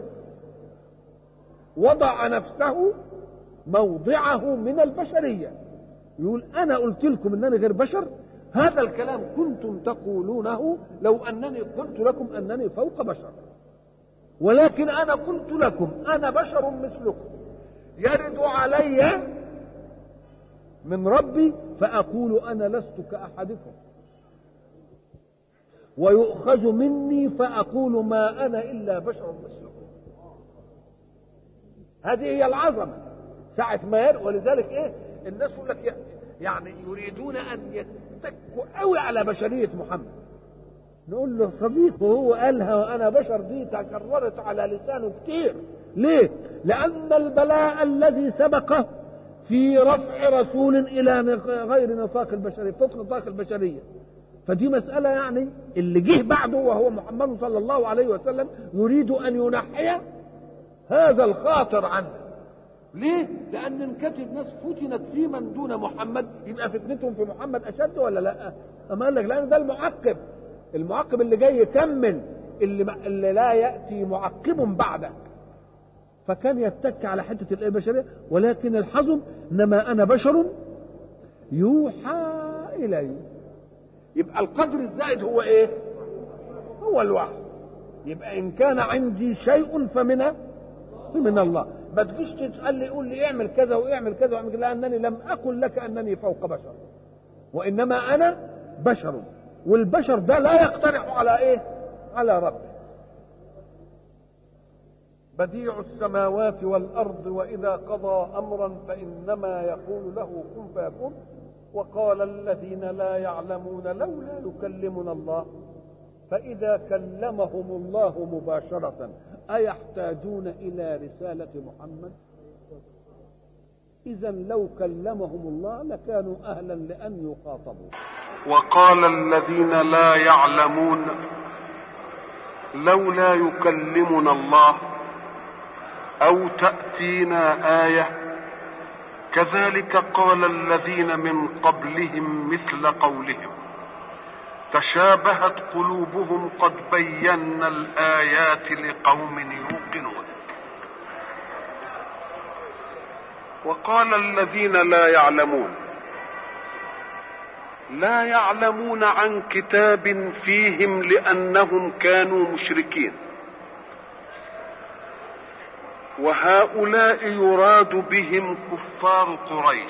وضع نفسه موضعه من البشرية، يقول أنا قلت لكم أنني غير بشر. هذا الكلام كنتم تقولونه لو أنني قلت لكم أنني فوق بشر، ولكن أنا قلت لكم أنا بشر مثلكم يرد علي من ربي فأقول أنا لست كأحدكم، ويؤخذ مني فأقول ما أنا إلا بشر مثلكم. هذه هي العظمة ساعة ما يرد. ولذلك إيه الناس يقول لك يعني يريدون أن يتكوا قوي على بشرية محمد. نقول له صديق وهو قالها وأنا بشر دي تكررت على لسانه كتير. ليه؟ لأن البلاء الذي سبقه في رفع رسول إلى غير نطاق البشرية، فوق نطاق البشرية، فدي مسألة يعني اللي جه بعده وهو محمد صلى الله عليه وسلم يريد أن ينحي هذا الخاطر عنه. ليه؟ لأن إن كانت الناس فتنت في من دون محمد يبقى فتنتهم في محمد أشد ولا لا؟ أما قال لك لأن ده المعقب، المعقب اللي جاي يكمل اللي, اللي لا يأتي معقب بعده. فكان يتك على حتة البشرية، ولكن الحظم إنما أنا بشر يوحى إلي. يبقى القدر الزائد هو إيه؟ هو الوحي. يبقى إن كان عندي شيء فمن من الله. ما تجيش تسأل لي يقول لي اعمل كذا واعمل كذا واعمل كذا، لأنني لم أقل لك أنني فوق بشر، وإنما أنا بشر، والبشر ده لا يقترح على إيه؟ على ربه. بديع السماوات والأرض وإذا قضى أمرا فإنما يقول له كن فيكون. وقال الذين لا يعلمون لولا يكلمنا الله، فإذا كلمهم الله مباشرة أيحتاجون إلى رسالة محمد؟ إذا لو كلمهم الله لكانوا أهلا لأن يخاطبوا. وقال الذين لا يعلمون لولا يكلمنا الله أو تأتينا آية، كذلك قال الذين من قبلهم مثل قولهم تشابهت قلوبهم قد بينا الآيات لقوم يوقنون. وقال الذين لا يعلمون لا يعلمون عن كتاب فيهم لأنهم كانوا مشركين، وهؤلاء يراد بهم كفار قريش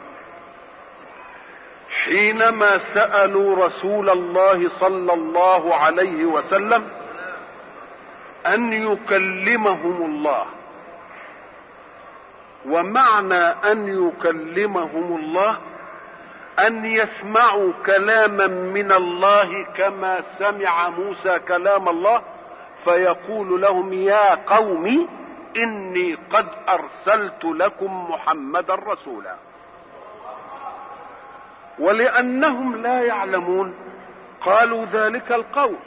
حينما سألوا رسول الله صلى الله عليه وسلم أن يكلمهم الله. ومعنى أن يكلمهم الله أن يسمعوا كلاما من الله كما سمع موسى كلام الله، فيقول لهم يا قوم إني قد أرسلت لكم محمدا رسولا. ولأنهم لا يعلمون قالوا ذلك القول،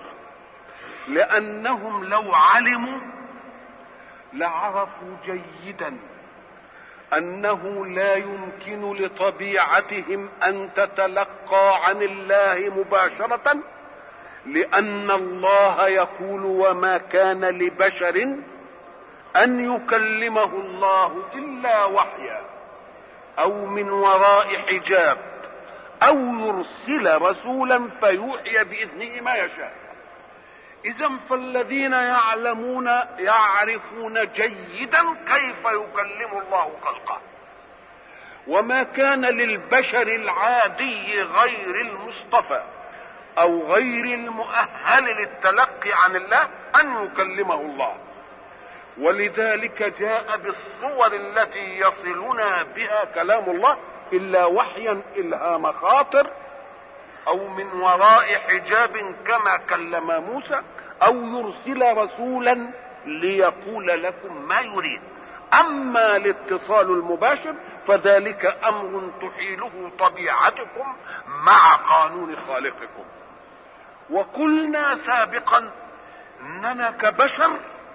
لأنهم لو علموا لعرفوا جيدا أنه لا يمكن لطبيعتهم أن تتلقى عن الله مباشرة، لأن الله يقول وما كان لبشر أن يكلمه الله إلا وحيا أو من وراء حجاب أو يرسل رسولا فيوحي بإذنه ما يشاء. إذا فالذين يعلمون يعرفون جيدا كيف يكلم الله خلقه، وما كان للبشر العادي غير المصطفى أو غير المؤهل للتلقي عن الله أن يكلمه الله. ولذلك جاء بالصور التي يصلنا بها كلام الله إلا وحيا إلهام خاطر أو من وراء حجاب كما كلم موسى أو يرسل رسولا ليقول لكم ما يريد. أما الاتصال المباشر فذلك أمر تحيله طبيعتكم مع قانون خالقكم. وقلنا سابقا أننا كبشر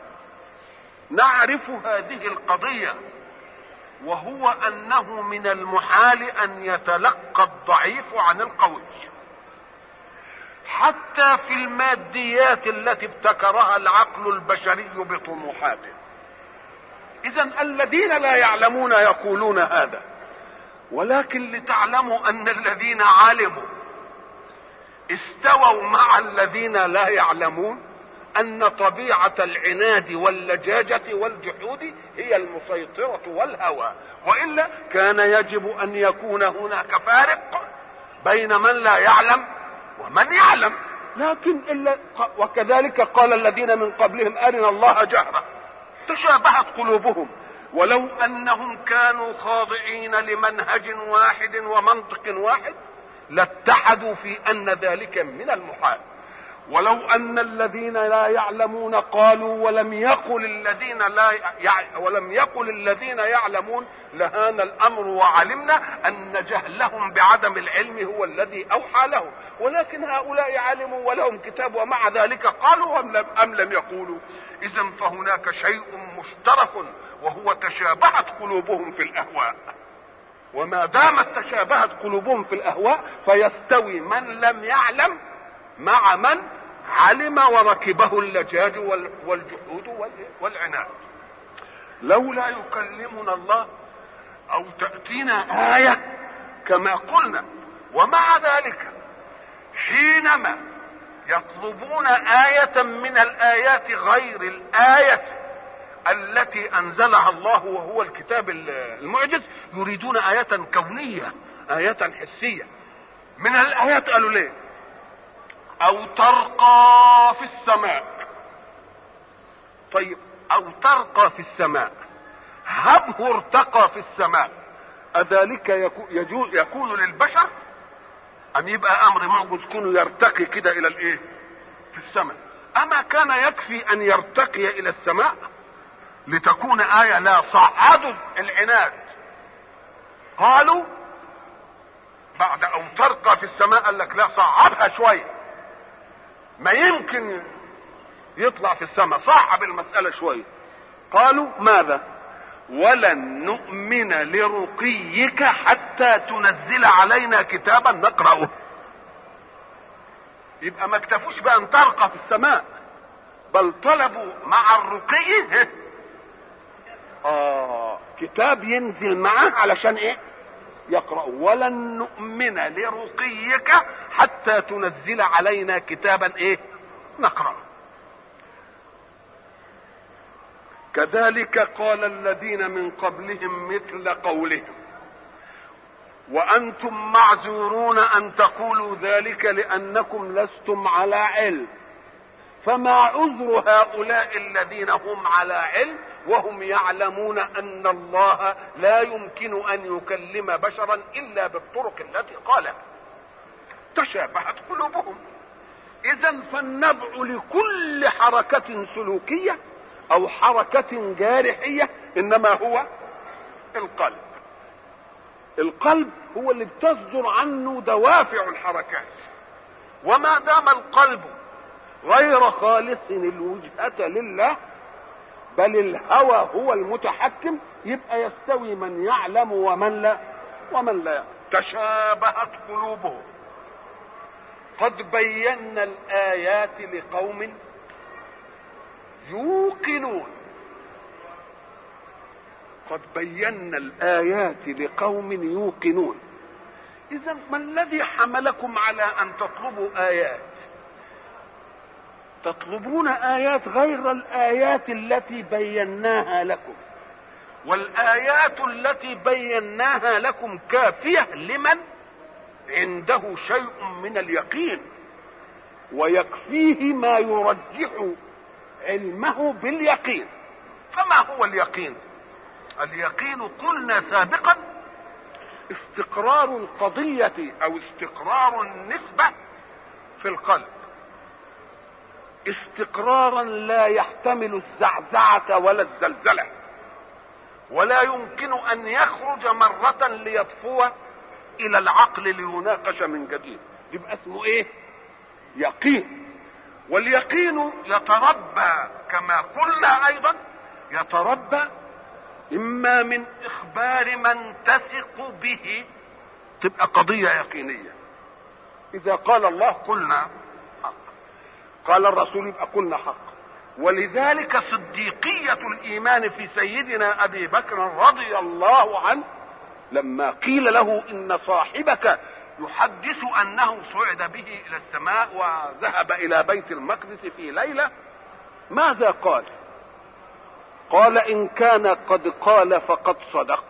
نعرف هذه القضية، وهو أنه من المحال أن يتلقى الضعيف عن القوي حتى في الماديات التي ابتكرها العقل البشري بطموحاته. إذن الذين لا يعلمون يقولون هذا، ولكن لتعلموا أن الذين علموا استووا مع الذين لا يعلمون أن طبيعة العناد واللجاجة والجحود هي المسيطرة والهوى، وإلا كان يجب أن يكون هناك فارق بين من لا يعلم ومن يعلم. لكن إلا وكذلك قال الذين من قبلهم أرنا الله جهرة تشابهت قلوبهم، ولو أنهم كانوا خاضعين لمنهج واحد ومنطق واحد لاتحدوا في أن ذلك من المحال. ولو أن الذين لا يعلمون قالوا ولم يقل الذين لا يع... ولم يقل الذين يعلمون لهان الأمر وعلمنا أن جهلهم بعدم العلم هو الذي أوحى لهم، ولكن هؤلاء علموا ولهم كتاب ومع ذلك قالوا أم لم, أم لم يقولوا. إذن فهناك شيء مشترك وهو تشابهت قلوبهم في الأهواء، وما دامت تشابهت قلوبهم في الأهواء فيستوي من لم يعلم مع من علم وركبه اللجاج والجحود والعناد. لولا يكلمنا الله او تأتينا آية كما قلنا. ومع ذلك حينما يطلبون آية من الآيات غير الآية التي أنزلها الله وهو الكتاب المعجز يريدون آية كونية، آية حسية. من الآيات قالوا ليه؟ او ترقى في السماء. طيب او ترقى في السماء، هبه ارتقى في السماء، اذلك يكون, يكون للبشر ام يبقى امر معجز كونه يرتقي كده الى الايه في السماء؟ اما كان يكفي ان يرتقي الى السماء لتكون آية؟ لا، صعدوا العناد. قالوا بعد او ترقى في السماء قال لك لا، صعبها شويه، ما يمكن يطلع في السماء، صعب المسألة شوية. قالوا ماذا؟ ولن نؤمن لرقيك حتى تنزل علينا كتابا نقرأه. يبقى ما اكتفوش بأن ترقى في السماء، بل طلبوا مع الرقي آه كتاب ينزل معه علشان ايه؟ يقرأ. ولن نؤمن لرقيك حتى تنزل علينا كتابا ايه؟ نقرأ. كذلك قال الذين من قبلهم مثل قولهم وأنتم معذورون أن تقولوا ذلك لأنكم لستم على علم. فما عذر هؤلاء الذين هم على علم وهم يعلمون أن الله لا يمكن أن يكلم بشرا إلا بالطرق التي قالها؟ تشابهت قلوبهم. إذن فالنبع لكل حركة سلوكية أو حركة جارحية إنما هو القلب. القلب هو اللي بتصدر عنه دوافع الحركات، وما دام القلب غير خالص الوجهة لله بل الهوى هو المتحكم، يبقى يستوي من يعلم ومن لا ومن لا. تشابهت قلوبهم. قد بينا الآيات لقوم يوقنون. قد بينا الآيات لقوم يوقنون. إذن ما الذي حملكم على أن تطلبوا آيات؟ تطلبون آيات غير الآيات التي بيناها لكم، والآيات التي بيناها لكم كافية لمن عنده شيء من اليقين، ويكفيه ما يرجح علمه باليقين. فما هو اليقين؟ اليقين قلنا سابقا استقرار القضية او استقرار النسبة في القلب، استقرارا لا يحتمل الزعزعة ولا الزلزلة، ولا يمكن ان يخرج مرة ليطفو الى العقل ليناقش من جديد. يبقى اسمه ايه؟ يقين. واليقين يتربى كما قلنا ايضا، يتربى اما من اخبار من تثق به تبقى قضية يقينية. اذا قال الله قلنا حق، قال الرسول يبقى قلنا حق. ولذلك صديقية الايمان في سيدنا ابي بكر رضي الله عنه لما قيل له ان صاحبك يحدث انه صعد به الى السماء وذهب الى بيت المقدس في ليلة، ماذا قال؟ قال إن كان قد قال فقد صدق.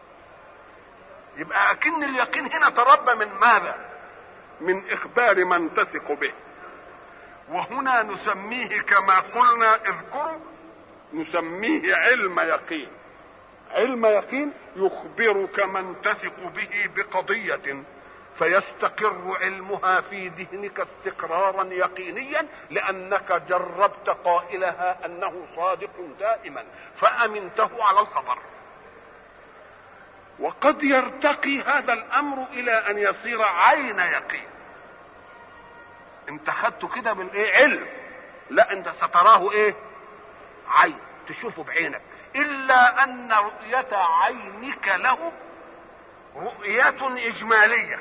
يبقى أكن اليقين هنا تربى من ماذا؟ من إخبار من تثق به. وهنا نسميه كما قلنا اذكروا، نسميه علم يقين. علم يقين يخبرك من تثق به بقضية فيستقر علمها في ذهنك استقرارا يقينيا، لأنك جربت قائلها أنه صادق دائما فأمنته على الخبر. وقد يرتقي هذا الأمر إلى أن يصير عين يقين. انت خدته كده بالايه؟ علم. لا، انت ستراه ايه؟ عين، تشوفه بعينك. إلا أن رؤية عينك له رؤية إجمالية،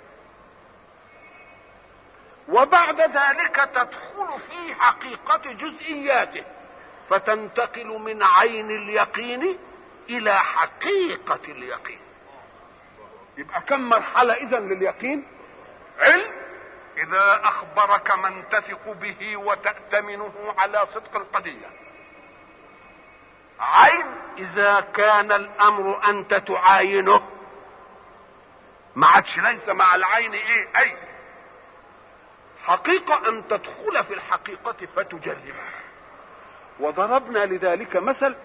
وبعد ذلك تدخل في حقيقة جزئياته فتنتقل من عين اليقين إلى حقيقة اليقين. يبقى كم مرحلة إذن لليقين؟ علم إذا أخبرك من تثق به وتأتمنه على صدق القضية. عين إذا كان الأمر أنت تعاينه، ما عادش ليس مع العين إيه؟ أي حقيقة أن تدخل في الحقيقة فتجربها. وضربنا لذلك مثل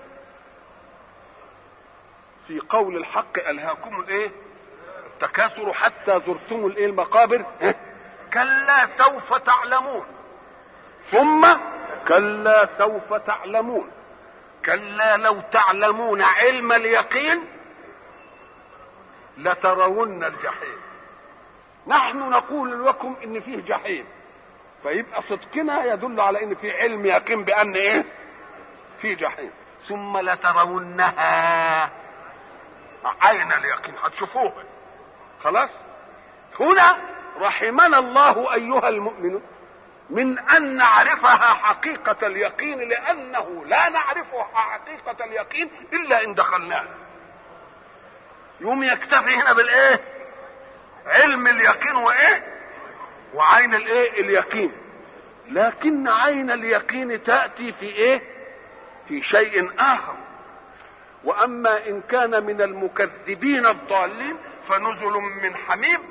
في قول الحق ألهاكم الإيه؟ التكاثر حتى زرتم الإيه؟ المقابر. كلا سوف تعلمون ثم كلا سوف تعلمون. كلا لو تعلمون علم اليقين لترون الجحيم. نحن نقول لكم ان فيه جحيم، فيبقى صدقنا يدل على ان في علم يقين بان ايه؟ في جحيم. ثم لترونها عين اليقين، هتشوفوه. خلاص، هنا رحمنا الله ايها المؤمنون من ان نعرفها حقيقة اليقين، لانه لا نعرفها حقيقة اليقين الا ان دخلناه. يوم يكتفي هنا بالايه؟ علم اليقين وايه؟ وعين الايه؟ اليقين. لكن عين اليقين تأتي في ايه؟ في شيء اخر. واما ان كان من المكذبين الضالين فنزل من حميم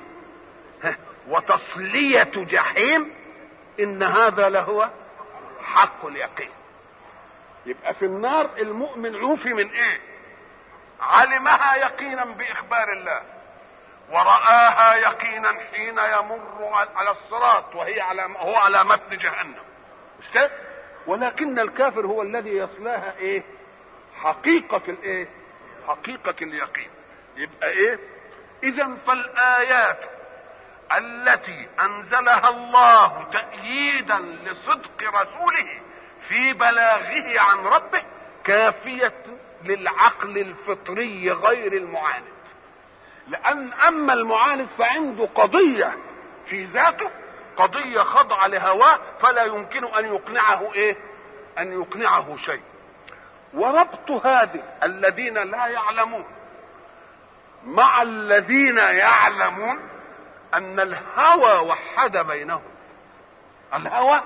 وتصلية جحيم، ان هذا لهو حق اليقين. يبقى في النار المؤمن عوفي من ايه؟ علمها يقينا باخبار الله، ورآها يقينا حين يمر على الصراط وهي على هو على متن جهنم. ولكن الكافر هو الذي يصلاها ايه؟ حقيقة الايه؟ حقيقة اليقين. يبقى ايه؟ اذا فالآيات التي انزلها الله تأييدا لصدق رسوله في بلاغه عن ربه كافية للعقل الفطري غير المعاند. لأن أما المعاند فعنده قضية في ذاته، قضية خضعة لهواه، فلا يمكن أن يقنعه إيه؟ أن يقنعه شيء. وربط هذه الذين لا يعلمون مع الذين يعلمون أن الهوى وحد بينهم. الهوى،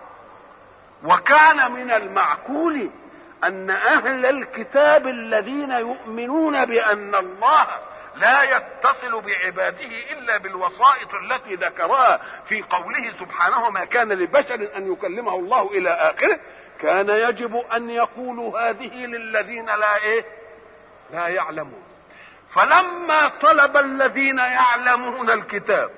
وكان من المعقول أن أهل الكتاب الذين يؤمنون بأن الله لا يتصل بعباده إلا بالوسائط التي ذكرها في قوله سبحانه ما كان لبشر أن يكلمه الله إلى آخره، كان يجب أن يقولوا هذه للذين لا إيه؟ لا يعلمون. فلما طلب الذين يعلمون الكتاب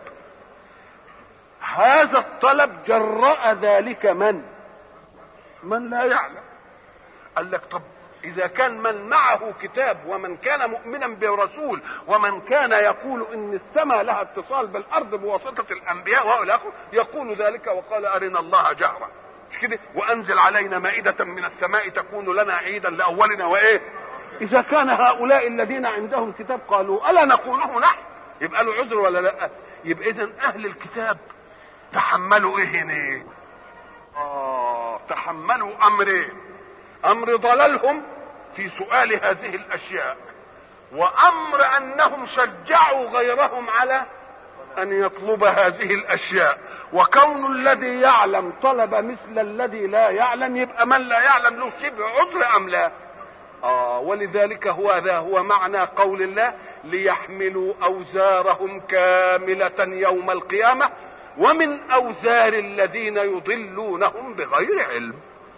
هذا الطلب جرأ ذلك من؟ من لا يعلم. قال لك طب إذا كان من معه كتاب ومن كان مؤمنا برسول ومن كان يقول إن السماء لها اتصال بالأرض بواسطة الأنبياء وإلى آخره يقول ذلك وقال أرنا الله جهرا، مش كده؟ وأنزل علينا مائدة من السماء تكون لنا عيدا لأولنا وإيه؟ إذا كان هؤلاء الذين عندهم كتاب قالوا ألا نقوله نحن، يبقى له عذر ولا لا؟ يبقى إذن أهل الكتاب تحملوا إيه هنا؟ آه تحملوا أمرين: امر ضلالهم في سؤال هذه الاشياء، وامر انهم شجعوا غيرهم على ان يطلب هذه الاشياء. وكون الذي يعلم طلب مثل الذي لا يعلم، يبقى من لا يعلم له شبه عذر ام لا؟ اه ولذلك هو ذا هو معنى قول الله ليحملوا اوزارهم كاملة يوم القيامة ومن اوزار الذين يضلونهم بغير علم.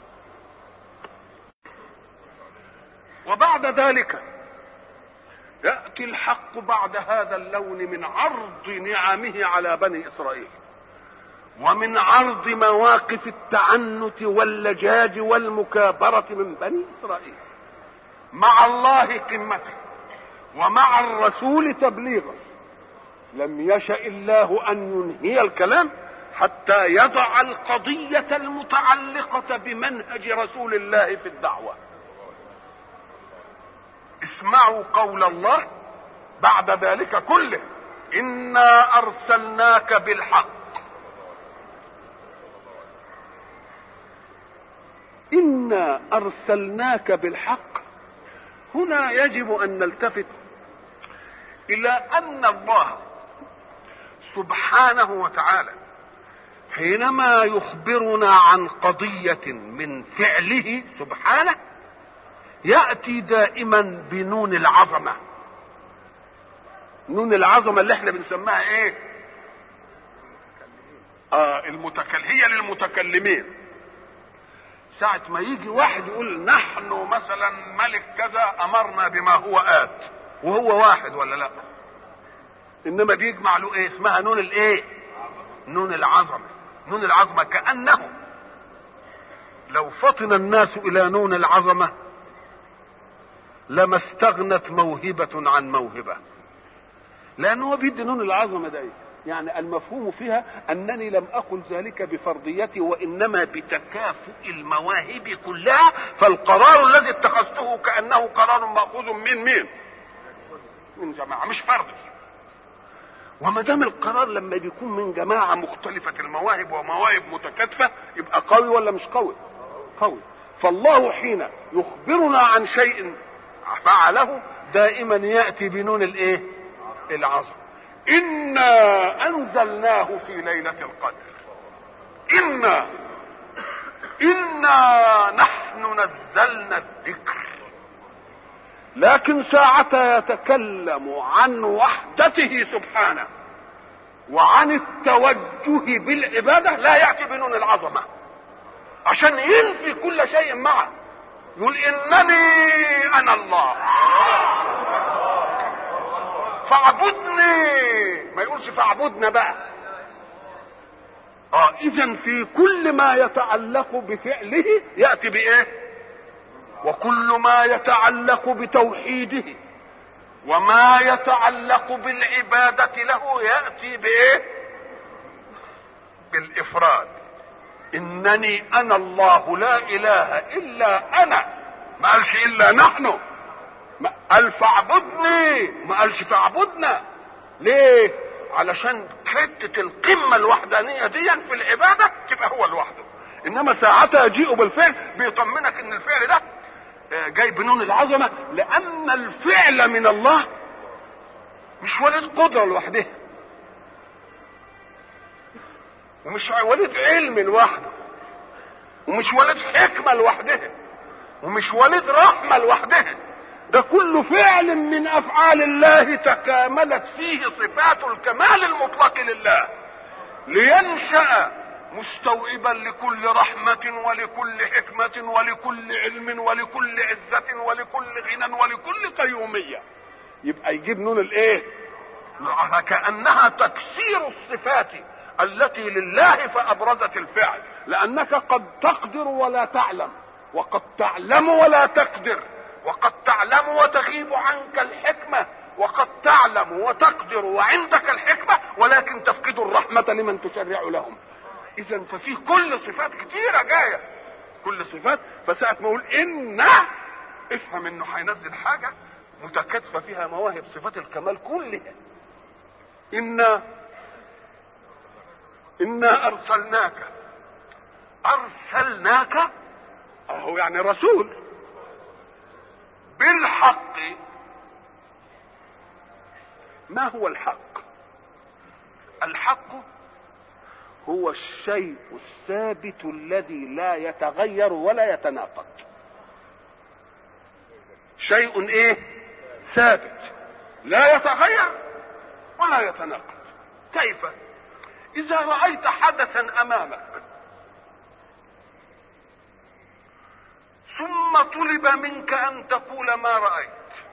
وبعد ذلك يأتي الحق بعد هذا اللون من عرض نعمه على بني إسرائيل ومن عرض مواقف التعنت واللجاج والمكابرة من بني إسرائيل مع الله قمته ومع الرسول تبليغه. لم يشأ الله أن ينهي الكلام حتى يضع القضية المتعلقة بمنهج رسول الله في الدعوة. اسمعوا قول الله بعد ذلك كله: إنا أرسلناك بالحق. إنا أرسلناك بالحق. هنا يجب أن نلتفت إلى أن الله سبحانه وتعالى حينما يخبرنا عن قضية من فعله سبحانه يأتي دائما بنون العظمة. نون العظمة اللي احنا بنسميها ايه؟ آه المتكلم، هي للمتكلمين. ساعة ما يجي واحد يقول نحن مثلا ملك كذا أمرنا بما هو آت، وهو واحد ولا لا؟ إنما بيجمع له ايه؟ اسمها نون الايه؟ نون العظمة. نون العظمة كأنه لو فطن الناس إلى نون العظمة لما استغنت موهبة عن موهبة، لأنه بيدي نون العظمة ده يعني المفهوم فيها أنني لم أقل ذلك بفرضيتي وإنما بتكافؤ المواهب كلها، فالقرار الذي اتخذته كأنه قرار مأخوذ من مين؟ من جماعة، مش فردي. وما دام القرار لما بيكون من جماعة مختلفة المواهب ومواهب متكاتفة يبقى قوي ولا مش قوي؟ قوي. فالله حين يخبرنا عن شيء فعله دائما يأتي بنون الايه؟ العظم. إنا أنزلناه في ليلة القدر. إنا إنا نحن نزلنا الذكر. لكن ساعة يتكلم عن وحدته سبحانه وعن التوجه بالعبادة لا يأتي بنون العظمة عشان ينفي كل شيء معه. يقول إنني أنا الله فاعبدني، ما يقولش فاعبدنا بقى. اه اذا في كل ما يتعلق بفعله يأتي بإيه؟ وكل ما يتعلق بتوحيده وما يتعلق بالعبادة له يأتي بإيه؟ بالإفراد. إنني أنا الله لا إله إلا أنا، ما قالش إلا نحن. ما قال فاعبدني، ما قالش فاعبدنا. ليه؟ علشان حتة القمة الوحدانية دي في العبادة تبقى هو لوحده. إنما ساعتها يجيء بالفعل بيطمنك إن الفعل ده جاي بنون العظمة، لأن الفعل من الله مش ولد قدرة لوحده ومش ولد علم لوحده ومش ولد حكمة لوحده ومش ولد رحمة لوحده. ده كل فعل من أفعال الله تكاملت فيه صفات الكمال المطلق لله لينشأ مستوعبا لكل رحمة ولكل حكمة ولكل علم ولكل عزة ولكل غنى ولكل قيومية. يبقى يجيب نون الايه؟ كأنها تكسير الصفات التي لله فأبرزت الفعل، لأنك قد تقدر ولا تعلم وقد تعلم ولا تقدر وقد تعلم وتغيب عنك الحكمة وقد تعلم وتقدر وعندك الحكمة ولكن تفقد الرحمة لمن تشرع لهم. إذا ففيه كل صفات كتيرة جاية، كل صفات. فساعة ما أقول إن افهم إنه هينزل حاجة متكاتفة فيها مواهب صفات الكمال كلها. إنا إنا أرسلناك. أرسلناك أهو يعني رسول بالحق. ما هو الحق؟ الحق هو الشيء الثابت الذي لا يتغير ولا يتناقض. شيء ايه؟ ثابت لا يتغير ولا يتناقض. كيف؟ اذا رأيت حدثا امامك ثم طلب منك ان تقول ما رأيت،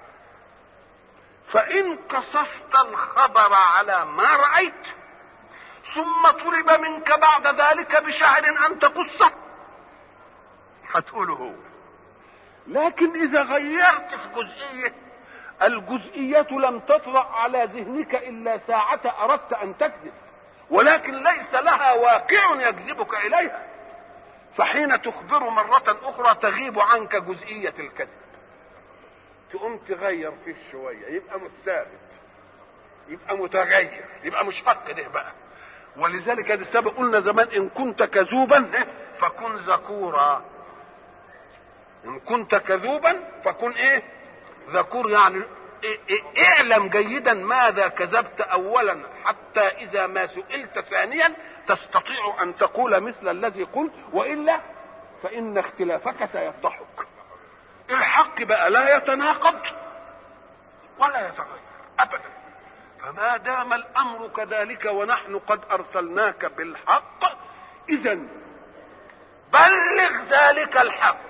فان قصصت الخبر على ما رأيت ثم طلب منك بعد ذلك بشهر ان تقصه هتقوله هو. لكن اذا غيرت في جزئية، الجزئية لم تطرأ على ذهنك الا ساعة اردت ان تكذب، ولكن ليس لها واقع يجذبك اليها، فحين تخبر مرة اخرى تغيب عنك جزئية الكذب، تقوم تغير فيه شوية يبقى مش ثابت، يبقى متغير، يبقى مش حق ده بقى. ولذلك هذا السبب قلنا زمان ان كنت كذوبا فكن ذكورا، ان كنت كذوبا فكن ايه؟ ذكور. يعني إيه إيه اعلم جيدا ماذا كذبت اولا حتى اذا ما سئلت ثانيا تستطيع ان تقول مثل الذي قلت، والا فان اختلافك سيفضحك. الحق بقى لا يتناقض ولا يتغير ابدا. فما دام الامر كذلك ونحن قد ارسلناك بالحق، اذن بلغ ذلك الحق،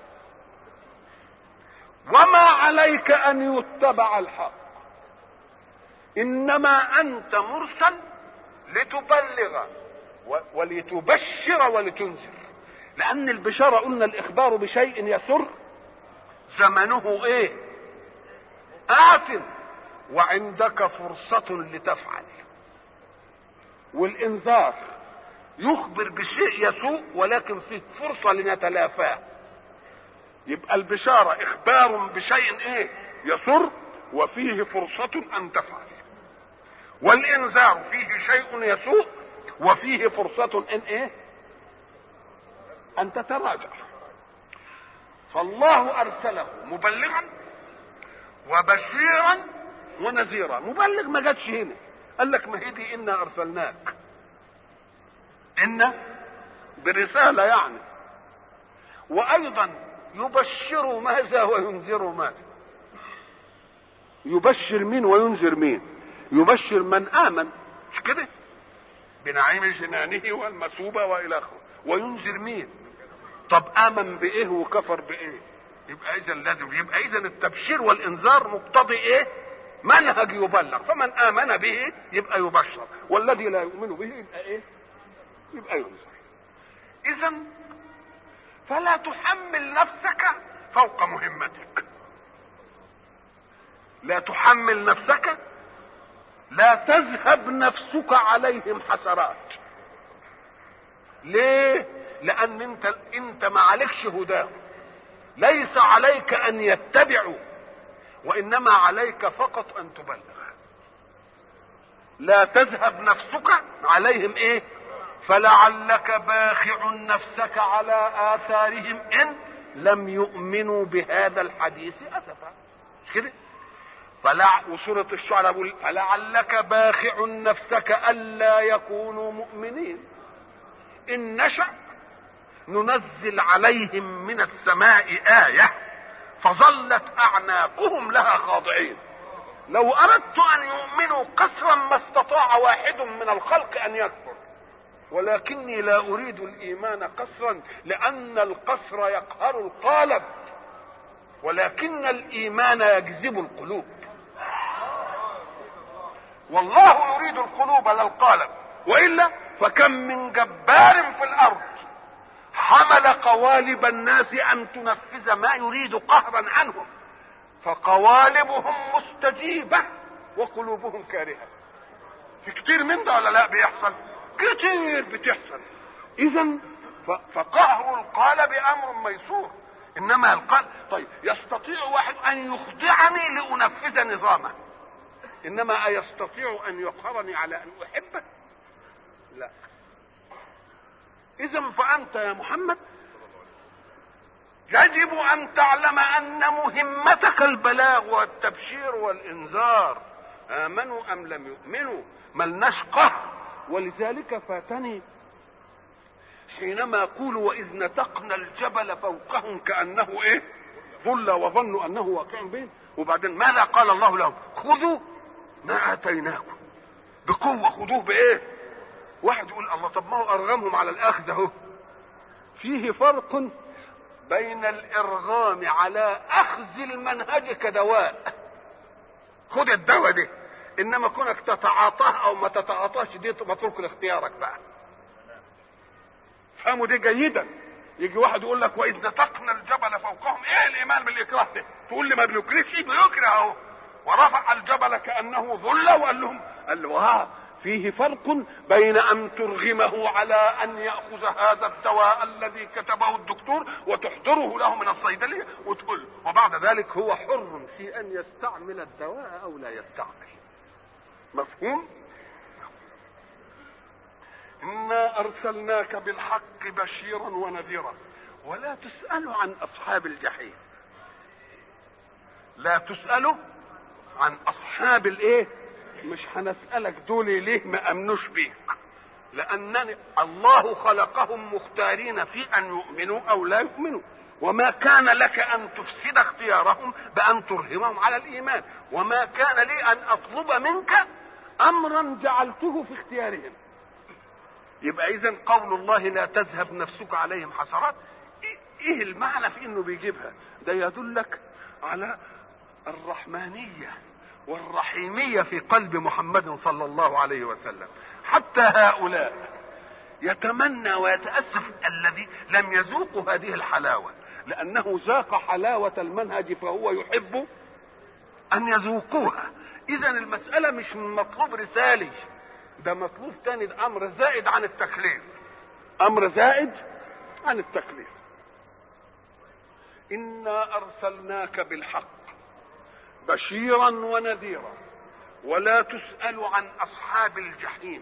وما عليك ان يتبع الحق، انما انت مرسل لتبلغ ولتبشر ولتنذر. لان البشارة قلنا الاخبار بشيء يسر زمنه ايه؟ آت وعندك فرصة لتفعل. والانذار يخبر بشيء يسوء ولكن فيه فرصة لنتلافاه. يبقى البشارة اخبار بشيء ايه؟ يسر وفيه فرصة ان تفعل، والانذار فيه شيء يسوء وفيه فرصة ان ايه؟ ان تتراجع. فالله ارسله مبلغا وبشيرا ونذيرا. مبلغ ما جاتش هنا، قال لك ما هي دي انا ارسلناك، ان برسالة يعني. وايضا يبشر ماذا وينذر ماذا؟ يبشر مين وينذر مين؟ يبشر من آمن، مش كده؟ بنعيم جنانه والمثوبة والى اخره. وينذر مين؟ طب آمن بإيه وكفر بإيه؟ يبقى إذا لازم، يبقى إذا التبشير والإنذار مقتضي إيه؟ منهج يبلغ. فمن آمن به يبقى يبشر، والذي لا يؤمن به يبقى إيه؟ يبقى ينذر. إذا فلا تحمل نفسك فوق مهمتك، لا تحمل نفسك، لا تذهب نفسك عليهم حسرات. ليه؟ لان انت انت ما عليكش هداه، ليس عليك ان يتبعوا، وانما عليك فقط ان تبلغ. لا تذهب نفسك عليهم ايه؟ فلعلك باخع نفسك على آثارهم إن لم يؤمنوا بهذا الحديث أسفا. مش كده؟ فلع... وسورة الشعراء بقول فلعلك باخع نفسك ألا يكونوا مؤمنين إن نشأ ننزل عليهم من السماء آية فظلت أعناقهم لها خاضعين. لو أردت أن يؤمنوا قسرا ما استطاع واحد من الخلق أن يكفر، ولكني لا أريد الإيمان قسرا، لأن القسر يقهر القالب، ولكن الإيمان يجذب القلوب. والله يريد القلوب لا القالب، وإلا فكم من جبار في الأرض حمل قوالب الناس أن تنفذ ما يريد قهرا عنهم، فقوالبهم مستجيبة وقلوبهم كارهة. في كتير من ده ولا لا بيحصل؟ كتير بتحصل. إذن فقهر القالب أمر ميسور، إنما القلب طيب يستطيع واحد أن يخضعني لأنفذ نظامه، إنما أيستطيع أن يقهرني على أن أحبه؟ لا. إذن فأنت يا محمد يجب أن تعلم أن مهمتك البلاغ والتبشير والإنذار. آمنوا أم لم يؤمنوا، ملناش قهر ولذلك فاتني حينما يقول وإذ نتقنا الجبل فوقهم كأنه إيه ظل وظنوا أنه واقع بهم، وبعدين ماذا قال الله لهم؟ خذوا ما آتيناكم بقوة. خذوه بإيه؟ واحد يقول الله طب ما هو أرغمهم على الأخذ أهو. فيه فرق بين الإرغام على أخذ المنهج كدواء، خذ الدواء دي، إنما كونك تتعاطاه أو ما تتعاطاش دي متروك لاختيارك بقى. فهموا دي جيدا. يجي واحد يقول لك وإذ نتقنا الجبل فوقهم، إيه الإيمان بالإكراه ده؟ تقول لي ما بنكرهش، بيكره أهو. ورفع الجبل كأنه ظل وقال لهم، قال له ها فيه فرق بين أن ترغمه على أن يأخذ هذا الدواء الذي كتبه الدكتور وتحضره له من الصيدلية وتقول، وبعد ذلك هو حر في أن يستعمل الدواء أو لا يستعمل. مفهوم؟ إنا أرسلناك بالحق بشيرا ونذيرا ولا تسأل عن أصحاب الجحيم. لا تسأل عن أصحاب الإيه؟ مش هنسألك دول ليه ما أمنوش بيك، لأن الله خلقهم مختارين في أن يؤمنوا أو لا يؤمنوا، وما كان لك أن تفسد اختيارهم بأن ترهمهم على الإيمان، وما كان لي أن أطلب منك أمرا جعلته في اختيارهم. يبقى إذن قول الله لا تذهب نفسك عليهم حسرات، إيه المعنى في إنه بيجيبها؟ ده يدلك على الرحمانية والرحيمية في قلب محمد صلى الله عليه وسلم. حتى هؤلاء يتمنى ويتأسف الذي لم يذوقوا هذه الحلاوة، لأنه ذاق حلاوة المنهج فهو يحب أن يذوقوها. إذن المسألة مش مطلوب رسالي، ده مطلوب تاني، ده أمر زائد عن التكليف، أمر زائد عن التكليف. إنا أرسلناك بالحق بشيرا ونذيرا ولا تسأل عن أصحاب الجحيم.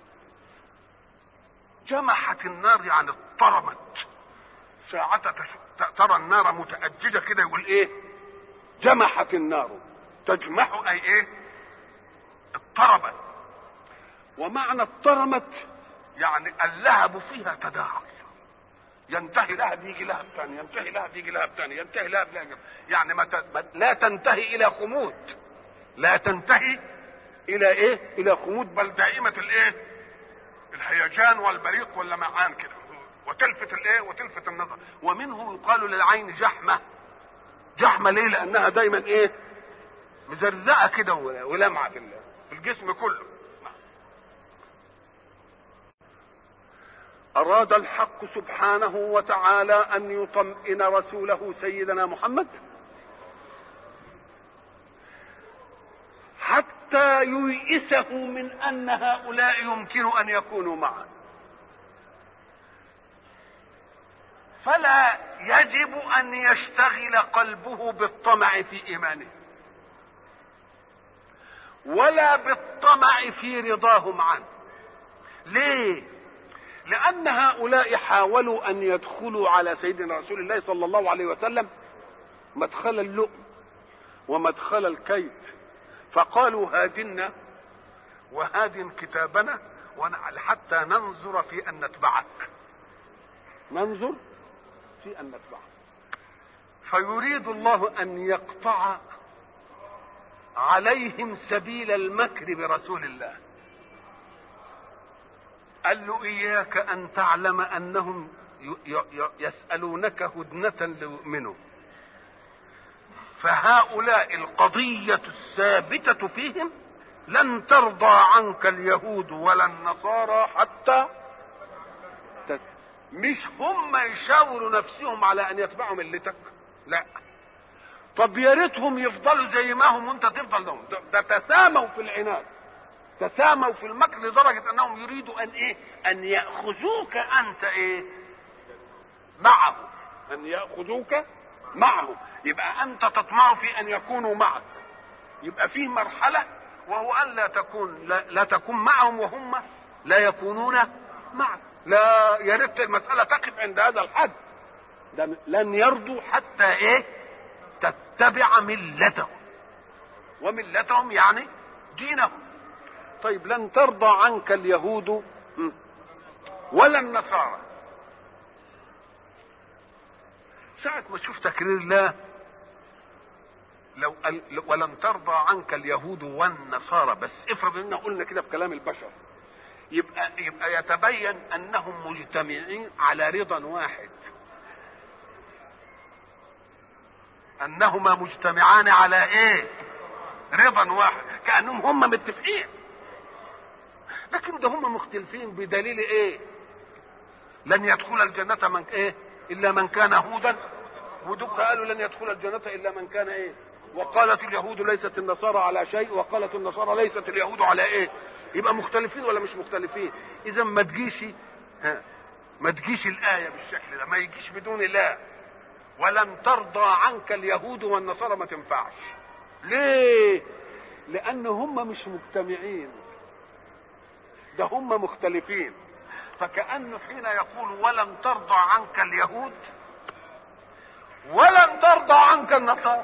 جمحت النار يعني اضطرمت، ساعة ترى النار متأججة كده يقول ايه؟ جمحت النار، تجمح اي ايه؟ اضطربت. ومعنى اضطرمت يعني اللهب فيها تداخل، ينتهي لهب يجي لهب ثاني، ينتهي لهب يجي لهب ثاني، ينتهي لهب لا يجي. يعني ما ت... لا تنتهي الى خمود، لا تنتهي الى ايه؟ الى خمود، بل دائمة الايه؟ الهيجان والبريق واللمعان كده، وتلفت الايه؟ وتلفت النظر. ومنه يقال للعين جحمة. جحمة ليه؟ لانها دايما ايه؟ مزرزقة كده ولمعة في الجسم كله. أراد الحق سبحانه وتعالى أن يطمئن رسوله سيدنا محمد حتى ييئسه من أن هؤلاء يمكن أن يكونوا معه، فلا يجب أن يشتغل قلبه بالطمع في إيمانه ولا بالطمع في رضاهم عنه. ليه؟ لأن هؤلاء حاولوا أن يدخلوا على سيدنا رسول الله صلى الله عليه وسلم مدخل اللؤم ومدخل الكيد، فقالوا هادنا وهادن كتابنا حتى ننظر في أن نتبعك، ننظر في أن نتبعك. فيريد الله أن يقطع عليهم سبيل المكر برسول الله. قال له إياك أن تعلم أنهم يسألونك هدنة ليؤمنوا، فهؤلاء القضية الثابتة فيهم لن ترضى عنك اليهود ولا النصارى حتى تت... مش هم يشاوروا نفسهم على أن يتبعوا ملتك، لا. طب يا ريتهم يفضلوا زي ما هم وانت تفضل لهم. ده تساموا في العناد، تساموا في المكر لدرجة انهم يريدوا ان ايه؟ ان يأخذوك انت ايه؟ معه، ان يأخذوك معه. يبقى انت تطمع في ان يكونوا معك، يبقى فيه مرحلة وهو ان لا تكون لا, لا تكون معهم وهم لا يكونون معك. لا، يا ريت المسألة تقف عند هذا الحد. ده لن يرضوا حتى ايه؟ تتبع ملتهم، وملتهم يعني دينهم. طيب لن ترضى عنك اليهود ولا النصارى. ساعة ما تشوف تكرير الله لو ولن ترضى عنك اليهود والنصارى، بس افرض ان قلنا كده بكلام البشر، يبقى يبقى يتبين انهم مجتمعين على رضا واحد، انهما مجتمعان على ايه؟ رضا واحد، كانهم هم متفقين. لكن ده هم مختلفين بدليل ايه؟ لن يدخل الجنة من ايه؟ الا من كان هودا، ودول قالوا لن يدخل الجنة الا من كان ايه؟ وقالت اليهود ليست النصارى على شيء، وقالت النصارى ليست اليهود على ايه؟ يبقى مختلفين ولا مش مختلفين؟ اذا ما تجيش ها ما تجيش الايه بالشكل ده، ما يجيش بدون لا. ولن ترضى عنك اليهود والنصارى ما تنفعش. ليه؟ لان هم مش مجتمعين، ده هم مختلفين. فكأنه حين يقول ولن ترضى عنك اليهود ولن ترضى عنك النصارى،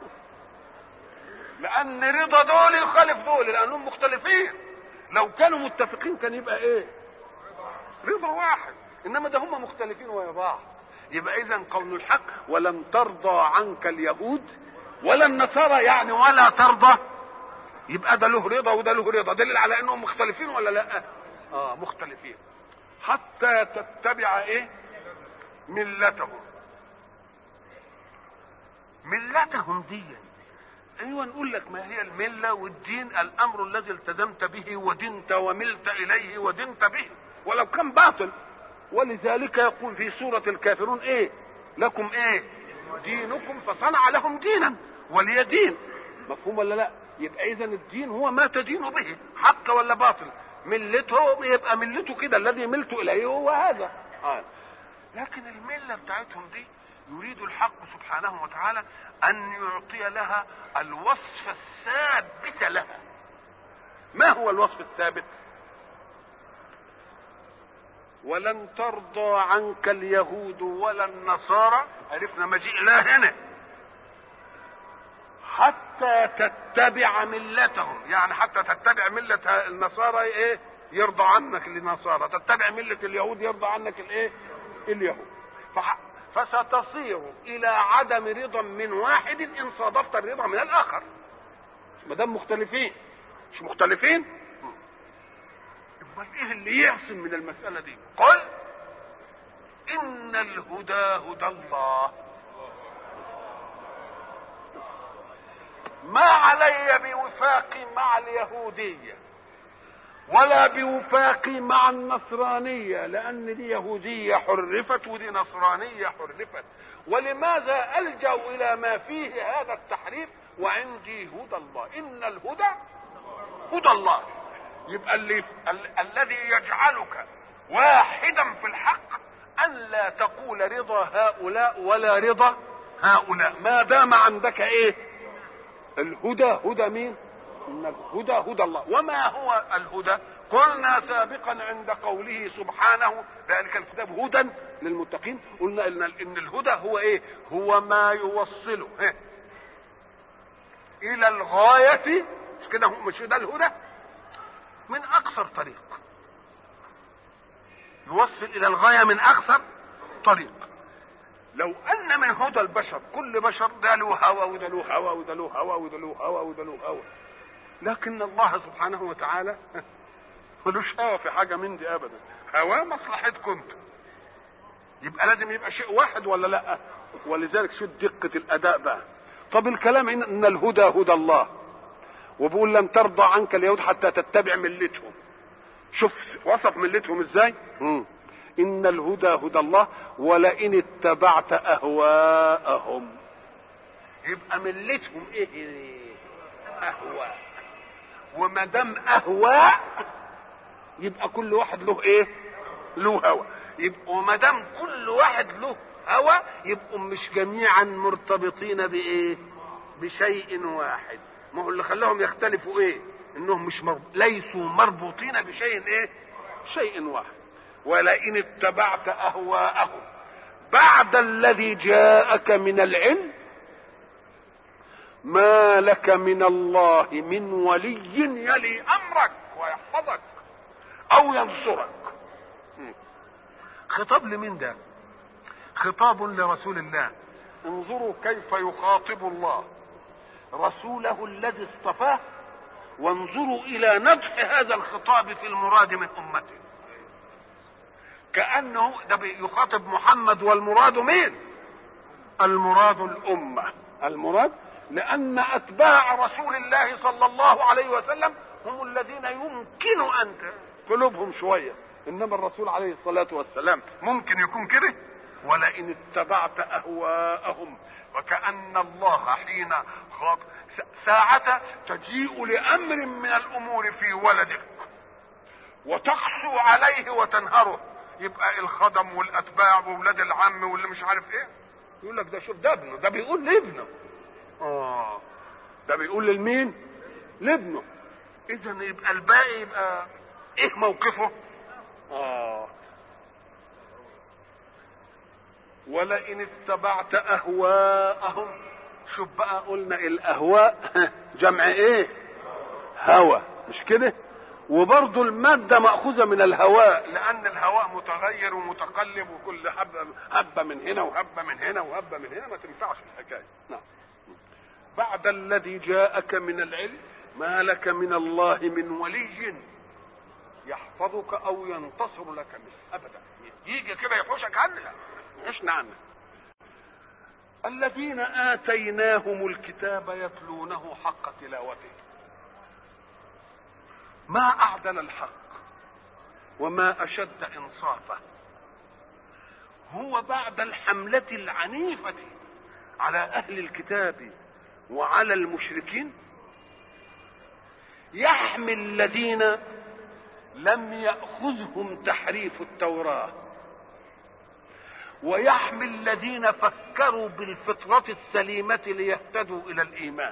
لان رضا دول يخالف دول لانهم مختلفين. لو كانوا متفقين كان يبقى ايه؟ رضا واحد، انما ده هم مختلفين ويا بعض. يبقى اذا قول الحق ولن ترضى عنك اليهود ولا النصارى، يعني ولا ترضى، يبقى ده له رضا وده له رضا، دليل على انهم مختلفين ولا لا؟ اه مختلفين. حتى تتبع ايه؟ ملتهم. ملتهم دي ايوه نقول لك ما هي المله والدين؟ الامر الذي التزمت به ودنت وملت اليه ودنت به ولو كان باطل. ولذلك يقول في سوره الكافرون ايه؟ لكم ايه؟ دينكم، فصنع لهم دينا ولي دين. مفهوم ولا لا؟ يبقى اذا الدين هو ما تدين به، حق ولا باطل. ملته يبقى ملته كده، الذي ملت اليه هو هذا. آه. لكن المله بتاعتهم دي يريد الحق سبحانه وتعالى ان يعطي لها الوصف الثابت لها. ما هو الوصف الثابت؟ ولن ترضى عنك اليهود ولا النصارى، عرفنا مجيء لا هنا، حتى تتبع ملتهم، يعني حتى تتبع ملة النصارى ايه؟ يرضى عنك النصارى، تتبع ملة اليهود يرضى عنك الايه؟ اليهود. فح... فستصير الى عدم رضا من واحد ان صادفت الرضا من الاخر. ما دام مختلفين. مش مختلفين؟ امال ايه اللي يعصم من المساله دي؟ قل ان الهدى هدى الله، ما علي بوفاقي مع اليهوديه ولا بوفاقي مع النصرانيه، لان دي يهوديه حرفت ودي نصرانيه حرفت. ولماذا الجا الى ما فيه هذا التحريف؟ وعندي هدى الله، ان الهدى هدى الله. يبقى اللي ال- الذي يجعلك واحدا في الحق ان لا تقول رضا هؤلاء ولا رضا هؤلاء، ما دام عندك ايه؟ الهدى. هدى مين؟ ان الهدى هدى الله. وما هو الهدى؟ قلنا سابقا عند قوله سبحانه ذلك الكتاب هدى للمتقين، قلنا ان ان الهدى هو ايه؟ هو ما يوصله إيه؟ الى الغايه. مش كده؟ مش ده الهدى؟ من اقصر طريق يوصل الى الغايه من اقصر طريق. لو ان من هدى البشر كل بشر ده له هوى وده له هوى وده له هوى وده له هوى وده له هوى، لكن الله سبحانه وتعالى ملوش هوى في حاجه من دي ابدا. هوى مصلحتكم انتم، يبقى لازم يبقى شيء واحد ولا لا؟ ولذلك شو دقه الاداء بقى. طب الكلام ان الهدى هدى الله، وبقول لن ترضى عنك اليهود حتى تتبع ملتهم. شوف وصف ملتهم ازاي؟ مم. ان الهدى هدى الله ولئن اتبعت اهواءهم. يبقى ملتهم ايه؟ اهواء. وما دام اهواء يبقى كل واحد له ايه؟ له هوى. يبقى وما دام كل واحد له هوى يبقوا مش جميعا مرتبطين بايه؟ بشيء واحد. ما هو اللي خلاهم يختلفوا ايه؟ انهم مش مرب... ليسوا مربوطين بشيء ايه؟ شيء واحد. ولئن اتبعت اهواءهم بعد الذي جاءك من العلم ما لك من الله من ولي يلي امرك ويحفظك او ينصرك. خطاب لمين ده؟ خطاب لرسول الله. انظروا كيف يخاطب الله رسوله الذي اصطفاه، وانظروا الى نضح هذا الخطاب في المراد من امته. كأنه ده يخاطب محمد، والمراد مين؟ المراد الامة. المراد لان اتباع رسول الله صلى الله عليه وسلم هم الذين يمكن ان قلوبهم شوية، انما الرسول عليه الصلاة والسلام ممكن يكون كده. ولئن اتبعت اهواءهم، وكأن الله حين خاطب ساعة تجيء لامر من الامور في ولدك وتقسو عليه وتنهره، يبقى الخدم والاتباع وولاد العم واللي مش عارف ايه يقول لك ده شوف ده ابنه، ده بيقول لابنه. اه ده بيقول للمين؟ لابنه. اذا يبقى الباقي يبقى ايه موقفه؟ اه ولئن اتبعت اهواءهم. شوف بقى قلنا الاهواء جمع ايه؟ هوى، مش كده؟ وبرضه المادة مأخوذة من الهواء، لأن الهواء متغير ومتقلب، وكل حبة هبة من هنا وهبة من هنا وهبة من هنا، ما تنفعش الحكاية. نعم. بعد الذي جاءك من العلم ما لك من الله من ولي يحفظك أو ينتصر لك منه أبدا. يجي كده يحوشك عنها، يحوشنا عنها. الذين آتيناهم الكتاب يتلونه حق تلاوته. ما أعدل الحق وما أشد إنصافه. هو بعد الحملة العنيفة على أهل الكتاب وعلى المشركين يحمي الذين لم يأخذهم تحريف التوراة، ويحمي الذين فكروا بالفطرة السليمة ليهتدوا إلى الإيمان،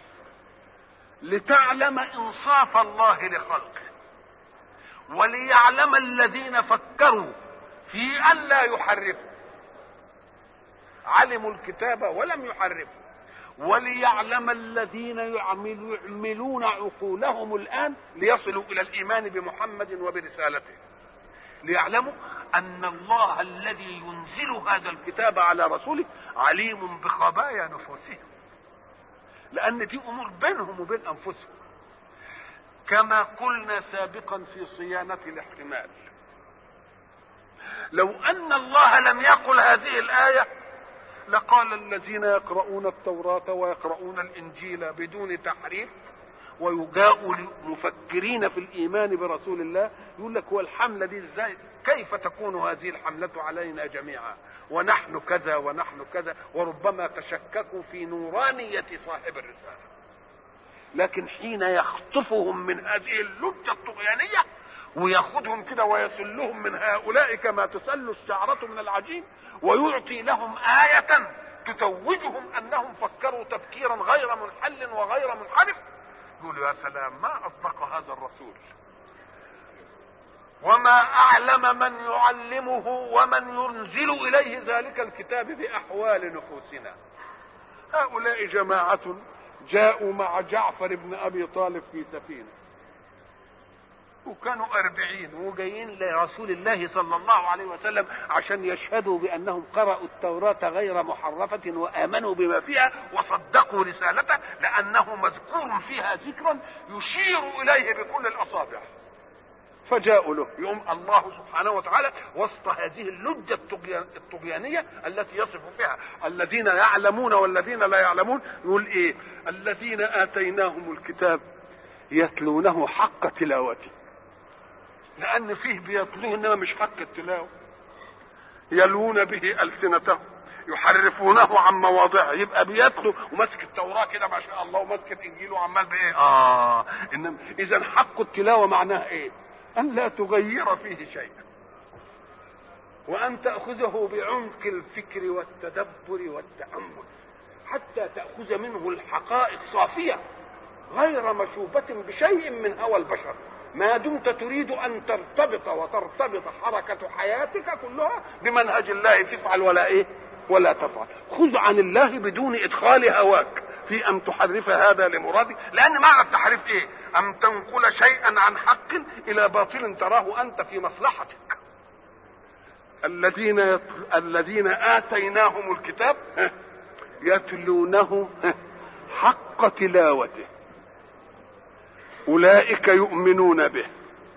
لتعلم إنصاف الله لخلقه، وليعلم الذين فكروا في أن لا يحرفوا، علموا الكتاب ولم يحرفوا، وليعلم الذين يعملون عقولهم الآن ليصلوا إلى الإيمان بمحمد وبرسالته، ليعلموا أن الله الذي ينزل هذا الكتاب على رسوله عليم بخبايا نفوسهم، لأن دي أمور بينهم وبين أنفسهم. كما قلنا سابقا في صيانة الاحتمال، لو أن الله لم يقل هذه الآية لقال الذين يقرؤون التوراة ويقرؤون الإنجيل بدون تحريف، ويجاءوا المفكرين في الإيمان برسول الله يقول لك هو الحملة دي ازاي؟ كيف تكون هذه الحملة علينا جميعا ونحن كذا ونحن كذا؟ وربما تشككوا في نورانية صاحب الرسالة. لكن حين يخطفهم من هذه اللجة الطغيانية وياخذهم كده ويسلهم من هؤلاء كما تسل الشعرة من العجين، ويعطي لهم آية تتوجهم أنهم فكروا تفكيرا غير منحل وغير منحرف، يقولوا يا سلام ما أصدق هذا الرسول، وما أعلم من يعلمه ومن ينزل إليه ذلك الكتاب بأحوال نفوسنا. هؤلاء جماعة جاءوا مع جعفر بن أبي طالب في سفينة، وكانوا أربعين وجايين لرسول الله صلى الله عليه وسلم عشان يشهدوا بأنهم قرأوا التوراة غير محرفة وآمنوا بما فيها وصدقوا رسالته، لأنه مذكور فيها ذكرا يشير إليه بكل الأصابع. فجاءوا له، يوم الله سبحانه وتعالى وسط هذه اللجة الطغيانية التي يصف فيها الذين يعلمون والذين لا يعلمون، يقول إيه؟ الذين آتيناهم الكتاب يتلونه حق تلاوته، لأن فيه بيتلوه إنما مش حق التلاوة، يلون به ألسنتهم يحرفونه عن مواضعه، يبقى بيتلو ومسك التوراة كده ما شاء الله ومسك الإنجيل وعمال بإيه؟ آه إنما إذا حق التلاوة معناها إيه؟ أن لا تغير فيه شيء، وأن تأخذه بعمق الفكر والتدبر والتأمل حتى تأخذ منه الحقائق صافية غير مشوبة بشيء من هوى البشر، ما دمت تريد أن ترتبط وترتبط حركة حياتك كلها بمنهج الله، تفعل ولا إيه ولا تفعل. خذ عن الله بدون إدخال هواك في ان تحرف هذا لمرادك، لان معنى التحريف ايه؟ ان تنقل شيئا عن حق الى باطل تراه انت في مصلحتك. الذين يت... الذين اتيناهم الكتاب يتلونه حق تلاوته اولئك يؤمنون به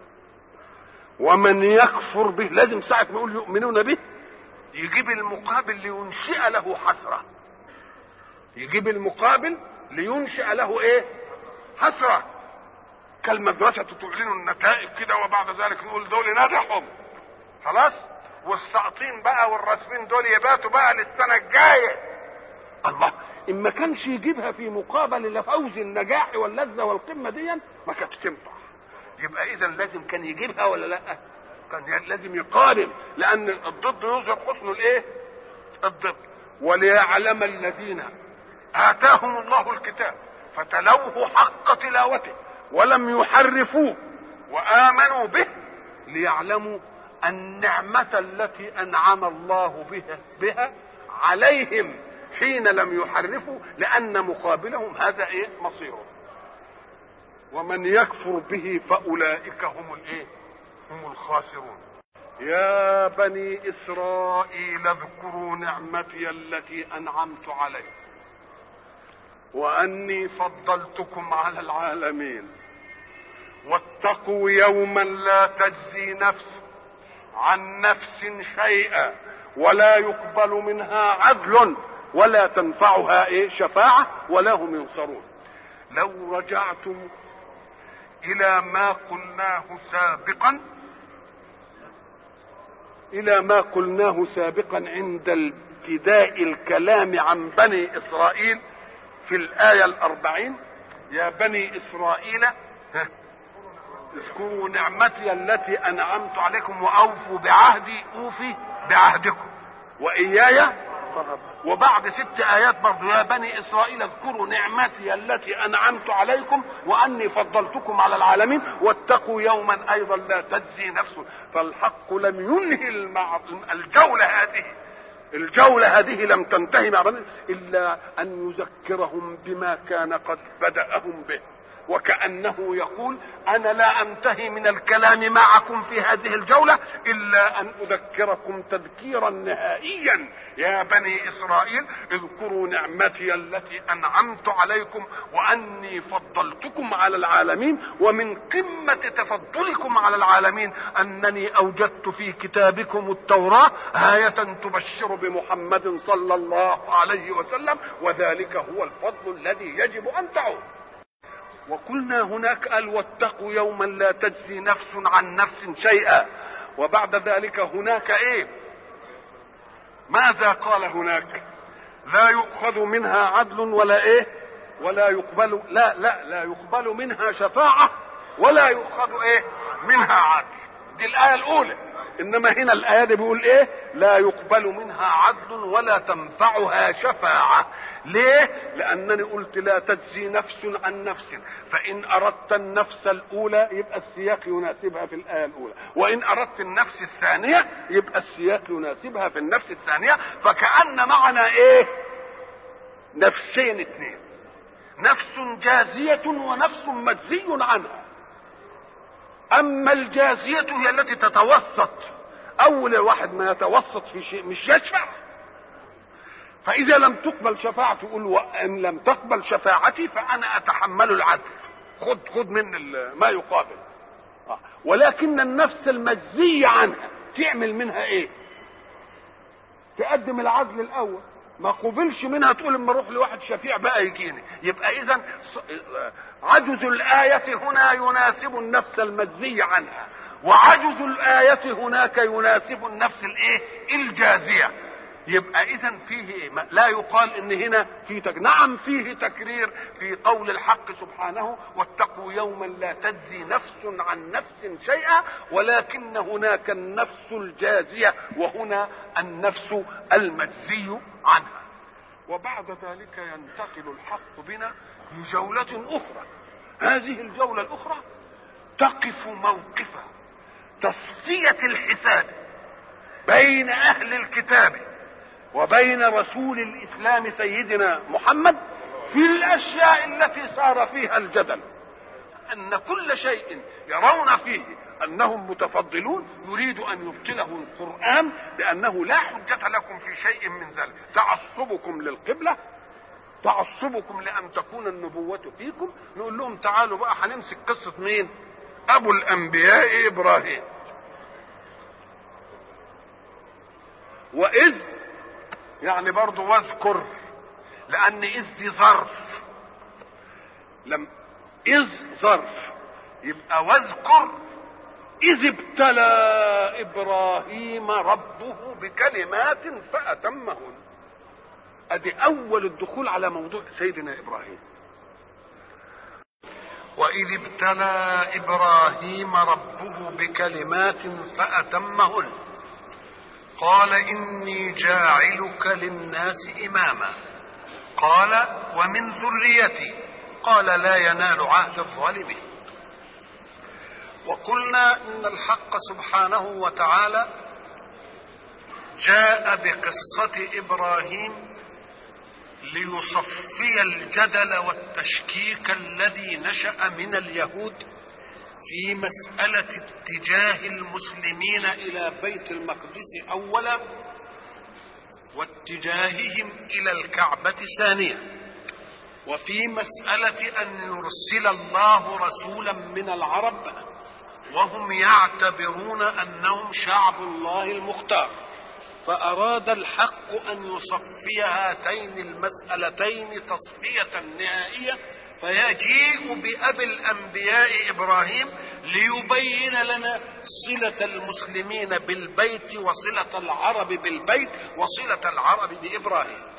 ومن يكفر به، لازم ساعة ما يقول يؤمنون به يجيب المقابل لينشئ له حسرة، يجيب المقابل لينشئ له ايه؟ حسرة. كالمدرسة تعلن النتائج كده وبعد ذلك نقول دول نجحوا خلاص، والساقطين بقى والراسمين دول يباتوا بقى للسنة الجاية. الله، إن ما كانش يجيبها في مقابل لفوز النجاح واللذة والقمة دي ما كانت تنفع. يبقى إذا لازم كان يجيبها ولا لا؟ كان لازم يقارن، لأن الضد يظهر حسن الإيه؟ الضد. وليعلم الذين آتاهم الله الكتاب فتلوه حق تلاوته ولم يحرفوه وآمنوا به ليعلموا النعمة التي أنعم الله بها بها عليهم حين لم يحرفوا، لأن مقابلهم هذا إيه؟ مصيره. ومن يكفر به فأولئك هم الإيه؟ هم الخاسرون. يا بني إسرائيل اذكروا نعمتي التي أنعمت عليكم وأني فضلتكم على العالمين واتقوا يوما لا تجزي نفس عن نفس شيئا ولا يقبل منها عدل ولا تنفعها ايه؟ شفاعة ولا هم ينصرون. لو رجعتم الى ما قلناه سابقا الى ما قلناه سابقا عند ابتداء الكلام عن بني اسرائيل في الآية الأربعين، يا بني إسرائيل اذكروا نعمتي التي أنعمت عليكم وأوفوا بعهدي أوفي بعهدكم وإياي. وبعد ست آيات برضو يا بني إسرائيل اذكروا نعمتي التي أنعمت عليكم وأني فضلتكم على العالمين واتقوا يوما أيضا لا تجزي نفس. فالحق لم ينهي المع... الجولة هذه الجولة هذه لم تنتهي مع بني إلا أن يذكرهم بما كان قد بدأهم به، وكأنه يقول أنا لا أنتهي من الكلام معكم في هذه الجولة إلا أن أذكركم تذكيرا نهائيا. يا بني إسرائيل اذكروا نعمتي التي أنعمت عليكم وأني فضلتكم على العالمين، ومن قمة تفضلكم على العالمين أنني أوجدت في كتابكم التوراة آية تبشر بمحمد صلى الله عليه وسلم، وذلك هو الفضل الذي يجب أن تعود. وقلنا هناك قال واتقوا يوما لا تجزي نفس عن نفس شيئا، وبعد ذلك هناك ايه؟ ماذا قال هناك؟ لا يؤخذ منها عدل ولا ايه؟ ولا يقبل لا لا لا يقبل منها شفاعة ولا يؤخذ ايه؟ منها عدل. دي الآية الأولى. إنما هنا الآية دي بيقول ايه؟ لا يقبل منها عدل ولا تنفعها شفاعة. ليه؟ لأنني قلت لا تجزي نفس عن نفس، فإن أردت النفس الأولى يبقى السياق يناسبها في الآية الأولى، وإن أردت النفس الثانية يبقى السياق يناسبها في النفس الثانية. فكأن معنا إيه؟ نفسين اثنين، نفس جازية ونفس مجزي عنها. أما الجازية هي التي تتوسط، أول واحد ما يتوسط في شيء مش يشفع، فإذا لم تقبل شفاعتي يقول وإن لم تقبل شفاعتي فأنا أتحمل العدل، خد خد من ما يقابل. ولكن النفس المجزية عنها تعمل منها إيه؟ تقدم العدل الأول، ما قبلش منها تقول اما اروح لواحد شفيع بقى يجيني. يبقى إذن عجز الآية هنا يناسب النفس المجزية عنها، وعجز الآية هناك يناسب النفس الإيه؟ الجازية. يبقى إذن فيه إيه؟ لا يقال إن هنا في تك... نعم فيه تكرير في قول الحق سبحانه واتقوا يوما لا تجزي نفس عن نفس شيئا، ولكن هناك النفس الجازية وهنا النفس المجزي عنها. وبعد ذلك ينتقل الحق بنا لجولة أخرى. هذه الجولة الأخرى تقف موقف تصفية الحساب بين أهل الكتاب وبين رسول الإسلام سيدنا محمد في الاشياء التي صار فيها الجدل، ان كل شيء يرون فيه انهم متفضلون يريد ان يبطله القرآن بانه لا حجة لكم في شيء من ذلك. تعصبكم للقبلة، تعصبكم لان تكون النبوة فيكم. نقول لهم تعالوا بقى هنمسك قصة مين؟ ابو الانبياء ابراهيم. واذ يعني برضو واذكر، لان اذ دي ظرف، لم اذ ظرف يبقى واذكر اذ ابتلى ابراهيم ربه بكلمات فاتمهن. ادي اول الدخول على موضوع سيدنا ابراهيم. واذ ابتلى ابراهيم ربه بكلمات فاتمهن قال اني جاعلك للناس اماما قال ومن ذريتي قال لا ينال عهد الظالمين. وقلنا ان الحق سبحانه وتعالى جاء بقصة ابراهيم ليصفي الجدل والتشكيك الذي نشأ من اليهود في مسألة اتجاه المسلمين الى بيت المقدس اولا واتجاههم الى الكعبة ثانيا، وفي مسألة ان يرسل الله رسولا من العرب وهم يعتبرون انهم شعب الله المختار، فاراد الحق ان يصفي هاتين المسألتين تصفية نهائية، فيجيء بأبي الأنبياء إبراهيم ليبين لنا صلة المسلمين بالبيت وصلة العرب بالبيت وصلة العرب بإبراهيم.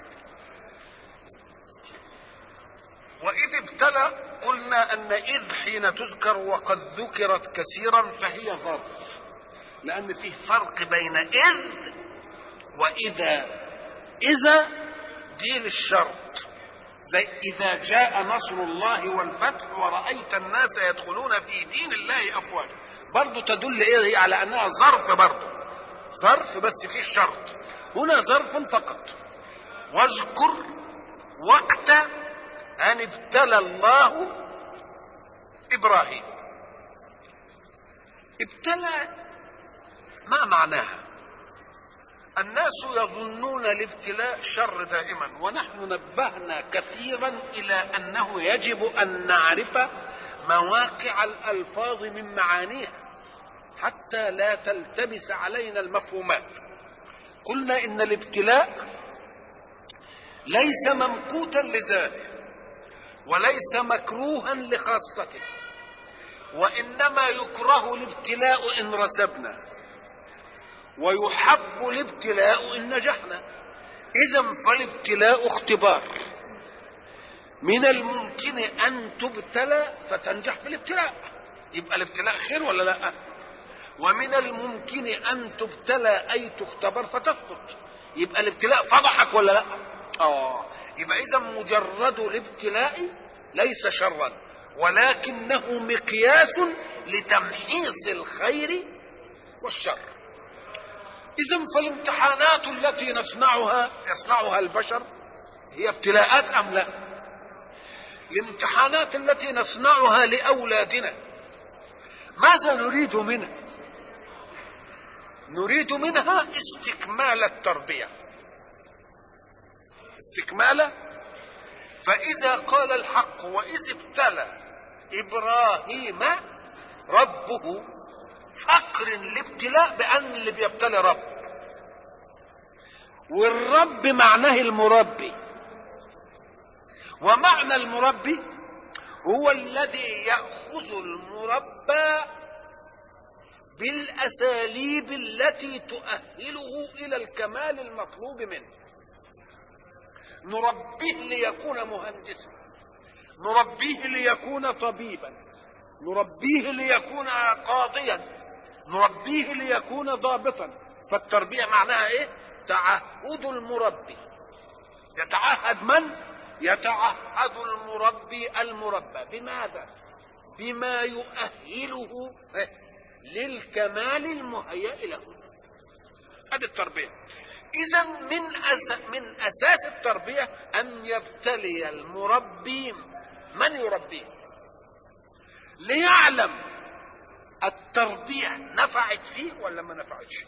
وإذ ابتلى قلنا أن إذ حين تذكر وقد ذكرت كثيرا فهي ظرف، لأن فيه فرق بين إذ وإذا. إذا دي للشرط، زي إذا جاء نصر الله والفتح ورأيت الناس يدخلون في دين الله أفواجا، برضو تدل إيه على أنها ظرف، برضو ظرف بس فيه شرط. هنا ظرف فقط. واذكر وقت أن ابتلى الله إبراهيم. ابتلى ما معناها؟ الناس يظنون الابتلاء شر دائما، ونحن نبهنا كثيرا إلى أنه يجب أن نعرف مواقع الألفاظ من معانيها حتى لا تلتبس علينا المفهومات. قلنا إن الابتلاء ليس ممقوتا لذاته وليس مكروها لخاصته، وإنما يكره الابتلاء إن رسبنا ويحب الابتلاء إن نجحنا. إذن فالابتلاء اختبار، من الممكن أن تبتلى فتنجح في الابتلاء، يبقى الابتلاء خير ولا لا؟ ومن الممكن أن تبتلى أي تختبر فتسقط، يبقى الابتلاء فضحك ولا لا؟ آه يبقى إذا مجرد الابتلاء ليس شرا، ولكنه مقياس لتمحيص الخير والشر. إذن فالامتحانات التي نصنعها يصنعها البشر هي ابتلاءات أم لا؟ الامتحانات التي نصنعها لأولادنا ماذا نريد منها؟ نريد منها استكمال التربية، استكمال. فإذا قال الحق وإذ ابتلى إبراهيم ربه، فقر الابتلاء بأن اللي بيبتلي رب، والرب معناه المربي، ومعنى المربي هو الذي يأخذ المربى بالأساليب التي تؤهله إلى الكمال المطلوب منه. نربيه ليكون مهندسا، نربيه ليكون طبيبا، نربيه ليكون قاضيا، نربيه ليكون ضابطا. فالتربية معناها ايه؟ تعهد المربي. يتعهد من؟ يتعهد المربي المربى. بماذا؟ بما يؤهله للكمال المهيأ له. هذه التربية. إذا من أس... من أساس التربية أن يبتلي المربي من يربيه ليعلم التربية نفعت فيه ولا ما نفعتش.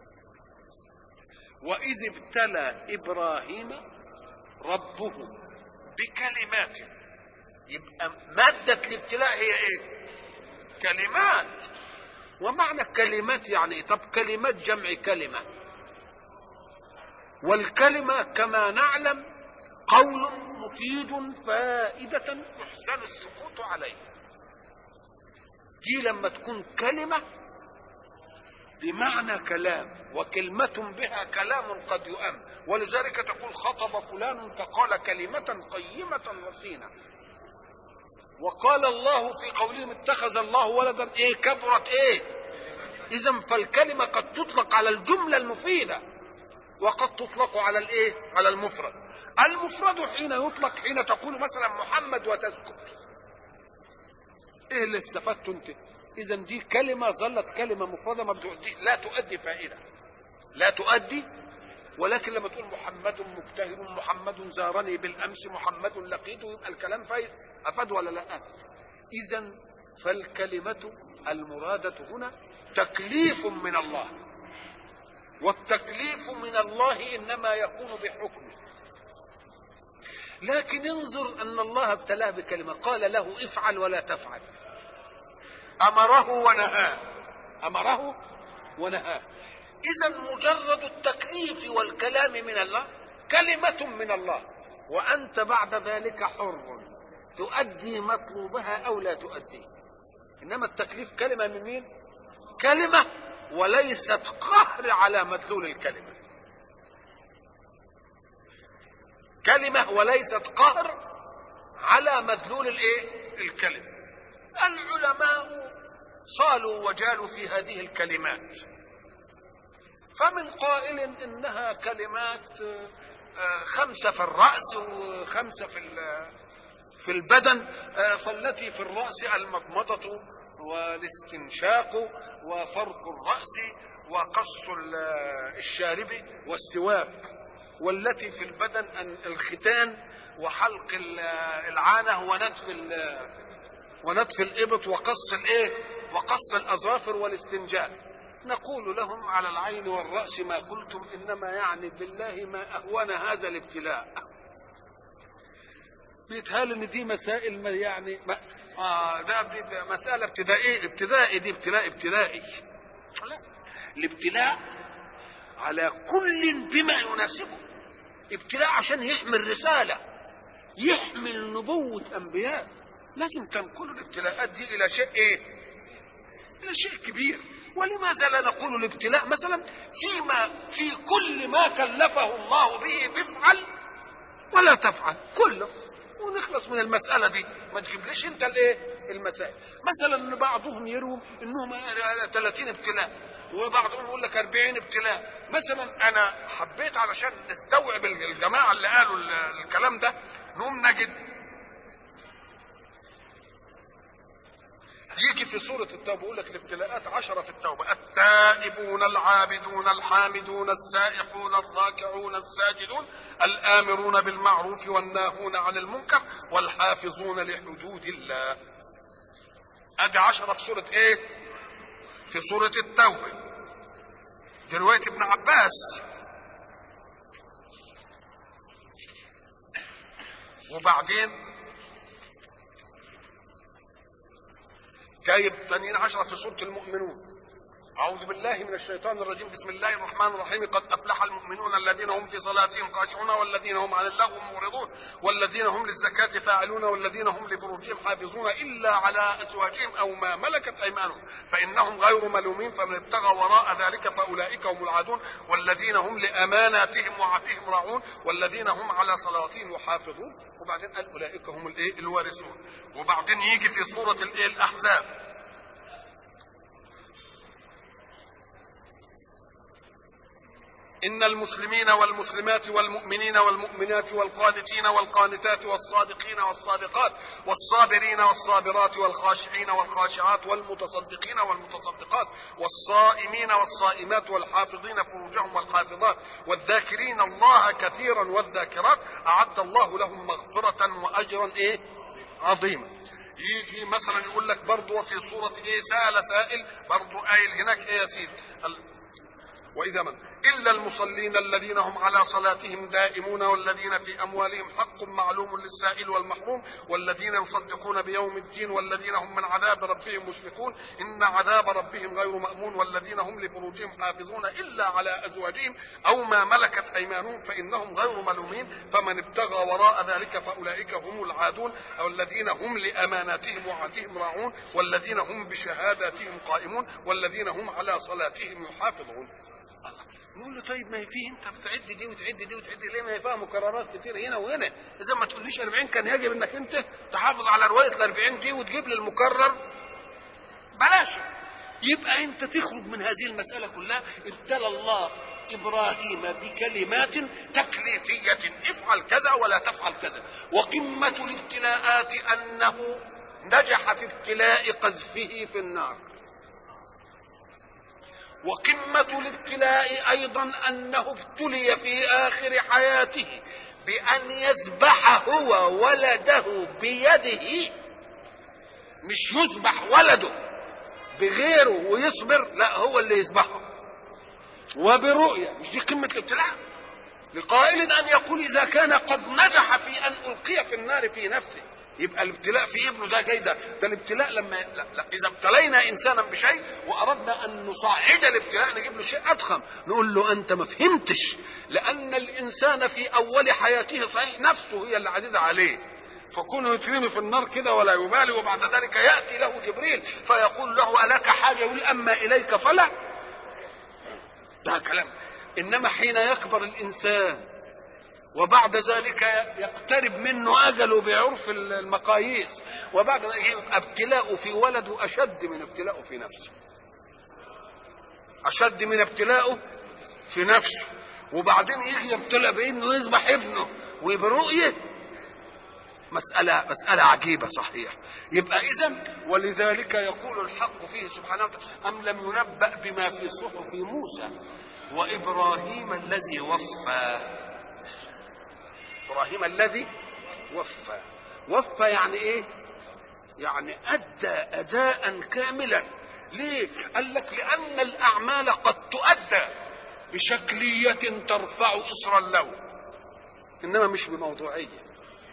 وإذ ابتلى إبراهيم ربه بكلمات، يبقى مادة الابتلاء هي إيه؟ كلمات. ومعنى كلمات يعني إيه؟ طب كلمات جمع كلمة، والكلمة كما نعلم قول مفيد فائدة يحسن السكوت عليه. دي لما تكون كلمة بمعنى كلام، وكلمة بها كلام قد يؤم، ولذلك تقول خطب فلان فقال كلمة قيمة رصينة. وقال الله في قولهم اتخذ الله ولدا ايه؟ كبرت ايه؟ اذا فالكلمة قد تطلق على الجملة المفيدة وقد تطلق على الايه؟ على المفرد. المفرد حين يطلق حين تقول مثلا محمد وتسكت، ايه اللي استفدته انت؟ اذا دي كلمة ظلت كلمة مفردة ما بتؤدي، لا تؤدي فائدة، لا تؤدي. ولكن لما تقول محمد مجتهد، محمد زارني بالامس، محمد لقيته، يبقى الكلام فايد، افاد ولا لا؟ اذا فالكلمة المرادة هنا تكليف من الله، والتكليف من الله انما يكون بحكمه. لكن انظر ان الله ابتلاه بكلمة، قال له افعل ولا تفعل، امره ونهاه، امره ونهاه. اذا مجرد التكليف والكلام من الله كلمة من الله، وانت بعد ذلك حر تؤدي مطلوبها او لا تؤدي. انما التكليف كلمة من مين؟ كلمة وليست قهر على مدلول الكلمة، كلمة وليست قهر على مدلول الايه؟ الكلمة. العلماء صالوا وجالوا في هذه الكلمات، فمن قائل انها كلمات خمسة في الرأس وخمسة في في البدن، فالتي في الرأس المضمضة والاستنشاق وفرق الرأس وقص الشارب والسواك، والتي في البدن الختان وحلق العانة ونتف ونتف الإبط وقص الايه؟ وقص الأظافر والاستنجاء. نقول لهم على العين والرأس ما قلتم، إنما يعني بالله ما أهون هذا الابتلاء. بيتهال ان دي مسائل ما يعني ما آه ده, ده مسألة ابتدائية، ابتدائي دي ابتلاء ابتدائي. لا، الابتلاء على كل بما يناسبه. ابتلاء عشان يحمل رسالة، يحمل نبوة أنبياء، لازم تنقل الابتلاءات دي إلى شيء إيه؟ إلى شيء كبير. ولماذا لا نقول الابتلاء مثلا فيما في كل ما كلفه الله به بفعل ولا تفعل كله، ونخلص من المسألة دي. ما تجيبليش انت الايه؟ المسائل. مثلا بعضهم يروم انهم ثلاثين ابتلاء، وبعضهم يقول لك أربعين ابتلاء. مثلا انا حبيت علشان نستوعب الجماعة اللي قالوا الكلام ده، نقوم نجد يجي في سورة التوبة يقول لك الابتلاءات عشرة في التوبة: التائبون العابدون الحامدون السائحون الراكعون الساجدون الآمرون بالمعروف والناهون عن المنكر والحافظون لحدود الله. ادي عشرة في سورة ايه؟ في سورة التوبة. دي رواية ابن عباس. وبعدين جايب تانيين عشرة في سورة المؤمنون: أعوذ بالله من الشيطان الرجيم، بسم الله الرحمن الرحيم، قد أفلح المؤمنون الذين هم في صلاتهم خاشعون والذين هم عن اللغو معرضون والذين هم للزكاة فاعلون والذين هم لفروجهم حافظون إلا على أزواجهم أو ما ملكت أيمانهم فإنهم غير ملومين فمن ابتغى وراء ذلك فأولئك هم العادون والذين هم لأماناتهم وعهدهم راعون والذين هم على صلاتهم يحافظون. وبعدين قال أولئك هم الإيه؟ الوارثون. وبعدين يجي في سورة الإيه؟ الأحزاب: إن المسلمين والمسلمات والمؤمنين والمؤمنات والقانتين والقانتات والصادقين والصادقات والصابرين والصابرات والخاشعين والخاشعات والمتصدقين والمتصدقات والصائمين والصائمات والحافظين فروجهم والحافظات والذاكرين الله كثيرا والذاكرات أعد الله لهم مغفرة وأجرا إيه عظيما. يجي مثلا يقول لك برضه وفي سورة إيه سأل سائل برضه قايل هناك إيه يا سيدي وإذا من إلا المصلين الذين هم على صلاتهم دائمون والذين في أموالهم حق معلوم للسائل والمحروم والذين يصدقون بيوم الدين والذين هم من عذاب ربهم مشفقون إن عذاب ربهم غير مأمون والذين هم لفروجهم حافظون إلا على أزواجهم أو ما ملكت أيمانهم فإنهم غير ملومين فمن ابتغى وراء ذلك فأولئك هم العادون أو الذين هم لأماناتهم وعهدهم راعون والذين هم بشهاداتهم قائمون والذين هم على صلاتهم يحافظون. نقول له طيب ما هي فيه انت بتعد دي وتعد دي وتعد ليه ما هي فيها مكررات كتير هنا وهنا اذا ما تقوليش أربعين كان يجب انك انت تحافظ على روايه الأربعين دي وتجيب لي المكرر بلاش. يبقى انت تخرج من هذه المساله كلها. ابتلى الله ابراهيم بكلمات تكليفيه افعل كذا ولا تفعل كذا وقمه الابتلاءات انه نجح في ابتلاء قذفه في النار وقمة الابتلاء أيضا أنه ابتلي في آخر حياته بأن يذبح هو ولده بيده مش يذبح ولده بغيره ويصبر لا هو اللي يذبحه وبرؤية. مش دي قمة الابتلاء لقائل أن يقول إذا كان قد نجح في أن ألقي في النار في نفسه يبقى الابتلاء في ابنه ده جاي ده ده الابتلاء لما لا لا اذا ابتلينا انسانا بشيء واردنا ان نصعد الابتلاء نجيب له شيء اضخم نقول له انت ما فهمتش لان الانسان في اول حياته صحيح نفسه هي اللي عزيزه عليه فكونه يترمي في النار كده ولا يبالي وبعد ذلك ياتي له جبريل فيقول له الك حاجه يقول اما اليك فلا ده كلام. انما حين يكبر الانسان وبعد ذلك يقترب منه أجله بعرف المقاييس وبعد ذلك يبقى ابتلاءه في ولده أشد من ابتلاءه في نفسه أشد من ابتلاءه في نفسه وبعدين يجي يبتلى بأنه يذبح ابنه وبرؤية مسألة مسألة عجيبة صحيح. يبقى إذن ولذلك يقول الحق فيه سبحانه وتعالى أم لم ينبأ بما في صحف موسى وإبراهيم الذي وفى. إبراهيم الذي وفى وفى يعني إيه يعني أدى أداء كاملا. ليه قال لك لأن الأعمال قد تؤدى بشكلية ترفع إصر اللون إنما مش بموضوعية.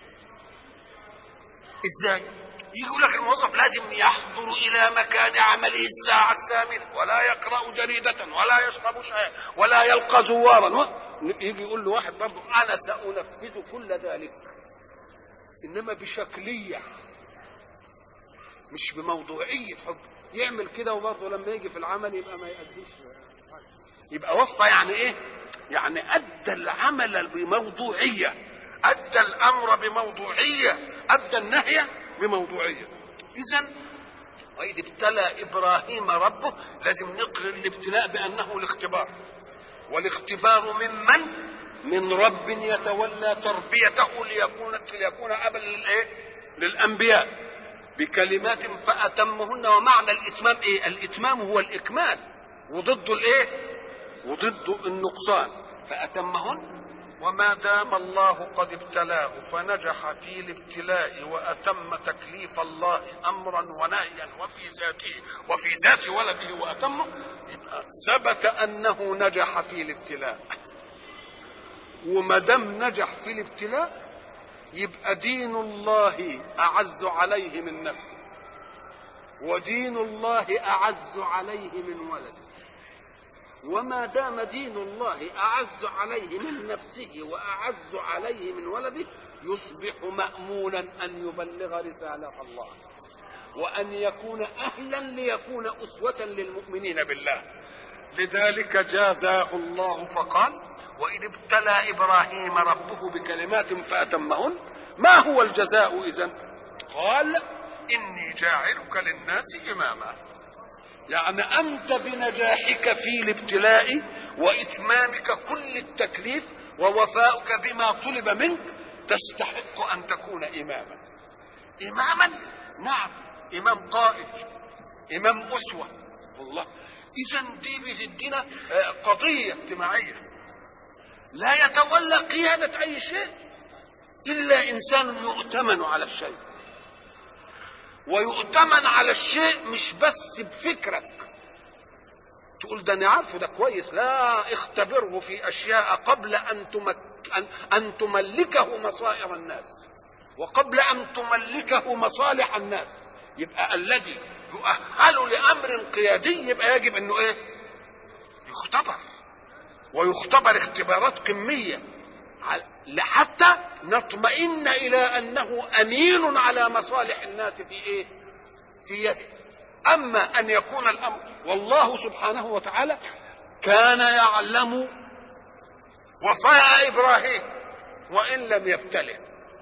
إزاي يقول لك الموظف لازم يحضر إلى مكان عمله الساعة الثامنة ولا يقرأ جريدة ولا يشرب شاي ولا يلقى زوارا يجي يقول له واحد برضه أنا سأنفذ كل ذلك إنما بشكلية مش بموضوعية حب يعمل كده وبرضه لما يجي في العمل يبقى ما يأديش. يبقى وفى يعني إيه يعني أدى العمل بموضوعية أدى الأمر بموضوعية أدى النهي بموضوعية. إذن وإذ ابتلى إبراهيم ربه لازم نقرن الابتلاء بأنه الاختبار والاختبار ممن من رب يتولى تربيته ليكون ليكون أبا للإيه للأنبياء بكلمات فأتمهن. ومعنى الإتمام إيه الإتمام هو الإكمال وضده الإيه وضده النقصان فأتمهن. وما دام الله قد ابتلاه فنجح في الابتلاء وأتم تكليف الله أمرا ونهيا وفي ذاته وفي ذات ولده وأتمه يبقى ثبت أنه نجح في الابتلاء. وما دام نجح في الابتلاء يبقى دين الله أعز عليه من نفسه ودين الله أعز عليه من ولده. وما دام دين الله أعز عليه من نفسه وأعز عليه من ولده يصبح مأمونا أن يبلغ رسالة الله وأن يكون أهلا ليكون أسوة للمؤمنين بالله. لذلك جازاه الله فقال وإذ ابتلى إبراهيم ربه بكلمات فأتمهن. ما هو الجزاء إذن؟ قال إني جاعلك للناس إماما. يعني أنت بنجاحك في الابتلاء وإتمامك كل التكليف ووفاؤك بما طلب منك تستحق أن تكون إماما. إماما نعم، إمام قائد، إمام أسوة. والله إذا دي بتدينا قضية اجتماعية. لا يتولى قيادة أي شيء إلا إنسان يؤتمن على الشيء، ويؤتمن على الشيء مش بس بفكرك تقول ده أنا عارفه ده كويس، لا، اختبره في أشياء قبل أن تمك... أن... أن تملكه مصائر الناس وقبل أن تملكه مصالح الناس. يبقى الذي يؤهل لأمر قيادي يبقى يجب أنه إيه؟ يختبر، ويختبر اختبارات قمية حتى نطمئن إلى أنه أمين على مصالح الناس في إيه؟ في يده. أما أن يكون الأمر، والله سبحانه وتعالى كان يعلم وفاء إبراهيم وإن لم يبتله،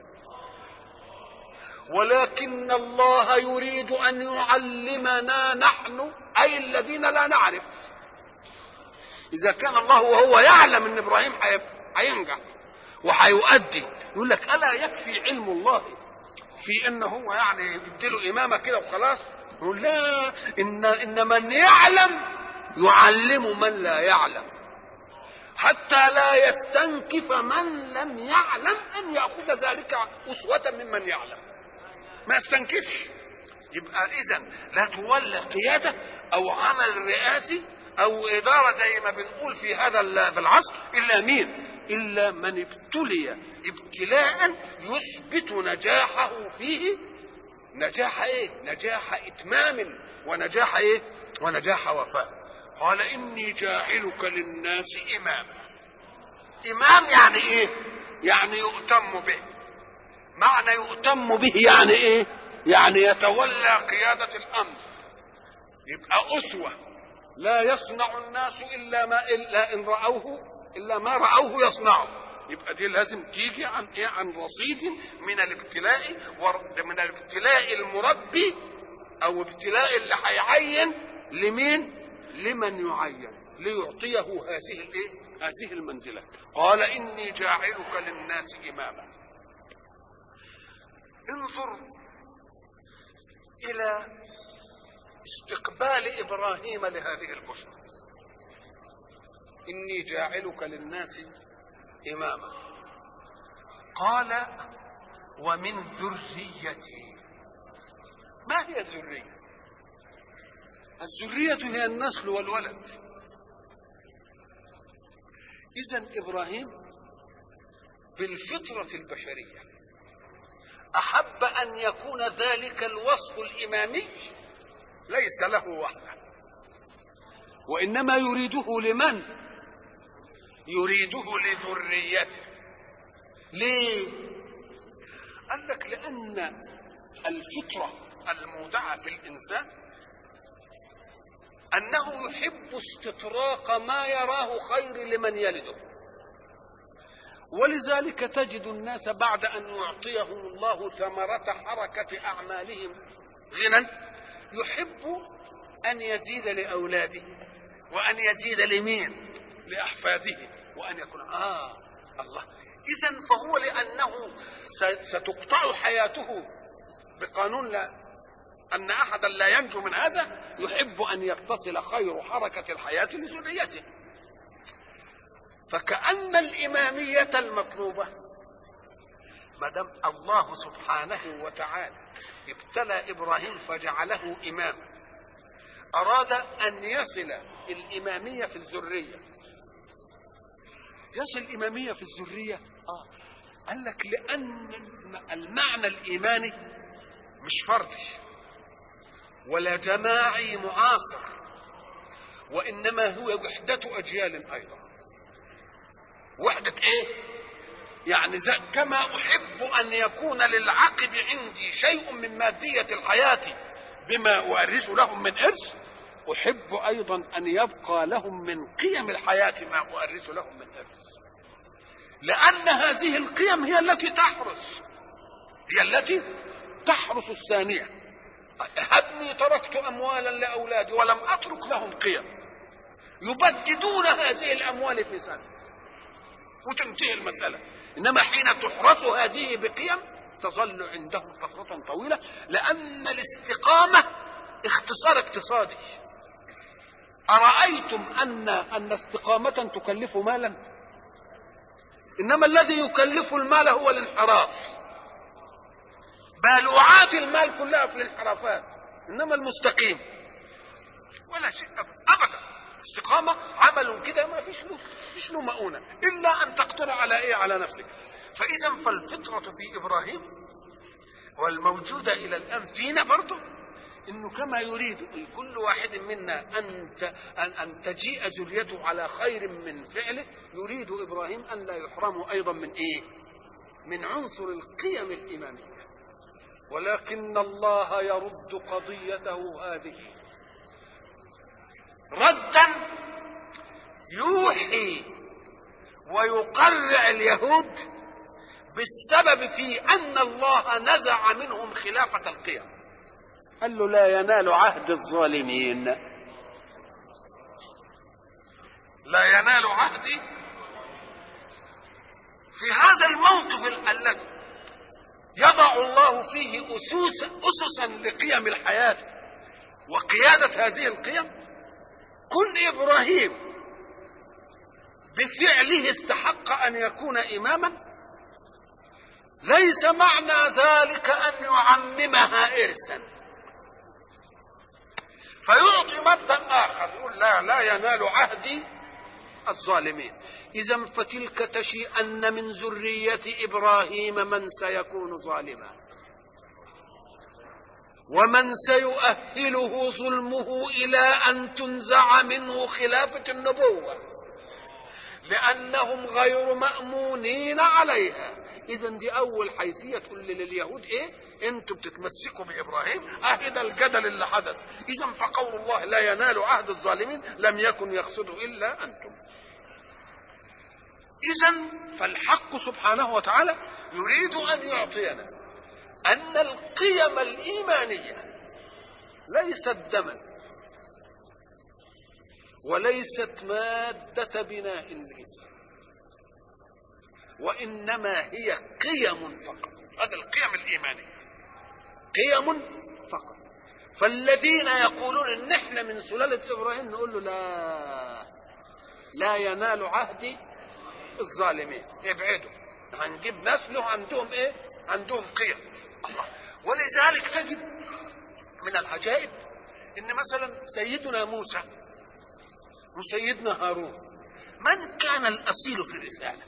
ولكن الله يريد أن يعلمنا نحن أي الذين لا نعرف. إذا كان الله وهو يعلم أن إبراهيم هينجح وهيؤدي، يقول لك ألا يكفي علم الله في أنه هو يعني يديله إمامة كده وخلاص؟ يقول لا، إن, إن من يعلم يعلم من لا يعلم حتى لا يستنكف من لم يعلم أن يأخذ ذلك أسوة ممن يعلم، ما يستنكفش. يبقى إذن لا تولى قيادة أو عمل رئاسي أو إدارة زي ما بنقول في هذا في العصر إلا مين؟ إلا من ابتلي ابتلاء يثبت نجاحه فيه نجاح إيه؟ نجاح إتمام ونجاح إيه؟ ونجاح وفاء. قال إني جاعلك للناس إماما. إمام يعني إيه؟ يعني يؤتم به. معنى يؤتم به يعني إيه؟ يعني يتولى قيادة الأمر، يبقى أسوة، لا يصنع الناس إلا ما إلا إن رأوه إلا ما رأوه يصنعه. يبقى دي لازم تيجي عن إيه؟ عن رصيد من الابتلاء، من الابتلاء المربي أو ابتلاء اللي هيعين لمين؟ لمن يعين ليعطيه هذه الايه؟ هذه المنزله. قال اني جاعلك للناس اماما. انظر الى استقبال ابراهيم لهذه البشرى، اني جاعلك للناس اماما. قال ومن ذريتي. ما هي الذريه؟ الذرية هي النسل والولد. إذن إبراهيم بالفطرة البشرية أحب أن يكون ذلك الوصف الإمامي ليس له وحده، وإنما يريده لمن؟ يريده لذريته. ليه؟ قال لك لأن الفطرة المودعة في الإنسان أنه يحب استطراق ما يراه خير لمن يلده، ولذلك تجد الناس بعد أن يعطيهم الله ثمرة حركة أعمالهم غنى يحب أن يزيد لأولاده وأن يزيد لمين؟ لأحفاده، وأن يكون آه الله. إذن فهو لأنه ستقطع حياته بقانون لا أن أحدا لا ينجو من هذا، يحب أن يتصل خير حركة الحياة لذريته. فكأن الإمامية المطلوبة ما دام الله سبحانه وتعالى ابتلى إبراهيم فجعله إماما، أراد أن يصل الإمامية في الذرية. يصل الإمامية في الذرية آه قال لك لأن المعنى الإيماني مش فردي ولا جماعي معاصر، وإنما هو وحدة أجيال أيضا. وحدة إيه؟ يعني كما أحب أن يكون للعقب عندي شيء من مادية الحياة بما أورث لهم من إرث، أحب أيضا أن يبقى لهم من قيم الحياة ما أورث لهم من إرث، لأن هذه القيم هي التي تحرس هي التي تحرس الثانية. هبني تركت أموالا لأولادي ولم أترك لهم قيم، يبددون هذه الأموال في سنة وتنتهي المسألة. إنما حين تحرس هذه بقيم تظل عندهم فترة طويلة، لأن الاستقامة اختصار اقتصادي. أرأيتم أن أن استقامة تكلف مالا؟ إنما الذي يكلف المال هو الانحراف. بالوعات المال كلها في الانحرافات، إنما المستقيم ولا شيء أبدا. استقامة عمل كده ما فيش له فيش له مؤونة إلا أن تقتر على إيه؟ على نفسك. فإذا فالفطرة في إبراهيم والموجودة إلى الآن فينا برضه إنه كما يريد كل واحد منا أن أن أن تجيء ذريته على خير من فعله، يريد إبراهيم أن لا يحرموا أيضا من إيه؟ من عنصر القيم الإيمانية. ولكن الله يرد قضيته هذه ردا يوحي ويقرع اليهود بالسبب في أن الله نزع منهم خلافة القيم. قال له لا ينال عهد الظالمين، لا ينال عهدي. في هذا الموقف الذي يضع الله فيه أسوس أسسا لقيم الحياة وقيادة هذه القيم، كن إبراهيم بفعله استحق أن يكون إماما، ليس معنى ذلك أن يعممها إرثا فيعطي مبدأ آخر يقول لا لا ينال عهدي الظالمين. إذا فتلك تشي أن من ذرية إبراهيم من سيكون ظالما ومن سيؤهله ظلمه إلى أن تنزع منه خلافة النبوة لأنهم غير مأمونين عليها. إذا دي أول حيثية تقول لليهود إيه؟ أنتم بتتمسكوا بإبراهيم، أهذا الجدل اللي حدث. إذا فقول الله لا ينال عهد الظالمين لم يكن يقصده إلا أنتم. إذا فالحق سبحانه وتعالى يريد أن يعطينا أن القيم الإيمانية ليست دما وليست مادة بناء الجسم، وإنما هي قيم فقط. هذه القيم الإيمانية قيم فقط. فالذين يقولون إن إحنا من سلالة إبراهيم نقول له لا لا ينال عهدي الظالمين، ابعدوا، هنجيب ناس له عندهم إيه؟ عندهم قيم. الله. ولذلك تجد من العجائب إن مثلا سيدنا موسى وسيدنا هارون من كان الأصيل في الرسالة؟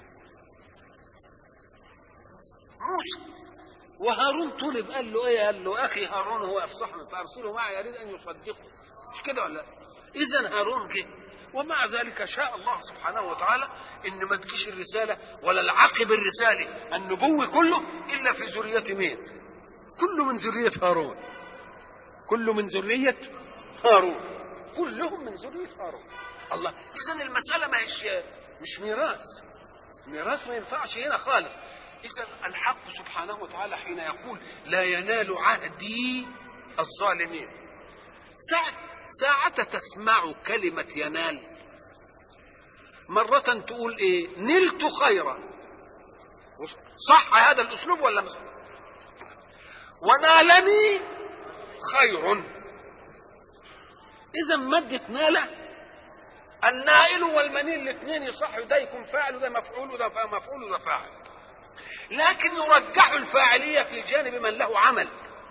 موسى. وهارون طلب قال له ايه؟ قال له اخي هارون هو افصحنا فارسله معي يريد ان يصدقه، مش كده ولا؟ اذا هارون جه، ومع ذلك شاء الله سبحانه وتعالى ان ما تجيش الرساله ولا العقب الرساله النبوي كله الا في ذريه مين؟ كله من ذريه هارون، كله من ذريه هارون، كلهم من ذريه هارون. الله. اذا المساله ما هيش مش ميراث، ميراث ما ينفعش هنا خالص. إذا الحق سبحانه وتعالى حين يقول لا ينال عهدي الظالمين، ساعة, ساعة تسمع كلمة ينال مرة تقول إيه؟ نلت خيرا. صح هذا الأسلوب ولا مش؟ ونالني خير. إذا مادة نالة النائل والمنيل الاثنين يصحوا، ده يكون فاعل وده مفعول وده مفعول وده فاعل، لكن يرجح الفاعلية في جانب من له عمل.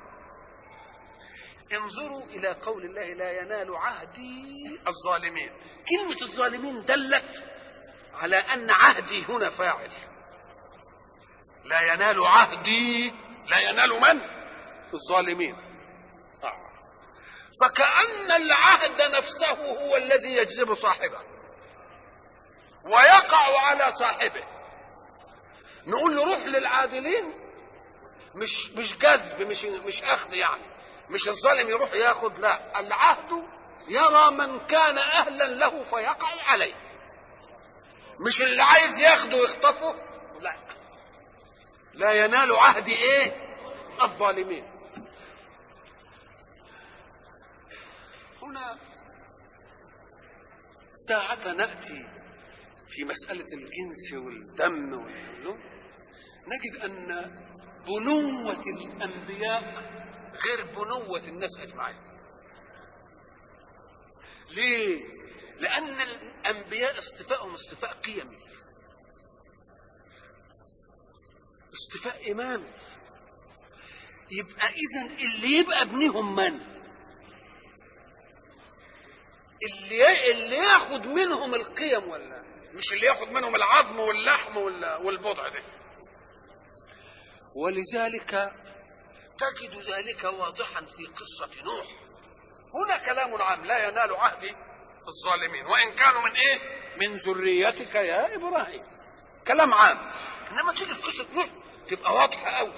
انظروا إلى قول الله لا ينال عهدي الظالمين. كلمة الظالمين دلت على أن عهدي هنا فاعل. لا ينال عهدي، لا ينال من؟ الظالمين. فكأن العهد نفسه هو الذي يجذب صاحبه ويقع على صاحبه. نقول له روح للعادلين، مش مش جذب، مش مش اخذ، يعني مش الظالم يروح ياخذ، لا، العهد يرى من كان اهلا له فيقع عليه، مش اللي عايز ياخده ويخطفه، لا. لا ينال عهدي ايه؟ الظالمين. هنا ساعة نأتي في مسألة الجنس والدم واللون نجد أن بنوة الأنبياء غير بنوة الناس أجمعين. ليه؟ لأن الأنبياء اصطفائهم اصطفاء قيمي، اصطفاء إيماني. يبقى إذن اللي يبقى ابنهم من؟ اللي اللي ياخد منهم القيم، ولا مش اللي ياخد منهم العظم واللحم والبضع ده. ولذلك تجد ذلك واضحا في قصة نوح. هنا كلام عام: لا ينال عهدي الظالمين وإن كانوا من إيه؟ من ذريتك يا إبراهيم. كلام عام. إنما تيجي في قصة نوح تبقى واضحة أوي.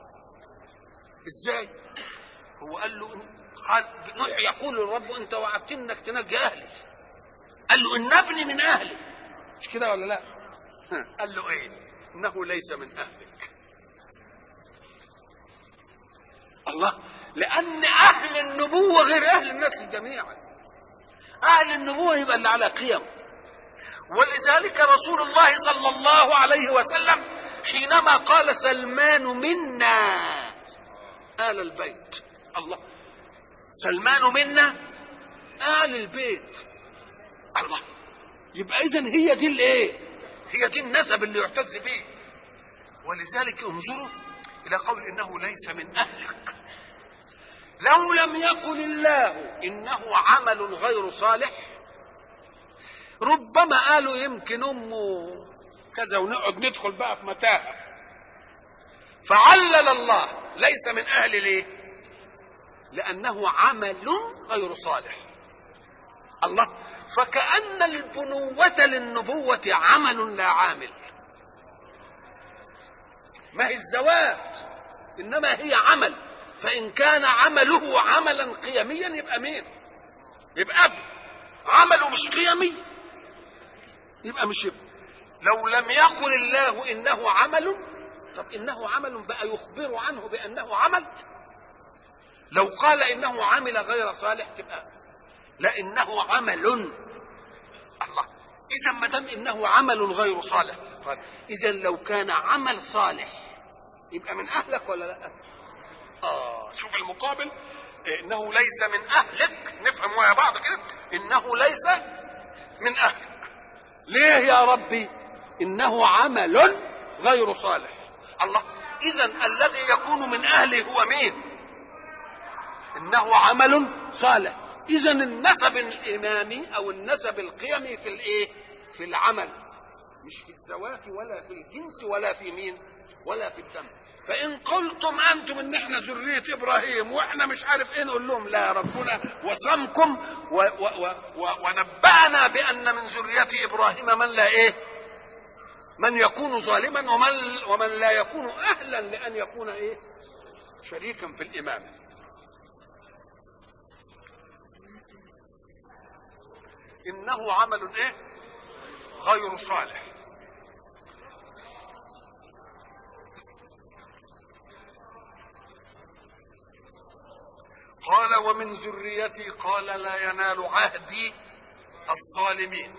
إزاي؟ هو قال له قال نوح يقول للرب: أنت وعدتني إنك تنجي أهلي. قال له: إن ابني من أهلي. مش كده ولا لا؟ قال له إيه؟ إنه ليس من أهلك. الله، لأن أهل النبوة غير أهل الناس جميعا. أهل النبوة يبقى اللي على قيم. ولذلك رسول الله صلى الله عليه وسلم حينما قال: سلمان منا آل البيت. الله، سلمان منا آل البيت. الله، يبقى إذن هي دي الإيه؟ هي دي النسب اللي يعتز به. ولذلك انظروا إلى قول: إنه ليس من أهلك. لو لم يقل الله إنه عمل غير صالح ربما قالوا يمكن أمه كذا، ونقعد ندخل بقى في متاهة. فعلل الله ليس من أهل ليه؟ لأنه عمل غير صالح. الله، فكأن البنوة للنبوة عمل لا عامل. ما هي الزواج، إنما هي عمل. فإن كان عمله عملا قيميا يبقى مين؟ يبقى ابن. عمله مش قيمي يبقى مش ابن. لو لم يقل الله إنه عمل، طب إنه عمل بقى يخبر عنه بأنه عمل؟ لو قال إنه عمل غير صالح تبقى لا، إنه عمل. الله، إذا ما دام إنه عمل غير صالح، طيب إذا لو كان عمل صالح يبقى من أهلك ولا لا؟ آه، شوف المقابل: إنه ليس من أهلك. نفهم ويا بعض كده: إنه ليس من أهلك. ليه يا ربي؟ إنه عمل غير صالح. الله، إذا الذي يكون من أهله هو مين؟ إنه عمل صالح. إذا النسب الإمامي أو النسب القيمي في الإيه؟ في العمل، مش في الزواج ولا في الجنس ولا في مين ولا في الدم. فإن قلتم أنتم إن إحنا ذرية إبراهيم وإحنا مش عارف إيه، نقول لهم: لا، ربنا وصمكم و و و ونبأنا بأن من ذرية إبراهيم من لا إيه؟ من يكون ظالما ومن ومن لا يكون أهلا لأن يكون إيه؟ شريكا في الإمامة. إنه عمل إيه؟ غير صالح. قال: ومن ذريتي. قال: لا ينال عهدي الظالمين.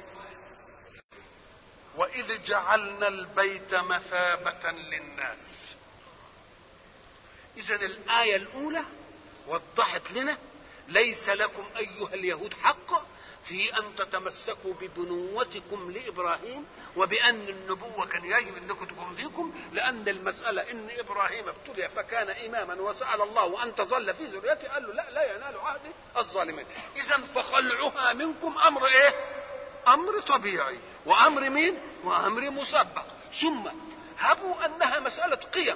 وإذ جعلنا البيت مثابة للناس. إذن الآية الأولى وضحت لنا: ليس لكم أيها اليهود حق في أن تتمسكوا ببنوتكم لإبراهيم وبأن النبوة كان يجب أنكم تكون فيكم، لأن المسألة إن إبراهيم ابتلي فكان إماما وسأل الله وأن تظل في ذريته، قال له: لا لا ينال عهدي الظالمين. إذن فخلعها منكم أمر إيه؟ أمر طبيعي، وأمر مين؟ وأمر مسبق. ثم هبوا أنها مسألة قيم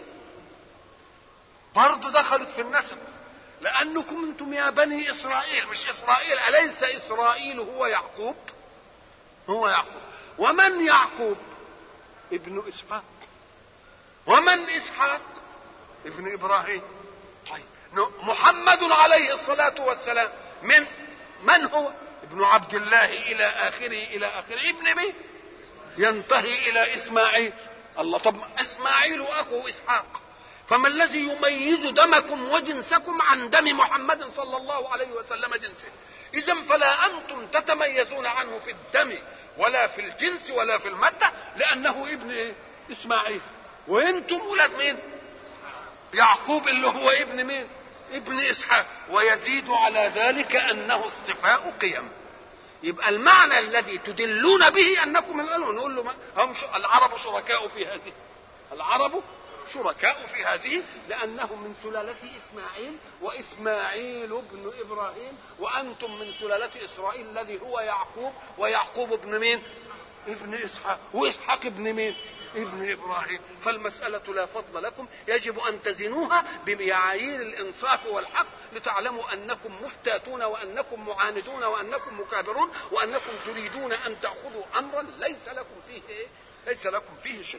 برضو دخلت في النسب، لأنكم أنتم يا بني إسرائيل. مش إسرائيل، أليس إسرائيل هو يعقوب؟ هو يعقوب. ومن يعقوب؟ ابن إسحاق. ومن إسحاق؟ ابن إبراهيم. طيب محمد عليه الصلاة والسلام من من هو؟ ابن عبد الله إلى آخره إلى آخره. ابن مين؟ ينتهي إلى إسماعيل. الله، طب إسماعيل أخو إسحاق، فما الذي يميز دمكم وجنسكم عن دم محمد صلى الله عليه وسلم جنسه؟ إذا فلا أنتم تتميزون عنه في الدم ولا في الجنس ولا في المادة، لأنه ابن إيه؟ إسماعيل. وأنتم ولاد مين؟ يعقوب اللي هو ابن مين؟ ابن إسحاق. ويزيد على ذلك أنه اصطفاء قيم. يبقى المعنى الذي تدلون به أنكم من الألوان. نقول له ما هم العرب شركاء في هذه، العرب شركاء في هذه لأنهم من سلالة إسماعيل، وإسماعيل ابن إبراهيم، وأنتم من سلالة إسرائيل الذي هو يعقوب، ويعقوب ابن مين؟ ابن إسحاق، وإسحاق ابن مين؟ ابن إبراهيم. فالمسألة لا فضل لكم، يجب أن تزنوها بمعايير الإنصاف والحق لتعلموا أنكم مفتاتون وأنكم معاندون وأنكم مكابرون وأنكم تريدون أن تأخذوا أمرا ليس لكم فيه إيه؟ ليس لكم فيه شيء.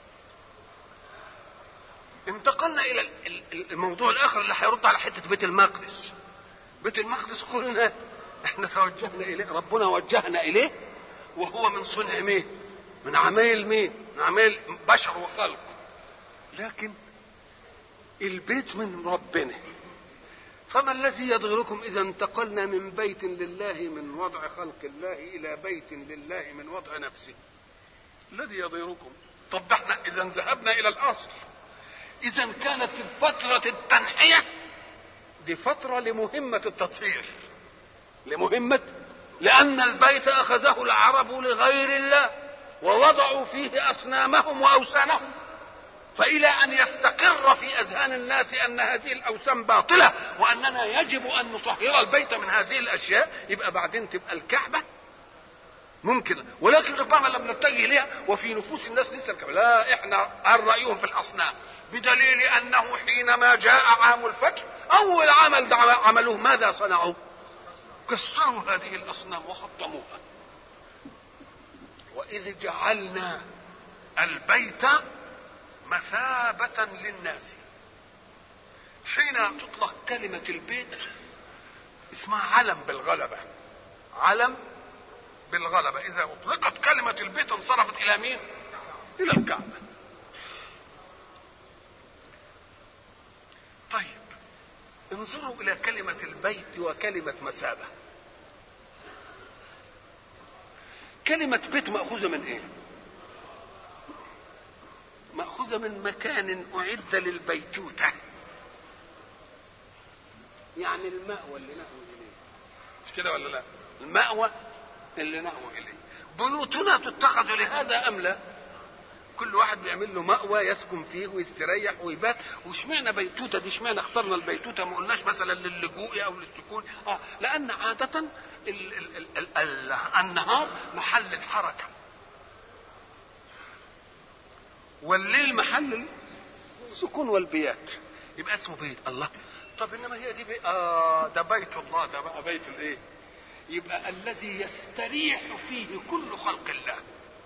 انتقلنا الى الموضوع الاخر اللي هيرد على حته بيت المقدس. بيت المقدس قلنا احنا توجهنا اليه، ربنا وجهنا اليه، وهو من صنع مين؟ من عمايل مين؟ من عمايل بشر وخلق. لكن البيت من ربنا، فما الذي يضغركم اذا انتقلنا من بيت لله من وضع خلق الله الى بيت لله من وضع نفسه؟ الذي يضغركم. طب ده احنا اذا ذهبنا الى الاصل. إذا كانت فترة التنحية دي فترة لمهمة التطهير، لمهمة، لأن البيت أخذه العرب لغير الله ووضعوا فيه أصنامهم وأوثانهم، فإلى أن يستقر في أذهان الناس أن هذه الأوثان باطلة وأننا يجب أن نطهر البيت من هذه الأشياء، يبقى بعدين تبقى الكعبة ممكن. ولكن ربما لم نتجه إليها وفي نفوس الناس لسه الكعبة. لا، إحنا عن رأيهم في الأصنام، بدليل أنه حينما جاء عام الفتح أول عمل عملوه ماذا صنعوا؟ كسروا هذه الأصنام وحطموها. وإذ جعلنا البيت مثابة للناس. حين تطلق كلمة البيت اسمها علم بالغلبة، علم بالغلبة. إذا أطلقت كلمة البيت انصرفت إلى مين؟ إلى الكعبة. طيب انظروا إلى كلمة البيت وكلمة مثابة. كلمة بيت مأخوذة من إيه؟ مأخوذة من مكان أعد للبيتوتة، يعني المأوى اللي نأوي إليه، مش كده ولا لا؟ المأوى اللي نأوي إليه. بيوتنا تتخذ لهذا أم لا؟ كل واحد بيعمل له مأوى يسكن فيه ويستريح ويبات. واشمعنى بيتوتة دي؟ اشمعنى اخترنا البيتوتة ما قلناش مثلا للجوء او للسكون؟ اه لان عادة ال ال ال ال ال النهار محل الحركة والليل محل السكون والبيات، يبقى اسمه بيت. الله، طب انما هي دي بي... اه ده بيت الله، ده بقى بيت الايه؟ يبقى الذي يستريح فيه كل خلق الله،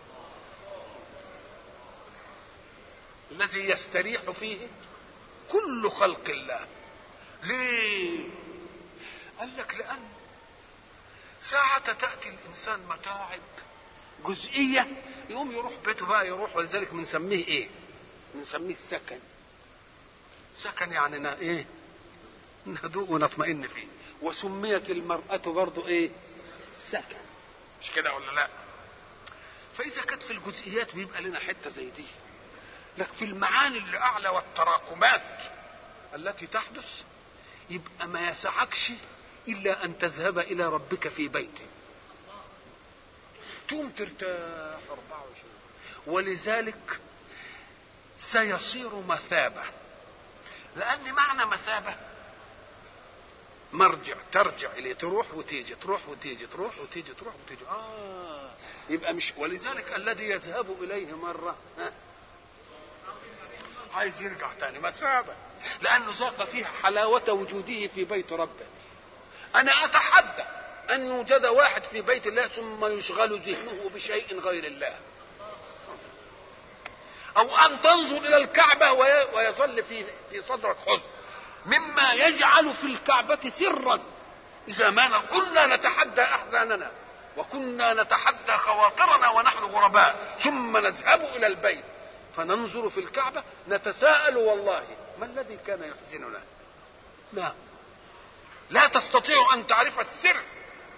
الذي يستريح فيه كل خلق الله. ليه؟ قال لك لأن ساعة تأتي الإنسان متاعب جزئية يقوم يروح بيته بقى يروح، ولذلك بنسميه إيه؟ بنسميه سكن. سكن يعني نا إيه؟ نهدوء ونطمئن فيه. وسميت المرأة برضو إيه؟ سكن، مش كده ولا لا؟ فإذا كانت في الجزئيات بيبقى لنا حتة زي دي، لكن في المعاني اللي أعلى والتراكمات التي تحدث يبقى ما يسعكش إلا أن تذهب إلى ربك في بيته تقوم ترتاح أربعة وعشرين. ولذلك سيصير مثابة، لأن معنى مثابة مرجع، ترجع إليه، تروح وتيجي تروح وتيجي تروح وتيجي تروح وتيجي. آه يبقى مش، ولذلك الذي يذهب إليه مرة ها عايز يرجع تاني، مثابة، لأنه ذاق فيها حلاوة وجوده في بيت ربه. أنا أتحدى أن يوجد واحد في بيت الله ثم يشغل ذهنه بشيء غير الله، أو أن تنظر إلى الكعبة ويظل في في صدرك حزن مما يجعل في الكعبة سرا. إذا ما كنا نتحدى أحزاننا وكنا نتحدى خواطرنا ونحن غرباء، ثم نذهب إلى البيت فننظر في الكعبة نتساءل والله ما الذي كان يحزننا؟ لا لا تستطيع أن تعرف السر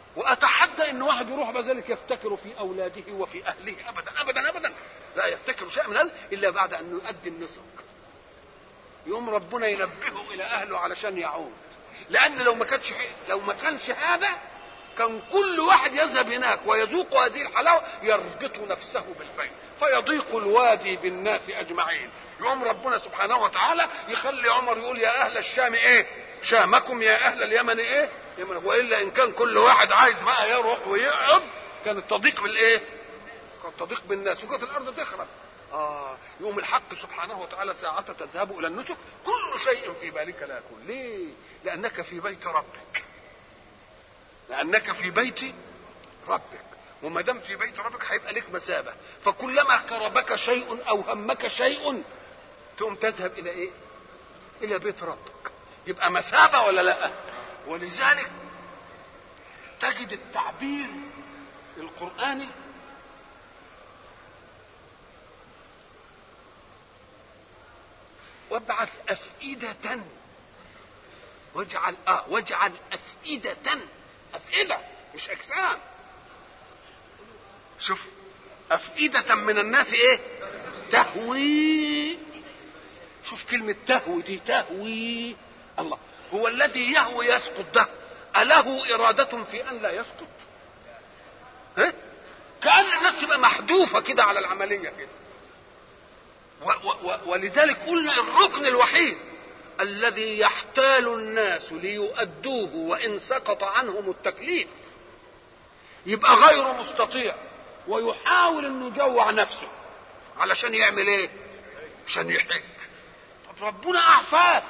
واتحدى ان واحد يروح بذلك يفتكر في اولاده وفي اهله ابدا ابدا ابدا، لا يفتكر شيء من هذا الا بعد ان يؤدي النسك. يوم ربنا ينبهه الى اهله علشان يعود، لان لو ما كانش لو ما كانش هذا كان كل واحد يذهب هناك ويذوق هذه الحلاوه يربط نفسه بالبيت فيضيق الوادي بالناس اجمعين. يوم ربنا سبحانه وتعالى يخلي عمر يقول يا اهل الشام ايه شامكم، يا اهل اليمن ايه يمن، والا ان كان كل واحد عايز بقى يروح ويقعد كانت تضيق بالايه؟ كانت تضيق بالناس وكانت الارض تخرب. اه يوم الحق سبحانه وتعالى ساعة تذهب الى النسك كل شيء في بالك لا يكون. ليه؟ لانك في بيت ربك، لانك في بيت ربك، وما دام في بيت ربك هيبقى لك مثابه، فكلما كربك شيء او همك شيء تقوم تذهب الى ايه؟ الى بيت ربك، يبقى مثابه ولا لا؟ ولذلك تجد التعبير القرآني وابعث أفئدة واجعل اه واجعل أفئدة، أفئدة مش أجسام. شوف أفئدة من الناس ايه؟ تهوي. شوف كلمة تهوي دي، تهوي. الله هو الذي يهوي يسقط ده أله إرادة في أن لا يسقط؟ ها؟ كأن الناس تبقى محذوفة كده على العملية كده. و و ولذلك قلنا الركن الوحيد الذي يحتال الناس ليؤدوه وإن سقط عنهم التكليف يبقى غير مستطيع ويحاول أن يجوع نفسه علشان يعمل ايه؟ عشان يحج. طب ربنا أعفاك،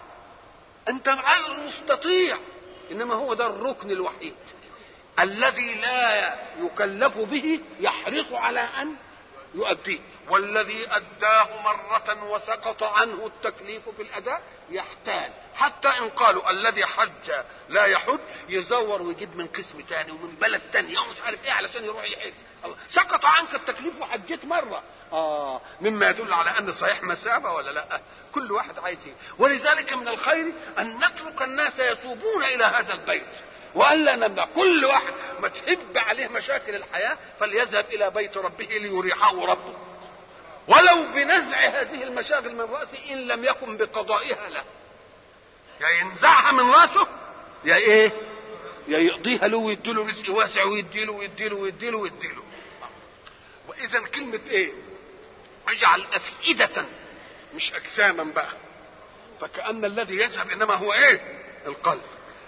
أنت غير مستطيع، إنما هو ده الركن الوحيد الذي لا يكلف به يحرص على أن يؤديه، والذي أداه مرة وسقط عنه التكليف في الأداء يحتال، حتى إن قالوا الذي حج لا يحج يزور ويجيب من قسم تاني ومن بلد تاني ومش عارف إيه علشان يروح يحج. سقط عنك التكليف وحجيت مرة، آه مما يدل على أن صحيح مثابة ولا لا؟ كل واحد عايز. ولذلك من الخير أن نترك الناس يتوبون إلى هذا البيت وألا نمنع كل واحد ما تحب عليه مشاكل الحياة فليذهب إلى بيت ربه ليريحه ربه، ولو بنزع هذه المشاغل من رأسه إن لم يكن بقضائها له. يا ينزعها من رأسه يا إيه؟ يا يقضيها له ويديله رزق واسع ويديله ويديله ويديله ويديله. وإذا كلمة إيه؟ اجعل أفئدة مش أجساما بقى، فكأن الذي يذهب إنما هو إيه؟ القلب.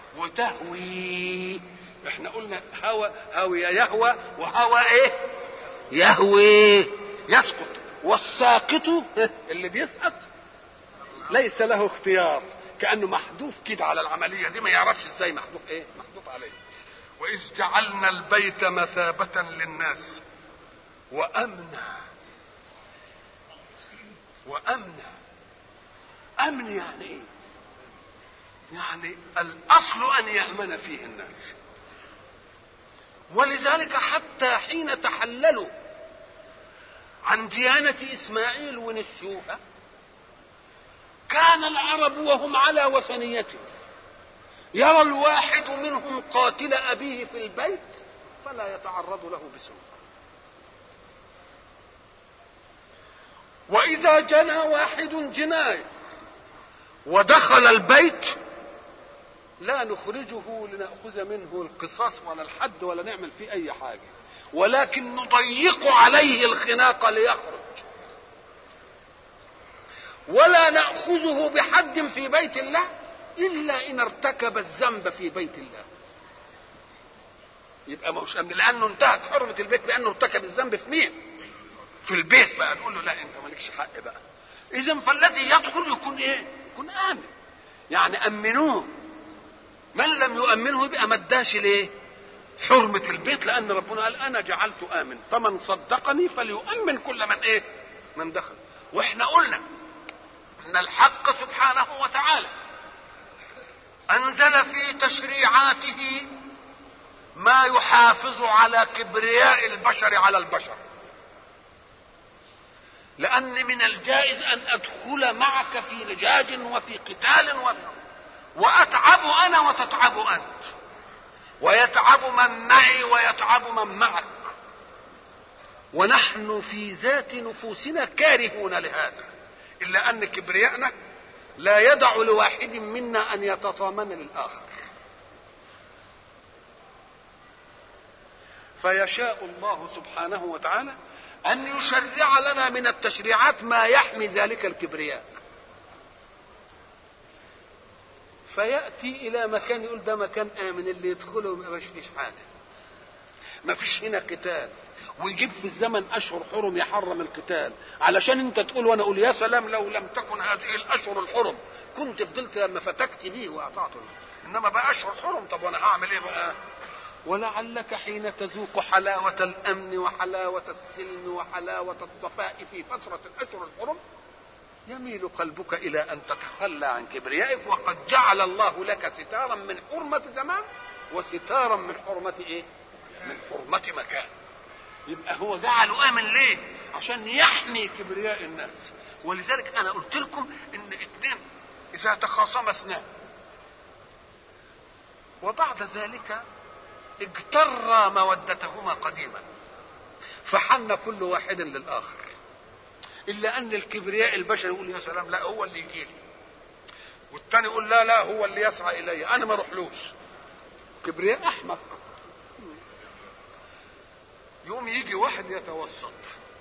وتهوي، احنا قلنا هوى هوي يهوى وهوى ايه؟ يهوي يسقط. والساقط اللي بيسقط ليس له اختيار، كأنه محذوف كده على العملية دي، ما يعرفش ازاي محذوف ايه؟ محذوف عليه. وإذ جعلنا البيت مثابة للناس وأمنا. وأمنا، أمن يعني ايه؟ يعني الأصل أن يأمن فيه الناس. ولذلك حتى حين تحللوا عن ديانة إسماعيل ونسيوها كان العرب وهم على وثنيته يرى الواحد منهم قاتل أبيه في البيت فلا يتعرض له بسوء، وإذا جنى واحد جناية ودخل البيت لا نخرجه لنأخذ منه القصاص ولا الحد ولا نعمل فيه أي حاجة، ولكن نضيق عليه الخناق ليخرج، ولا نأخذه بحد في بيت الله إلا إن ارتكب الذنب في بيت الله. يبقى مش أمن، لأنه انتهت حرمة البيت لأنه ارتكب الذنب في مين؟ في البيت. بقى نقول له لا أنت مالكش حق بقى. إذن فالذي يدخل يكون إيه؟ يكون آمن. يعني أمنوه، من لم يؤمنه يبقى ما اداش ليه؟ حرمة البيت، لأن ربنا قال أنا جعلت آمن فمن صدقني فليؤمن كل من إيه؟ من دخل. وإحنا قلنا أن الحق سبحانه وتعالى أنزل في تشريعاته ما يحافظ على كبرياء البشر على البشر، لأن من الجائز أن أدخل معك في لجاج وفي قتال وفي وأتعب أنا وتتعب أنت، ويتعب من معي ويتعب من معك، ونحن في ذات نفوسنا كارهون لهذا، إلا أن كبريائنا لا يدع لواحد منا أن يتطامن للآخر. فيشاء الله سبحانه وتعالى أن يشرع لنا من التشريعات ما يحمي ذلك الكبرياء، فيأتي إلى مكان يقول ده مكان آمن اللي يدخله ما فيش حاجة، ما فيش هنا قتال، ويجيب في الزمن أشهر حرم يحرم القتال، علشان أنت تقول وأنا أقول يا سلام لو لم تكن هذه الأشهر الحرم كنت فضلت لما فتكت به وأطعته، إنما بقى أشهر حرم، طب وأنا هعمل إيه بقى؟ ولعلك حين تذوق حلاوة الأمن وحلاوة السلم وحلاوة الصفاء في فترة الأشهر الحرم يميل قلبك إلى أن تتخلى عن كبريائك، وقد جعل الله لك ستارا من حرمة زمان وستارا من حرمة إيه؟ من حرمة مكان. يبقى هو جعله آمن ليه؟ عشان يحمي كبرياء الناس. ولذلك أنا قلت لكم إن اثنين إذا تخاصما اثنان وبعد ذلك اجتر مودتهما قديما فحن كل واحد للآخر، إلا أن الكبرياء البشري يقول يا سلام لا هو اللي يجي لي، والتاني يقول لا لا هو اللي يسعى إلي أنا ما اروحلوش. كبرياء أحمق. يوم يجي واحد يتوسط،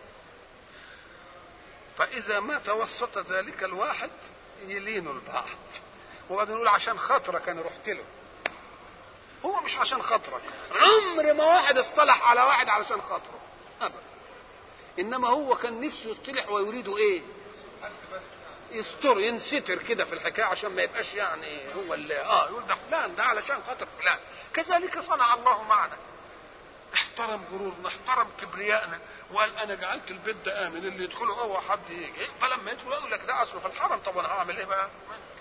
فإذا ما توسط ذلك الواحد يلينوا البعض، وبعدين يقول عشان خاطرك أنا رحت له. هو مش عشان خاطرك، عمر ما واحد اصطلح على واحد علشان خاطره أبدا، إنما هو كان نفسه يصطلح ويريد إيه؟ يستر ينستر كده في الحكاية عشان ما يبقاش يعني هو اللي آه يقول ده فلان ده علشان خاطر فلان. كذلك صنع الله معنا، احترم غرورنا، احترم كبريائنا، وقال انا جعلت البيت ده امن اللي يدخله هو حد يجي، فلما يدخل يقول لك ده اصله في الحرم، طب انا هعمل ايه بقى؟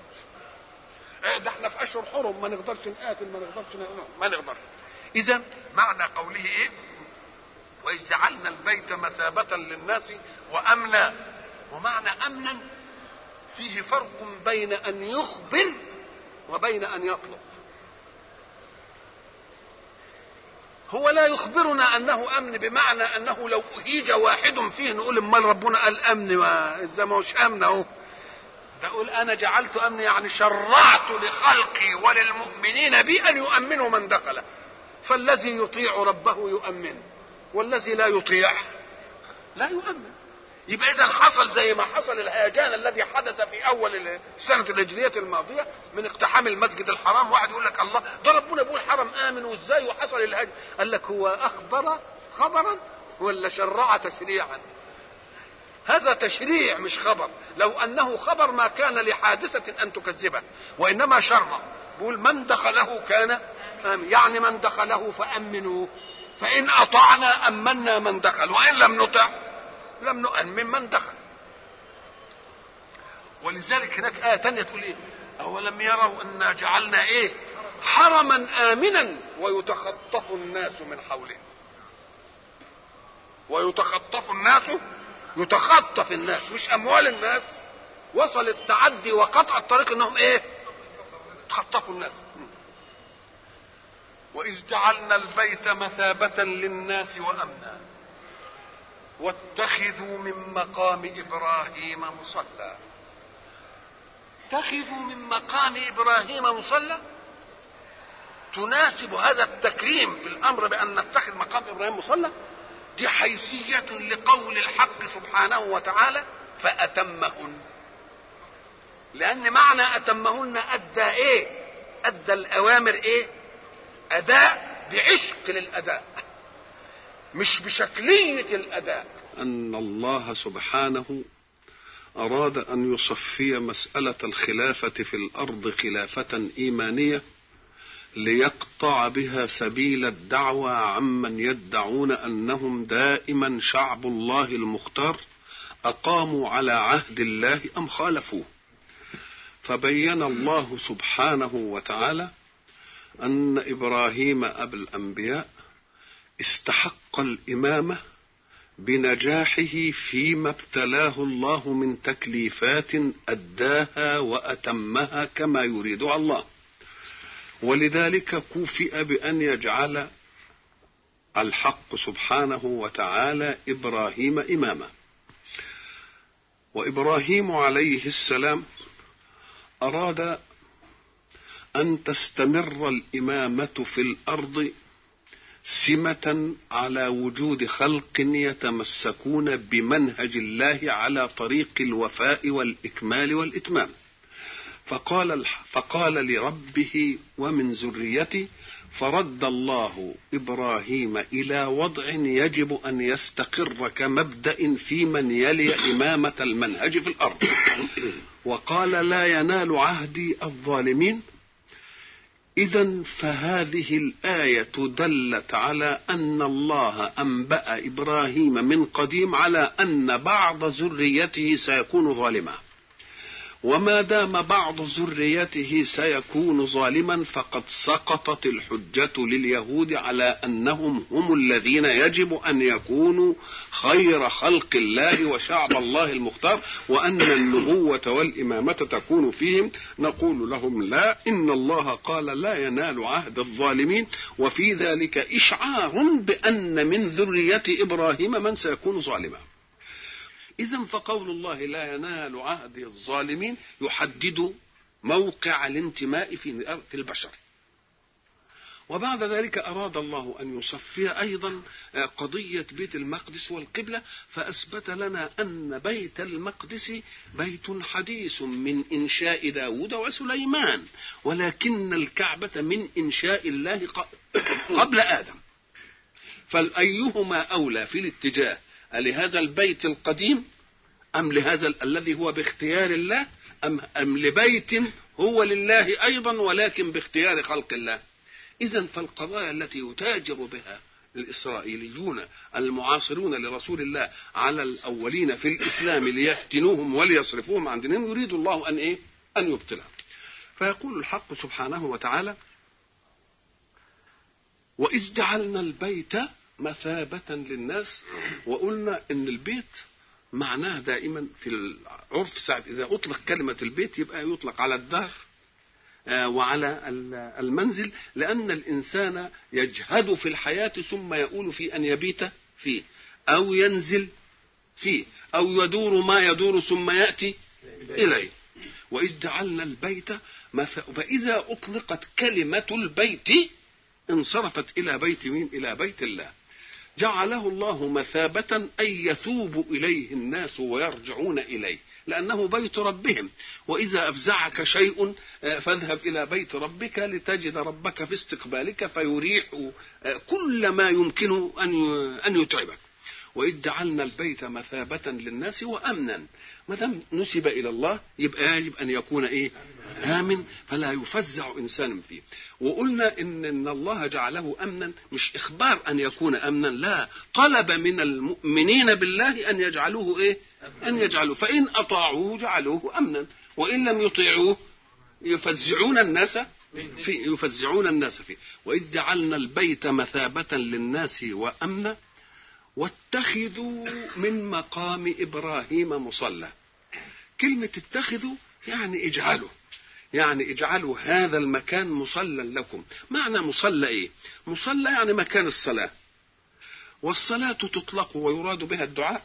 ده احنا في اشهر حرم ما نقدرش نقاتل ما نقدرش ما نقدرش. اذا معنى قوله ايه؟ واذ جعلنا البيت مثابة للناس وامنا. ومعنى امنا فيه فرق بين ان يخبر وبين ان يطلب. هو لا يخبرنا انه امن بمعنى انه لو اهيج واحد فيه نقول امال ربنا قال امن ازاي ما هوش امن اهو. ده اقول انا جعلت امن يعني شرعت لخلقي وللمؤمنين بي ان يؤمنوا من دخله، فالذي يطيع ربه يؤمن والذي لا يطيع لا يؤمن. يبقى اذا حصل زي ما حصل الهيجان الذي حدث في اول السنه الهجريه الماضيه من اقتحام المسجد الحرام. واحد يقول لك الله ده ربنا بيقول حرم امن وازاي وحصل الهجر؟ قال لك هو اخبر خبرا ولا شرع تشريعا؟ هذا تشريع مش خبر. لو انه خبر ما كان لحادثه ان تكذبه، وانما شرع بيقول من دخله كان امن، يعني من دخله فامنوه، فان اطعنا امنا من دخل وان لم نطع لم نؤمن من دخل. ولذلك هناك آية تانية تقول ايه؟ أولم يروا أنا جعلنا ايه؟ حرما آمنا ويتخطف الناس من حوله. ويتخطف الناس، يتخطف الناس مش أموال الناس. وصل التعدي وقطع الطريق انهم ايه؟ تخطفوا الناس. وإذ جعلنا البيت مثابة للناس وأمنا واتخذوا من مقام إبراهيم مصلى. اتخذوا من مقام إبراهيم مصلى تناسب هذا التكريم في الأمر بأن نتخذ مقام إبراهيم مصلى. دي حيثية لقول الحق سبحانه وتعالى فأتمهن، لأن معنى أتمهن أدى إيه؟ أدى الأوامر إيه؟ أداء بعشق للأداء مش بشكلية الأداء. أن الله سبحانه أراد أن يصفي مسألة الخلافة في الأرض خلافة إيمانية ليقطع بها سبيل الدعوى عمن يدعون أنهم دائما شعب الله المختار أقاموا على عهد الله أم خالفوه. فبين الله سبحانه وتعالى أن إبراهيم أبا الأنبياء استحق الإمامة بنجاحه فيما ابتلاه الله من تكليفات أداها وأتمها كما يريدها الله. ولذلك كوفئ بأن يجعل الحق سبحانه وتعالى إبراهيم إماما. وإبراهيم عليه السلام أراد أن تستمر الإمامة في الأرض سمة على وجود خلق يتمسكون بمنهج الله على طريق الوفاء والإكمال والإتمام. فقال, فقال لربه ومن ذريته، فرد الله إبراهيم إلى وضع يجب أن يستقر كمبدأ في من يلي إمامة المنهج في الأرض، وقال لا ينال عهدي الظالمين. إذن فهذه الآية دلت على أن الله أنبأ إبراهيم من قديم على أن بعض ذريته سيكون ظالما، وما دام بعض ذريته سيكون ظالما فقد سقطت الحجة لليهود على أنهم هم الذين يجب أن يكونوا خير خلق الله وشعب الله المختار، وأن النبوة والإمامة تكون فيهم. نقول لهم لا، إن الله قال لا ينال عهد الظالمين، وفي ذلك إشعار بأن من ذرية إبراهيم من سيكون ظالما. إذن فقول الله لا ينال عهد الظالمين يحدد موقع الانتماء في البشر. وبعد ذلك أراد الله أن يصفي أيضا قضية بيت المقدس والقبلة، فأثبت لنا أن بيت المقدس بيت حديث من إنشاء داود وسليمان، ولكن الكعبة من إنشاء الله قبل آدم. فالأيهما أولى في الاتجاه، لهذا البيت القديم أم لهذا الذي هو باختيار الله، أم, أم لبيت هو لله أيضا ولكن باختيار خلق الله؟ إذن فالقضايا التي يتاجر بها الإسرائيليون المعاصرون لرسول الله على الأولين في الإسلام ليفتنوهم وليصرفوهم عن دينهم، يريد الله أن إيه؟ أن يبطلها. فيقول الحق سبحانه وتعالى: وإذ جعلنا البيت مثابة للناس. وقلنا ان البيت معناه دائما في العرف ساعة اذا اطلق كلمة البيت يبقى يطلق على الدار وعلى المنزل، لان الانسان يجهد في الحياة ثم يؤول في ان يبيت فيه او ينزل فيه او يدور ما يدور ثم يأتي اليه. وإذ جعلنا البيت مثابة، فاذا اطلقت كلمة البيت انصرفت الى بيت مين؟ الى بيت الله. جعله الله مثابة أي يثوب إليه الناس ويرجعون إليه، لأنه بيت ربهم. وإذا أفزعك شيء فاذهب إلى بيت ربك لتجد ربك في استقبالك فيريح كل ما يمكن أن يتعبك. وإذ جعلنا البيت مثابة للناس وأمنا. ما دام نسب إلى الله يبقى يجب أن يكون إيه؟ آمن، فلا يفزع إنسان فيه. وقلنا إن, إن الله جعله أمنا مش إخبار أن يكون أمنا، لا، طلب من المؤمنين بالله أن يجعلوه إيه؟ أن يجعلوه، فإن أطاعوه جعلوه أمنا، وإن لم يطيعوه يفزعون الناس فيه يفزعون الناس فيه. وإذ جعلنا البيت مثابة للناس وأمنا واتخذوا من مقام إبراهيم مصلى. كلمة اتخذوا يعني اجعلوا، يعني اجعلوا هذا المكان مصلى لكم. معنى مصلى ايه؟ مصلى يعني مكان الصلاة، والصلاة تطلق ويراد بها الدعاء،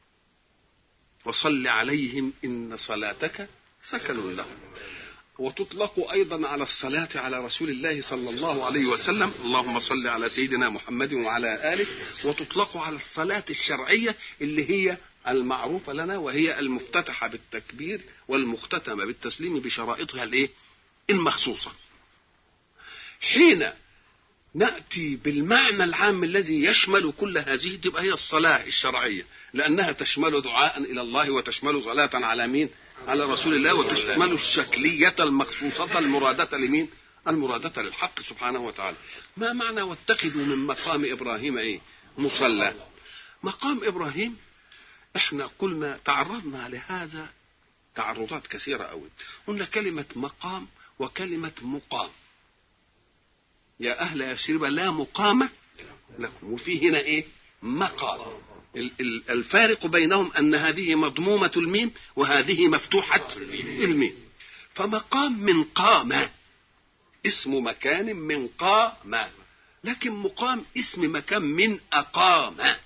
وصل عليهم إن صلاتك سكن لهم. وتطلق أيضا على الصلاة على رسول الله صلى الله عليه وسلم، اللهم صل على سيدنا محمد وعلى آله. وتطلق على الصلاة الشرعية اللي هي المعروفة لنا، وهي المفتتحة بالتكبير والمختتمة بالتسليم بشرائطها الايه؟ المخصوصة. حين نأتي بالمعنى العام الذي يشمل كل هذه تبقى هي الصلاة الشرعية، لأنها تشمل دعاء إلى الله وتشمل صلاة على مين؟ على رسول الله، وتشمل الشكلية المخصوصة المرادة لمين؟ المرادة للحق سبحانه وتعالى. ما معنى واتخذوا من مقام إبراهيم ايه؟ مصلى. مقام إبراهيم احنا قلنا تعرضنا لهذا تعرضات كثيرة أوي. قلنا كلمة مقام وكلمة مقام. يا أهل يثرب لا مقام لكم، وفي هنا إيه؟ مقام. الفارق بينهم أن هذه مضمومة الميم وهذه مفتوحة الميم. فمقام من قام، اسم مكان من قام، لكن مقام اسم مكان من أقام.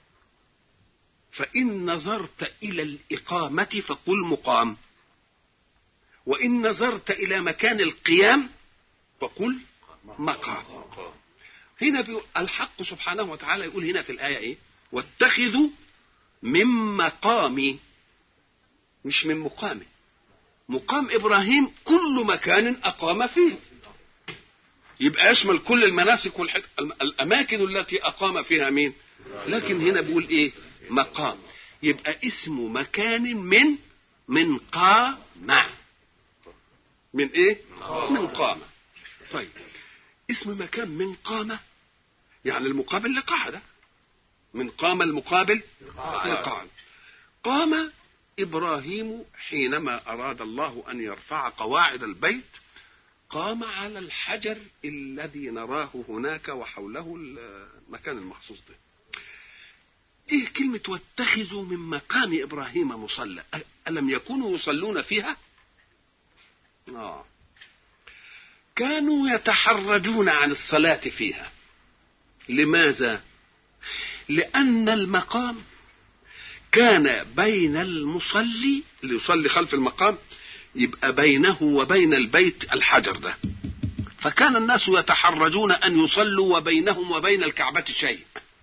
فإن نظرت إلى الإقامة فقل مقام، وإن نظرت إلى مكان القيام فقل مقام. هنا الحق سبحانه وتعالى يقول هنا في الآية إيه؟ واتخذوا من مقامي، مش من مقامي. مقام إبراهيم كل مكان أقام فيه، يبقى يشمل كل المناسك والأماكن التي أقام فيها مين. لكن هنا بيقول إيه؟ مقام، يبقى اسم مكان من من قام. من إيه؟ من قام. طيب اسم مكان من قام يعني المقابل لقعدة. من قام المقابل لقعدة. قام إبراهيم حينما أراد الله أن يرفع قواعد البيت، قام على الحجر الذي نراه هناك وحوله المكان المخصوص ده. ايه كلمة واتخذوا من مقام إبراهيم مصلى؟ ألم يكونوا يصلون فيها؟ آه. كانوا يتحرجون عن الصلاة فيها. لماذا؟ لأن المقام كان بين المصلي اللي يصلي خلف المقام، يبقى بينه وبين البيت الحجر ده، فكان الناس يتحرجون أن يصلوا وبينهم وبين الكعبة شيء،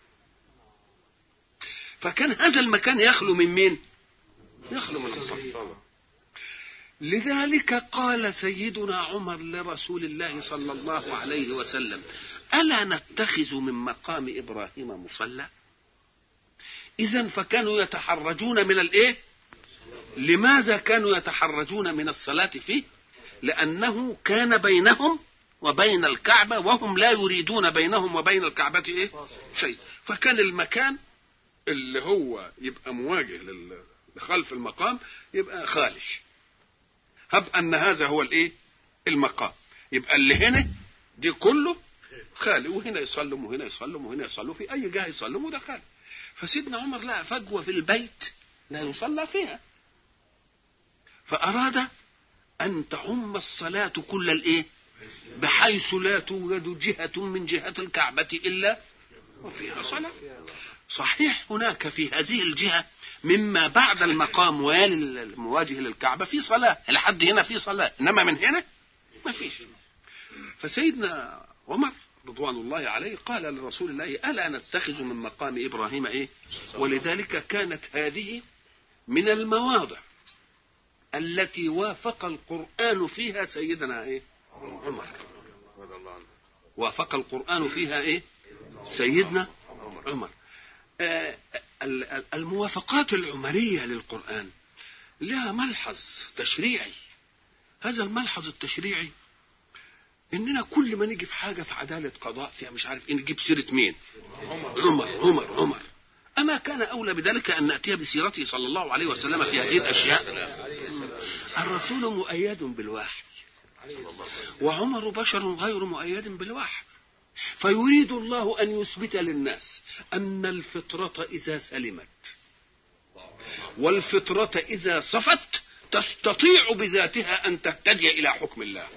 فكان هذا المكان يخلو من مين؟ يخلو من الصلاة. لذلك قال سيدنا عمر لرسول الله صلى الله عليه وسلم ألا نتخذ من مقام إبراهيم مصلى؟ إذن فكانوا يتحرجون من الإيه؟ لماذا كانوا يتحرجون من الصلاة فيه؟ لأنه كان بينهم وبين الكعبة وهم لا يريدون بينهم وبين الكعبة إيه؟ شيء، فكان المكان اللي هو يبقى مواجه لخلف المقام يبقى خالش. هب أن هذا هو الإيه؟ المقام، يبقى اللي هنا دي كله خالي، وهنا يصلم وهنا يصلم وهنا يصلوا، في أي جهة يصلم وده خالي. فسيدنا عمر لقى فجوة في البيت لا يصلى فيها، فأراد أن تعم الصلاة كل الإيه؟ بحيث لا توجد جهة من جهة الكعبة إلا وفيها صلاة. صحيح هناك في هذه الجهة مما بعد المقام ويلي المواجه للكعبة في صلاة، لحد هنا في صلاة، إنما من هنا ما فيش. فسيدنا عمر رضوان الله عليه قال لرسول الله ألا نتخذ من مقام إبراهيم إيه؟ ولذلك كانت هذه من المواضع التي وافق القرآن فيها سيدنا إيه؟ عمر. وافق القرآن فيها إيه؟ سيدنا عمر. آه الموافقات العمرية للقرآن لها ملحظ تشريعي. هذا الملحظ التشريعي إننا كل ما نيجي في حاجة في عدالة قضاء فيها مش عارف إن نجيب سيرة مين؟ عمر عمر عمر. أما كان أولى بذلك أن نأتي بسيرته صلى الله عليه وسلم في هذه الأشياء. الرسول مؤيد بالوحي، وعمر بشر غير مؤيد بالوحي، فيريد الله أن يثبت للناس أن الفطرة إذا سلمت والفطرة إذا صفت تستطيع بذاتها أن تهتدي إلى حكم الله.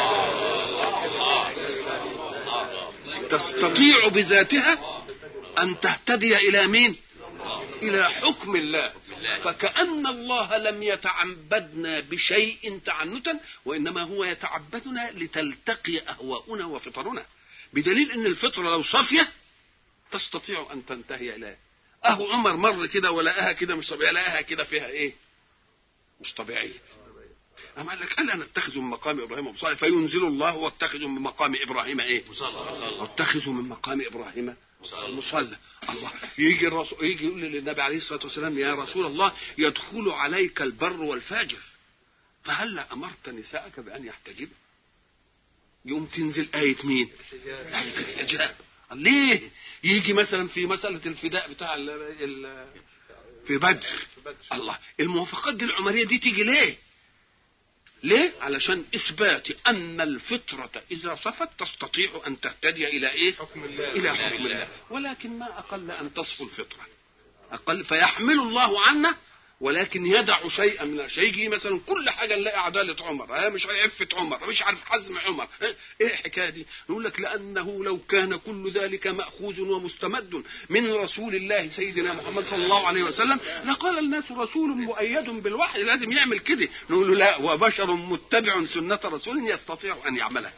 تستطيع بذاتها أن تهتدي إلى مين؟ إلى حكم الله. فكأن الله لم يتعبدنا بشيء تعنتا، وإنما هو يتعبدنا لتلتقي أهواؤنا وفطرنا، بدليل أن الفطرة لو صافية تستطيع أن تنتهي إليه. أهو عمر مر كده ولقاها كده مش طبيعية، لقاها كده فيها إيه؟ مش طبيعية. أما قال لك ألا نتخذوا من مقام إبراهيم مصلى، فينزل الله واتخذوا من مقام إبراهيم إيه؟ واتخذوا من مقام إبراهيم مصلى. الله يجي الرسول يجي يقول للنبي عليه الصلاة والسلام يا رسول الله يدخل عليك البر والفاجر فهل أمرت نساءك بأن يحتجب؟ يوم تنزل آية مين؟ آية الحجاب. ليه؟ يجي مثلا في مسألة الفداء بتاع ال ال في بدر. الله الموافقات دي العمرية دي تيجي ليه؟ ليه؟ علشان إثبات أن الفطرة إذا صفت تستطيع أن تهتدي إلى إيه؟ حكم الله. إلى حكم الله. ولكن ما أقل أن تصفو الفطرة أقل، فيحمل الله عنا ولكن يدع شيئا من الشيء. يجي مثلا كل حاجه نلاقي عداله عمر، ها مش عفه عمر، مش عارف حزم عمر، ايه الحكايه دي؟ نقول لك لانه لو كان كل ذلك ماخوذ ومستمد من رسول الله سيدنا محمد صلى الله عليه وسلم لقال الناس رسول مؤيد بالوحي لازم يعمل كده. نقول له لا، وبشر متبع سنه رسول يستطيع ان يعملها.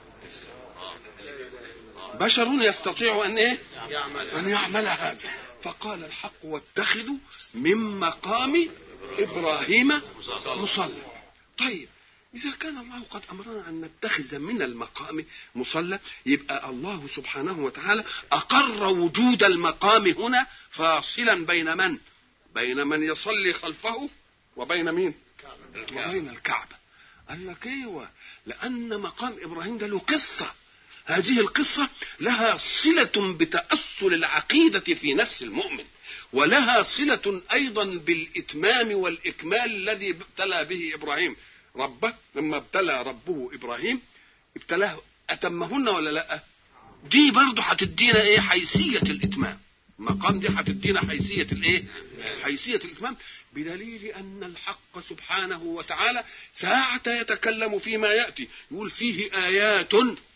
بشر يستطيع ان ايه؟ ان يعمل هذا. فقال الحق واتخذوا من مقام ابراهيم مصلى. طيب اذا كان الله قد امرنا ان نتخذ من المقام مصلى، يبقى الله سبحانه وتعالى اقر وجود المقام هنا فاصلا بين من؟ بين من يصلي خلفه وبين مين؟ وبين الكعبه. قال لك ايوه، لان مقام ابراهيم ده له قصه، هذه القصة لها صلة بتأصل العقيدة في نفس المؤمن، ولها صلة أيضا بالإتمام والإكمال الذي ابتلى به إبراهيم ربه. لما ابتلى ربه إبراهيم ابتلاه أتمهن ولا لا؟ دي برضو هتدينا إيه؟ حيثية الإتمام. المقام دي هتدينا حيثية الإيه؟ حيثية الإتمام، بدليل أن الحق سبحانه وتعالى ساعة يتكلم فيما يأتي يقول فيه آيات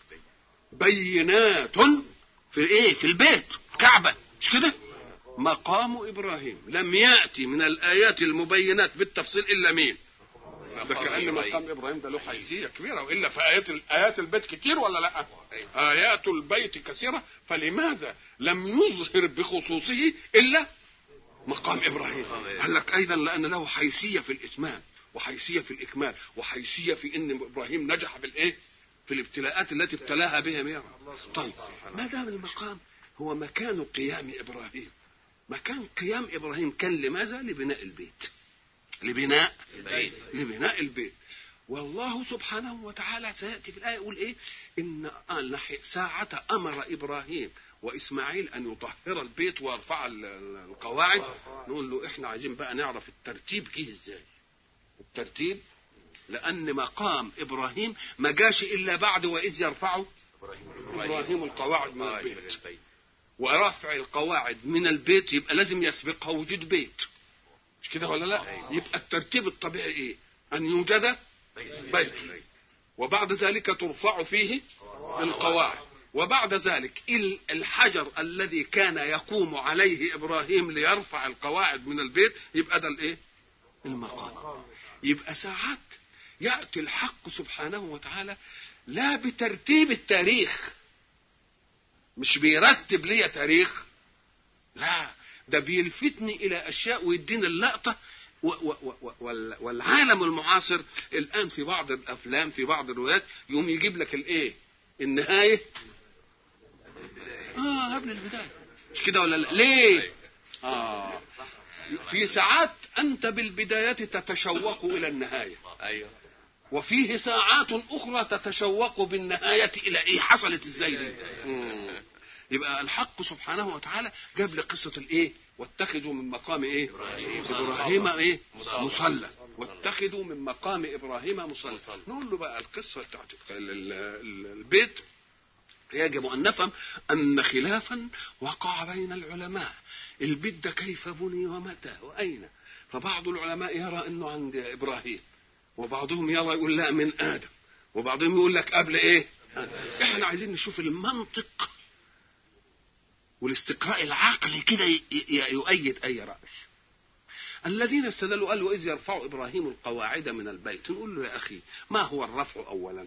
بينات في ايه؟ في البيت كعبة، مش كده؟ مقام ابراهيم لم ياتي من الايات المبينات بالتفصيل الا مين؟ ده كأن مقام ابراهيم ده له حيثيه كبيره، والا في ايات ايات البيت كتير ولا لا؟ ايات البيت كثيره، فلماذا لم يظهر بخصوصه الا مقام ابراهيم؟ قال لك ايضا لان له حيثيه في الاتمام وحيثيه في الاكمال وحيثيه في ان ابراهيم نجح بالايه؟ في الابتلاءات التي ابتلاها بها ميرا. طيب ما دام المقام هو مكان قيام ابراهيم، مكان قيام ابراهيم كان لماذا؟ لبناء البيت، لبناء البيت لبناء البيت. والله سبحانه وتعالى سياتي في الايه يقول ايه؟ ان ساعه امر ابراهيم واسماعيل ان يطهر البيت ويرفع القواعد، نقول له احنا عايزين بقى نعرف الترتيب جه ازاي. الترتيب لأن مقام إبراهيم ما جاش إلا بعد وإذ يرفع إبراهيم القواعد من البيت، ورفع القواعد من البيت يبقى لازم يسبقها وجود بيت، مش كده ولا لا؟ يبقى الترتيب الطبيعي إيه؟ أن يوجد بيت، وبعد ذلك ترفع فيه القواعد، وبعد ذلك الحجر الذي كان يقوم عليه إبراهيم ليرفع القواعد من البيت يبقى ده الإيه؟ المقام. يبقى ساعات يأتي الحق سبحانه وتعالى لا بترتيب التاريخ، مش بيرتب لي تاريخ، لا ده بيلفتني إلى أشياء ويدينا اللقطة. والعالم المعاصر الآن في بعض الأفلام في بعض الروايات يوم يجيب لك الإيه؟ النهاية آه قبل البداية، مش كده ولا لا؟ ليه؟ آه في ساعات أنت بالبدايات تتشوق إلى النهاية، أيوة. وفيه ساعات أخرى تتشوق بالنهاية إلى إيه؟ حصلت إزاي دي؟ يبقى الحق سبحانه وتعالى جاب لي قصة الإيه؟ واتخذوا من مقام إيه؟ إبراهيم إيه؟ مصلى. واتخذوا من مقام إبراهيم مصلى. نقول له بقى القصة بتاعت البيت يجب أن نفهم أن خلافا وقع بين العلماء. البيت ده كيف بني ومتى وأين؟ فبعض العلماء يرى أنه عند إبراهيم، وبعضهم يرى يقول لا من آدم، وبعضهم يقول لك قبل إيه؟ إحنا عايزين نشوف المنطق والاستقراء العقلي كده يؤيد أي رأي. الذين استدلوا قالوا إذ يرفع إبراهيم القواعد من البيت، نقول له يا أخي ما هو الرفع أولا؟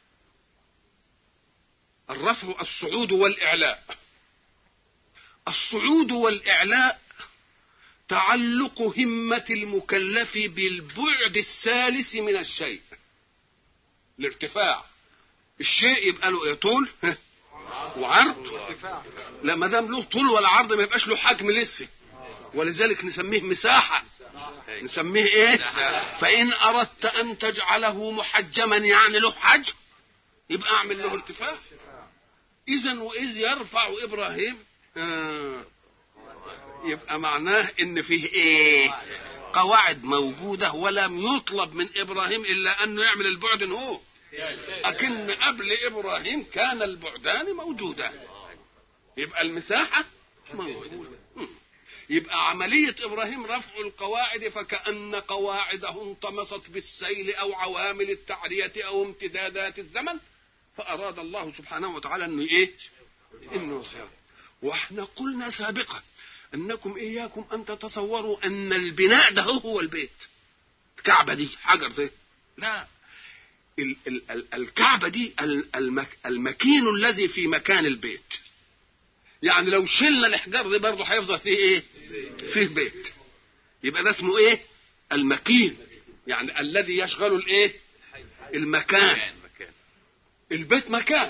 الرفع الصعود والإعلاء. الصعود والإعلاء تعلق همة المكلف بالبعد الثالث من الشيء. الارتفاع الشيء يبقى له ايه؟ طول وعرض. لا ما دام له طول ولا عرض ما يبقاش له حجم لسه، ولذلك نسميه مساحة، نسميه ايه؟ فإن أردت أن تجعله محجما يعني له حجم يبقى أعمل له ارتفاع. إذن وإذ يرفع إبراهيم آه يبقى معناه إن فيه إيه؟ قواعد موجودة، ولم يطلب من إبراهيم إلا أنه يعمل البعد هو، لكن قبل إبراهيم كان البعدان موجودان، يبقى المساحة موجودة. يبقى عملية إبراهيم رفع القواعد فكأن قواعده انطمست بالسيل أو عوامل التعرية أو امتدادات الزمن، فأراد الله سبحانه وتعالى أنه إيه؟ إنه يصير. وإحنا قلنا سابقا أنكم إياكم أن تتصوروا أن البناء ده هو البيت. الكعبة دي حجر ده، لا، ال ال ال الكعبة دي المك المكين الذي في مكان البيت. يعني لو شلنا الحجار دي برضه هيفضل فيه ايه؟ فيه بيت. يبقى ده اسمه ايه؟ المكين، يعني الذي يشغل الايه؟ المكان. البيت مكان.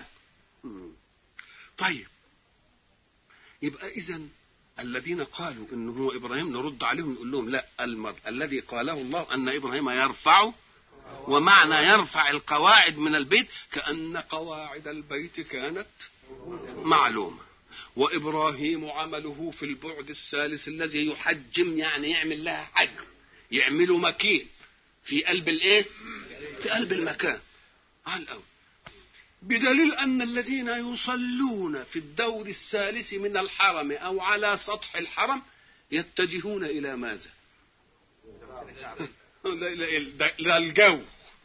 طيب يبقى اذن الذين قالوا انه هو ابراهيم نرد عليهم نقول لهم لا، الذي قاله الله ان ابراهيم يرفع، ومعنى يرفع القواعد من البيت كأن قواعد البيت كانت معلومة، وإبراهيم عمله في البعد الثالث الذي يحجم، يعني يعمل لها حجم، يعمله مكين في قلب الايه؟ في قلب المكان على الأول، بدليل أن الذين يصلون في الدور الثالث من الحرم أو على سطح الحرم يتجهون إلى ماذا؟ لا الجو.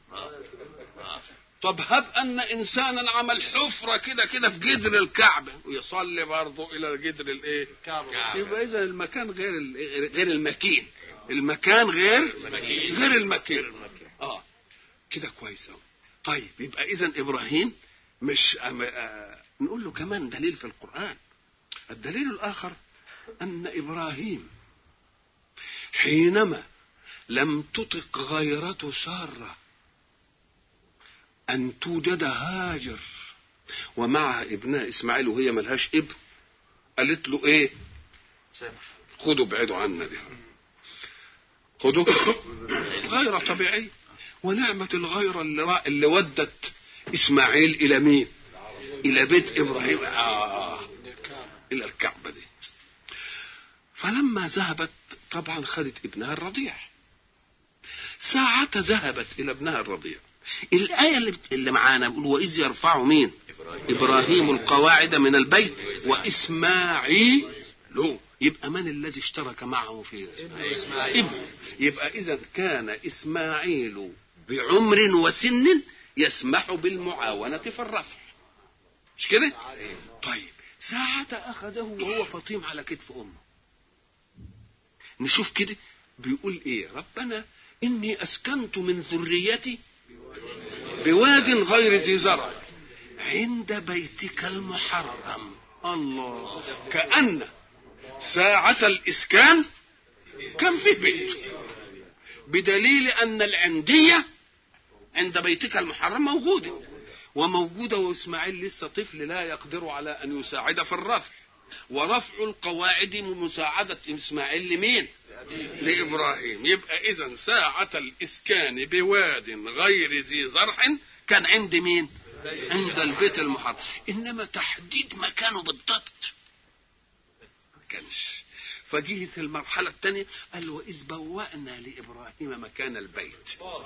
طب هب ان انسانا عمل حفره كده كده في جدر الكعبه ويصلي برضه الى جدر الايه؟ يبقى اذا المكان غير غير المكين، المكان غير غير المكين. اه كده كويس قوي. طيب يبقى اذا ابراهيم مش آه نقول له كمان دليل في القران. الدليل الاخر ان ابراهيم حينما لم تطق غيرة سارة أن توجد هاجر ومعها ابنها إسماعيل وهي ملهاش ابن، قالت له إيه؟ خدوا بعيدوا عنا دي، خدوا غيرة طبيعية. ونعمة الغيرة اللي, اللي ودت إسماعيل إلى مين؟ إلى بيت إبراهيم، آه إلى الكعبة دي. فلما ذهبت طبعا خدت ابنها الرضيع. ساعة ذهبت إلى ابنها الرضيع، الآية اللي, اللي معانا بيقول وإذ يرفع مين؟ إبراهيم, إبراهيم القواعد من البيت وإسماعيل له. يبقى من الذي اشترك معه في إسماعيل؟ يبقى إذا كان إسماعيل بعمر وسن يسمح بالمعاونة في الرفع، مش كده؟ طيب ساعة أخذه وهو فطيم على كتف أمه، نشوف كده بيقول إيه؟ ربنا إني أسكنت من ذريتي بواد غير ذي زرع عند بيتك المحرم. الله، كأن ساعة الإسكان كان في بيت، بدليل أن العندية عند بيتك المحرم موجودة وموجودة، وإسماعيل لسه طفل لا يقدر على أن يساعد في الرفع، ورفع القواعد مساعدة إسماعيل لمين؟ لإبراهيم. يبقى إذن ساعة الإسكان بواد غير ذي زرع كان عند مين؟ عند البيت المحرم. إنما تحديد مكانه بالضبط ما كانش. فجيه في المرحلة الثانية قال وإذ بوأنا لإبراهيم مكان البيت،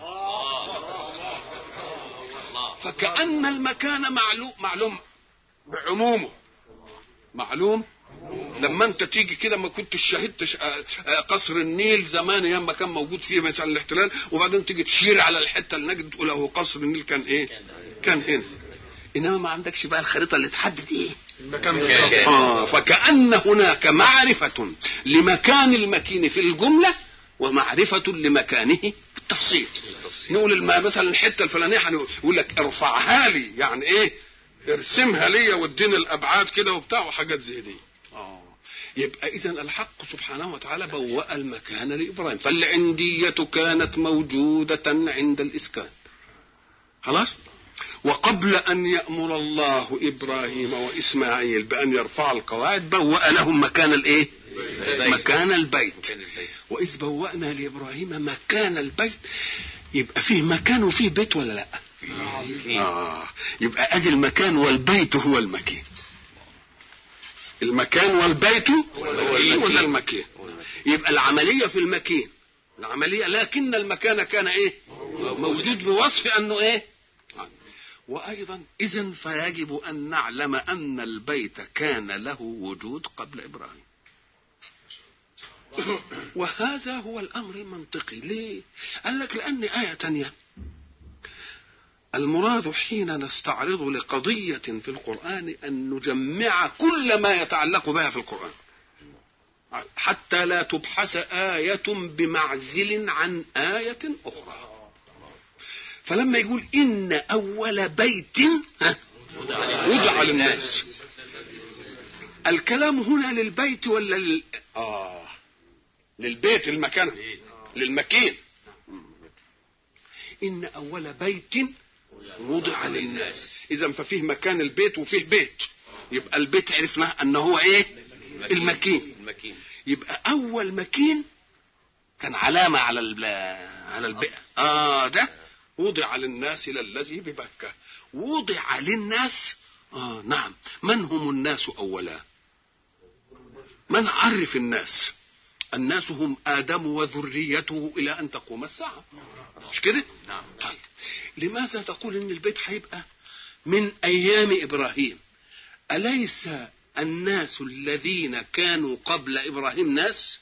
فكأن المكان معلوم معلوم بعمومه، معلوم. لما انت تيجي كده ما كنتش شاهدت قصر النيل زمان ايام ما كان موجود فيه مثلا الاحتلال، وبعدين تيجي تشير على الحته اللي نجد تقول اهو قصر النيل كان ايه؟ كان هنا. انما ما عندكش بقى الخريطه اللي تحدد ايه المكان بالظبط. اه فكأن هناك معرفه لمكان المكين في الجمله ومعرفه لمكانه بالتفصيل. نقول مثلا الحته الفلانيه يقول لك ارفعها لي، يعني ايه؟ ارسمها لي واديني الابعاد كده وبتاع وحاجات زي دي. اه يبقى اذا الحق سبحانه وتعالى بوأ المكان لابراهيم، فالعندية كانت موجودة عند الاسكان خلاص. وقبل ان يأمر الله ابراهيم واسماعيل بان يرفع القواعد بوأ لهم مكان الايه؟ مكان البيت. واذ بوأنا لابراهيم مكان البيت، يبقى فيه مكان وفيه بيت ولا لا؟ آه يبقى ادي المكان والبيت هو المكان، المكان والبيت هو المكان. يبقى العملية في المكان العملية، لكن المكان كان ايه؟ موجود بوصف انه ايه؟ وايضا اذن فيجب ان نعلم ان البيت كان له وجود قبل ابراهيم. وهذا هو الأمر المنطقي. ليه؟ قال لك لأن آية تانية المراد حين نستعرض لقضية في القرآن أن نجمع كل ما يتعلق بها في القرآن حتى لا تبحث آية بمعزل عن آية أخرى. فلما يقول إن أول بيت وضع للناس، الكلام هنا للبيت ولا لل... آه للبيت المكان للمكين. إن أول بيت وضع للناس، إذا ففيه مكان البيت وفيه بيت، يبقى البيت عرفنا أنه هو إيه؟ المكين. يبقى أول مكين كان علامة على على البيئة. آه ده وضع للناس للذي ببكة. وضع للناس، آه نعم. من هم الناس أولا؟ من عرف الناس؟ الناس هم آدم وذريته إلى أن تقوم الساعة، مش كده؟ طيب لماذا تقول إن البيت هيبقى من أيام إبراهيم؟ أليس الناس الذين كانوا قبل إبراهيم ناس؟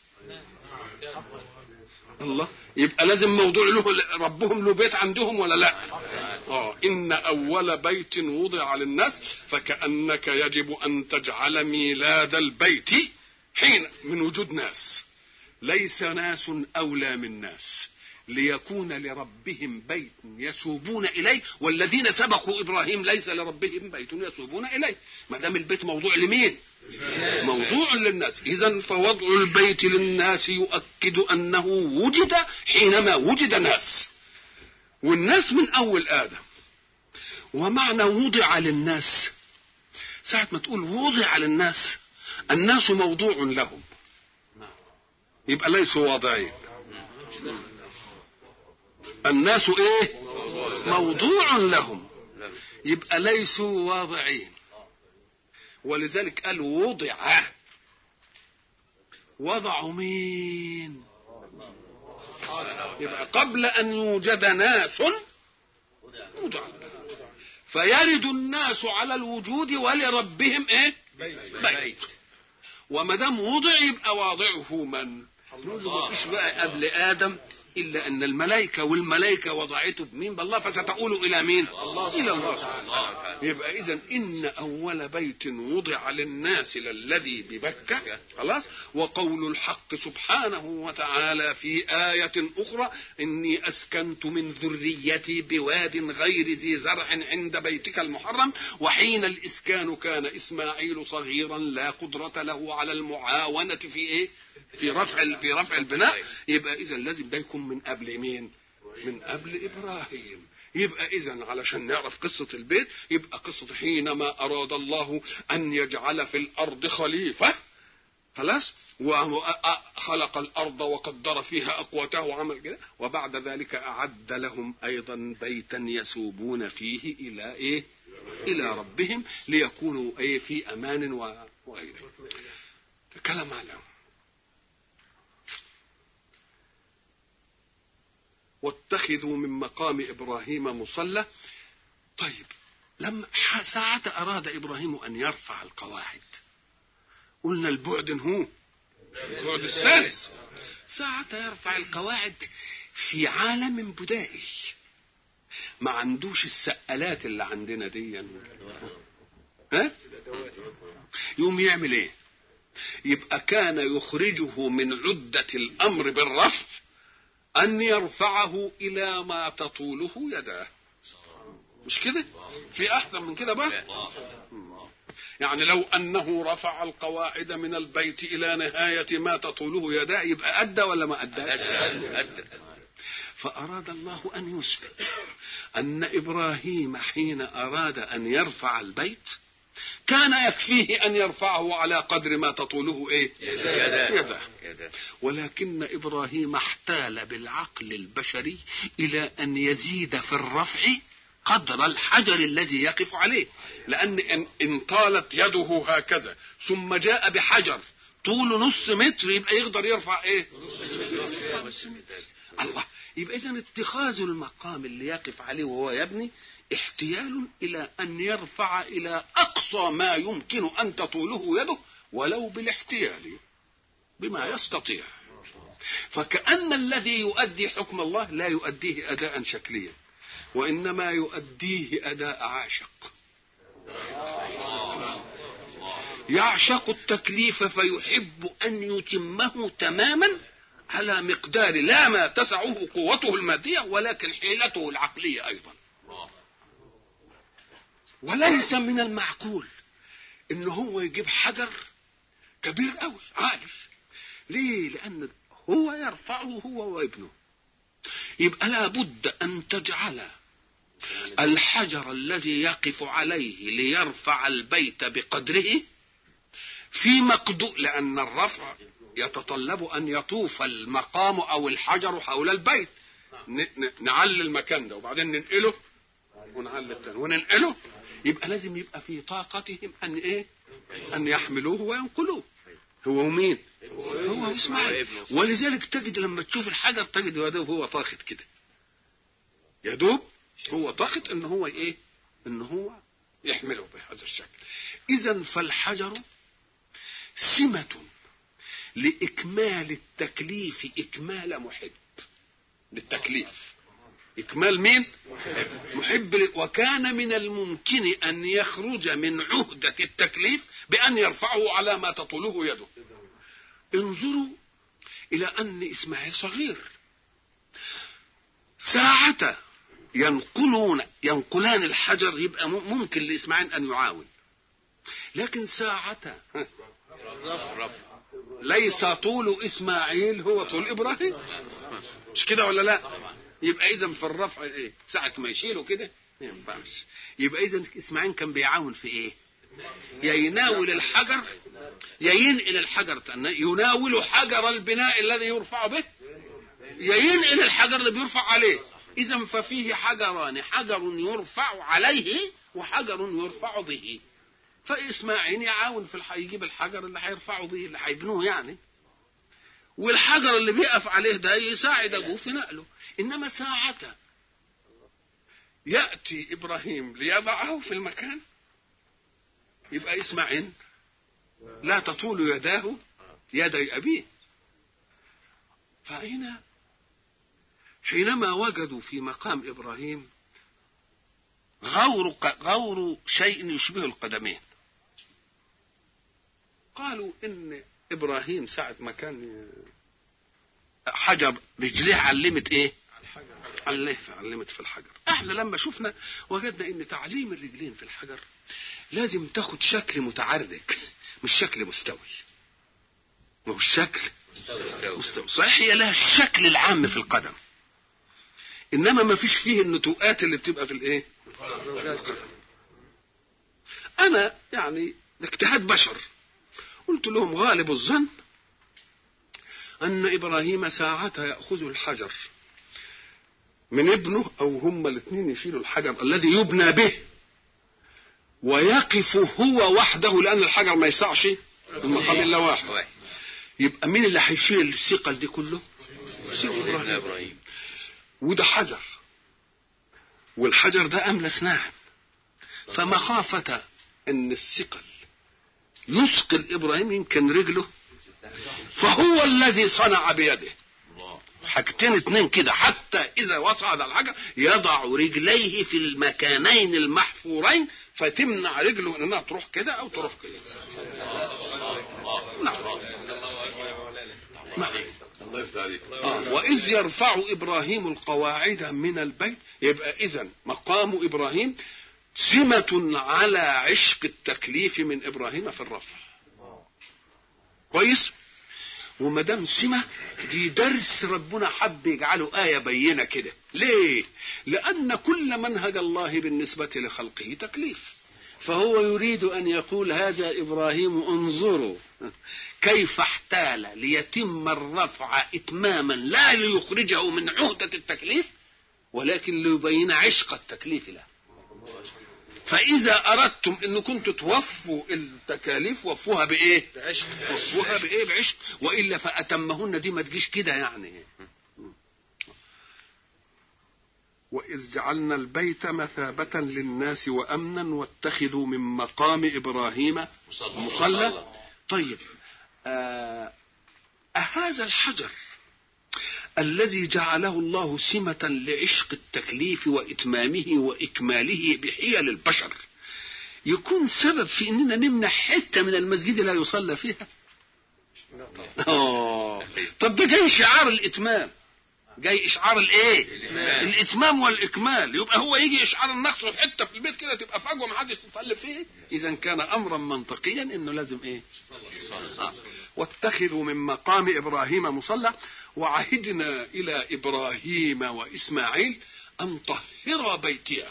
الله، يبقى لازم موضوع له ربهم له بيت عندهم ولا لا؟ آه إن أول بيت وضع للناس، فكأنك يجب أن تجعل ميلاد البيت حين من وجود ناس. ليس ناس أولى من ناس، ليكون لربهم بيت يسوبون إليه، والذين سبقوا إبراهيم ليس لربهم بيت يسوبون إليه. ما دام البيت موضوع لمين؟ موضوع للناس. إذن فوضع البيت للناس يؤكد أنه وجد حينما وجد ناس، والناس من أول آدم. ومعنى وضع للناس، ساعة ما تقول وضع للناس، الناس موضوع لهم، يبقى ليسوا واضعين. الناس ايه؟ موضوع لهم، يبقى ليسوا واضعين. ولذلك قال وضع. وضعوا مين؟ يبقى قبل ان يوجد ناس وضع، فيرد الناس على الوجود ولربهم ايه؟ بيت. وما دام وضع يبقى واضعه من؟ نقول له مفيش بقى قبل آدم إلا أن الملائكة، والملائكة وضعته بمين؟ بالله. فستقول إلى مين؟ الله. إلى الله. يبقى إذن إن أول بيت وضع للناس للذي ببكة. خلاص. وقول الحق سبحانه وتعالى في آية أخرى إني أسكنت من ذريتي بواد غير ذي زرع عند بيتك المحرم. وحين الإسكان كان إسماعيل صغيرا لا قدرة له على المعاونة في إيه؟ في رفع في رفع البناء. يبقى إذا لازم ده يكون من قبل مين؟ من قبل إبراهيم. يبقى إذا علشان نعرف قصة البيت، يبقى قصة حينما أراد الله أن يجعل في الأرض خليفة، خلاص، وخلق الأرض وقدر فيها أقواتها وعمل كده، وبعد ذلك أعد لهم أيضا بيتا يسوبون فيه إلى إيه؟ إلى ربهم، ليكونوا إيه؟ في أمان وغيره. كلام عليهم. واتخذوا من مقام إبراهيم مصلى. طيب لما ساعة أراد إبراهيم أن يرفع القواعد، قلنا البعد هو البعد الثالث. ساعة يرفع القواعد في عالم بدائي، ما عندوش السقالات اللي عندنا دي، ها؟ يوم يعمل ايه؟ يبقى كان يخرجه من عدة الأمر بالرفع أن يرفعه إلى ما تطوله يداه، مش كده؟ في أحسن من كده بقى؟ يعني لو أنه رفع القواعد من البيت إلى نهاية ما تطوله يداه يبقى أدى ولا ما أدى؟ أدى. فأراد الله أن يثبت أن إبراهيم حين أراد أن يرفع البيت كان يكفيه أن يرفعه على قدر ما تطوله إيه؟ يده. ولكن إبراهيم احتال بالعقل البشري إلى أن يزيد في الرفع قدر الحجر الذي يقف عليه، لأن إن طالت يده هكذا ثم جاء بحجر طوله نص متر يبقى يقدر يرفع إيه؟ الله. يبقى إذن اتخاذ المقام اللي يقف عليه وهو يبني احتيال إلى أن يرفع إلى أقصى ما يمكن أن تطوله يده ولو بالاحتيال بما يستطيع. فكأن الذي يؤدي حكم الله لا يؤديه أداء شكليا، وإنما يؤديه أداء عاشق، يعشق التكليف فيحب أن يتمه تماما على مقدار لا ما تسعه قوته المادية ولكن حيلته العقلية أيضا. وليس من المعقول إن هو يجيب حجر كبير قوي عالي. ليه؟ لأن هو يرفعه هو وابنه. يبقى لابد أن تجعل الحجر الذي يقف عليه ليرفع البيت بقدره في مقدور، لأن الرفع يتطلب أن يطوف المقام أو الحجر حول البيت. نعلي المكان ده وبعدين ننقله ونعلي التاني وننقله، يبقى لازم يبقى في طاقتهم أن إيه؟ أن يحملوه وينقلوه. هو مين؟ هو إسماعيل. ولذلك تجد لما تشوف الحجر تجد يدوب هو طاقت كده، يدوب هو طاقت إن هو إيه؟ إن هو يحمله بهذا الشكل. إذن فالحجر سمة لإكمال التكليف إكمال محب للتكليف. إكمال مين؟ محب. وكان من الممكن أن يخرج من عهدة التكليف بأن يرفعه على ما تطوله يده. انظروا إلى أن إسماعيل صغير، ساعة ينقلون ينقلان الحجر يبقى ممكن لإسماعيل أن يعاون، لكن ساعة ليس طول إسماعيل هو طول إبراهيم، مش كده ولا لا؟ يبقى إذن في الرفع إيه؟ ساعة ما يشيله كده ما ينفعش. يبقى إذن إسماعيل كان بيعاون في إيه؟ يا يناول الحجر يا ينقل الحجر، يناول حجر البناء الذي يرفع به يا ينقل الحجر اللي بيرفع عليه. إذن ففيه حجران، حجر يرفع عليه وحجر يرفع به. فإسماعيل يعاون في الح... يجيب الحجر اللي هيرفعه به اللي هيبنوه يعني، والحجر اللي بيقف عليه ده يساعد أبوه في نقله. إنما ساعة يأتي إبراهيم ليضعه في المكان يبقى إسماعيل لا تطول يداه يدي أبيه. فهنا حينما وجدوا في مقام إبراهيم غور غور شيء يشبه القدمين، قالوا إن إبراهيم ساعة ما كان حجر رجليه علمت إيه؟ علمت في الحجر. احنا لما شفنا وجدنا إن تعليم الرجلين في الحجر لازم تاخد شكل متعرج مش شكل مستوي. ما هو الشكل مستوي صحيح، هي لها الشكل العام في القدم، إنما ما فيش فيه النتوءات اللي بتبقى في الإيه؟ أنا يعني اجتهاد بشر قلت لهم غالب الظن أن إبراهيم ساعة يأخذ الحجر من ابنه أو هما الاثنين يشيلوا الحجر الذي يبنى به ويقف هو وحده، لأن الحجر ما يسعش من مقام إلا واحد. يبقى مين اللي هيشيل الثقل دي كله؟ إبراهيم. وده حجر والحجر ده أملس ناعم، فمخافة أن الثقل يثقل إبراهيم يمكن رجله، فهو الذي صنع بيده حاجتين اتنين كده، حتى إذا وصعد الحجر يضع رجليه في المكانين المحفورين فتمنع رجله انها تروح كده او تروح كده. نعم نعم. آه. وإذ يرفع إبراهيم القواعد من البيت، يبقى إذن مقام إبراهيم سمة على عشق التكليف من إبراهيم في الرفع. كويس؟ ومدام سمة دي درس ربنا حب يجعله آية بينة كده. ليه؟ لأن كل منهج الله بالنسبة لخلقه تكليف، فهو يريد أن يقول هذا إبراهيم انظروا كيف احتال ليتم الرفع إتماما لا ليخرجه من عهدة التكليف ولكن ليبين عشق التكليف له. فإذا أردتم إن كنتوا توفوا التكاليف وفوها بإيه؟ بعشق. وفوها بإيه؟ بعشق. وإلا فأتمهن دي ما تجيش كده يعني. وإذ جعلنا البيت مثابة للناس وأمنا واتخذوا من مقام إبراهيم مصلى. طيب آه هذا الحجر الذي جعله الله سمة لعشق التكليف وإتمامه وإكماله بحيل البشر يكون سبب في اننا نمنع حته من المسجد لا يصلى فيها؟ اه طب ده جاي شعار الاتمام، جاي اشعار الايه؟ الاتمام. الاتمام والاكمال، يبقى هو يجي اشعار النقص في حته في البيت كده تبقى فجوه ما حدش يصلي فيه. اذا كان امرا منطقيا انه لازم ايه؟ آه. واتخذوا من مقام ابراهيم مصلى وعهدنا الى ابراهيم واسماعيل ان طهرا بيتي.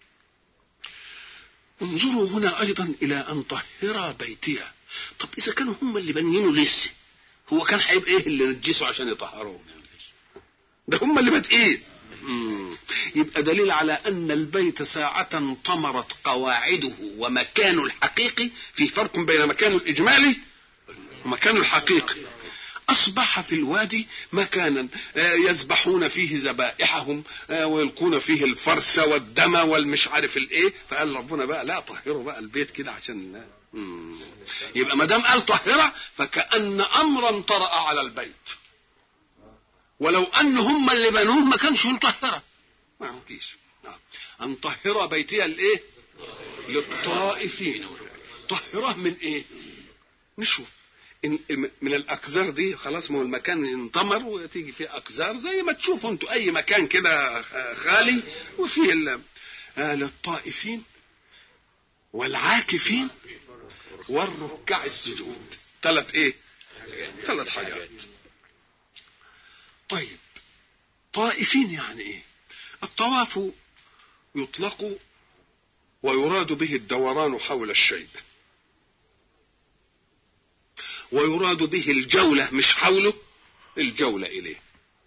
انظروا هنا ايضا الى ان طهرا بيتي. طب اذا كانوا هم اللي بنينوا لسه، هو كان هيبقى ايه اللي نجسوا عشان يطهروه؟ ده هم اللي بادئين. يبقى دليل على ان البيت ساعة طمرت قواعده ومكانه الحقيقي، في فرق بين مكانه الاجمالي ومكانه الحقيقي. اصبح في الوادي مكانا يذبحون فيه ذبائحهم ويلقون فيه الفرس والدم والمش عارف الايه، فقال ربنا بقى لا طهروا بقى البيت كده عشان مم. يبقى ما دام قال طهره فكأن امرا طرأ على البيت، ولو ان هم اللي بنوه ما كانش يطهره، ما يمكنش. ان طهر بيتي الايه؟ للطائفين. طهره من ايه؟ نشوف إن من الاقذار دي خلاص، ما هو المكان انطمر وتيجي فيه اقذار زي ما تشوفوا انتوا اي مكان كده خالي وفيه آه للطائفين والعاكفين والركع السجود. ثلاث ايه؟ ثلاث حاجات. طيب طائفين يعني ايه؟ الطواف يطلق ويراد به الدوران حول الشيء، ويراد به الجولة مش حوله، الجولة إليه.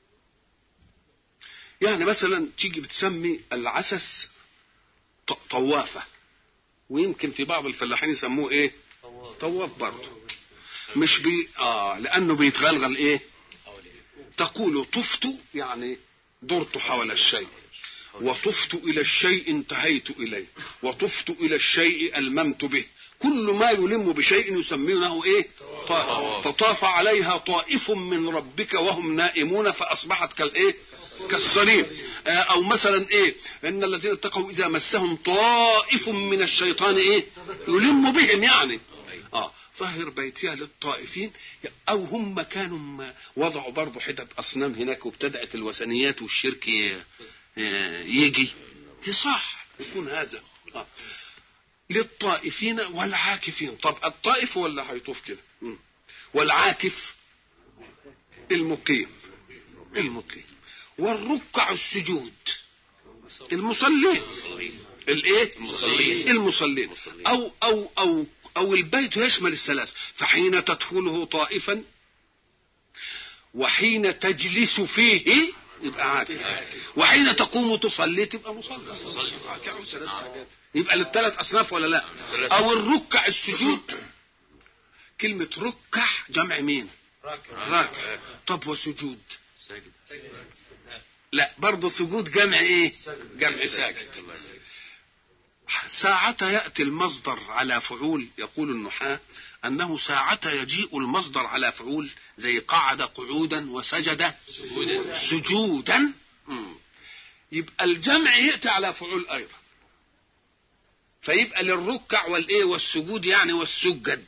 يعني مثلا تيجي بتسمي العسس طوافة، ويمكن في بعض الفلاحين يسموه ايه؟ طواف برضه، مش بي اه لأنه بيتغلغل ايه؟ تقول طفت يعني درت حول الشيء، وطفت إلى الشيء انتهيت إليه، وطفت إلى الشيء ألممت به. كل ما يلم بشيء يسمونه ايه؟ طائف. فطاف عليها طائف من ربك وهم نائمون فاصبحت كالايه؟ كالصريم. او مثلا ايه؟ ان الذين اتقوا اذا مسهم طائف من الشيطان ايه؟ يلم بهم يعني. اه طهر بيتها للطائفين. او هم كانوا وضعوا برضه حتت اصنام هناك وابتدأت الوثنيات والشرك يجي يصح يكون هذا. اه للطائفين والعاكفين. طب الطائف ولا هيطوف كده، والعاكف المقيم المقيم والركع السجود المصلين الايه؟ المصلين المصلين. او او او او البيت يشمل الثلاث، فحين تدخله طائفا وحين تجلس فيه يبقى عاكف، وحين تقوم تصلي تبقى مصلي. يبقى للثلاث اصناف ولا لا؟ او الركع السجود. كلمة ركع جمع مين؟ راكع. طب وسجود؟ لا برضه سجود جمع ايه؟ جمع ساجد. ساعة يأتي المصدر على فعول، يقول النحاة أنه ساعة يجيء المصدر على فعول زي قعد قعودا وسجد سجودا، يبقى الجمع يأتي على فعول أيضا، فيبقى للركع والإيه والسجود يعني والسجد.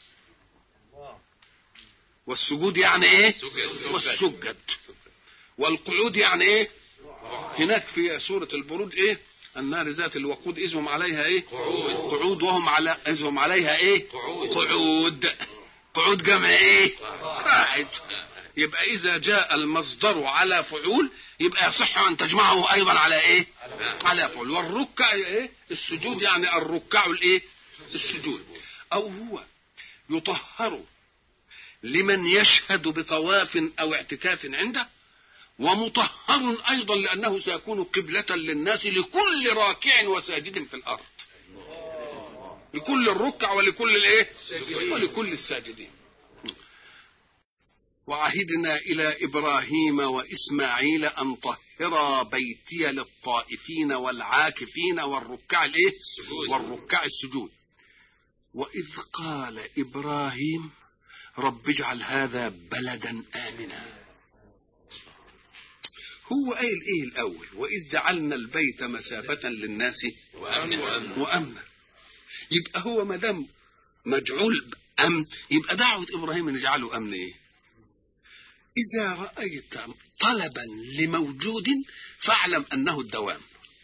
والسجود يعني إيه؟ والسجد. والقعود يعني إيه؟ هناك في سورة البروج إيه؟ النار ذات الوقود إذ هم عليها إيه؟ قعود. قعود وهم على إذ هم عليها إيه؟ قعود. قعود قعود جمع إيه؟ قاعد. يبقى إذا جاء المصدر على فعول يبقى يصح أن تجمعه أيضا على إيه؟ على فعول. والركع إيه؟ السجود يعني الركع الإيه؟ السجود. أو هو يطهر لمن يشهد بطواف أو اعتكاف عنده، ومطهر أيضا لأنه سيكون قبلة للناس لكل راكع وساجد في الأرض، لكل الركع ولكل الإيه؟ ولكل الساجدين. وعهدنا إلى إبراهيم وإسماعيل أن طهرا بيتي للطائفين والعاكفين والركع الإيه؟ والركع السجود. وإذ قال إبراهيم رب اجعل هذا بلدا آمنا. هو قايل ايه الاول؟ واذ جعلنا البيت مثابة للناس وامنا. يبقى هو ما دام مجعول امن يبقى دعوة ابراهيم ان يجعله امن ايه؟ اذا رأيت طلبا لموجود فاعلم انه الدوام،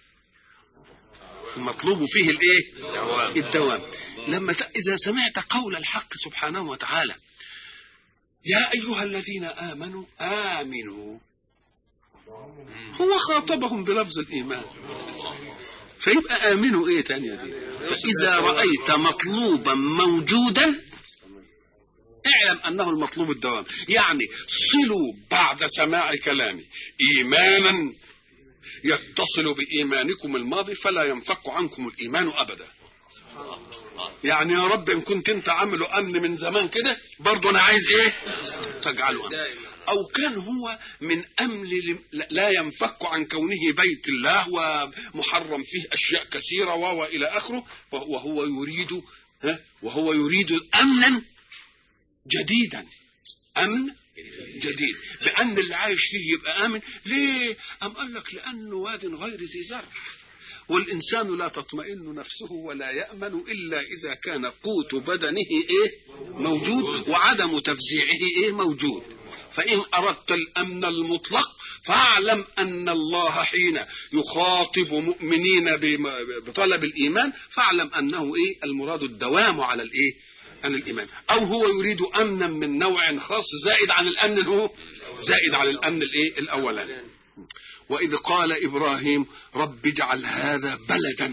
المطلوب فيه الايه؟ الدوام. لما ت... اذا سمعت قول الحق سبحانه وتعالى يا ايها الذين امنوا امنوا، هو خاطبهم بلفظ الايمان، فيبقى امنوا ايه تانية دي؟ فاذا رايت مطلوبا موجودا اعلم انه المطلوب الدوام. يعني صلوا بعد سماع كلامي ايمانا يتصل بايمانكم الماضي فلا ينفك عنكم الايمان ابدا. يعني يا رب ان كنت انت عامله امن من زمان كده برضه انا عايز ايه؟ تجعله امن. او كان هو من امن لا ينفك عن كونه بيت الله ومحرم فيه اشياء كثيره والى اخره، وهو يريد ها وهو يريد امنا جديدا، امن جديد، بان اللي عايش فيه يبقى امن. ليه؟ ام قال لك لانه واد غير ذي زرع، والإنسان لا تطمئن نفسه ولا يأمن إلا إذا كان قوت بدنه إيه؟ موجود، وعدم تفزيعه إيه؟ موجود. فإن أردت الأمن المطلق فاعلم أن الله حين يخاطب مؤمنين بطلب الإيمان فاعلم أنه إيه؟ المراد الدوام على الإيه؟ عن الإيمان. أو هو يريد أمنا من نوع خاص زائد عن الأمن، هو زائد على الأمن الإيه؟ الأولاني. وإذ قال إبراهيم رب اجعل هذا بلدا.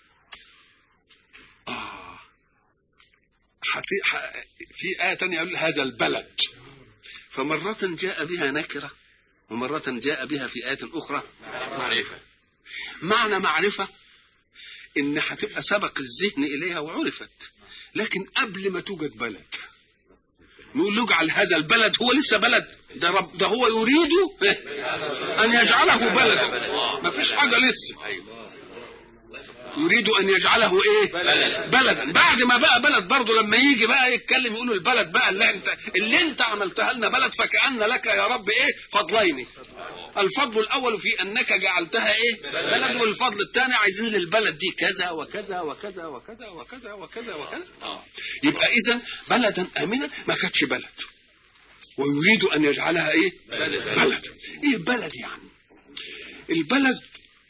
آه. في آية تانية يقول هذا البلد، فمرة جاء بها نكرة ومرة جاء بها في آية أخرى معرفة. معنى معرفة إن هتبقى سبق الذهن إليها وعرفت، لكن قبل ما توجد بلد نقول له اجعل هذا البلد، هو لسه بلد، ده رب ده هو يريد أن يجعله بلد، ما فيش حاجة لسه، يريد أن يجعله إيه؟ بلدا. بعد ما بقى بلد برضه لما يجي بقى يتكلم يقولوا البلد بقى اللي أنت اللي أنت عملتها لنا بلد، فكأن لك يا رب إيه؟ فضلين. الفضل الأول في أنك جعلتها إيه؟ بلد، والفضل الثاني عايزين للبلد دي كذا وكذا وكذا وكذا وكذا وكذا وكذا. يبقى إذن بلدا آمنا ما كانتش بلد، ويريد أن يجعلها إيه؟ بلد. بلد. إيه بلد يعني؟ البلد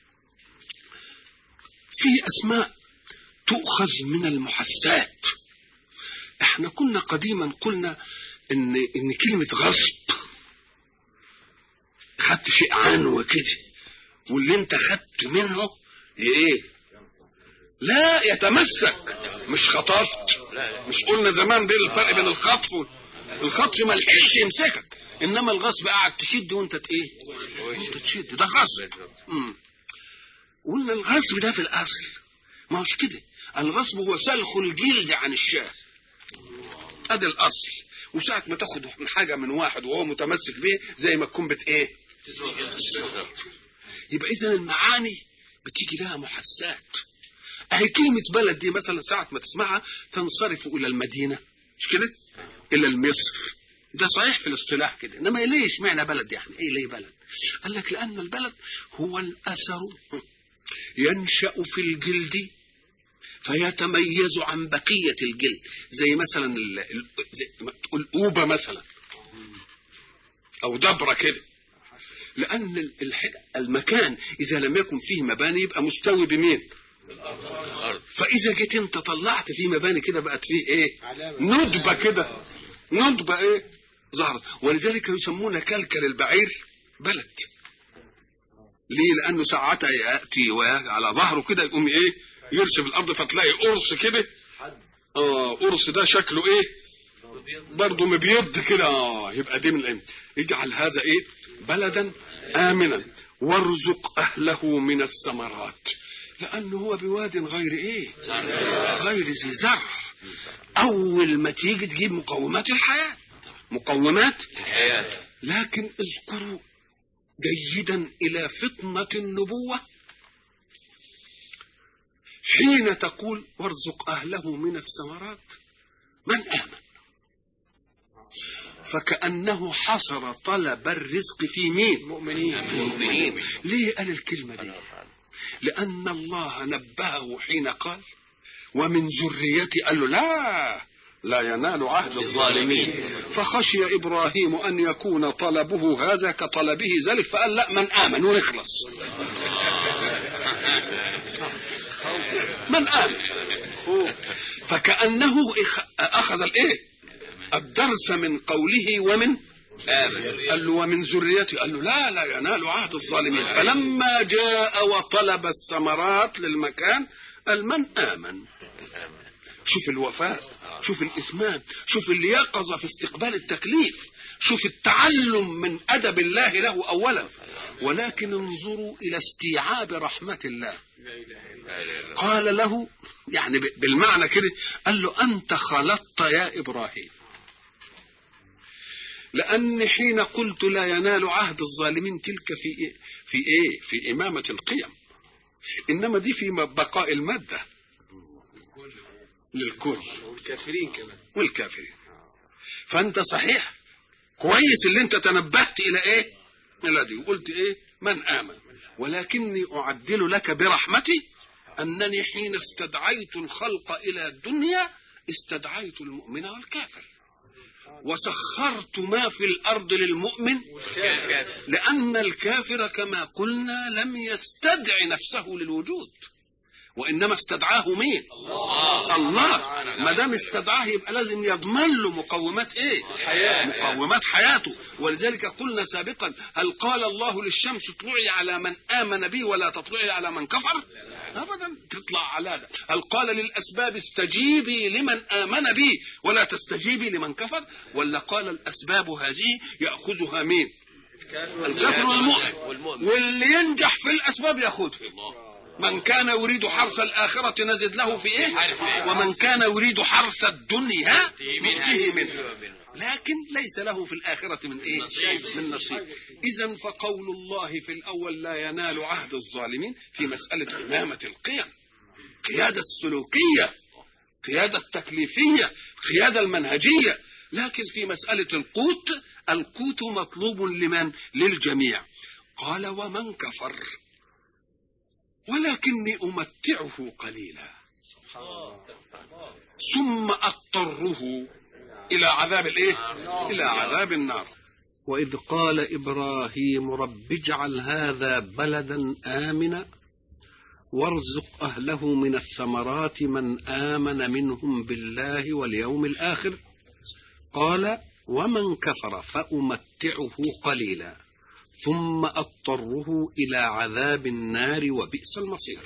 في أسماء تؤخذ من المحسات. احنا كنا قديما قلنا ان ان كلمة غصب خدت شيء عنه كده، واللي انت خدت منه ايه؟ لا يتمسك، مش خطفت. مش قلنا زمان ده الفرق بين الخطف والخطف؟ ما لحقش يمسكك، انما الغصب قاعد تشد وانت ايه؟ وانت تشد، ده غصب. امم قلنا الغصب ده في الاصل ما هوش كده، الغصب هو سلخ الجلد عن الشاه، ادي الاصل. وساعة ما تاخد من حاجة من واحد وهو متمسك به زي ما تكون بت ايه؟ يبقى اذا المعاني بتيجي لها محسات. اهي كلمة بلد دي مثلا ساعة ما تسمعها تنصرف الى المدينة، مش كده؟ الى المصر، ده صحيح في الاصطلاح كده، انما ليش معنى بلد؟ يعني ايه ليه بلد؟ قال لك لان البلد هو الاثر ينشأ في الجلد فيتميز عن بقية الجلد، زي مثلا تقول أوبة مثلا أو دبرة كده، لأن المكان إذا لم يكن فيه مباني يبقى مستوي بمين؟ فإذا جيت أنت طلعت فيه مباني كده بقت فيه إيه؟ ندبة كده، ندبة إيه؟ ظهرت. ولذلك يسمون كلكل البعير بلد. ليه؟ لأنه ساعتها يأتي على ظهره كده يقوم إيه؟ يرسف الأرض فتلاقي قرص كده. آه قرص ده شكله إيه؟ برضه مبيض كده. آه يبقى دي من الأمن. اجعل هذا إيه؟ بلدا آمنا وارزق أهله من الثمرات، لأنه هو بواد غير إيه؟ غير ذي زرع. أول ما تيجي تجيب مقومات الحياة، مقومات الحياة. لكن اذكروا جيدا إلى فطنة النبوة حين تقول وارزق أهله من الثمرات من آمن. فكأنه حصر طلب الرزق في مين؟ مؤمنين. في المؤمنين. ليه قال الكلمة دي؟ لأن الله نبهه حين قال ومن ذريتي، قال له لا لا ينال عهد الظالمين. فخشي إبراهيم أن يكون طلبه هذا كطلبه ذلك، فقال لا، من آمن ونخلص. من آمن. فكأنه أخذ الإيه؟ الدرس من قوله ومن آمن. قال له ومن ذريته، قال له لا لا ينال عهد الظالمين. فلما جاء وطلب الثمرات للمكان قال من آمن. شوف الوفاء، شوف الإثمان، شوف اليقظة في استقبال التكليف، شوف التعلم من أدب الله له أولا. ولكن انظروا إلى استيعاب رحمة الله. قال له يعني بالمعنى كده، قال له أنت خلطت يا إبراهيم، لأن حين قلت لا ينال عهد الظالمين تلك في إيه؟ في إيه؟ في إمامة القيم، إنما دي في بقاء المادة للكل والكافرين كمان والكافرين. فأنت صحيح كويس اللي أنت تنبهت إلى إيه؟ إلى دي، وقلت إيه؟ من آمن. ولكني أعدل لك برحمتي أنني حين استدعيت الخلق إلى الدنيا استدعيت المؤمن والكافر، وسخرت ما في الأرض للمؤمن، لأن الكافر كما قلنا لم يستدع نفسه للوجود، وإنما استدعاه مين؟ الله. الله ما دام استدعاه يبقى لازم يضمن له مقومات ايه؟ الحياة. مقومات حياته. ولذلك قلنا سابقا هل قال الله للشمس اطلعي على من آمن بي ولا تطلعي على من كفر؟ أبدا، تطلع على هذا. هل قال للأسباب استجيبي لمن آمن بي ولا تستجيبي لمن كفر؟ ولا قال الأسباب هذه يأخذها مين؟ الكافر والمؤمن، واللي ينجح في الأسباب يأخذها. من كان يريد حرث الآخرة نزد له في إيه؟ ومن كان يريد حرث الدنيا نؤتيه منه، لكن ليس له في الآخرة من إيه؟ من نصيب. إذن فقول الله في الأول لا ينال عهد الظالمين في مسألة إمامة القيم، قيادة السلوكية، قيادة التكليفية، قيادة المنهجية. لكن في مسألة القوت، القوت مطلوب لمن؟ للجميع. قال ومن كفر ولكني أمتعه قليلا ثم أضطره إلى عذاب الإيه؟ إلى عذاب النار. وإذ قال إبراهيم رب اجعل هذا بلدا آمنا وارزق أهله من الثمرات من آمن منهم بالله واليوم الآخر. قال ومن كفر فأمتعه قليلا ثم أضطره إلى عذاب النار وبئس المصير.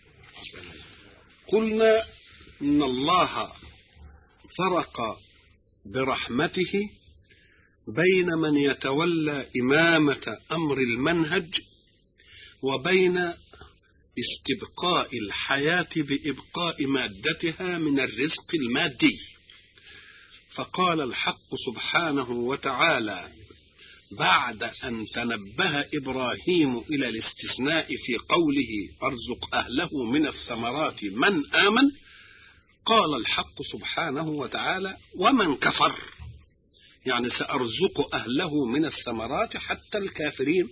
قلنا إن الله فرق برحمته بين من يتولى إمامة أمر المنهج وبين استبقاء الحياة بإبقاء مادتها من الرزق المادي. فقال الحق سبحانه وتعالى بعد أن تنبه إبراهيم إلى الاستثناء في قوله أرزق أهله من الثمرات من آمن، قال الحق سبحانه وتعالى ومن كفر، يعني سأرزق أهله من الثمرات حتى الكافرين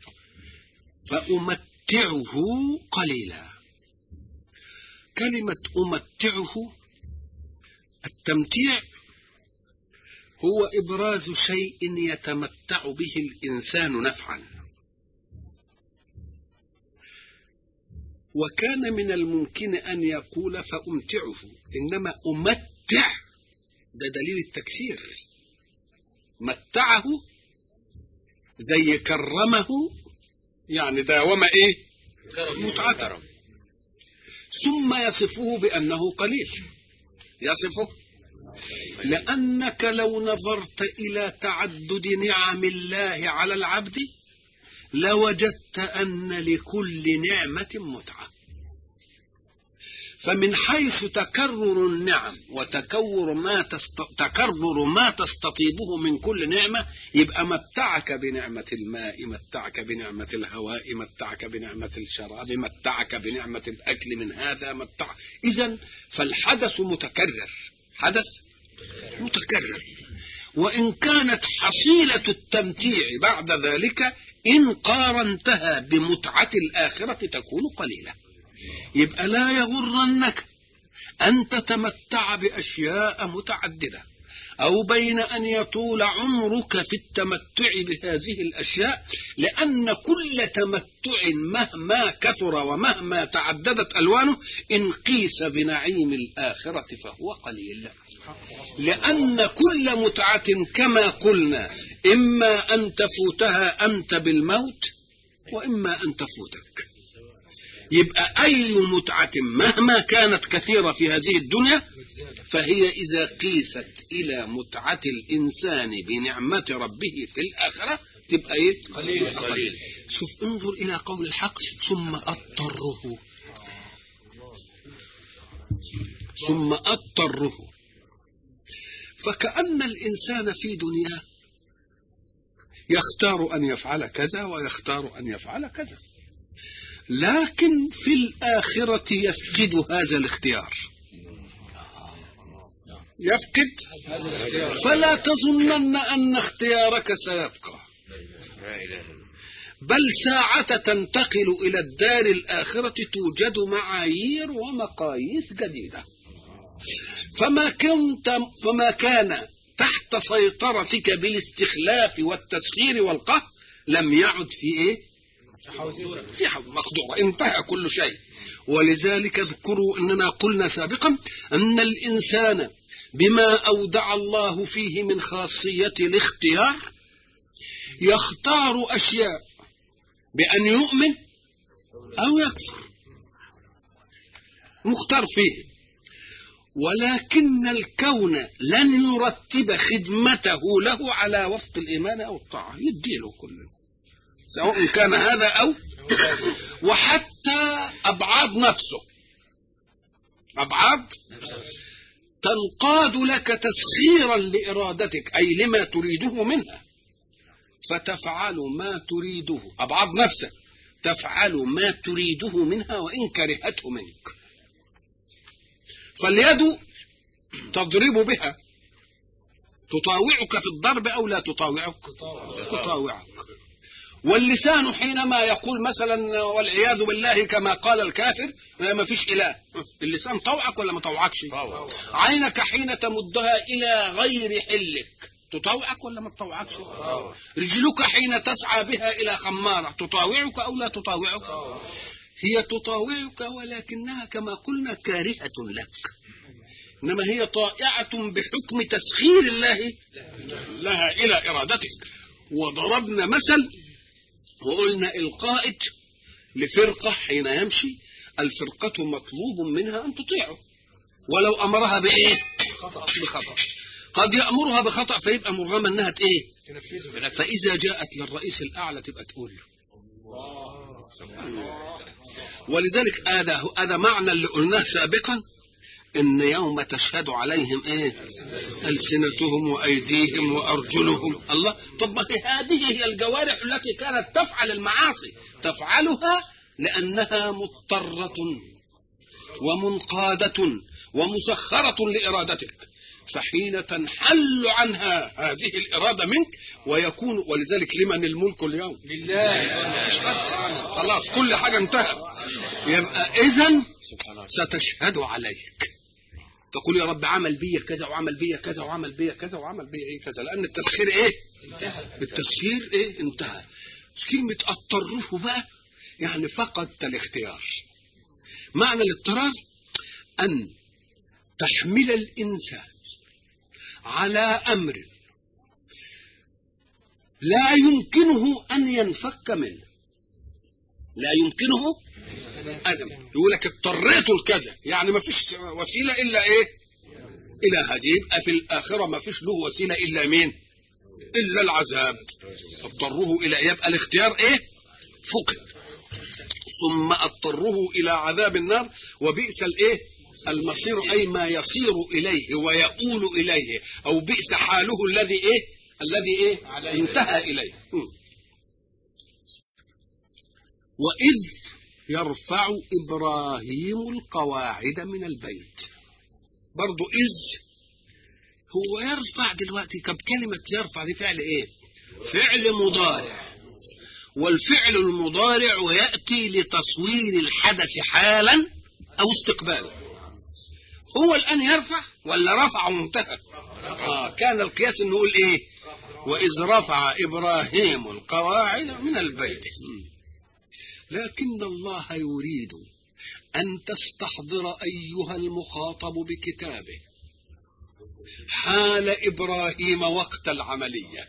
فأمتعه قليلا. كلمة أمتعه، التمتيع هو إبراز شيء يتمتع به الإنسان نفعا، وكان من الممكن أن يقول فأمتعه، إنما أمتع ده دليل التكسير. متعه زي كرمه، يعني داوم إيه؟ متعة. ثم يصفه بأنه قليل، يصفه لأنك لو نظرت إلى تعدد نعم الله على العبد لوجدت أن لكل نعمة متعة. فمن حيث تكرر النعم وتكرر ما تست... تكرر ما تستطيبه من كل نعمة، يبقى متعك بنعمة الماء، متعك بنعمة الهواء، متعك بنعمة الشراب، متعك بنعمة الأكل من هذا متع. إذن فالحدث متكرر، حدث متكرر. وإن كانت حصيلة التمتيع بعد ذلك إن قارنتها بمتعة الآخرة تكون قليلة. يبقى لا يغرنك أن تتمتع بأشياء متعددة، أو بين أن يطول عمرك في التمتع بهذه الأشياء، لأن كل تمتع مهما كثر ومهما تعددت ألوانه إن قيس بنعيم الآخرة فهو قليل. لأن كل متعة كما قلنا إما أن تفوتها أنت بالموت وإما أن تفوتك. يبقى أي متعة مهما كانت كثيرة في هذه الدنيا فهي إذا قيست إلى متعة الإنسان بنعمة ربه في الآخرة تبقى إيه؟ قليل قليل. شوف انظر إلى قول الحق ثم أضطره ثم أضطره. فكأن الإنسان في دنياه يختار أن يفعل كذا ويختار أن يفعل كذا، لكن في الآخرة يفقد هذا الاختيار، يفقد. فلا تظنن أن اختيارك سيبقى، بل ساعة تنتقل إلى الدار الآخرة توجد معايير ومقاييس جديدة. فما كنت فما كان تحت سيطرتك بالاستخلاف والتسخير والقهر لم يعد في ايه؟ في مقدورة، انتهى كل شيء. ولذلك اذكروا اننا قلنا سابقا ان الانسان بما اودع الله فيه من خاصية الاختيار يختار اشياء بان يؤمن او يكفر، مختار فيه. ولكن الكون لن يرتب خدمته له على وفق الإيمان أو الطاعة، يديله كله سواء كان هذا أو وحتى أبعاد نفسه، أبعاد تنقاد لك تسخيرا لإرادتك أي لما تريده منها، فتفعل ما تريده. أبعاد نفسك تفعل ما تريده منها وإن كرهته منك. فاليد تضرب بها، تطاوعك في الضرب أو لا تطاوعك؟ تطاوعك. واللسان حينما يقول مثلا والعياذ بالله كما قال الكافر ما فيش إله، اللسان طوعك ولا ما طوعكش؟ عينك حين تمدها إلى غير حلك تطاوعك ولا ما تطاوعكش؟ رجلك حين تسعى بها إلى خمارة تطاوعك أو لا تطاوعك؟ هي تطاوعك ولكنها كما قلنا كارهة لك، إنما هي طائعة بحكم تسخير الله لها إلى إرادتك. وضربنا مثل وقلنا القائد لفرقة حين يمشي الفرقة مطلوب منها أن تطيعه ولو أمرها بإيه؟ بخطأ. قد يأمرها بخطأ فيبقى مرغمة أنها إيه؟ فإذا جاءت للرئيس الأعلى تبقى تقول له. ولذلك هذا هذا معنى اللي قلناه سابقا ان يوم تشهد عليهم ايه؟ ألسنتهم وايديهم وارجلهم. الله، طب ما هذه هي الجوارح التي كانت تفعل المعاصي تفعلها لانها مضطرة ومنقادة ومسخرة لارادتك، فحين تنحل عنها هذه الإرادة منك ويكون. ولذلك لمن الملك اليوم؟ لله. خلاص كل حاجة انتهت. يبقى إذن ستشهد عليك، تقول يا رب عمل بي كذا وعمل بي كذا وعمل بي كذا وعمل بي ايه كذا، لأن التسخير ايه؟ التسخير ايه؟ انتهى. كلمة اضطره بقى يعني فقدت الاختيار. معنى الاضطرار أن تحمل الإنسان على أمر لا يمكنه أن ينفك منه، لا يمكنه أن يقول لك اضطريت الكذا، يعني ما فيش وسيلة إلا إيه؟ إلى هذه. يبقى في الآخرة ما فيش له وسيلة إلا مين؟ إلا العذاب. اضطره إلى، يبقى الاختيار إيه؟ فقد. ثم اضطره إلى عذاب النار وبئس الإيه؟ المصير، أي ما يصير إليه ويؤول إليه، أو بئس حاله الذي إيه؟ الذي إيه؟ انتهى إليه. وإذ يرفع إبراهيم القواعد من البيت. برضو إذ هو يرفع دلوقتي، كم كلمة يرفع دي فعل ايه؟ فعل مضارع، والفعل المضارع يأتي لتصوير الحدث حالا أو استقبالا. هو الآن يرفع ولا رفع وانتهى؟ آه كان القياس إنه نقول إيه؟ وإذ رفع إبراهيم القواعد من البيت. لكن الله يريد أن تستحضر أيها المخاطب بكتابه حال إبراهيم وقت العملية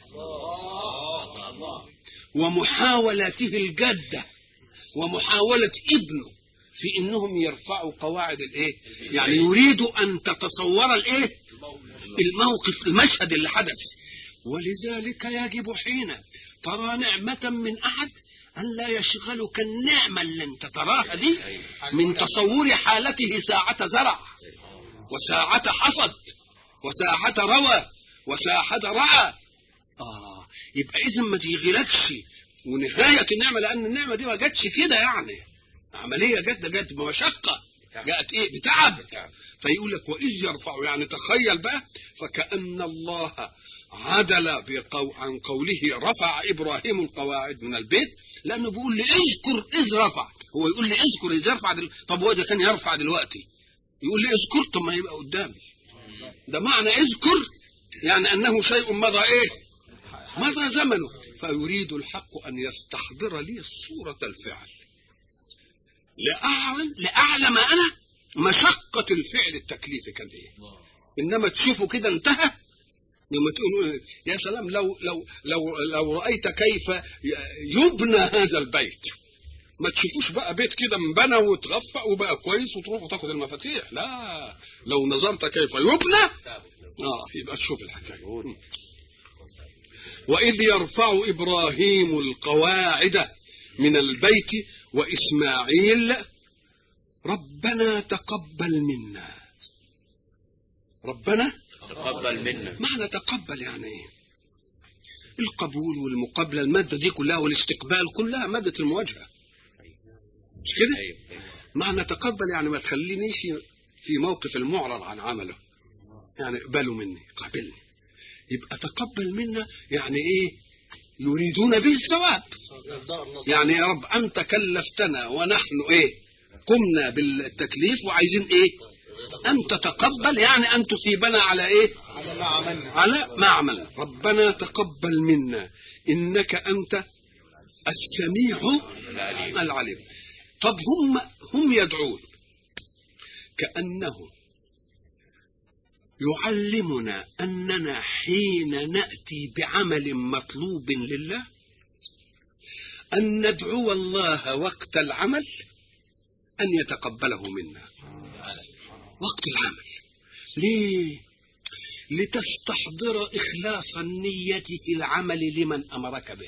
ومحاولته الجادة ومحاولة ابنه في انهم يرفعوا قواعد الايه، يعني يريد ان تتصور الايه الموقف المشهد اللي حدث. ولذلك يجب حين ترى نعمة من احد ان لا يشغلك النعمة اللي انت تراها دي من تصور حالته ساعة زرع وساعة حصد وساعة روى وساعة رعى. آه يبقى إذا ما تيغلكش ونهاية النعمة، لأن النعمة دي ما جاتش كده، يعني عملية جت جت بمشقة، جاءت إيه بتعب. فيقول لك وإذ يرفع، يعني تخيل بقى، فكأن الله عدل بقو عن قوله رفع إبراهيم القواعد من البيت، لأنه بيقول لي اذكر إذ رفع. هو يقول لي اذكر إذ يرفع دل... طب هو إذا كان يرفع دلوقتي يقول لي اذكر، طب ما يبقى قدامي. ده معنى اذكر يعني أنه شيء مضى إيه؟ مضى زمنه. فيريد الحق أن يستحضر لي صورة الفعل لأعلم, لأعلم أنا مشقة الفعل التكليفي كان إيه. إنما تشوفه كده انتهى، لما تقول يا سلام لو لو لو لو رأيت كيف يبنى هذا البيت، ما تشوفوش بقى بيت كده انبنى وتغفق وبقى كويس وتروح وتاخد المفاتيح، لا، لو نظرت كيف يبنى اه يبقى تشوف الحكايه. وإذ يرفع إبراهيم القواعد من البيت وإسماعيل ربنا تقبل منا. ربنا تقبل منا، معنى تقبل يعني ايه؟ القبول والمقابله، الماده دي كلها والاستقبال كلها ماده المواجهه، مش كده؟ معنى تقبل يعني ما تخلينيش في موقف المعرض عن عمله، يعني اقبلوا مني، قابلني. يبقى تقبل منا يعني ايه؟ يريدون به الثواب. يعني يا رب انت كلفتنا ونحن ايه؟ قمنا بالتكليف وعايزين ايه؟ ان تتقبل، يعني ان تصيبنا على ايه؟ على ما عملنا، على ما عملنا. ربنا تقبل منا انك انت السميع العليم. طب هم هم يدعون كأنه يعلمنا أننا حين نأتي بعمل مطلوب لله أن ندعو الله وقت العمل أن يتقبله منا وقت العمل. ليه؟ لتستحضر إخلاص النية في العمل لمن أمرك به.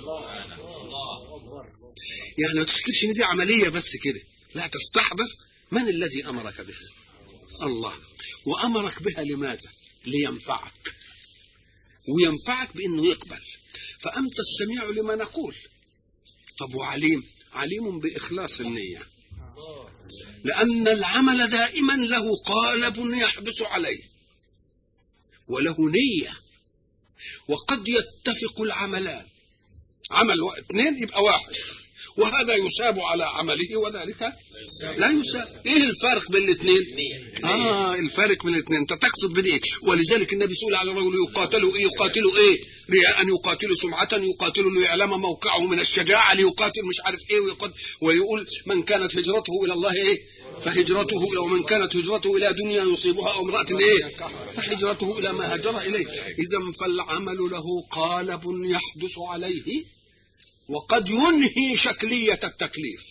يعني ما تفكرش ان دي عملية بس كده، لا، تستحضر من الذي أمرك به. الله. وأمرك بها لماذا؟ لينفعك، وينفعك بأنه يقبل. فأنت السميع لما نقول. طب وعليم؟ عليم بإخلاص النية، لأن العمل دائما له قالب يحدث عليه وله نية، وقد يتفق العملان، عمل اثنين يبقى واحد، وهذا يساب على عمله وذلك لا يساب. ايه الفرق بين الاثنين؟ اه الفرق بين الاثنين انت تقصد بايه؟ ولذلك النبي سئل على الرجل يقاتلوا ايه؟ يقاتلوا ايه؟ ان يقاتلوا سمعة، يقاتلوا ليعلم موقعه من الشجاعة، ليقاتل مش عارف ايه، ويقاتل ويقول من كانت هجرته الى الله ايه؟ فهجرته الى، ومن كانت هجرته الى دنيا يصيبها او امرأة ايه؟ فهجرته الى ما هاجر اليه. اذا فالعمل له قالب يحدث عليه وقد ينهي شكلية التكليف،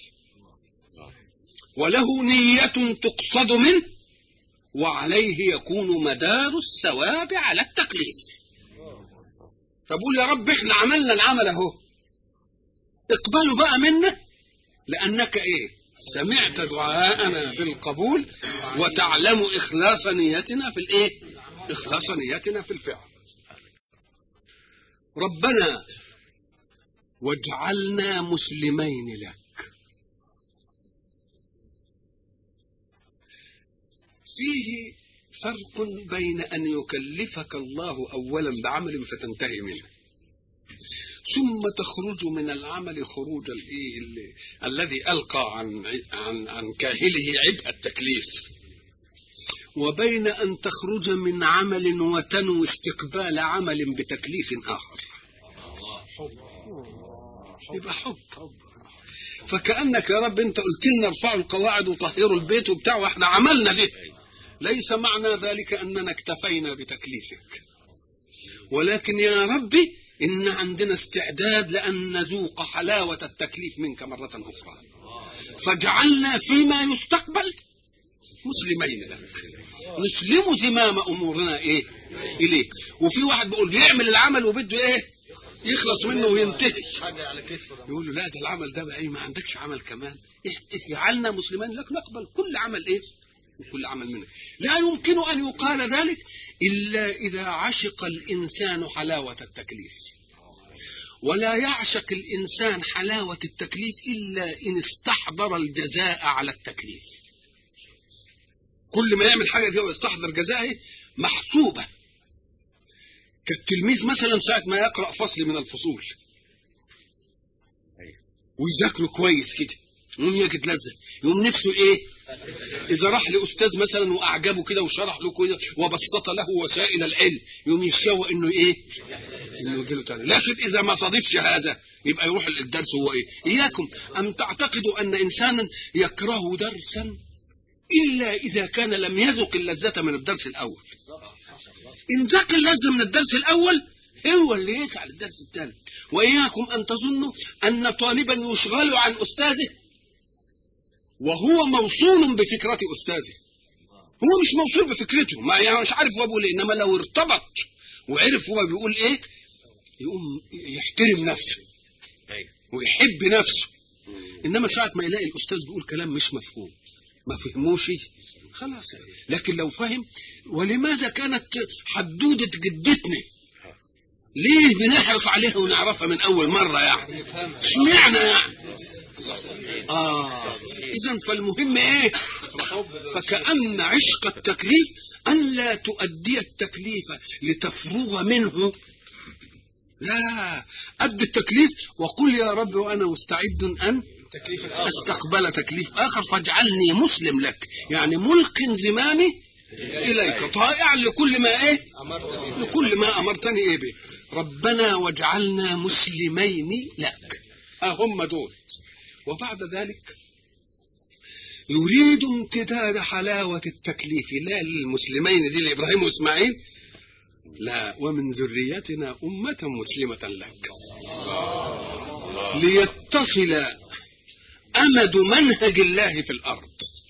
وله نية تقصد منه، وعليه يكون مدار الثواب على التكليف. تقول يا رب احنا عملنا العمل اهو، اقبلوا بقى منا، لأنك ايه؟ سمعت دعاءنا بالقبول وتعلم إخلاص نيتنا في الايه؟ إخلاص نيتنا في الفعل. ربنا واجعلنا مسلمين لك. فيه فرق بين أن يكلفك الله أولا بعمل فتنتهي منه، ثم تخرج من العمل خروج الإيه الذي ألقى عن عن عن كاهله عبء التكليف، وبين أن تخرج من عمل وتنوي استقبال عمل بتكليف آخر. يبقى حب. فكأنك يا رب أنت قلت لنا ارفعوا القواعد وطهروا البيت وبتاع واحنا عملنا ده، ليس معنى ذلك أننا اكتفينا بتكليفك، ولكن يا ربي إن عندنا استعداد لأن نذوق حلاوة التكليف منك مرة أخرى، فاجعلنا فيما يستقبل مسلمين لك، نسلم زمام أمورنا إيه إليك. وفي واحد بيقول بيعمل العمل وبده إيه يخلص منه وينتهي، يقول له لا ده العمل ده بقى إيه ما عندكش عمل كمان، اجعلنا مسلمين لك نقبل كل عمل إيه كل عمل منك. لا يمكن أن يقال ذلك إلا إذا عشق الإنسان حلاوة التكليف، ولا يعشق الإنسان حلاوة التكليف إلا إن استحضر الجزاء على التكليف. كل ما يعمل حاجة دي ويستحضر جزائه محسوبة. كالتلميذ مثلا ساعة ما يقرأ فصل من الفصول ويذاكره كويس كده يوم يجد لذة، يوم نفسه إيه إذا راح لأستاذ مثلا وأعجبه كده وشرح له كده وبسط له وسائل العلم يوم يشوى إنه إيه إنه يجيله تاني. لكن إذا ما صادفش هذا يبقى يروح الدرس هو إيه. إياكم أن تعتقدوا أن إنسانا يكره درسا إلا إذا كان لم يذق اللذة من الدرس الأول. إن ذاق اللذة من الدرس الأول هو اللي يسعى للدرس الثاني. وإياكم أن تظنوا أن طالبا يشغل عن أستاذه وهو موصول بفكرة أستاذه، هو مش موصول بفكرته، ما يعني مش عارف هو بيقول إيه، إنما لو ارتبط وعرف هو بيقول إيه يقوم يحترم نفسه ويحب نفسه. إنما ساعة ما يلاقي الأستاذ بيقول كلام مش مفهوم ما فهموش خلاص. لكن لو فهم، ولماذا كانت حدودة جدتنا ليه بنحرص عليها ونعرفها من أول مرة يعني اشمعنى يعني آه إذن فالمهم إيه؟ فكأن عشق التكليف أن لا تؤدي التكليف لتفرغ منه، لا أدي التكليف وقل يا رب وأنا مستعد أن استقبل تكليف آخر فاجعلني مسلم لك، يعني ملق زمامي إليك طائع لكل ما إيه لكل ما أمرتني إيه به. ربنا واجعلنا مسلمين لك، أهم دول. وبعد ذلك يريد امتداد حلاوة التكليف لا للمسلمين دي لإبراهيم وإسماعيل، لا ومن ذريتنا أمة مسلمة لك، ليتصل أمد منهج الله في الأرض.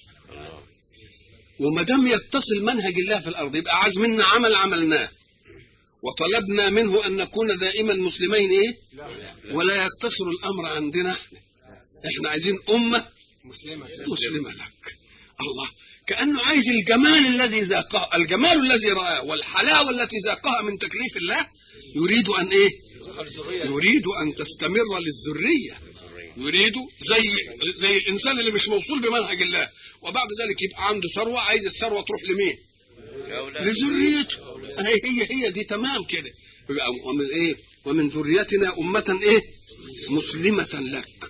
وما دام يتصل منهج الله في الأرض يبقى عايز منا عمل عملناه، وطلبنا منه أن نكون دائما مسلمين إيه ولا يقتصر الأمر عندنا احنا عايزين أمة مسلمة, مسلمة لك. الله كأنه عايز الجمال الذي ذاقه، الجمال الذي رآه والحلاوة التي ذاقها من تكليف الله يريد أن إيه يريد أن تستمر للذرية، يريد زي زي الإنسان اللي مش موصول بمنهج الله وبعد ذلك يبقى عنده ثروة عايز الثروة تروح لمين لذريته. هي هي هي دي تمام كده. ومن إيه ومن ذريتنا أمة إيه مسلمة لك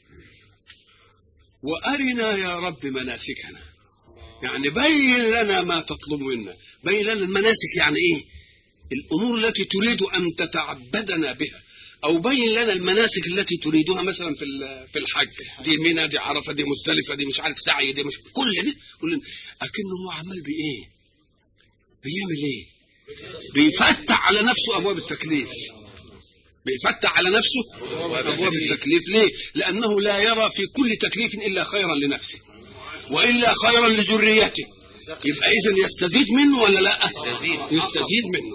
وأرنا يا رب مناسكنا، يعني بين لنا ما تطلب منا، بين لنا المناسك يعني إيه الأمور التي تريد أن تتعبدنا بها، أو بين لنا المناسك التي تريدها مثلا في في الحج، دي منى دي عرفة دي مزدلفة دي مش عارف سعي دي مش كل دي كل أكنه هو عمال بإيه بيعمل إيه بيفتح على نفسه أبواب التكليف، بيفتح على نفسه أبواب التكليف. ليه؟ لأنه لا يرى في كل تكليف إلا خيرا لنفسه وإلا خيرا لذريته، يبقى إذن يستزيد منه ولا لا يستزيد منه.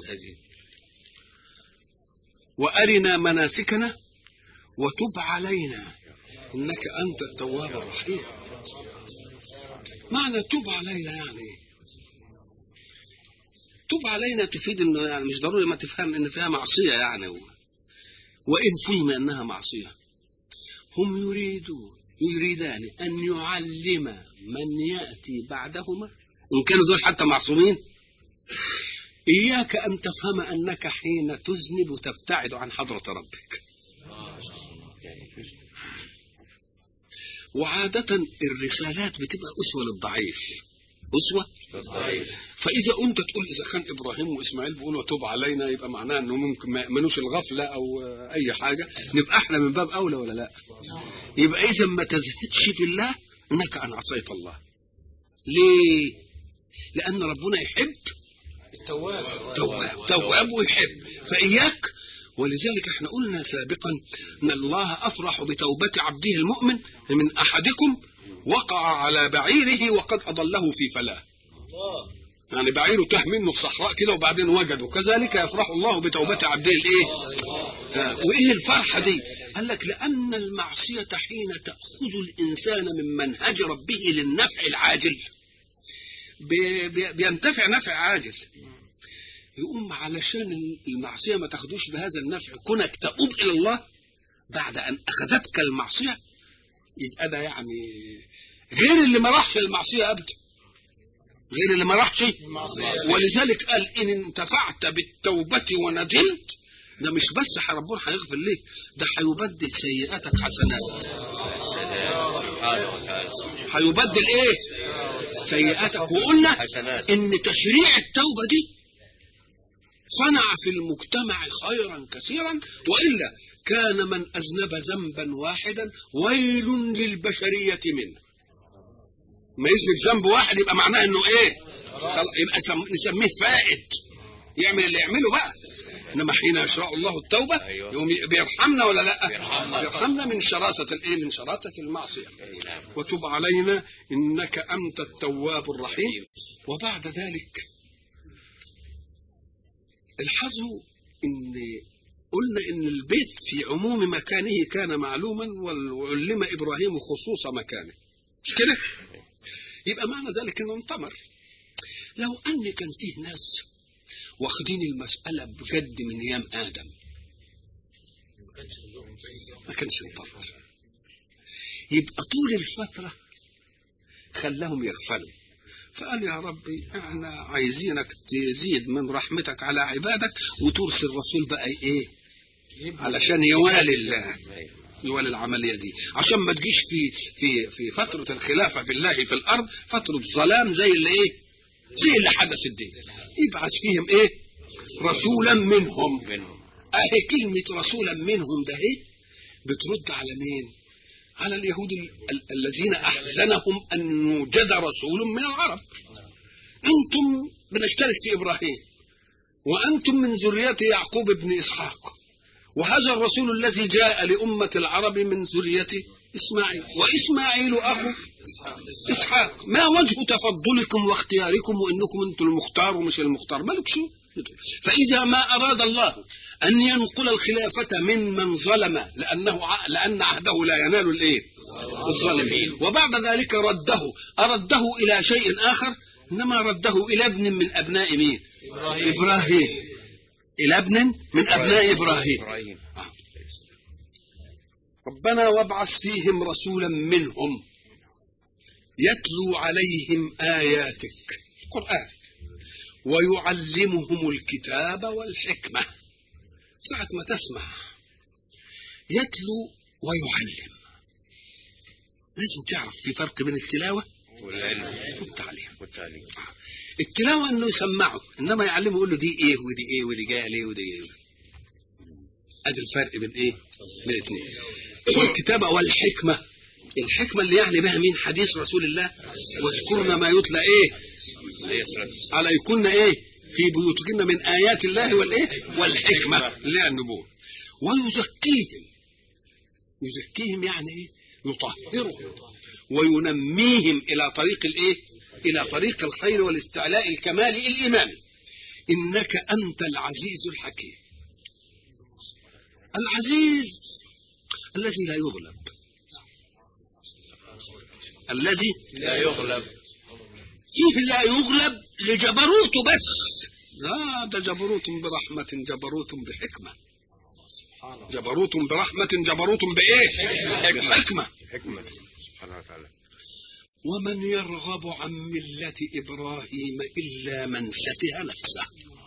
وأرنا مناسكنا وتب علينا إنك أنت التواب الرحيم. معنى تب علينا يعني تب علينا تفيد إنه يعني مش ضروري ما تفهم إن فيها معصية يعني، وإن فهم أنها معصية. هم يريدون يريدان أن يعلم من يأتي بعدهما إن كانوا دول حتى معصومين إياك أن تفهم أنك حين تذنب تبتعد عن حضرة ربك. وعادة الرسالات بتبقى أسوة للضعيف، أسوة للضعيف. فإذا أنت تقول إذا كان إبراهيم وإسماعيل بيقولوا توب علينا، يبقى معناه أنه ممكن ما يأمنوش الغفلة أو أي حاجة، نبقى إحنا من باب أولى ولا لا؟ يبقى إذا ما تزهدش في الله إنك أن عصيت الله. ليه؟ لأن ربنا يحب التواب، تواب تواب ويحب، فإياك. ولذلك احنا قلنا سابقا ان الله افرح بتوبة عبده المؤمن من احدكم وقع على بعيره وقد اضله في فلاه. يعني بعيره تاه منه في صحراء كده وبعدين وجده، كذلك يفرح الله بتوبة عبده الايه؟ آه. وايه الفرحة دي؟ قال لك لان المعصية حين تأخذ الانسان من منهج ربه للنفع العاجل بي بي بينتفع نفع عاجل، يقوم علشان المعصية ما تاخدوش بهذا النفع كونك تؤوب إلى الله بعد أن أخذتك المعصية، يبقى ده يعني غير اللي ما راحش المعصية أبدا، غير اللي ما راحش. ولذلك قال إن انتفعت بالتوبة وندمت، ده مش بس ربنا هيغفر ليك، ده هيبدل سيئاتك حسنات. هيبدل إيه؟ سيئاتك. وقلنا إن تشريع التوبة دي صنع في المجتمع خيرا كثيرا، وإلا كان من أذنب ذنبا واحدا ويل للبشرية منه. ما يذنب ذنب واحد يبقى معناه انه ايه؟ يبقى نسميه فائد، يعمل اللي يعمله بقى. انما حين يشرع الله التوبة يوم بيرحمنا ولا لا؟ بيرحمنا من شراسة الايه؟ من شراسة المعصية. وتب علينا انك انت التواب الرحيم. وبعد ذلك الحظوا ان قلنا ان البيت في عموم مكانه كان معلوما، وعلم ابراهيم خصوص مكانه، مش كده؟ يبقى معنى ذلك انه انتمر. لو ان كان فيه ناس واخدين المسألة بجد من ايام ادم ما كانش انتمر، يبقى طول الفترة خلاهم يغفلوا. فقال يا ربي احنا عايزينك تزيد من رحمتك على عبادك وترسل الرسول بقى ايه علشان يوالي يوالي العمليه دي، عشان ما تجيش في في في فتره الخلافه في الله في الارض فتره ظلام زي اللي ايه زي اللي حدث الدين. يبعث فيهم ايه؟ رسولا منهم. اهي كلمه رسولا منهم ده ايه بترد على مين؟ على اليهود الذين أحزنهم أن يوجد رسول من العرب. أنتم بنشترك في إبراهيم وأنتم من ذرية يعقوب بن إسحاق، وهذا الرسول الذي جاء لأمة العرب من ذرية إسماعيل، وإسماعيل أخو إسحاق. ما وجه تفضلكم واختياركم وإنكم أنتم المختار ومش المختار؟ مالك شو. فإذا ما أراد الله أن ينقل الخلافة من من ظلم لأنه ع... لأن عهده لا ينال الإيه؟ الظالمين، وبعد ذلك رده أرده إلى شيء آخر، إنما رده إلى ابن من أبناء مين؟ إبراهيم, إبراهيم. إلى ابن من أبناء إبراهيم. آه. ربنا وابعث فيهم رسولا منهم يتلو عليهم آياتك القرآن ويعلمهم الكتاب والحكمة. ساعة ما تسمع يتلو ويعلم لازم تعرف في فرق بين التلاوة والتعليم. والتعليم التلاوة انه يسمعه، انما يعلمه يقول له دي ايه ودي ايه ودي جايه ليه ودي ايه. ادي الفرق بين ايه؟ بين الاثنين. والكتابة والحكمة، الحكمة اللي يعني بها مين؟ حديث رسول الله واذكرنا ما يتلى ايه عليكن ايه في بيوتكن من آيات الله والايه والحكمة اللي هي النبوة. ويزكيهم، يزكيهم يعني ايه؟ يطهرهم وينميهم الى طريق الايه؟ الى طريق الخير والاستعلاء الكمالي الايماني. انك انت العزيز الحكيم. العزيز الذي لا يغلب، الذي لا يغلب فيه لا يغلب لجبروته بس، لا ده جبروت برحمة جبروت بحكمة، جبروت برحمة جبروت بإيه؟ بحكمة. حكمة سبحانه وتعالى. ومن يرغب عن ملة إبراهيم إلا من سفه نفسه.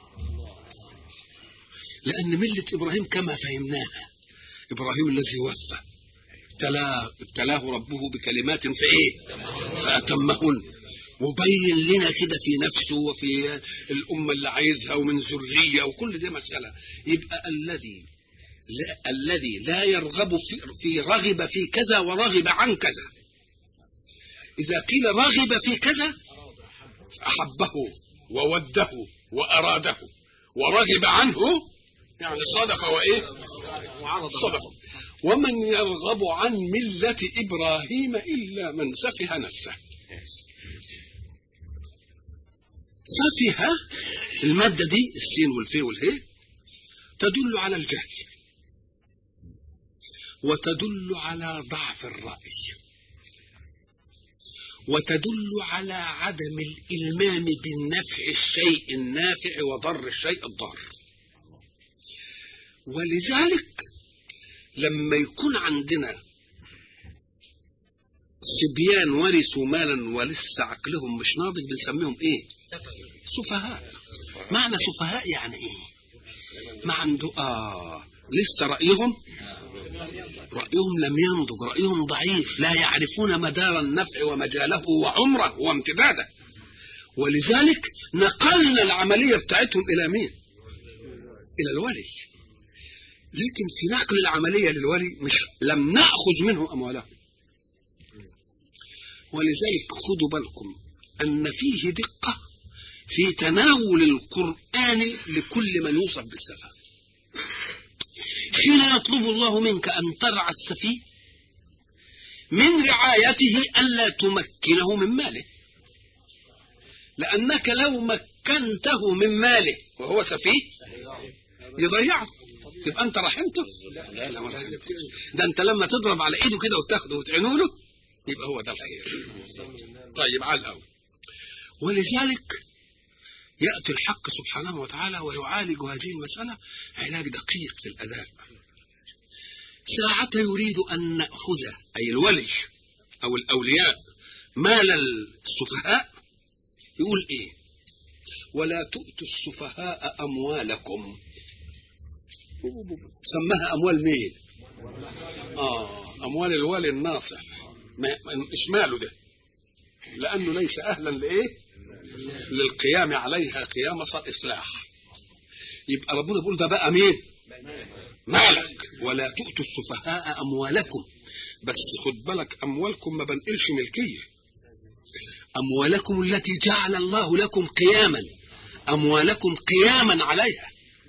لأن ملة إبراهيم كما فهمناها إبراهيم الذي وفى ابتلاه, ابتلاه ربه بكلمات في إيه؟ فأتمهن، وبين لنا كده في نفسه وفي الأمة اللي عايزها ومن ذرية وكل دي مسألة. يبقى الذي لا الذي لا يرغب في, في رغب في كذا ورغب عن كذا، إذا قيل رغب في كذا أحبه ووده وأراده، ورغب عنه يعني صدق وإيه صدق. ومن يرغب عن ملة إبراهيم إلا من سفه نفسه. سفه المادة دي السين والفي والهي تدل على الجهل وتدل على ضعف الرأي وتدل على عدم الإلمام بالنفع الشيء النافع وضر الشيء الضار. ولذلك لما يكون عندنا صبيان ورثوا مالا ولسه عقلهم مش ناضج بنسميهم ايه؟ سفهاء. معنى سفهاء يعني ايه؟ ما عنده اه لسه رأيهم رأيهم لم ينضج، رأيهم ضعيف، لا يعرفون مدار النفع ومجاله وعمره وامتداده. ولذلك نقلنا العملية بتاعتهم إلى مين؟ إلى الولي. لكن في نقل العملية للولي مش لم نأخذ منه أموالهم. ولذلك خدوا بالكم أن فيه دقة في تناول القرآن لكل من يوصف بالسفه. حين يطلب الله منك أن ترعى السفيه من رعايته ألا تمكنه من ماله، لأنك لو مكنته من ماله وهو سفيه يضيعه، تبقى أنت رحمته. ده أنت لما تضرب على إيده كده وتاخده وتعينه له يبقى هو ده الخير. طيب على الأول. ولذلك يأتي الحق سبحانه وتعالى ويعالج هذه المسألة علاج دقيق في الأداء. ساعة يريد أن نأخذ أي الولي أو الأولياء مال السفهاء يقول إيه؟ ولا تؤتوا السفهاء أموالكم. سمها أموال مين؟ آه أموال الولي الناصح. مش ماله ده، لأنه ليس أهلا لإيه؟ للقيام عليها قيام إصلاح. يبقى ربنا بيقول ده بقى مين؟ مالك. ولا تؤتوا السفهاء أموالكم. بس خد بالك أموالكم ما بنقلش ملكية، أموالكم التي جعل الله لكم قياما، أموالكم قياما عليها.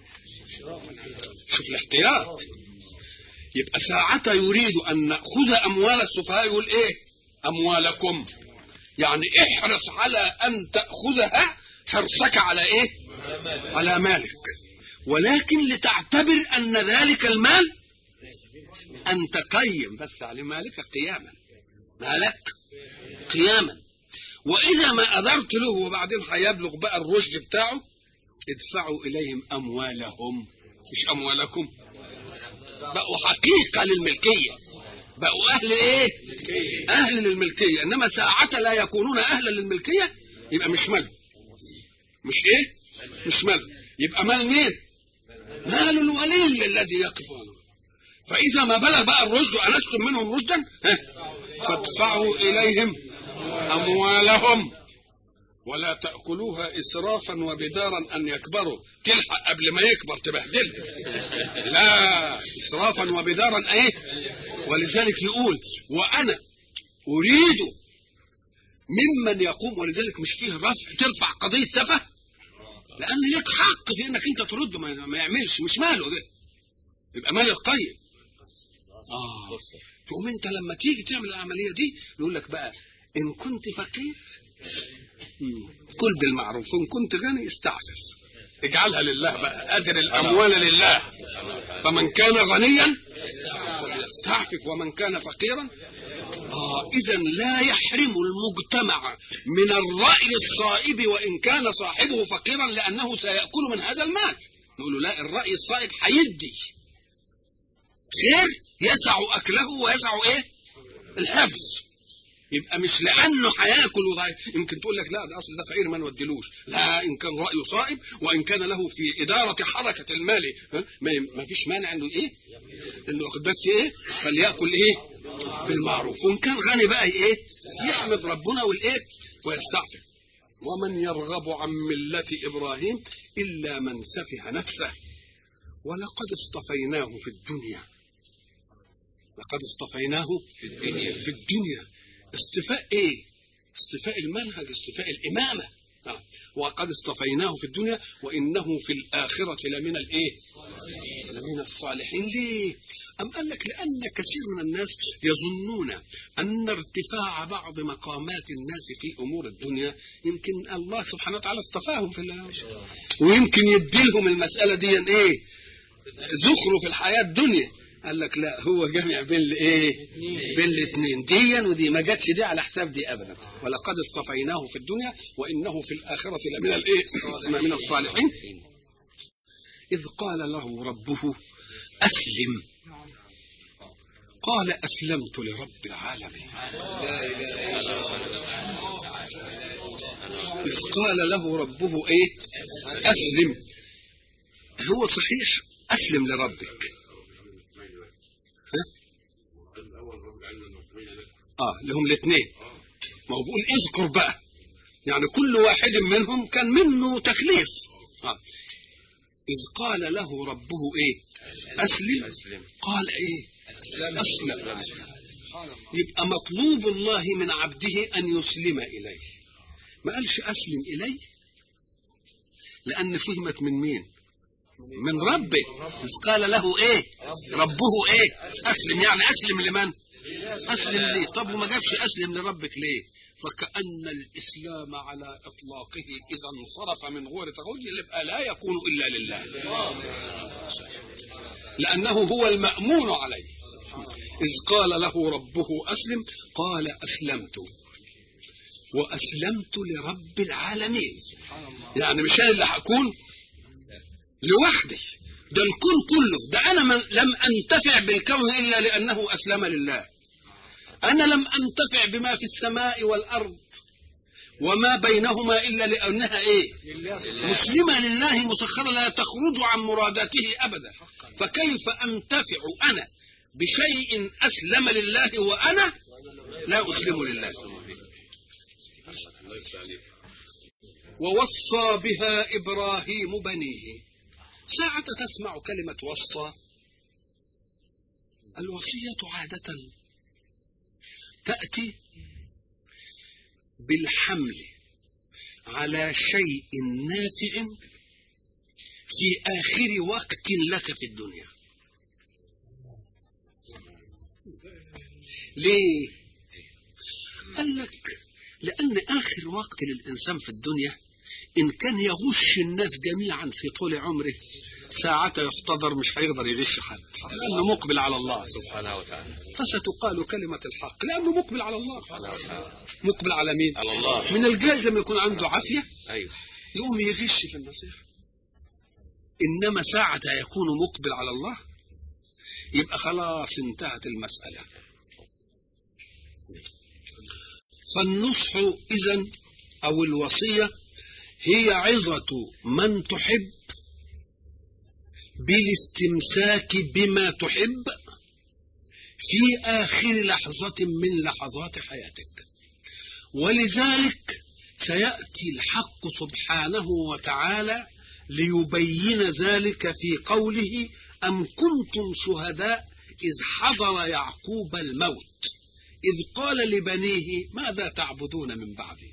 شوف الاحتياط. يبقى ساعة يريد أن نأخذ أموال السفهاء يقول إيه؟ أموالكم، يعني احرص على أن تأخذها حرصك على إيه؟ على مالك. ولكن لتعتبر أن ذلك المال أن تقيم بس على مالك قياما، مالك قياما. وإذا ما أدرت له وبعدين هيبلغ بقى الرشد بتاعه ادفعوا إليهم أموالهم، مش أموالكم. بقوا حقيقة للملكية، بقوا أهل إيه؟ أهل للملكية. إنما ساعة لا يكونون أهلا للملكية يبقى مش مال، مش إيه؟ مش مال. يبقى مال مين؟ مال الولي الذي يقف عنه. فإذا ما بلغ بقى الرشد وأنستم منهم رشدا فادفعوا إليهم أموالهم ولا تأكلوها إسرافا وبدارا أن يكبروا. تلحق قبل ما يكبر تبهدل، لا، إسرافا وبدارا إيه؟ ولذلك يقول وأنا أريد ممن يقوم. ولذلك مش فيه رفع ترفع قضية سفه، لأن لك حق في إنك أنت ترد ما يعملش، مش ماله ده، يبقى مال القيم. آه تقوم أنت لما تيجي تعمل العملية دي يقول لك بقى إن كنت فقير كل بالمعروف، وإن كنت غني استعفف، اجعلها لله بقى، أدر الأموال لله. فمن كان غنيا يستعفف ومن كان فقيرا. آه إذن لا يحرم المجتمع من الرأي الصائب وإن كان صاحبه فقيرا، لأنه سيأكل من هذا المال. نقول له لا، الرأي الصائب هيدي خير يسع أكله ويسع إيه؟ الحفظ. يبقى مش لانه هياكل وضعيف. يمكن تقول لك لا ده اصل ده فقير ما نوديلوش، لا، ان كان رايه صائب وان كان له في اداره حركه المال ما فيش مانع انه ايه، انه ياخد بس ايه، فليأكل ايه بالمعروف. وان كان غني بقى ايه يحمد ربنا والايه ويستعفف. ومن يرغب عن ملة ابراهيم الا من سفه نفسه ولقد اصطفيناه في الدنيا. لقد اصطفيناه في الدنيا. في الدنيا اصطفاء ايه؟ اصطفاء المنهج، اصطفاء الامامه. آه. وقد اصطفيناه في الدنيا وانه في الاخره لمن الايه؟ لمن الصالحين. ليه؟ أم قال لك لأن كثير من الناس يظنون أن ارتفاع بعض مقامات الناس في أمور الدنيا يمكن الله سبحانه وتعالى اصطفاهم في الله، ويمكن يديلهم المسألة دي ايه؟ زخرف في الحياة الدنيا. قال لك لا، هو جمع بين الايه؟ بين الاثنين، دي ودي، ما جاتش دي على حساب دي ابدا. ولقد اصطفيناه في الدنيا وانه في الاخره لمن الايه؟ من الصالحين. اذ قال له ربه اسلم قال اسلمت لرب العالمين. اذ قال له ربه ايه؟ اسلم. هو صحيح اسلم لربك، اه لهم الاثنين. ما هو بيقول اذكر بقى، يعني كل واحد منهم كان منه تكليف. اه اذ قال له ربه ايه؟ اسلم. قال ايه؟ اسلم. يبقى مطلوب الله من عبده ان يسلم اليه. ما قالش اسلم اليه لان فهمت من مين؟ من ربه. اذ قال له ايه؟ ربه ايه؟ اسلم. يعني اسلم لمن؟ أسلم ليه؟ طب وما جابش أسلم لربك ليه؟ فكأن الإسلام على إطلاقه إذا انصرف من غير تغير يبقى لا يكون إلا لله، لأنه هو المأمون عليه. إذ قال له ربه أسلم قال أسلمت وأسلمت لرب العالمين. يعني مش أنا اللي هكون لوحدي، ده الكون كله، ده أنا من لم أنتفع بالكون إلا لأنه أسلم لله. أنا لم أنتفع بما في السماء والأرض وما بينهما إلا لأنها إيه؟ مسلمة لله مسخرة لا تخرج عن مراداته أبدا. فكيف أنتفع أنا بشيء أسلم لله وأنا لا أسلم لله؟ ووصى بها إبراهيم بنيه. ساعة تسمع كلمة وصى، الوصية عادة تأتي بالحمل على شيء نافع في آخر وقت لك في الدنيا. ليه؟ قال لك لأن آخر وقت للإنسان في الدنيا إن كان يغش الناس جميعا في طول عمره ساعة يحتضر مش هيقدر يغش حد، لأنه مقبل على الله سبحانه وتعالى. فستقال كلمة الحق لأنه مقبل على الله سبحانه وتعالى. مقبل على مين؟ على الله. من الجائز لما يكون عنده عافية أيوه يقوم يغش في النصيحة، إنما ساعة يكون مقبل على الله يبقى خلاص انتهت المسألة. فالنصح إذن أو الوصية هي عظة من تحب بالاستمساك بما تحب في آخر لحظة من لحظات حياتك. ولذلك سيأتي الحق سبحانه وتعالى ليبين ذلك في قوله أم كنتم شهداء إذ حضر يعقوب الموت إذ قال لبنيه ماذا تعبدون من بعدي.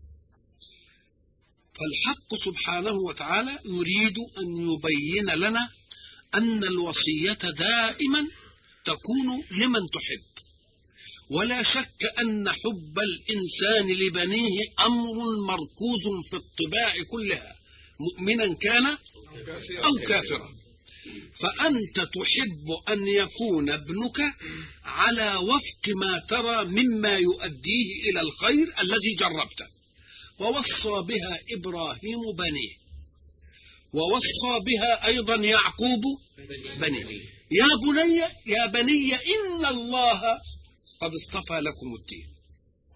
فالحق سبحانه وتعالى يريد أن يبين لنا أن الوصية دائما تكون لمن تحب، ولا شك أن حب الإنسان لبنيه أمر مركوز في الطباع كلها مؤمنا كان أو كافرا. فأنت تحب أن يكون ابنك على وفق ما ترى مما يؤديه إلى الخير الذي جربته. ووصى بها إبراهيم بنيه، ووصى بها أيضا يعقوب بنيه. يا بني يا بني إن الله قد اصطفى لكم الدين.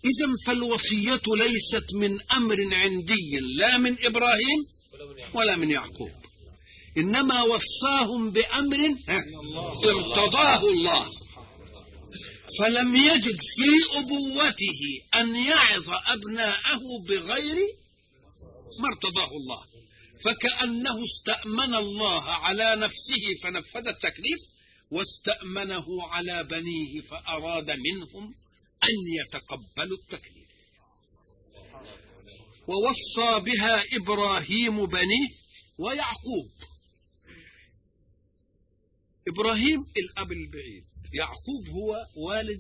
إذن فالوصية ليست من أمر عندي لا من إبراهيم ولا من يعقوب، إنما وصاهم بأمر ارتضاه الله، فلم يجد في أبوته أن يعظ أبناءه بغير ما ارتضاه الله، فكأنه استأمن الله على نفسه فنفذ التكليف، واستأمنه على بنيه فأراد منهم أن يتقبلوا التكليف. ووصى بها إبراهيم بنيه ويعقوب. إبراهيم الأب البعيد، يعقوب هو والد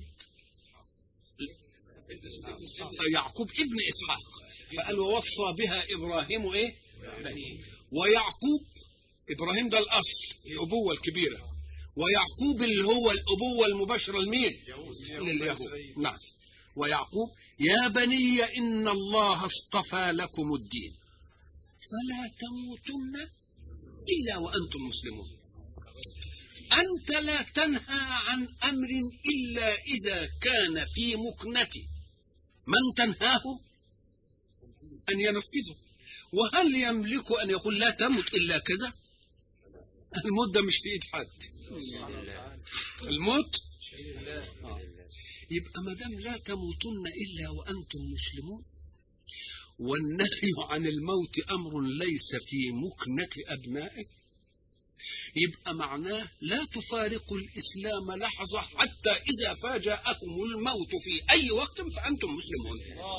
يعقوب ابن إسحاق، فقال ووصى بها إبراهيم إيه؟ بنيه. ويعقوب، إبراهيم ده الأصل الأبوة الكبيرة، ويعقوب اللي هو الأبوة المباشرة لمين؟ لليهود. نعم. ويعقوب يا بني إن الله اصطفى لكم الدين فلا تموتن إلا وأنتم مسلمون. أنت لا تنهى عن أمر إلا إذا كان في مكنة من تنهاه أن ينفذه. وهل يملك أن يقول لا تموت إلا كذا؟ الموت ده مش في إيد حد، الموت يبقى ما دام لا تموتن إلا وأنتم مسلمون، والنهي عن الموت أمر ليس في مكنة أبنائه، يبقى معناه لا تفارقوا الإسلام لحظة حتى إذا فاجأكم الموت في أي وقت فأنتم مسلمون.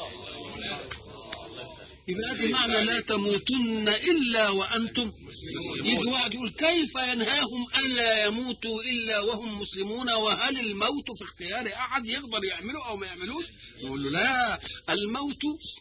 يبقى هذه معنى لا تموتن إلا وأنتم. يجي واحد يقول كيف ينهاهم ألا يموتوا إلا وهم مسلمون، وهل الموت في اختيار أحد يقدر يعمله أو ما يعملوش؟ يقول له لا، الموت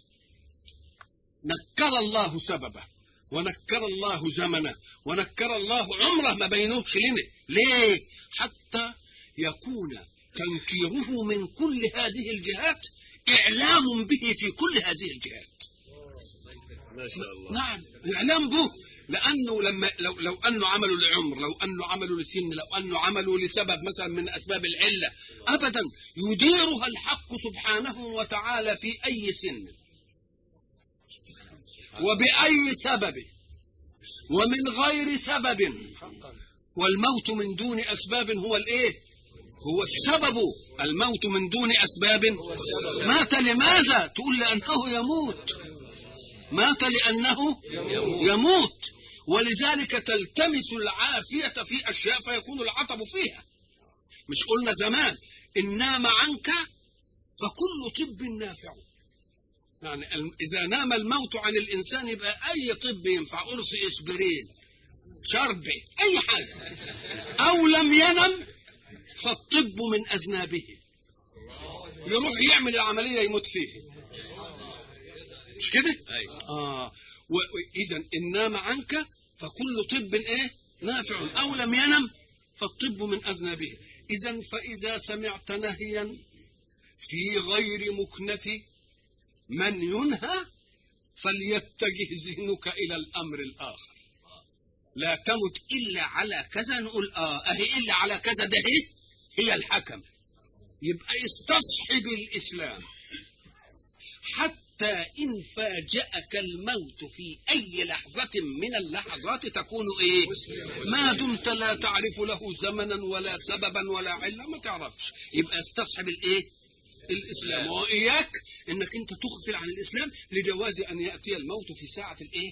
نكر الله سببه ونكر الله زمنه ونكر الله عمره ما بينوش لنا. ليه؟ حتى يكون تنكيره من كل هذه الجهات إعلام به في كل هذه الجهات. ما شاء الله. نعم، إعلام به، لأنه لما لو لو أنه عملوا لعمر، لو أنه عملوا لسن، لو أنه عملوا لسبب مثلا من أسباب العلة، أبدا يديرها الحق سبحانه وتعالى في أي سن وبأي سبب ومن غير سبب، والموت من دون أسباب هو الإيه؟ هو السبب. الموت من دون أسباب. مات لماذا؟ تقول لأنه يموت. مات لأنه يموت، ولذلك تلتمس العافية في أشياء فيكون العطب فيها. مش قلنا زمان إن نام عنك فكل طب نافع، يعني إذا نام الموت عن الإنسان يبقى أي طب ينفع، قرص إسبرين، شرب، أي حاجة. أو لم ينم فالطب من أذنابه، يروح يعمل العملية يموت فيه، مش كده؟ آه. وإذا إن نام عنك فكل طب إيه؟ نافع، أو لم ينم فالطب من أذنابه. إذا فإذا سمعت نهيا في غير مكنة من ينهى فليتجه ذهنك إلى الأمر الآخر. لا تمت إلا على كذا، نقول آه أهي إلا على كذا، ده هي هي الحكم. يبقى استصحب الإسلام حتى إن فاجأك الموت في أي لحظة من اللحظات تكون إيه؟ ما دمت لا تعرف له زمنا ولا سببا ولا علة، ما تعرفش، يبقى استصحب الإيه؟ الإسلام. وإياك إنك أنت تغفل عن الإسلام لجواز أن يأتي الموت في ساعة الإيه؟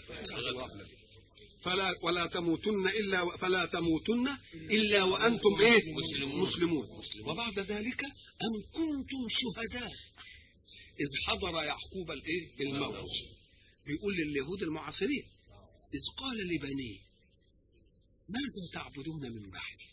فلا ولا تموتن إلا فلا تموتن إلا وأنتم إيه؟ مسلمون. وبعد ذلك أم كنتم شهداء إذ حضر يعقوب الإيه؟ الموت. بيقول لليهود المعاصرين إذ قال لبنيه ماذا تعبدون من بعدي؟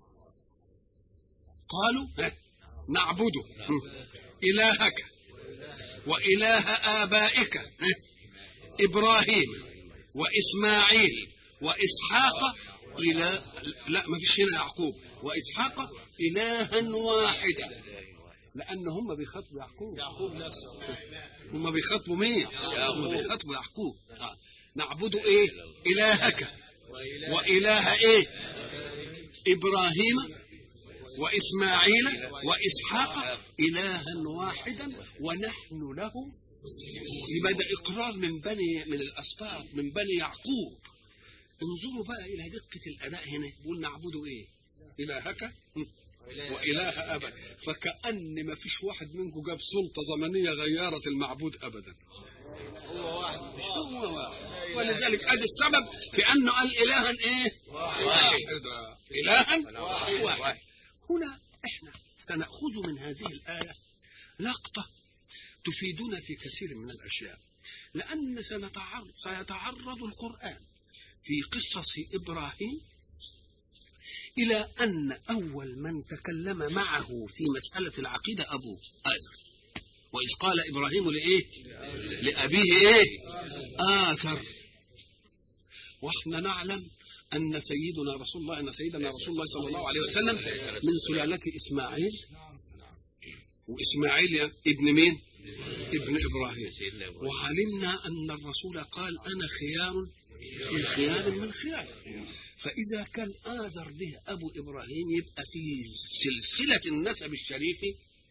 قالوا نعبد إلهك وإله آبائك إبراهيم وإسماعيل وإسحاق إلى لا ما فيش هنا يعقوب وإسحاق إلها واحدا، لأن هم بيخاطبوا يعقوب. يعقوب نفسه هم بيخاطبوا مين؟ هم بيخاطبوا يعقوب. آه. نعبد إيه؟ إلهك وإله إيه؟ إبراهيم وإسماعيل وإسحاق إلها واحدا ونحن له. يبقى ده إقرار من بني من الأسباط من بني يعقوب. انظروا بقى إلى دقة الأداء هنا، يقول نعبدوا إيه؟ إلهك وإله أبا، فكأن ما فيش واحد منكم جاب سلطة زمنية غيرت المعبود أبدا. هو واحد مش هو واحد. ولذلك ادي السبب في انه قال الها ايه؟ واحد. الها واحد. هنا احنا سنأخذ من هذه الآية لقطة تفيدنا في كثير من الأشياء، لأن سنتعرض سيتعرض القرآن في قصص إبراهيم إلى أن أول من تكلم معه في مسألة العقيدة أبوه آزر. وإذ قال إبراهيم لإيه؟ لأبيه إيه؟ آزر. وإحنا نعلم أن سيدنا رسول الله أن سيدنا رسول الله صلى الله عليه وسلم من سلالة إسماعيل، وإسماعيل ابن مين؟ ابن إبراهيم. وعلمنا أن الرسول قال أنا خيار من خيار من خيار. فإذا كان آزر به أبو إبراهيم يبقى في سلسلة النسب الشريف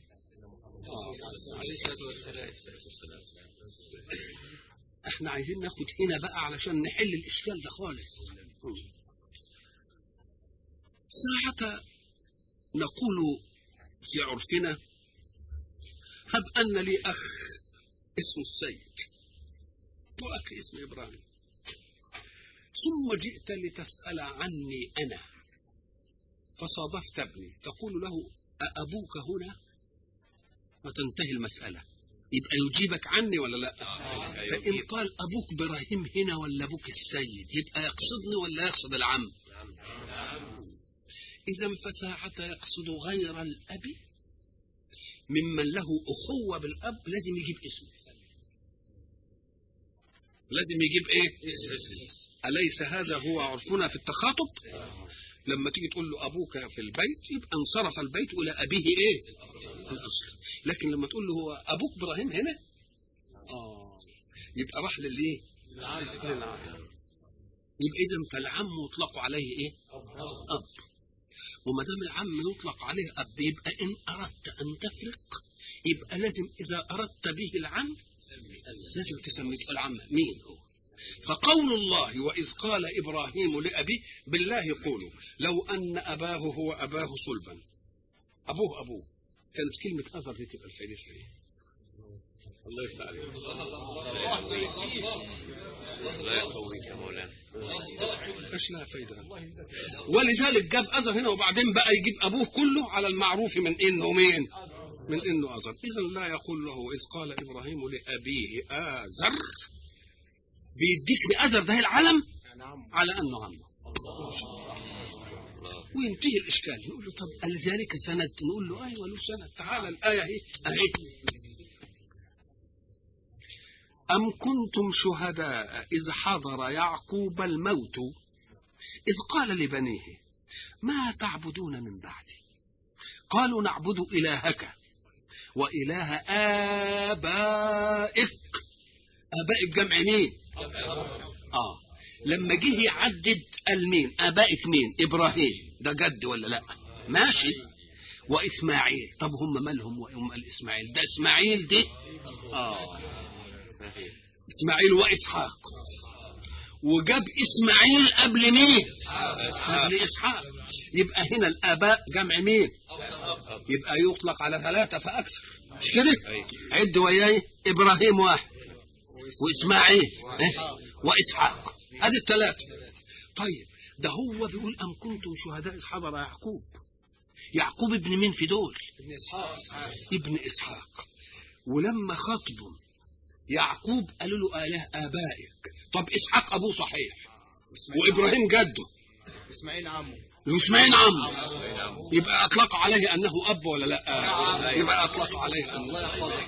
احنا عايزين ناخد هنا بقى علشان نحل الإشكال ده خالص. ساعة نقول في عرفنا هب أن لي أخ اسمه السيد وأخ اسمه إبراهيم، ثم جئت لتسأل عني أنا فصادفت ابني، تقول له أأبوك هنا؟ وتنتهي المسألة. يبقى يجيبك عني ولا لا؟ فإن قال أبوك إبراهيم هنا ولا أبوك السيد يبقى يقصدني ولا يقصد العم؟ إذا فساعة يقصد غير الأب ممن له أخوة بالأب لازم يجيب اسمه، لازم يجيب إيه؟ أليس هذا هو عرفنا في التخاطب؟ لما تيجي تقول له أبوك في البيت يبقى انصرف البيت إلى أبيه إيه؟ الأصل. لكن لما تقول له هو أبوك إبراهيم هنا آه يبقى راح للإيه؟ للعم. يبقى إذن فالعم يطلق عليه إيه؟ أب. وما دام العم يطلق عليه أب يبقى إن أردت أن تفرق يبقى لازم إذا أردت به العم لازم تسميه العم مين هو. فقول الله وإذ قال إبراهيم لأبيه بالله قولوا لو أن أباه هو أباه صلبا، أبوه أبوه، كانت كلمة أزر دي تبقى الفائدة فيه. الله يفتح عليك. الله يقويك يا مولانا. ايش لها فايدة؟ ولذلك جاب أزر هنا وبعدين بقى يجيب أبوه كله على المعروف من إنه مين؟ من إنه أزر. إذن لا يقول له وإذ قال إبراهيم لأبيه آزر بيديك بأزر ده العلم على أنه عمه وينتهي الإشكال. نقول له طب ألذلك سند؟ نقول له أيوة له سند. تعالى الآية هي أهي أم كنتم شهداء إذ حضر يعقوب الموت إذ قال لبنيه ما تعبدون من بعدي قالوا نعبد إلهك وإله آبائك. آبائك جمع مين؟ آه لما جه يعدد قال مين؟ آبائك مين؟ إبراهيم ده جد ولا لا؟ ماشي. وإسماعيل، طب هم مالهم وهم الإسماعيل ده؟ إسماعيل دي آه إسماعيل وإسحاق، وجاب إسماعيل قبل مين؟ قبل إسحاق. يبقى هنا الآباء جمع مين؟ يبقى يطلق على ثلاثة فأكثر، مش كده؟ عد وياي إبراهيم واحد وإسماعيل وإسحاق، هذه الثلاثة. طيب ده هو بيقول أم كنتم شهداء إذ حضر يعقوب. يعقوب ابن مين في دول؟ ابن إسحاق. ابن إسحاق. ولما خطبوا يعقوب قالوا له آله آبائك. طب إسحاق أبوه صحيح وإبراهيم جده، إسماعيل عمه وإسماعيل عمه، يبقى أطلق عليه أنه أب ولا لا؟ يبقى أطلق عليه أنه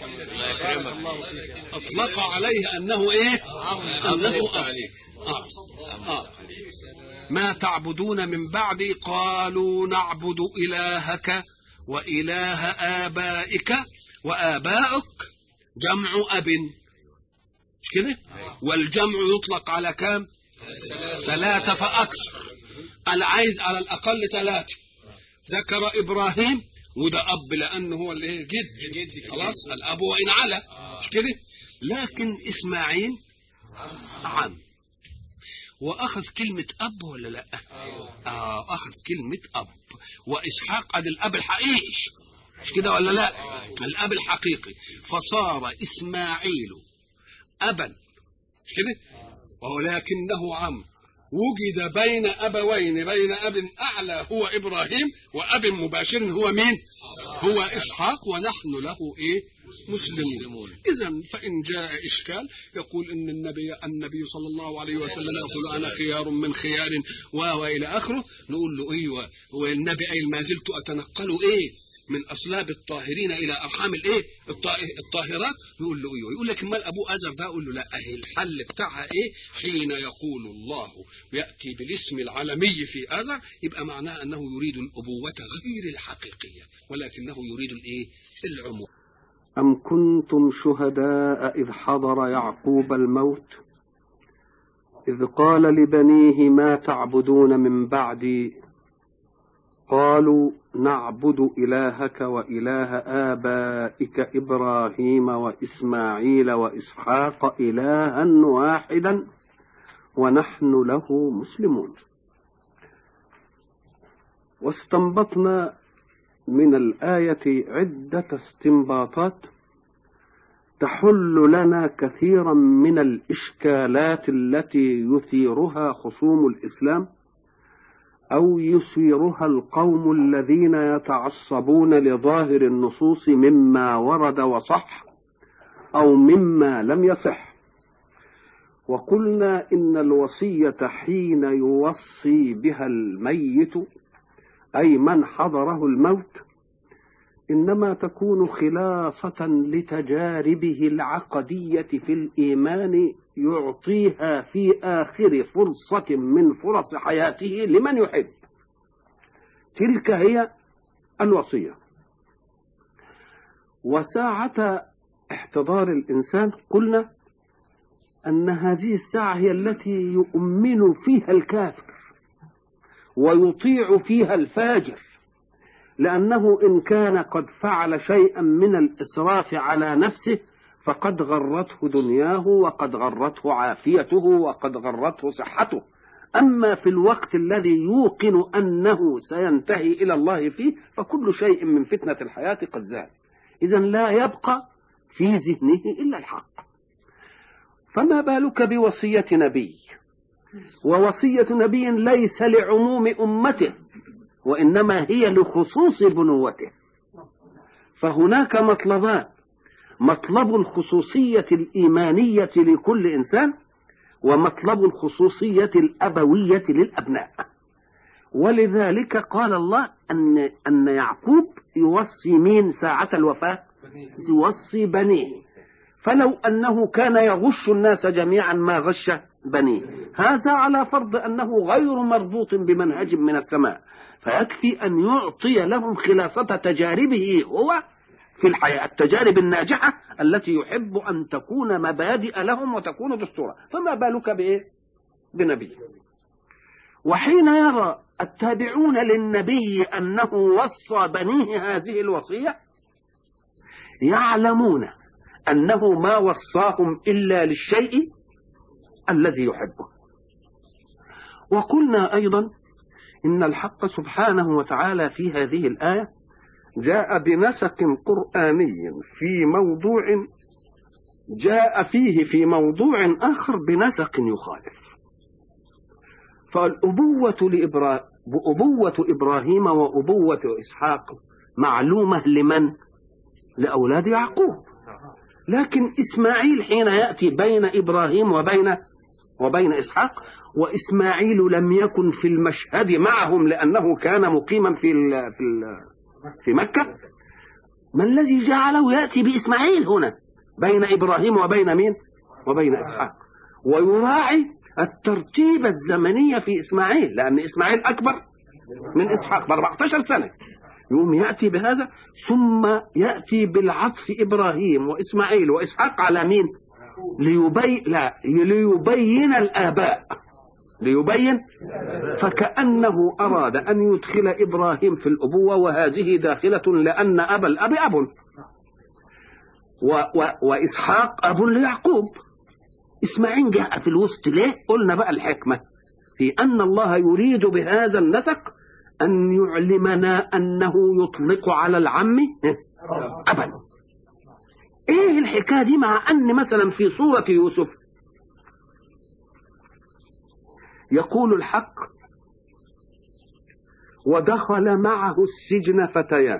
أطلق عليه أنه إيه؟ أنه أب. آه. آه. ما تعبدون من بعدي قالوا نعبد إلهك وإله آبائك. وآبائك جمع أب، مش كده؟ والجمع يطلق على كام؟ ثلاثة فأكثر. العايز على الأقل ثلاثة، ذكر إبراهيم وده أب لأنه هو اللي جد جد خلاص الأب وإن على مش كده. لكن إسماعيل عم وأخذ كلمة أب ولا لا؟ آه أخذ كلمة أب. وإسحاق قد الأب الحقيقي مش كده ولا لا؟ الأب الحقيقي. فصار إسماعيل أبا مش كده، ولكنه عم وجد بين أبوين، بين أب أعلى هو إبراهيم وأب مباشر هو مين؟ هو إسحاق، ونحن له إيه؟ مسلمون. إذن فإن جاء إشكال يقول إن النبي النبي صلى الله عليه وسلم يقول أنا خيار من خيار وإلى آخره، نقول له أيوة والنبي أي ما زلت أتنقل إيه من أصلاب الطاهرين إلى أرحام الإيه الطاهرات، نقول له أيوة. يقول لك مال أبو أزر ده، أقول له لا، أهي الحل بتاعها إيه؟ حين يقول الله يأتي بالاسم العالمي في أزر يبقى معناه أنه يريد الأبوة غير الحقيقية، ولكنه يريد الإيه؟ العموم. أم كنتم شهداء إذ حضر يعقوب الموت إذ قال لبنيه ما تعبدون من بعدي قالوا نعبد إلهك وإله آبائك إبراهيم وإسماعيل وإسحاق إلها واحدا ونحن له مسلمون. واستنبطنا من الآية عدة استنباطات تحل لنا كثيرا من الإشكالات التي يثيرها خصوم الإسلام أو يثيرها القوم الذين يتعصبون لظاهر النصوص مما ورد وصح أو مما لم يصح. وقلنا إن الوصية حين يوصي بها الميت أي من حضره الموت إنما تكون خلاصة لتجاربه العقدية في الإيمان يعطيها في آخر فرصة من فرص حياته لمن يحب. تلك هي الوصية. وساعة احتضار الإنسان قلنا أن هذه الساعة هي التي يؤمن فيها الكافر ويطيع فيها الفاجر، لأنه إن كان قد فعل شيئا من الإسراف على نفسه فقد غرته دنياه وقد غرته عافيته وقد غرته صحته. أما في الوقت الذي يوقن أنه سينتهي إلى الله فيه فكل شيء من فتنة الحياة قد زال. إذن لا يبقى في ذهنه إلا الحق. فما بالك بوصية نبي؟ ووصية نبي ليس لعموم أمته وإنما هي لخصوص بنوته. فهناك مطلبان: مطلب الخصوصية الإيمانية لكل إنسان، ومطلب الخصوصية الأبوية للأبناء. ولذلك قال الله أن أن يعقوب يوصي مين ساعة الوفاة؟ يوصي بنيه. فلو أنه كان يغش الناس جميعا ما غش بنيه، هذا على فرض أنه غير مربوط بمنهج من السماء، فيكفي أن يعطي لهم خلاصة تجاربه هو في الحياة، التجارب الناجحة التي يحب أن تكون مبادئ لهم وتكون دستورا. فما بالك بإيه؟ بنبي. وحين يرى التابعون للنبي أنه وصى بنيه هذه الوصية يعلمون أنه ما وصاهم إلا للشيء الذي يحبه. وقلنا أيضا إن الحق سبحانه وتعالى في هذه الآية جاء بنسق قرآني في موضوع جاء فيه في موضوع آخر بنسق يخالف. فالأبوة لإبرا... أبوة إبراهيم وأبوة إسحاق معلومة لمن؟ لأولاد يعقوب. لكن إسماعيل حين يأتي بين إبراهيم وبين وبين إسحاق، وإسماعيل لم يكن في المشهد معهم لأنه كان مقيما في ال في ال في مكة، ما الذي جعله يأتي بإسماعيل هنا بين إبراهيم وبين مين؟ وبين إسحاق، ويراعي الترتيب الزمني في إسماعيل، لأن إسماعيل أكبر من إسحاق بأربعة عشر سنة، يوم يأتي بهذا ثم يأتي بالعطف إبراهيم وإسماعيل وإسحاق على مين؟ ليبين لا ليبين الآباء ليبين، فكأنه أراد أن يدخل إبراهيم في الأبوة، وهذه داخلة لأن أبا الأب أب، و و وإسحاق أب ليعقوب. إسماعيل جاء في الوسط ليه؟ قلنا بقى الحكمة في أن الله يريد بهذا النسق أن يعلمنا أنه يطلق على العم أبا. إيه الحكاية دي؟ مع أن مثلا في سورة يوسف يقول الحق: ودخل معه السجن فتيان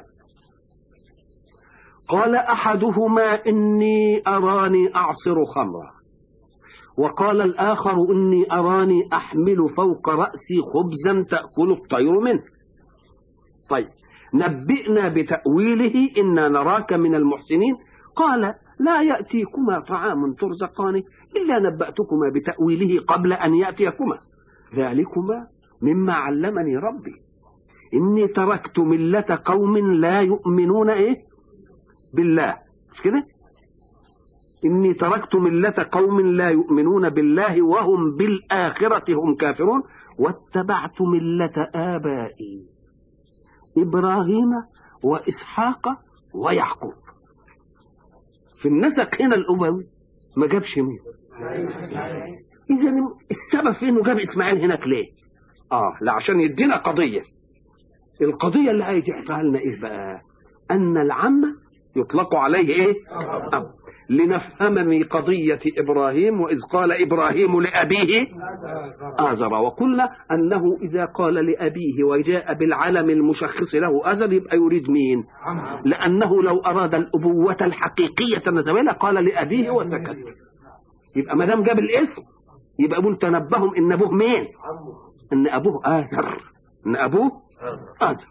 قال أحدهما إني أراني أعصر خمرا، وقال الآخر إني أراني أحمل فوق رأسي خبزا تأكل الطير منه. طيب نبئنا بتأويله إنا نراك من المحسنين. قال لا يأتيكما طعام ترزقانه إلا نبأتكما بتأويله قبل أن يأتيكما، ذلكما مما علمني ربي إني تركت ملة قوم لا يؤمنون إيه بالله، مش كده؟ إني تركت ملة قوم لا يؤمنون بالله وهم بالآخرة هم كافرون واتبعت ملة آبائي إبراهيم وإسحاق ويعقوب. في النسق هنا الأبوي ما جابش مين؟ إذا السبب في إنه جاب إسماعيل هناك ليه؟ آه لا، عشان يدينا قضية. القضية اللي هيجحفها لنا إيه بقى؟ أن العم يطلق عليه إيه؟ أب. لنفهم من قضية إبراهيم وإذ قال إبراهيم لأبيه آزر، وقلنا أنه إذا قال لأبيه وجاء بالعلم المشخص له آزر يبقى يريد مين؟ لأنه لو أراد الأبوة الحقيقية النسبية قال لأبيه وسكت. يبقى ما دام جاب الاسم يبقى أبوه تنبههم إن أبوه مين؟ إن أبوه آزر، إن أبوه آزر.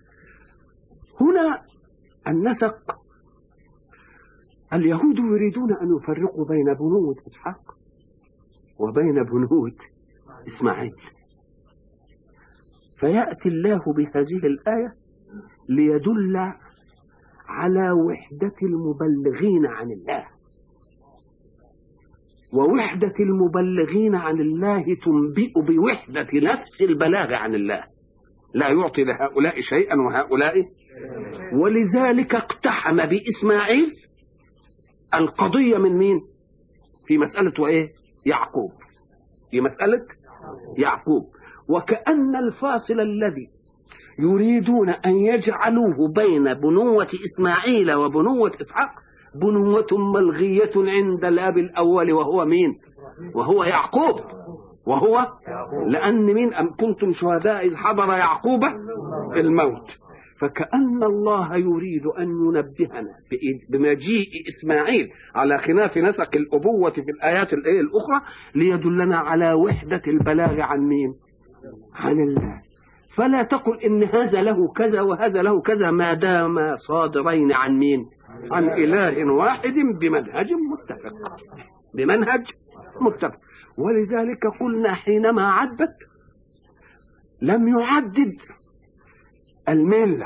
هنا النسق اليهود يريدون أن يفرقوا بين بنوة إسحاق وبين بنوة إسماعيل، فيأتي الله بهذه الآية ليدل على وحدة المبلغين عن الله، ووحدة المبلغين عن الله تنبئ بوحدة نفس البلاغ عن الله، لا يعطي لهؤلاء شيئا وهؤلاء. ولذلك اقتحم بإسماعيل القضية من مين؟ في مسألة وإيه؟ يعقوب، في مسألة يعقوب. وكأن الفاصل الذي يريدون أن يجعلوه بين بنوة إسماعيل وبنوة إسحاق بنوة ملغية عند الأب الأول وهو مين؟ وهو يعقوب. وهو لأن مين؟ أم كنتم شهداء إذ حضر يعقوب الموت. فكأن الله يريد أن ينبهنا بمجيء إسماعيل على خلاف نسق الأبوة في الآيات الأخرى ليدلنا على وحدة البلاغ عن مين؟ عن الله. فلا تقل إن هذا له كذا وهذا له كذا ما دام صادرين عن مين؟ عن إله واحد بمنهج متفق، بمنهج متفق. ولذلك قلنا حينما عدت لم يعدد الملة،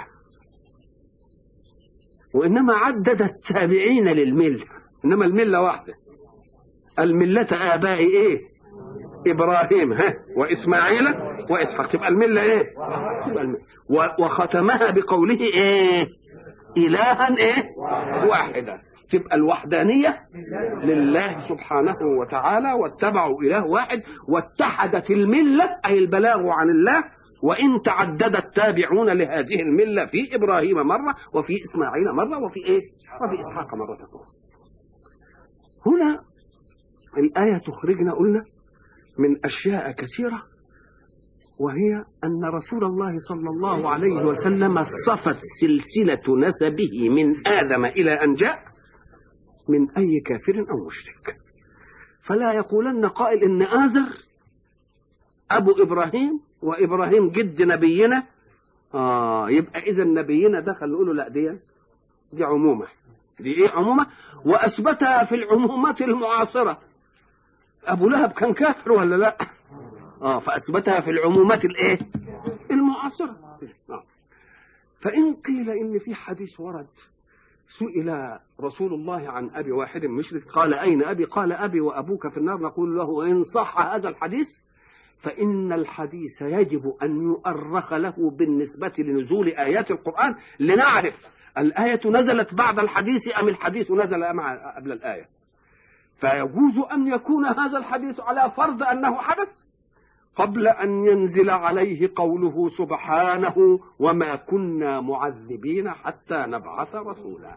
وإنما عدد التابعين للملة، إنما الملة واحدة. الملة آبائي إيه؟ إبراهيم ها وإسماعيل وإسحاق، تبقى الملة إيه؟ تبقى الملة. وختمها بقوله إيه؟ إلها إيه؟ واحدا، تبقى الوحدانية لله سبحانه وتعالى، واتبعوا إله واحد، واتحدت الملة أي البلاغ عن الله، وإن تعدد التابعون لهذه الملة في إبراهيم مرة وفي إسماعيل مرة وفي إيه؟ وفي إسحاق مرة أخرى. هنا الآية تخرجنا قلنا من أشياء كثيرة، وهي أن رسول الله صلى الله عليه وسلم صفت سلسلة نسبه من آدم إلى أن جاء من أي كافر أو مشرك. فلا يقولن قائل إن آزر أبو إبراهيم وإبراهيم جد نبينا، آه يبقى إذا نبينا دخل نقوله لا دي دي عمومة، دي إيه عمومة؟ وأثبتها في العمومات المعاصرة. أبو لهب كان كافر ولا لا؟ آه فأثبتها في العمومات الإيه؟ المعاصرة. آه. فإن قيل إن في حديث ورد سئل رسول الله عن أبي واحد مشرك قال أين أبي؟ قال أبي وأبوك في النار. نقول له إن صح هذا الحديث فإن الحديث يجب أن يؤرخ له بالنسبة لنزول آيات القرآن لنعرف الآية نزلت بعد الحديث أم الحديث نزل مع قبل الآية. فيجوز أن يكون هذا الحديث على فرض أنه حدث قبل أن ينزل عليه قوله سبحانه وما كنا معذبين حتى نبعث رسولا.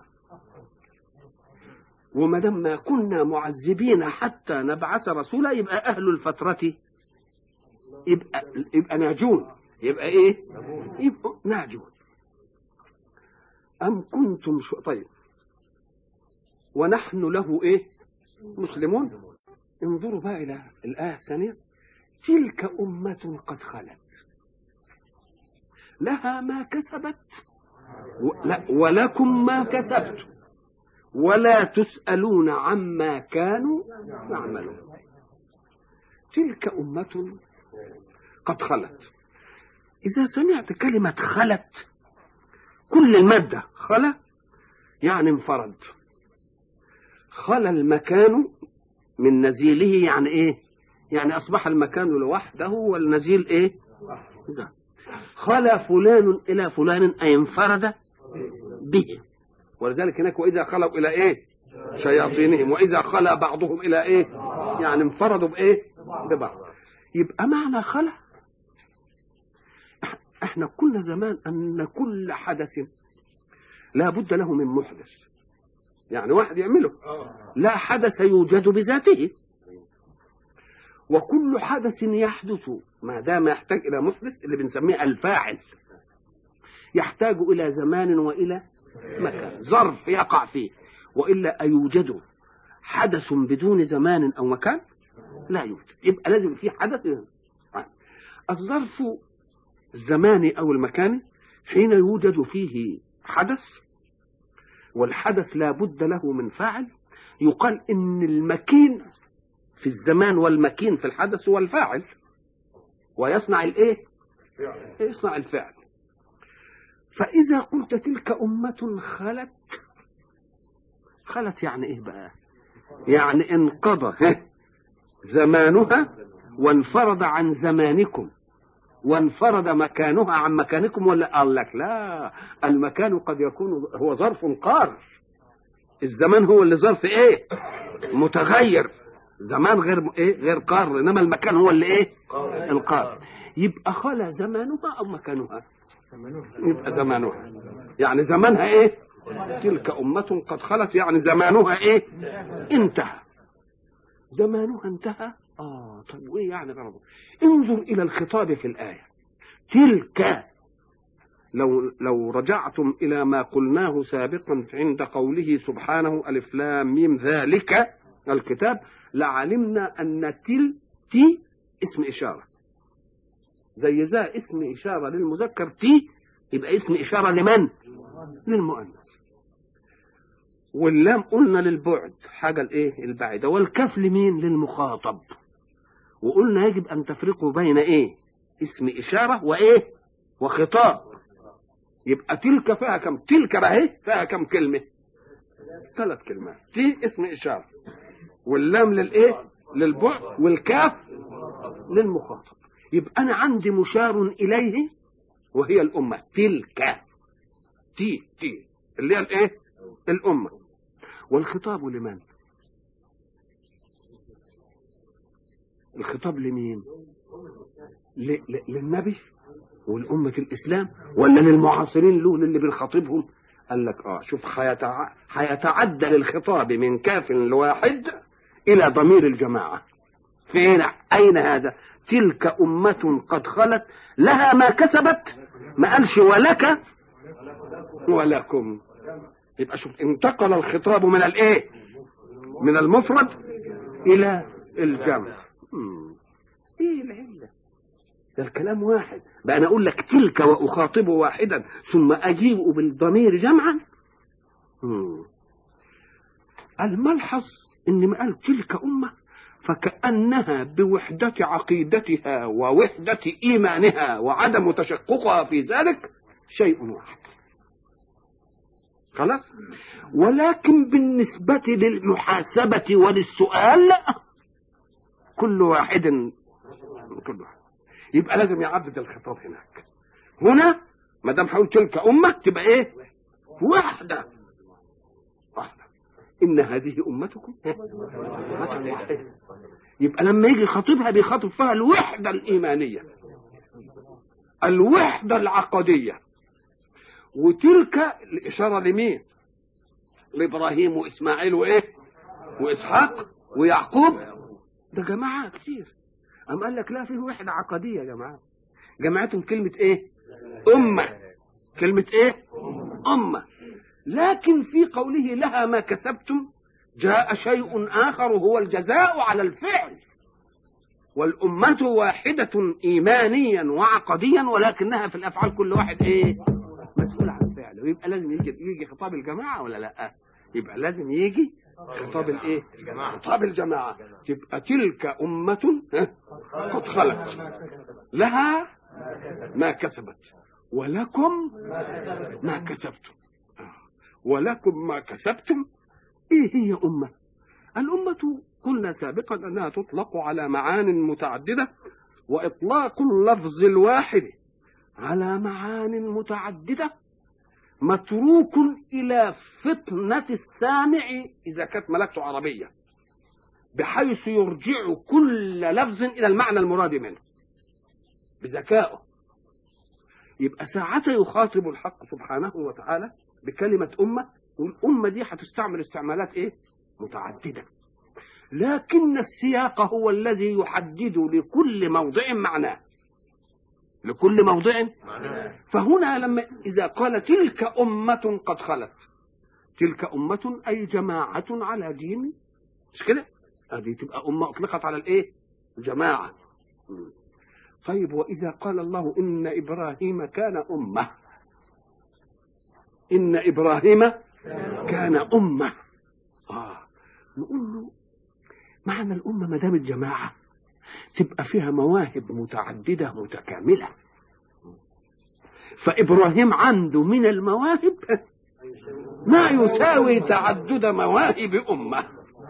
وما دام ما كنا معذبين حتى نبعث رسولا يبقى أهل الفترة يبقى, يبقى ناجون. يبقى إيه؟ يبقى ناجون. أم كنتم شو... طيب ونحن له إيه؟ مسلمون. انظروا بقى إلى الآية الثانية. تلك أمة قد خلت لها ما كسبت لا ولكم ما كسبتم ولا تسألون عما كانوا يعملون. تلك أمة قد خلت. إذا سمعت كلمة خلت كل المادة خلا يعني انفرد. خلا المكان من نزيله يعني إيه؟ يعني أصبح المكان لوحده والنزيل إيه؟ إذا خلا فلان إلى فلان أي انفرد به. ولذلك هناك وإذا خلوا إلى إيه؟ شياطينهم وإذا خلا بعضهم إلى إيه؟ يعني انفردوا بإيه؟ ببعض. يبقى معنى خلا احنا قلنا زمان أن كل حدث لا بد له من محدث، يعني واحد يعمله. لا حدث يوجد بذاته، وكل حدث يحدث ما دام يحتاج إلى محدث اللي بنسميه الفاعل يحتاج إلى زمان وإلى مكان، ظرف يقع فيه. وإلا أيوجد حدث بدون زمان أو مكان؟ لا يوجد. يبقى لازم في حدث. الظرف الزماني أو المكاني حين يوجد فيه حدث والحدث لا بد له من فاعل يقال إن المكين في الزمان والمكين في الحدث هو الفاعل ويصنع الإيه؟ يصنع الفعل. فإذا قلت تلك أمة خلت، خلت يعني إيه بقى؟ يعني انقضى زمانها وانفرد عن زمانكم وانفرد مكانها عن مكانكم. ولا قال لك لا، المكان قد يكون هو ظرف قار، الزمان هو اللي ظرف ايه؟ متغير. زمان غير ايه؟ غير قار، انما المكان هو اللي ايه؟ القار. يبقى خلا زمانها او مكانها؟ يبقى زمانها. يعني زمانها ايه؟ تلك أمة قد خلت يعني زمانها ايه؟ انتهى. زمانها انتهى. اه طيب وايه يعني برضه؟ انظر الى الخطاب في الآية. تلك، لو لو رجعتم الى ما قلناه سابقا عند قوله سبحانه الف لام ميم ذلك الكتاب لعلمنا ان تل تي اسم اشاره، زي ذا اسم اشاره للمذكر، تي يبقى اسم اشاره لمن؟ للمؤنث. واللام قلنا للبعد، حاجه الايه؟ البعيده. والكاف لمين؟ للمخاطب. وقلنا يجب ان تفرقوا بين ايه؟ اسم اشاره وايه؟ وخطاب. يبقى تلك فيها كم؟ تلك اهي فيها كم كلمه؟ ثلاث كلمات. تي اسم اشاره، واللام للايه؟ للبعد، والكاف للمخاطب. يبقى انا عندي مشار اليه وهي الامه. تلك تي تي اللي هي الايه؟ الامه. والخطاب لمن؟ الخطاب لمين؟ ل... ل... للنبي والأمة الإسلام ولا للمعاصرين له اللي بنخاطبهم؟ قال لك اه شوف حيتع... حيتعدل الخطاب من كاف لواحد إلى ضمير الجماعة. فين؟ أين هذا؟ تلك أمة قد خلت لها ما كسبت، ما قالش ولك ولكم. يبقى شوف انتقل الخطاب من الايه؟ من المفرد إلى الجمع. ايه العلة؟ ده الكلام واحد. بقى انا اقول لك تلك واخاطب واحدا ثم اجيب بالضمير جمعا. مم. الملحظ ان ما قال تلك امه فكأنها بوحدة عقيدتها ووحدة ايمانها وعدم تشققها في ذلك شيء واحد. خلاص. ولكن بالنسبة للمحاسبة وللسؤال كل واحد كل واحد. يبقى لازم يعدد الخطاب هناك. هنا ما دام هقول تلك امه تبقى ايه؟ واحده واحده. ان هذه امتكم امه واحده. يبقى لما يجي خطيبها بيخاطب فيها الوحده الايمانيه، الوحده العقديه. وتلك الاشاره لمين؟ لابراهيم واسماعيل وايه؟ واسحاق ويعقوب. ده جماعه كتير. أم قال لك لا، فيه وحده عقديه يا جماعه. جماعتهم كلمه ايه؟ امه. كلمه ايه؟ امه. لكن في قوله لها ما كسبتم جاء شيء آخر هو الجزاء على الفعل. والأمة واحدة إيمانيا وعقديا، ولكنها في الأفعال كل واحد إيه؟ مسؤول عن فعله. ويبقى لازم يجي, يجي خطاب الجماعة ولا لا؟ يبقى لازم يجي خطاب الإيه؟ خطاب الجماعة. تبقى تلك أمة قد خلت لها ما كسبت ولكم ما كسبتم. ولكم ما كسبتم. ايه هي امه؟ الامه قلنا سابقا انها تطلق على معان متعدده، واطلاق اللفظ الواحد على معان متعدده متروك الى فطنه السامع اذا كانت ملكته عربيه، بحيث يرجع كل لفظ الى المعنى المراد منه بذكائه. يبقى ساعة يخاطب الحق سبحانه وتعالى بكلمة أمة، والأمة دي هتستعمل استعمالات إيه؟ متعددة، لكن السياق هو الذي يحدد لكل موضع معناه. لكل موضع معناه. فهنا لما إذا قال تلك أمة قد خلت، تلك أمة أي جماعة على دين، مش كده؟ هذه تبقى أمة أطلقت على الإيه؟ جماعة. طيب وإذا قال الله إن إبراهيم كان أمة، إن إبراهيم كان أمة، آه نقول له معنى الأمة ما دام الجماعة تبقى فيها مواهب متعددة متكاملة. فإبراهيم عنده من المواهب ما يساوي تعدد مواهب أمة.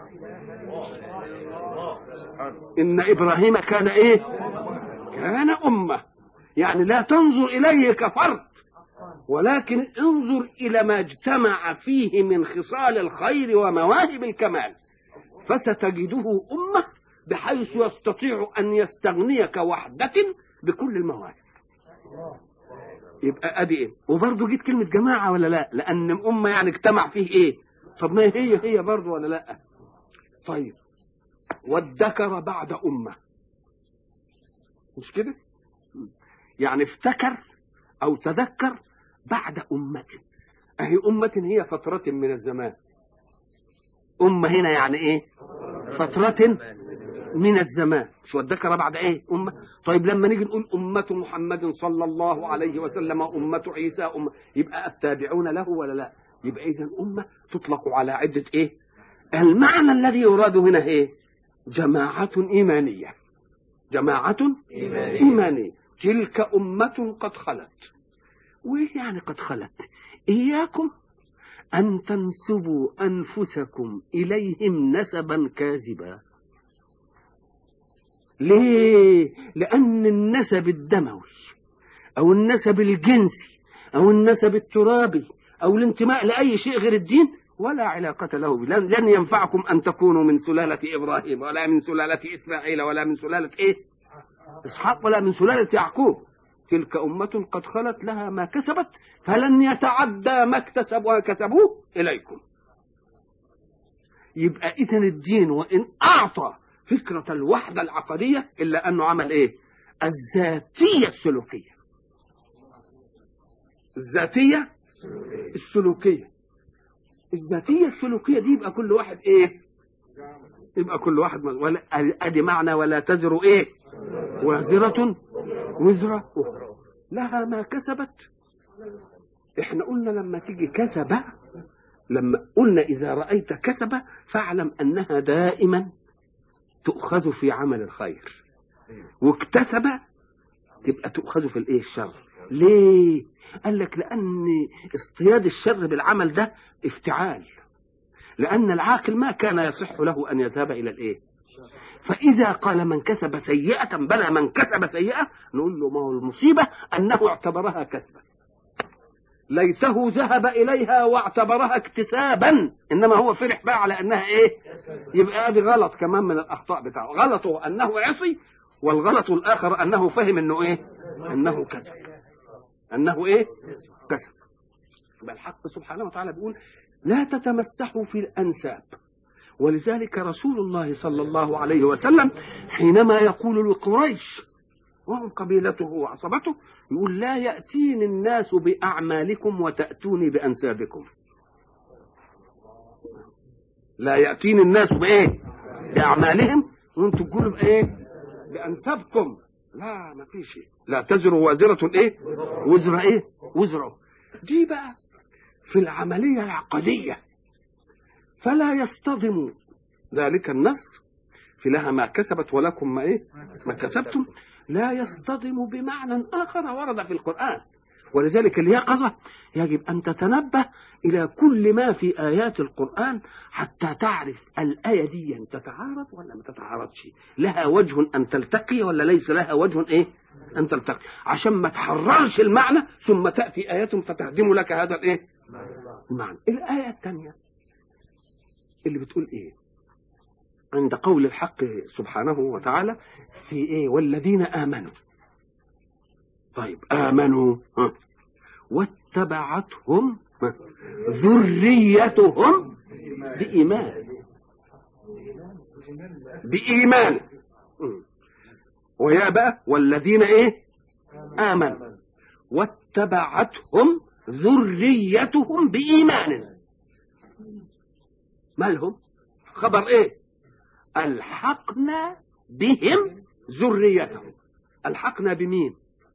إن إبراهيم كان إيه؟ كان أمة. يعني لا تنظر إليه كفرد، ولكن انظر إلى ما اجتمع فيه من خصال الخير ومواهب الكمال، فستجده أمة بحيث يستطيع أن يستغني كوحدة بكل المواهب. يبقى أدي إيه؟ وبرضه جيت كلمة جماعة ولا لا؟ لأن أمة يعني اجتمع فيه إيه؟ طب ما هي هي برضه ولا لا؟ طيب والذكر بعد أمة، مش كده؟ يعني افتكر أو تذكر بعد أمة. أهي أمة هي فترة من الزمان. أمة هنا يعني إيه؟ فترة من الزمان. شو الذكر بعد إيه؟ أمة. طيب لما نيجي نقول أمة محمد صلى الله عليه وسلم، أمة عيسى، أمة، يبقى التابعون له ولا لا؟ يبقى إذن أمة تطلق على عدة إيه؟ المعنى الذي يراد هنا إيه؟ جماعة إيمانية. جماعة إيمانية. إيمانية. تلك أمة قد خلت. وإيه يعني قد خلت؟ إياكم أن تنسبوا أنفسكم إليهم نسبا كاذبا. ليه؟ لأن النسب الدموي أو النسب الجنسي أو النسب الترابي أو الانتماء لأي شيء غير الدين ولا علاقة له. لن ينفعكم أن تكونوا من سلالة إبراهيم ولا من سلالة إسماعيل ولا من سلالة إيه؟ إسحاق ولا من سلالة يعقوب. تلك أمة قد خلت لها ما كسبت فلن يتعدى ما اكتسبوا وكسبوه إليكم. يبقى إذن الدين وإن أعطى فكرة الوحدة العقدية إلا أنه عمل إيه؟ الذاتية السلوكية. الذاتية السلوكية. الذاتية السلوكية دي يبقى كل واحد إيه؟ يبقى كل واحد ولا أدي معنى ولا تزر إيه؟ وازرة وزر أخرى لها ما كسبت. إحنا قلنا لما تيجي كسبة، لما قلنا إذا رأيت كسبة فاعلم أنها دائما تؤخذ في عمل الخير، واكتسب تبقى تؤخذ في الإيه؟ الشر. ليه؟ قال لك لأن اصطياد الشر بالعمل ده افتعال، لأن العاقل ما كان يصح له أن يذهب إلى الإيه؟ فإذا قال من كسب سيئة بلى من كسب سيئة، نقول له ما هو المصيبة أنه اعتبرها كسبا، ليته ذهب إليها واعتبرها اكتسابا، إنما هو فرح بقى على أنها إيه؟ يبقى هذه غلط كمان من الأخطاء بتاعه. غلطه أنه عصي، والغلط الآخر أنه فهم أنه إيه؟ أنه كسب، أنه إيه؟ كسب. بل الحق سبحانه وتعالى بيقول لا تتمسحوا في الأنساب. ولذلك رسول الله صلى الله عليه وسلم حينما يقول لقريش وهم قبيلته وعصبته، يقول لا يأتيني الناس بأعمالكم وتأتوني بأنسابكم. لا يأتيني الناس بإيه؟ بأعمالهم وانتم تقولوا بإيه؟ بأنسابكم. لا ما فيش، لا تزر وازرة إيه؟ وزر إيه؟ وزره. دي بقى في العملية العقدية، فلا يصطدم ذلك النص في لها ما كسبت ولكم ما إيه؟ ما كسبتم، لا يصطدم بمعنى آخر ورد في القرآن. ولذلك اليقظة يجب أن تتنبه إلى كل ما في آيات القرآن حتى تعرف الآية دي تتعارض ولا ما تتعارضش، لها وجه أن تلتقي ولا ليس لها وجه إيه؟ أن تلتقي، عشان ما تحررش المعنى ثم تأتي آيات فتهدم لك هذا الإيه؟ المعنى. الآية الثانية اللي بتقول إيه؟ عند قول الحق سبحانه وتعالى في إيه؟ والذين آمنوا. طيب آمنوا ها. واتبعتهم ها. ذريتهم بإيمان بإيمان ويا بقى والذين إيه؟ آمنوا واتبعتهم ذريتهم بإيمان. ما لهم؟ خبر إيه؟ ألحقنا بهم ذريتهم. ألحقنا بمين؟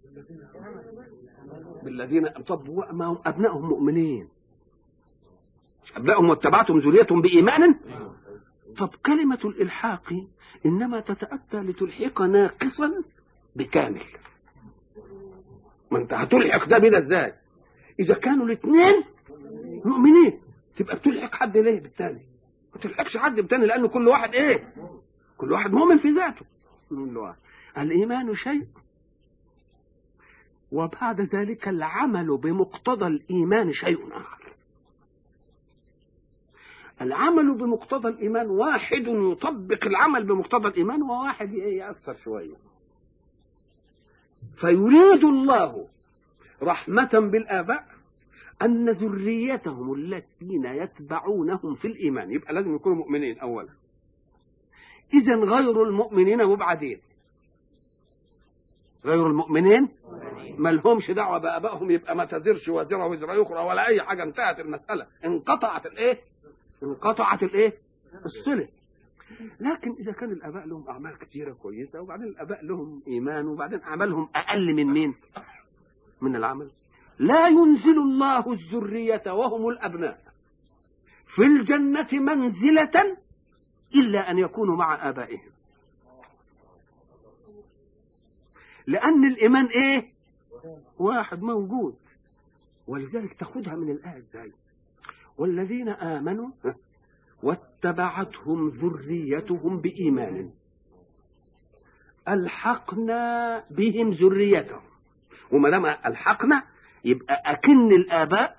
بالذين. طب ما هم أبنائهم مؤمنين، أبنائهم واتبعتهم ذريتهم بإيمان. طب كلمة الإلحاق إنما تتأتى لتلحق ناقصا بكامل. ما أنت هتلحق ده بده إزاي؟ إذا كانوا الاثنين مؤمنين تبقى بتلحق حد ليه بالتاني؟ ما تلحقش حد بالتاني، لأنه كل واحد إيه؟ كل واحد مؤمن في ذاته. الإيمان شيء، وبعد ذلك العمل بمقتضى الإيمان شيء آخر. العمل بمقتضى الإيمان واحد يطبق العمل بمقتضى الإيمان، وواحد يأثر شوية. فيريد الله رحمة بالآباء أن ذريتهم الذين يتبعونهم في الإيمان يبقى لازم يكونوا مؤمنين أولا. إذن غير المؤمنين وبعدين غير المؤمنين ما لهمش دعوة بآبائهم، يبقى ما تزرش وزرة وزرة أخرى ولا أي حاجة، انتهت المسألة، انقطعت الإيه؟ انقطعت الإيه؟ الصلة. لكن إذا كان الآباء لهم أعمال كثيرة كويسة وبعدين الآباء لهم إيمان وبعدين أعمالهم أقل من مين؟ من العمل. لا ينزل الله الذرية وهم الأبناء في الجنة منزلة إلا أن يكونوا مع آبائهم، لأن الإيمان إيه؟ واحد موجود. ولذلك تأخذها من الآية إزاي؟ والذين آمنوا واتبعتهم ذريتهم بإيمان ألحقنا بهم ذريتهم. وما دام ألحقنا يبقى أكن الآباء،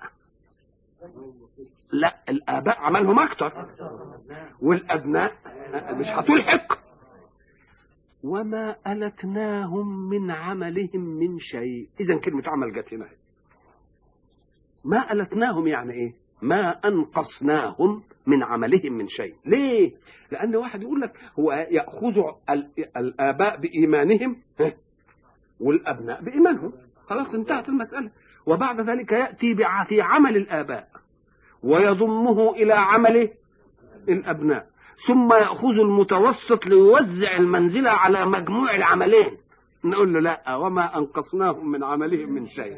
لا الآباء عملهم أكتر والأبناء مش هتلحق. وما ألتناهم من عملهم من شيء. إذن كلمة عمل جت هنا. ما ألتناهم يعني إيه؟ ما أنقصناهم من عملهم من شيء. ليه؟ لأن واحد يقول لك هو يأخذ الآباء بإيمانهم والأبناء بإيمانهم، خلاص انتهت المسألة. وبعد ذلك يأتي في عمل الآباء ويضمه إلى عمل الأبناء، ثم يأخذ المتوسط ليوزع المنزلة على مجموع العملين. نقول له لا، وما أنقصناهم من عملهم من شيء.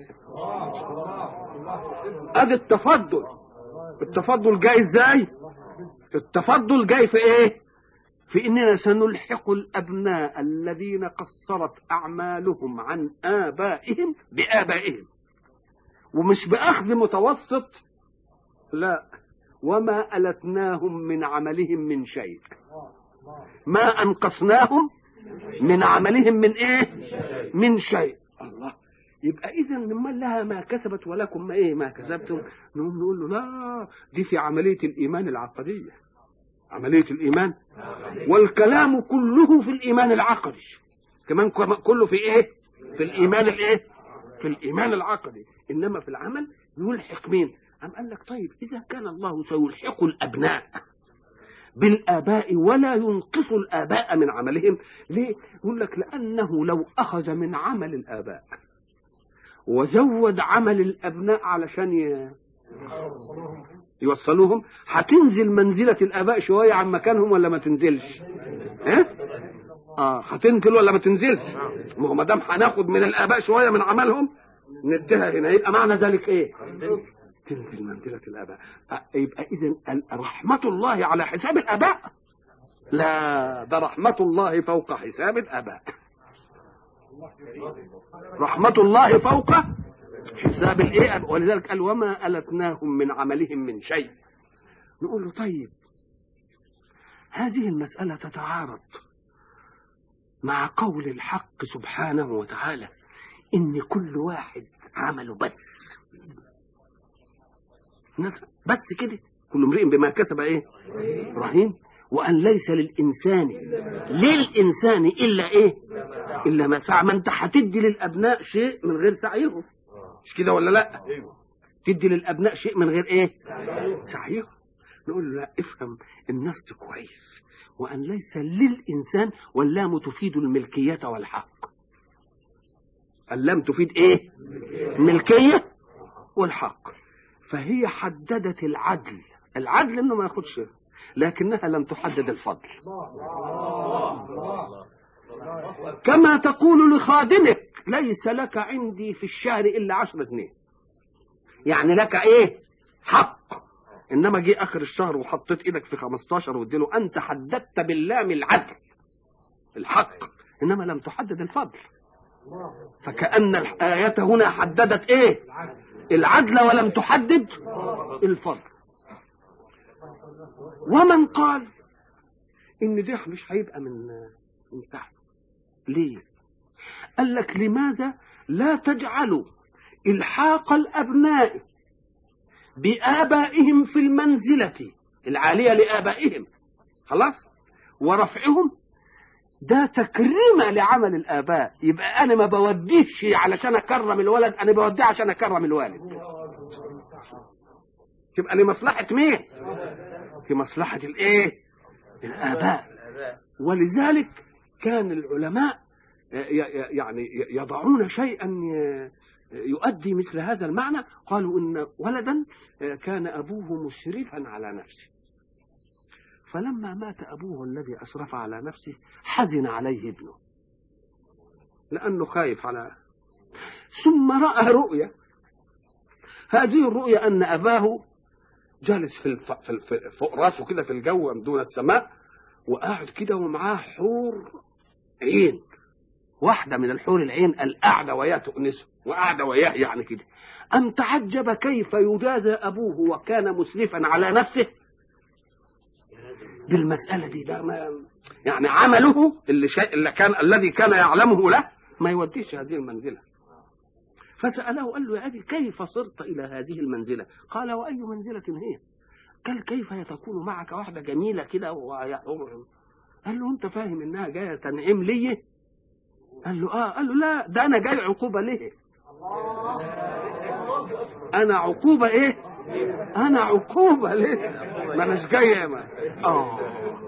هذا التفضل. التفضل جاي ازاي؟ التفضل جاي في ايه؟ في اننا سنلحق الابناء الذين قصرت اعمالهم عن ابائهم بابائهم، ومش باخذ متوسط، لا، وما ألتناهم من عملهم من شيء. ما أنقصناهم من عملهم من إيه؟ من شيء. الله، يبقى إذا من لها ما كسبت ولكم ما إيه ما كسبتم. نقوم نقول له لا، دي في عملية الإيمان العقدية، عملية الإيمان، والكلام كله في الإيمان العقدي كمان، كله في إيه؟ في الإيمان الإيه؟ في الإيمان العقدي. إنما في العمل يلحق مين؟ أم قال لك طيب إذا كان الله سيلحق الأبناء بالآباء ولا ينقص الآباء من عملهم، ليه؟ يقول لك لأنه لو أخذ من عمل الآباء وزود عمل الأبناء علشان يوصلوهم، هتنزل منزلة الآباء شوية عن مكانهم ولا ما تنزلش؟ ها؟ اه هتنزل ولا ما تنزلش؟ ما هو ما دام هناخد من الآباء شوية من عملهم نديها هنا، يبقى معنى ذلك ايه؟ تنزل منزلة الآباء. يبقى إذن رحمة الله على حساب الآباء؟ لا، ده رحمة الله فوق حساب الآباء. رحمة الله فوق حساب الايه، ولذلك قال وما ألتناهم من عملهم من شيء. نقول له طيب هذه المسألة تتعارض مع قول الحق سبحانه وتعالى إن كل واحد عمله بس بس كده، كل امرئ بما كسب ايه رهين، وأن ليس للإنسان للإنسان إلا إيه؟ إلا ما سعى. ما أنت هتدي للأبناء شيء من غير سعيهم، مش كده ولا لا؟ تدي للأبناء شيء من غير إيه؟ سعيهم. نقول له لا، افهم النص كويس، وأن ليس للإنسان، واللام تفيد الملكية والحق. اللام تفيد إيه؟ الملكية والحق. فهي حددت العدل، العدل إنه ما ياخدش، لكنها لم تحدد الفضل. كما تقول لخادمك ليس لك عندي في الشهر إلا عشرة جنيه، يعني لك إيه؟ حق. إنما جي آخر الشهر وحطيت إيدك في خمستاشر واديله، أنت حددت باللام العدل الحق، إنما لم تحدد الفضل. فكأن الآية هنا حددت إيه؟ العدل ولم تحدد الفضل. ومن قال إن ده مش هيبقى من من سعي، ليه؟ قال لك لماذا لا تجعلوا إلحاق الأبناء بآبائهم في المنزلة العالية لآبائهم، خلاص، ورفعهم ده تكريمة لعمل الآباء. يبقى أنا ما بوديش علشان أكرم الولد، أنا بوديه عشان أكرم الوالد. تبقى لمصلحة مين؟ في مصلحة الإيه؟ الآباء. ولذلك كان العلماء يعني يضعون شيئا يؤدي مثل هذا المعنى. قالوا إن ولدا كان أبوه مسرفا على نفسه، فلما مات أبوه الذي أسرف على نفسه حزن عليه ابنه لأنه خايف على، ثم رأى رؤيا. هذه الرؤيا أن أباه جالس في الف... في الف... فوق راسه كده في الجو دون السماء، وقاعد كده ومعاه حور عين، واحدة من الحور العين القاعدة وياه تؤنسه وقاعدة وياه يعني كده. أم تعجب كيف يجازى أبوه وكان مسرفا على نفسه بالمسألة دي. ده ما يعني عمله اللي, شا... اللي كان الذي كان يعلمه له ما يوديش هذه المنزلة. فسأله قال له يا أبي كيف صرت إلى هذه المنزلة؟ قال وأي منزلة هي؟ قال كيف تكون معك واحدة جميلة كده ويحور. قال له أنت فاهم إنها جاية تنعم ليه؟ قال له آه. قال له لا، ده أنا جاي عقوبة ليه؟ أنا عقوبة إيه؟ أنا عقوبة ليه؟ ما أناش جاي ما آه.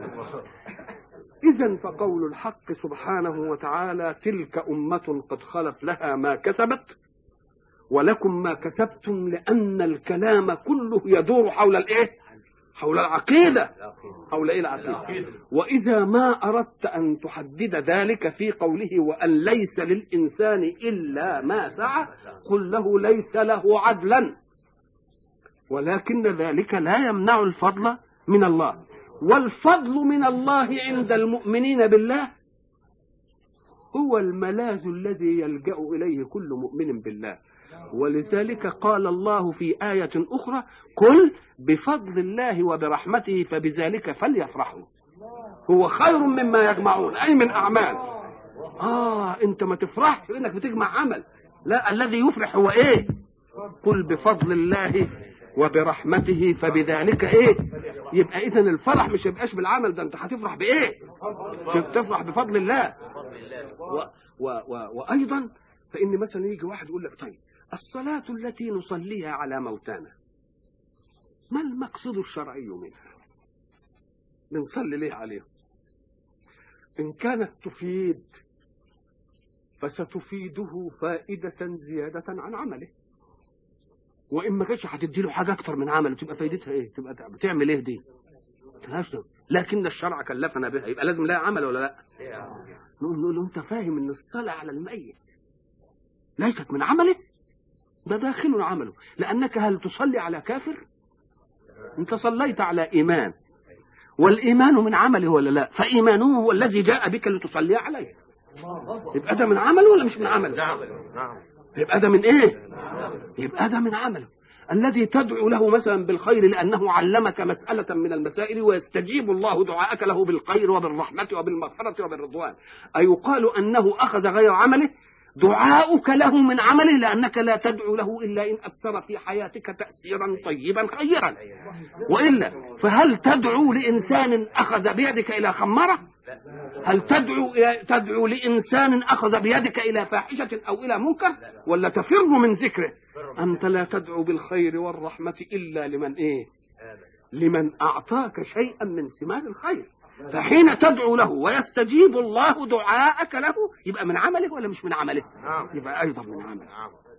إذن فقول الحق سبحانه وتعالى تلك أمة قد خلت لها ما كسبت ولكم ما كسبتم، لأن الكلام كله يدور حول الإيه؟ حول العقيدة، حول إيه العقيدة. وإذا ما أردت أن تحدد ذلك في قوله وأن ليس للإنسان إلا ما سعى، قل له ليس له عدلا، ولكن ذلك لا يمنع الفضل من الله. والفضل من الله عند المؤمنين بالله هو الملاذ الذي يلجأ إليه كل مؤمن بالله. ولذلك قال الله في آية أخرى قل بفضل الله وبرحمته فبذلك فليفرحوا. هو خير مما يجمعون، أي من أعمال. آه أنت ما تفرحش إنك بتجمع عمل، لا، الذي يفرح هو إيه؟ قل بفضل الله وبرحمته فبذلك إيه؟ يبقى إذن الفرح مش يبقاش بالعمل ده، أنت هتفرح بإيه؟ تفرح بفضل الله. و و و وأيضا فإن مثلا يجي واحد يقول لك طيب الصلاة التي نصليها على موتانا ما المقصود الشرعي منها؟ بنصلي ليه عليهم؟ إن كانت تفيد فستفيده فائدة زيادة عن عمله، وإن ما كانتش هتدي له حاجة أكتر من عمله تبقى فايدتها إيه؟ تبقى بتعمل إيه دي؟ لكن الشرع كلفنا بها، يبقى لازم لها عمل ولا لا؟ نقول له أنت فاهم إن الصلاة على الميت ليست من عمله؟ ده داخل عمله، لأنك هل تصلي على كافر؟ أنت صليت على إيمان، والإيمان من عمله ولا لا؟ فإيمانه هو الذي جاء بك لتصلي عليه، يبقى ده من عمله ولا مش من عمله؟ يبقى ده من إيه؟ يبقى ده من عمله الذي تدعو له مثلا بالخير لأنه علمك مسألة من المسائل ويستجيب الله دعاءك له بالخير وبالرحمة وبالمغفرة وبالرضوان. أيقال أنه أخذ غير عمله؟ دعاؤك له من عمله، لأنك لا تدعو له إلا إن أثر في حياتك تأثيرا طيبا خيرا، وإلا فهل تدعو لإنسان أخذ بيدك إلى خمرة؟ هل تدعو تدعو لإنسان أخذ بيدك إلى فاحشة أو إلى منكر؟ ولا تفر من ذكره؟ أنت لا تدعو بالخير والرحمة إلا لمن إيه؟ لمن أعطاك شيئا من ثمار الخير، فحين تدعو له ويستجيب الله دعاءك له يبقى من عمله ولا مش من عمله؟ يبقى أيضا من عمله.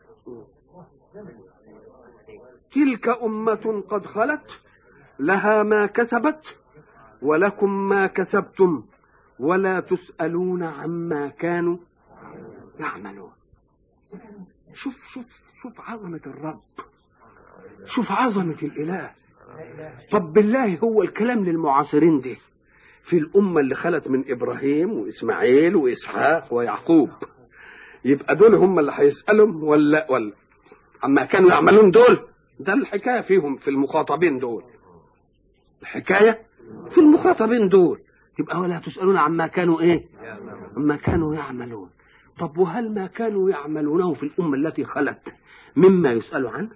تلك أمة قد خلت لها ما كسبت ولكم ما كسبتم ولا تسألون عما كانوا يعملون. شوف شوف شوف عظمة الرب، شوف عظمة الإله. طب بالله هو الكلام للمعاصرين دي في الأمة اللي خلت من إبراهيم وإسماعيل وإسحاق ويعقوب، يبقى دول هم اللي هيسألهم ولا ولا عما كانوا يعملون دول؟ ده الحكاية فيهم في المخاطبين دول، الحكاية في المخاطبين دول. يبقى ولا تسألون عما كانوا إيه؟ عما كانوا يعملون. طب وهل ما كانوا يعملونه في الأمة التي خلت مما يسأل عنه؟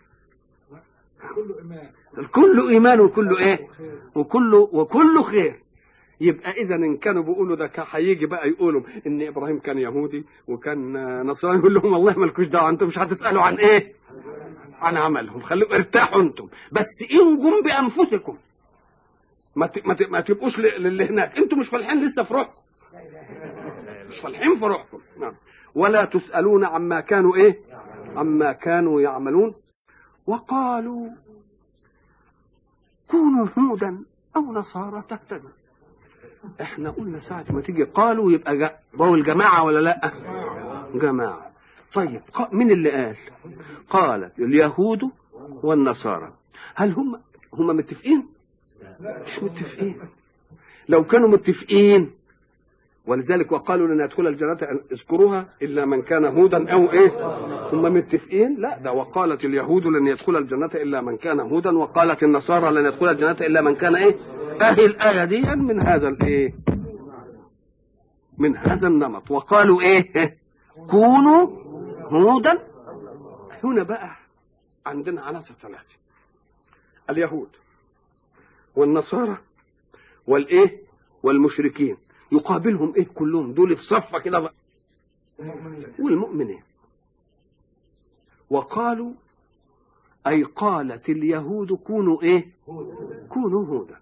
الكل إيمان وكله إيه؟ وكله وكله خير. يبقى إذا إن كانوا بيقولوا ده هيجي بقى يقولوا إن إبراهيم كان يهودي وكان نصراني، يقول لهم والله مالكوش دعوة، أنتم مش هتسألوا عن إيه؟ عن عملهم، خلوا ارتاحوا أنتم بس انجم بأنفسكم، ما ما تبقوش للي هناك، أنتم مش فالحين لسه في روحكم، مش فالحين في روحكم. نعم. ولا تسألون عما كانوا إيه؟ عما كانوا يعملون. وقالوا كونوا هودا أو نصارى تهتدوا. احنا قلنا ساعة ما تيجي قالوا يبقى بقوا الجماعة ولا لا؟ جماعة. طيب مين اللي قال؟ قال اليهود والنصارى. هل هم هم متفقين؟ مش متفقين. لو كانوا متفقين، ولذلك وقالوا لن يدخل الجنة اذكروها إلا من كان هودا أو إيه؟ هم متفقين؟ لا، ده وقالت اليهود لن يدخل الجنة إلا من كان هودا، وقالت النصارى لن يدخل الجنة إلا من كان إيه؟ أهل الآية دي من هذا الإيه؟ من هذا النمط. وقالوا إيه؟ كونوا هودا. هنا بقى عندنا عناصر ثلاثة: اليهود والنصارى والإيه؟ والمشركين. يقابلهم إيه كلهم دول في صفة كده بقى، والمؤمنين. وقالوا أي قالت اليهود كونوا إيه؟ كونوا هودا.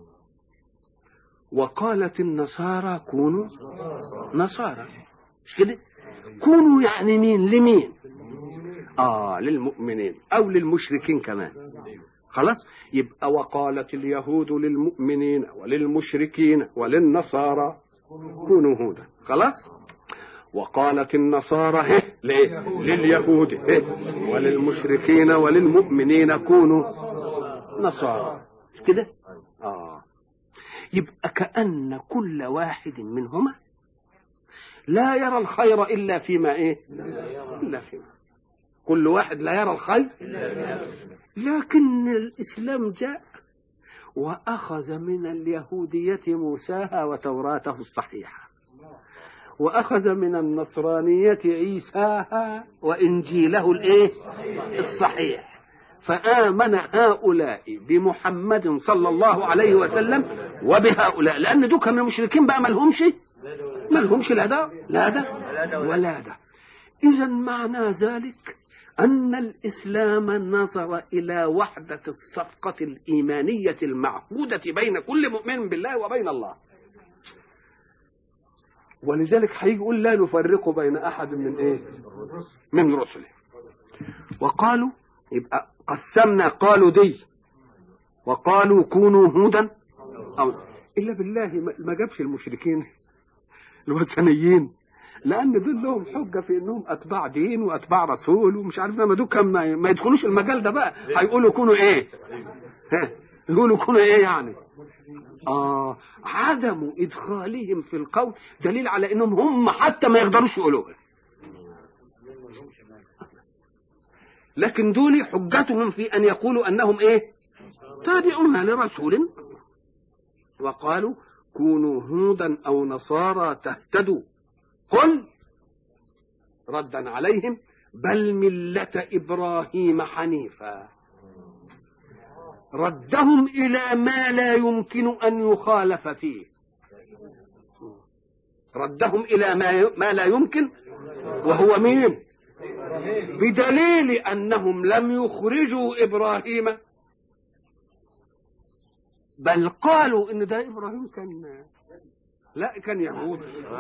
وقالت النصارى كونوا نصارى. مش كده؟ كونوا يعني مين لمين؟ آه للمؤمنين أو للمشركين كمان. خلاص. يبقى وقالت اليهود للمؤمنين وللمشركين وللنصارى كونوا هودا. خلاص. وقالت النصارى ليه؟ لليهود وللمشركين وللمؤمنين كونوا نصارى. كده؟ آه. يبقى كأن كل واحد منهما لا يرى الخير إلا فيما إيه؟ إلا فيما. كل واحد لا يرى الخير، لكن الإسلام جاء وأخذ من اليهودية موساها وتوراته الصحيحة، وأخذ من النصرانية عيساها وإنجيله الإيه؟ الصحيح. فآمن هؤلاء بمحمد صلى الله عليه وسلم وبهؤلاء، لأن دول كانوا مشركين بقى، ملهمش ملهمش لا ده لا ده ولا ده. إذا معنى ذلك أن الإسلام نظر إلى وحدة الصفقة الإيمانية المعهودة بين كل مؤمن بالله وبين الله، ولذلك هيقول لا نفرق بين أحد من إيه؟ من رسله. وقالوا، يبقى قسمنا، قالوا دي وقالوا كونوا هودا أو إلا بالله ما جابش المشركين الوثنيين، لأن دول لهم حجة في إنهم أتباع دين وأتباع رسول ومش عارف ما دول كم ما يدخلوش المجال ده بقى، هيقولوا كونوا إيه؟ يقولوا كونوا إيه يعني؟ آه عدم إدخالهم في القول دليل على إنهم هم حتى ما يقدروش يقولوها، لكن دول حجتهم في أن يقولوا أنهم إيه؟ تابعون لرسول. وقالوا كونوا هودا أو نصارى تهتدوا، قل ردا عليهم بل ملة إبراهيم حنيفا. ردهم إلى ما لا يمكن أن يخالف فيه، ردهم إلى ما, ما لا يمكن، وهو مين؟ بدليل أنهم لم يخرجوا إبراهيم، بل قالوا إن ده إبراهيم كان لا كان يهود،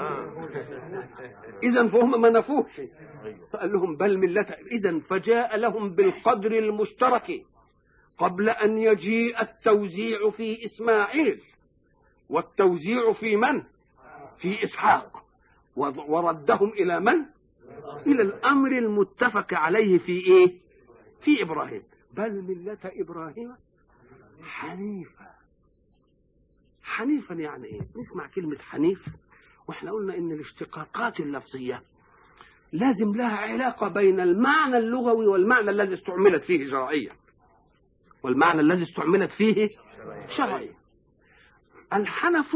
إذن فهم ما نفوش، فقال لهم بل ملة. إذن فجاء لهم بالقدر المشترك قبل أن يجيء التوزيع في إسماعيل والتوزيع في من؟ في إسحاق، وردهم إلى من؟ إلى الأمر المتفق عليه في إيه؟ في إبراهيم، بل ملة إبراهيم حنيفا. حنيفا يعني إيه؟ نسمع كلمة حنيف وإحنا قلنا إن الاشتقاقات اللفظية لازم لها علاقة بين المعنى اللغوي والمعنى الذي استعملت فيه شرعيا، والمعنى الذي استعملت فيه شرعيا. الحنف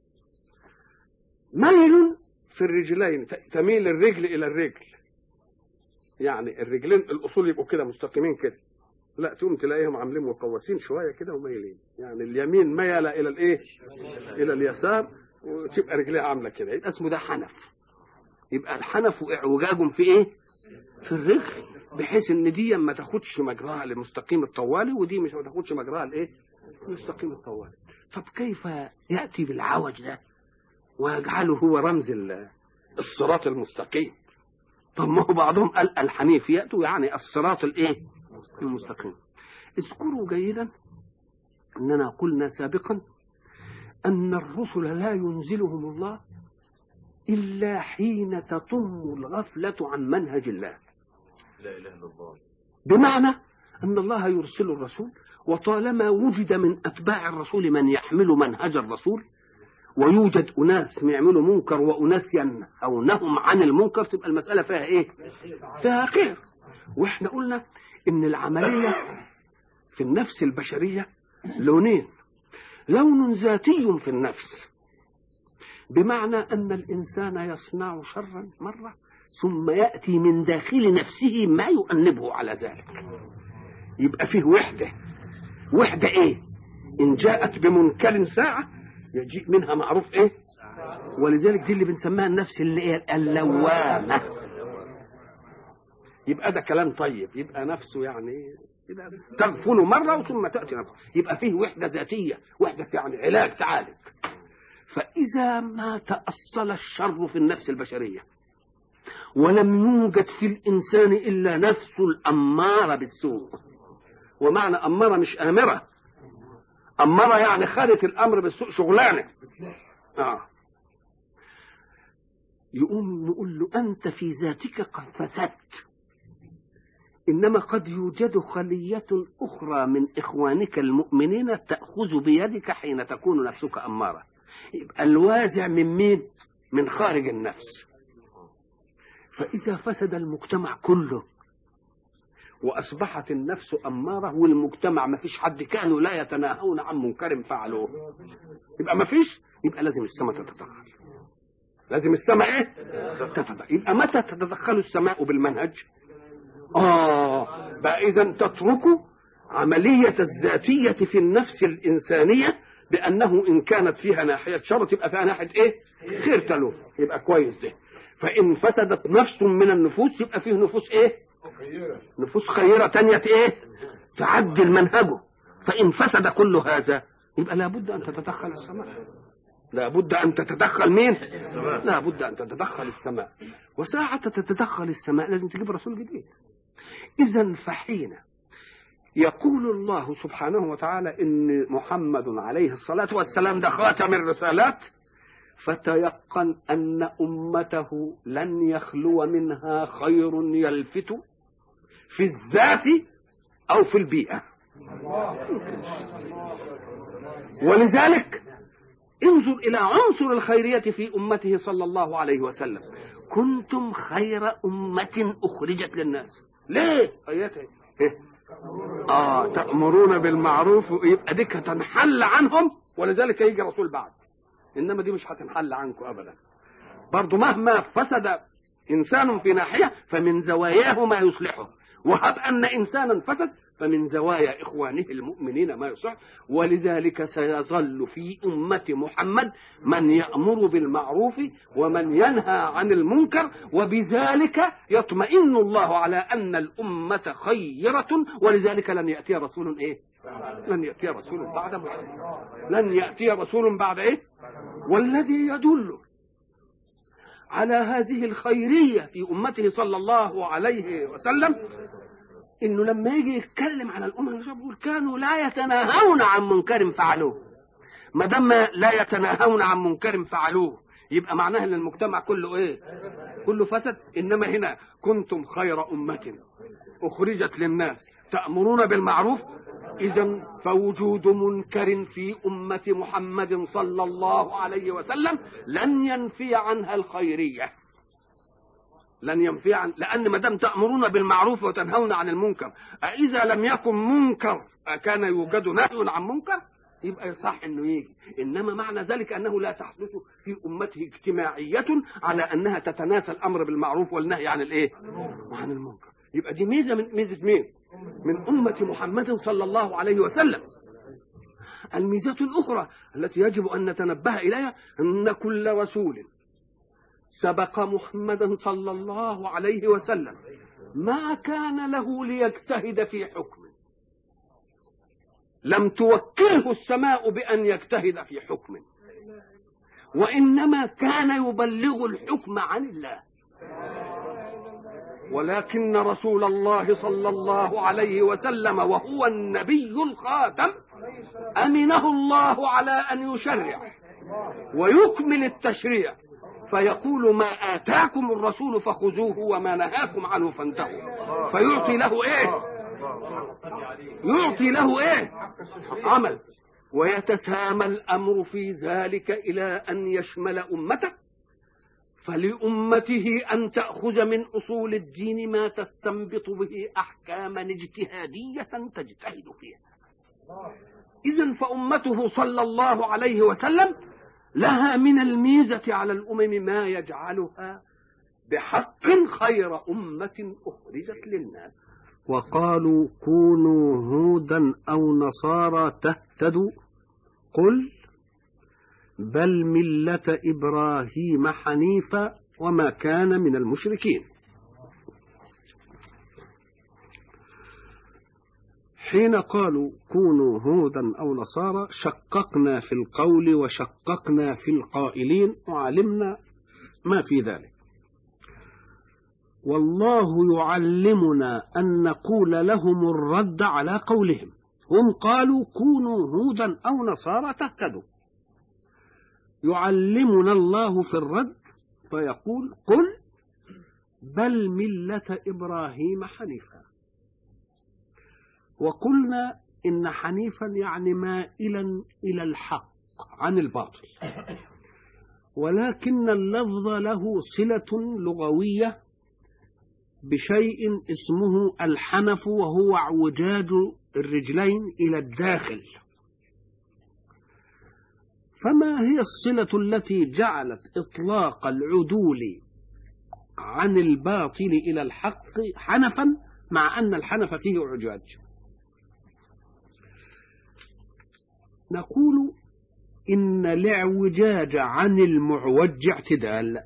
ميل في الرجلين، تميل الرجل إلى الرجل، يعني الرجلين الأصول يبقوا كده مستقيمين كده، لا تقوم تلاقيهم عاملين مقوسين شوية كده وميلين، يعني اليمين ميل إلى الإيه؟ إلى اليسار، وتبقى رجليها عاملة كده، يبقى اسمه ده حنف. يبقى الحنف اعوجاج في إيه؟ في الرجل، بحيث ان دي ما تاخدش مجراها لمستقيم الطوالي ودي مش ما تاخدش مجراها لايه؟ مستقيم الطوالي. طب كيف ياتي بالعوج ده ويجعله هو رمز الصراط المستقيم؟ طب ما هو بعضهم قال الحنيف ياتوا يعني الصراط الايه؟ المستقيم. اذكروا جيدا اننا قلنا سابقا ان الرسل لا ينزلهم الله الا حين تطم الغفله عن منهج الله. لا إله إلا الله. بمعنى أن الله يرسل الرسول، وطالما وجد من أتباع الرسول من يحمل منهج الرسول، ويوجد أناس يعملوا منكر وأناس ينهونهم عن المنكر، تبقى المسألة فيها إيه؟ فيها خير. وإحنا قلنا إن العملية في النفس البشرية لونين، لون ذاتي في النفس بمعنى أن الإنسان يصنع شرا مرة ثم يأتي من داخل نفسه ما يؤنبه على ذلك، يبقى فيه وحدة. وحدة إيه؟ إن جاءت بمنكر ساعة يجيء منها معروف إيه؟ ولذلك دي اللي بنسميها النفس اللي إيه؟ اللوامة. يبقى ده كلام طيب، يبقى نفسه يعني تغفل مرة ثم تأتي نفسه، يبقى فيه وحدة ذاتية، وحدة يعني علاج تعالج. فإذا ما تأصل الشر في النفس البشرية ولم يوجد في الإنسان إلا نفس الأمارة بالسوء، ومعنى أمارة مش آمرة، أمارة يعني خدت الأمر بالسوء شغلانة، آه. يقوم نقول له أنت في ذاتك قد فسدت، إنما قد يوجد خلية أخرى من إخوانك المؤمنين تأخذ بيدك حين تكون نفسك أمارة. يبقى الوازع من مين؟ من خارج النفس. فإذا فسد المجتمع كله وأصبحت النفس أمارة والمجتمع ما فيش حد كانوا لا يتناهون عن منكر فعلوه، يبقى ما فيش، يبقى لازم السماء تتدخل. لازم السماء ايه؟ تتدخل. يبقى متى تتدخل السماء بالمنهج؟ آه بقى إذن تتركوا عملية الذاتية في النفس الإنسانية بأنه إن كانت فيها ناحية شر تبقى فيها ناحية إيه؟ خير تلوه، يبقى كويس ده. فإن فسدت نفس من النفوس يبقى فيه نفوس إيه؟ نفوس خيرة تانية إيه؟ تعدل منهجه. فإن فسد كل هذا يبقى لابد أن تتدخل السماء. لابد أن تتدخل مين؟ لابد أن تتدخل السماء. وساعة تتدخل السماء لازم تجيب رسول جديد. إذن فحين يقول الله سبحانه وتعالى إن محمد عليه الصلاة والسلام ده خاتم الرسالات، فتيقن أن أمته لن يخلو منها خير يلفت في الذات أو في البيئة. ولذلك انظر إلى عنصر الخيرية في أمته صلى الله عليه وسلم. كنتم خير أمة أخرجت للناس. ليه؟ آياته إيه؟ آه تأمرون بالمعروف، يبقى ديك هتنحل عنهم، ولذلك يجي رسول بعد. إنما دي مش هتنحل عنكم أبدا. برضو مهما فسد إنسان في ناحية فمن زواياه ما يصلحه، وهب أن إنسانا فسد فمن زوايا إخوانه المؤمنين ما يصلح. ولذلك سيظل في أمة محمد من يأمر بالمعروف ومن ينهى عن المنكر، وبذلك يطمئن الله على أن الأمة خيرة. ولذلك لن يأتي رسول إيه؟ لن يأتي رسول بعد محمد. لن يأتي رسول بعد إيه؟ والذي يدل على هذه الخيرية في أمته صلى الله عليه وسلم إنه لما يجي يتكلم على الأمم يقول كانوا لا يتناهون عن منكر فعلوه. ما دام لا يتناهون عن منكر فعلوه يبقى معناه ان المجتمع كله ايه؟ كله فسد. انما هنا كنتم خير أمة أخرجت للناس تأمرون بالمعروف. إذن فوجود منكر في أمة محمد صلى الله عليه وسلم لن ينفي عنها الخيرية، لن ينفي عن، لأن ما دام تأمرون بالمعروف وتنهون عن المنكر، إذا لم يكن منكر كان يوجد نهي عن منكر يبقى صح انه يجي. انما معنى ذلك انه لا تحدث في امته اجتماعيه على انها تتناسى الامر بالمعروف والنهي عن الايه؟ عن المنكر. يبقى دي ميزه من ميزه مين؟ من امه محمد صلى الله عليه وسلم. الميزه الاخرى التي يجب ان نتنبه اليها ان كل رسول سبق محمدا صلى الله عليه وسلم ما كان له ليجتهد في حكم، لم توكله السماء بأن يجتهد في حكم، وإنما كان يبلغ الحكم عن الله. ولكن رسول الله صلى الله عليه وسلم وهو النبي الخاتم أمنه الله على أن يشرع ويكمل التشريع، فيقول ما آتاكم الرسول فخذوه وما نهاكم عنه فانتهوا، فيعطي له إيه؟ يعطي له إيه؟ عمل. ويتسامى الأمر في ذلك إلى أن يشمل أمته، فلأمته أن تأخذ من أصول الدين ما تستنبط به أحكاما اجتهادية تجتهد فيها. إذن فأمته صلى الله عليه وسلم لها من الميزة على الأمم ما يجعلها بحق خير أمة أخرجت للناس. وقالوا كونوا هودا أو نصارى تهتدوا قل بل ملة إبراهيم حنيفا وما كان من المشركين. حين قالوا كونوا هودا أو نصارى شققنا في القول وشققنا في القائلين وعلمنا ما في ذلك، والله يعلمنا أن نقول لهم الرد على قولهم. هم قالوا كونوا هودا أو نصارى تهتدوا، يعلمنا الله في الرد فيقول قل بل ملة إبراهيم حنيفا. وقلنا إن حنيفا يعني مائلا إلى الحق عن الباطل، ولكن اللفظ له صلة لغوية بشيء اسمه الحنف، وهو اعوجاج الرجلين إلى الداخل. فما هي الصلة التي جعلت إطلاق العدول عن الباطل إلى الحق حنفا، مع أن الحنف فيه اعوجاج؟ نقول إن الاعوجاج عن المعوج اعتدال.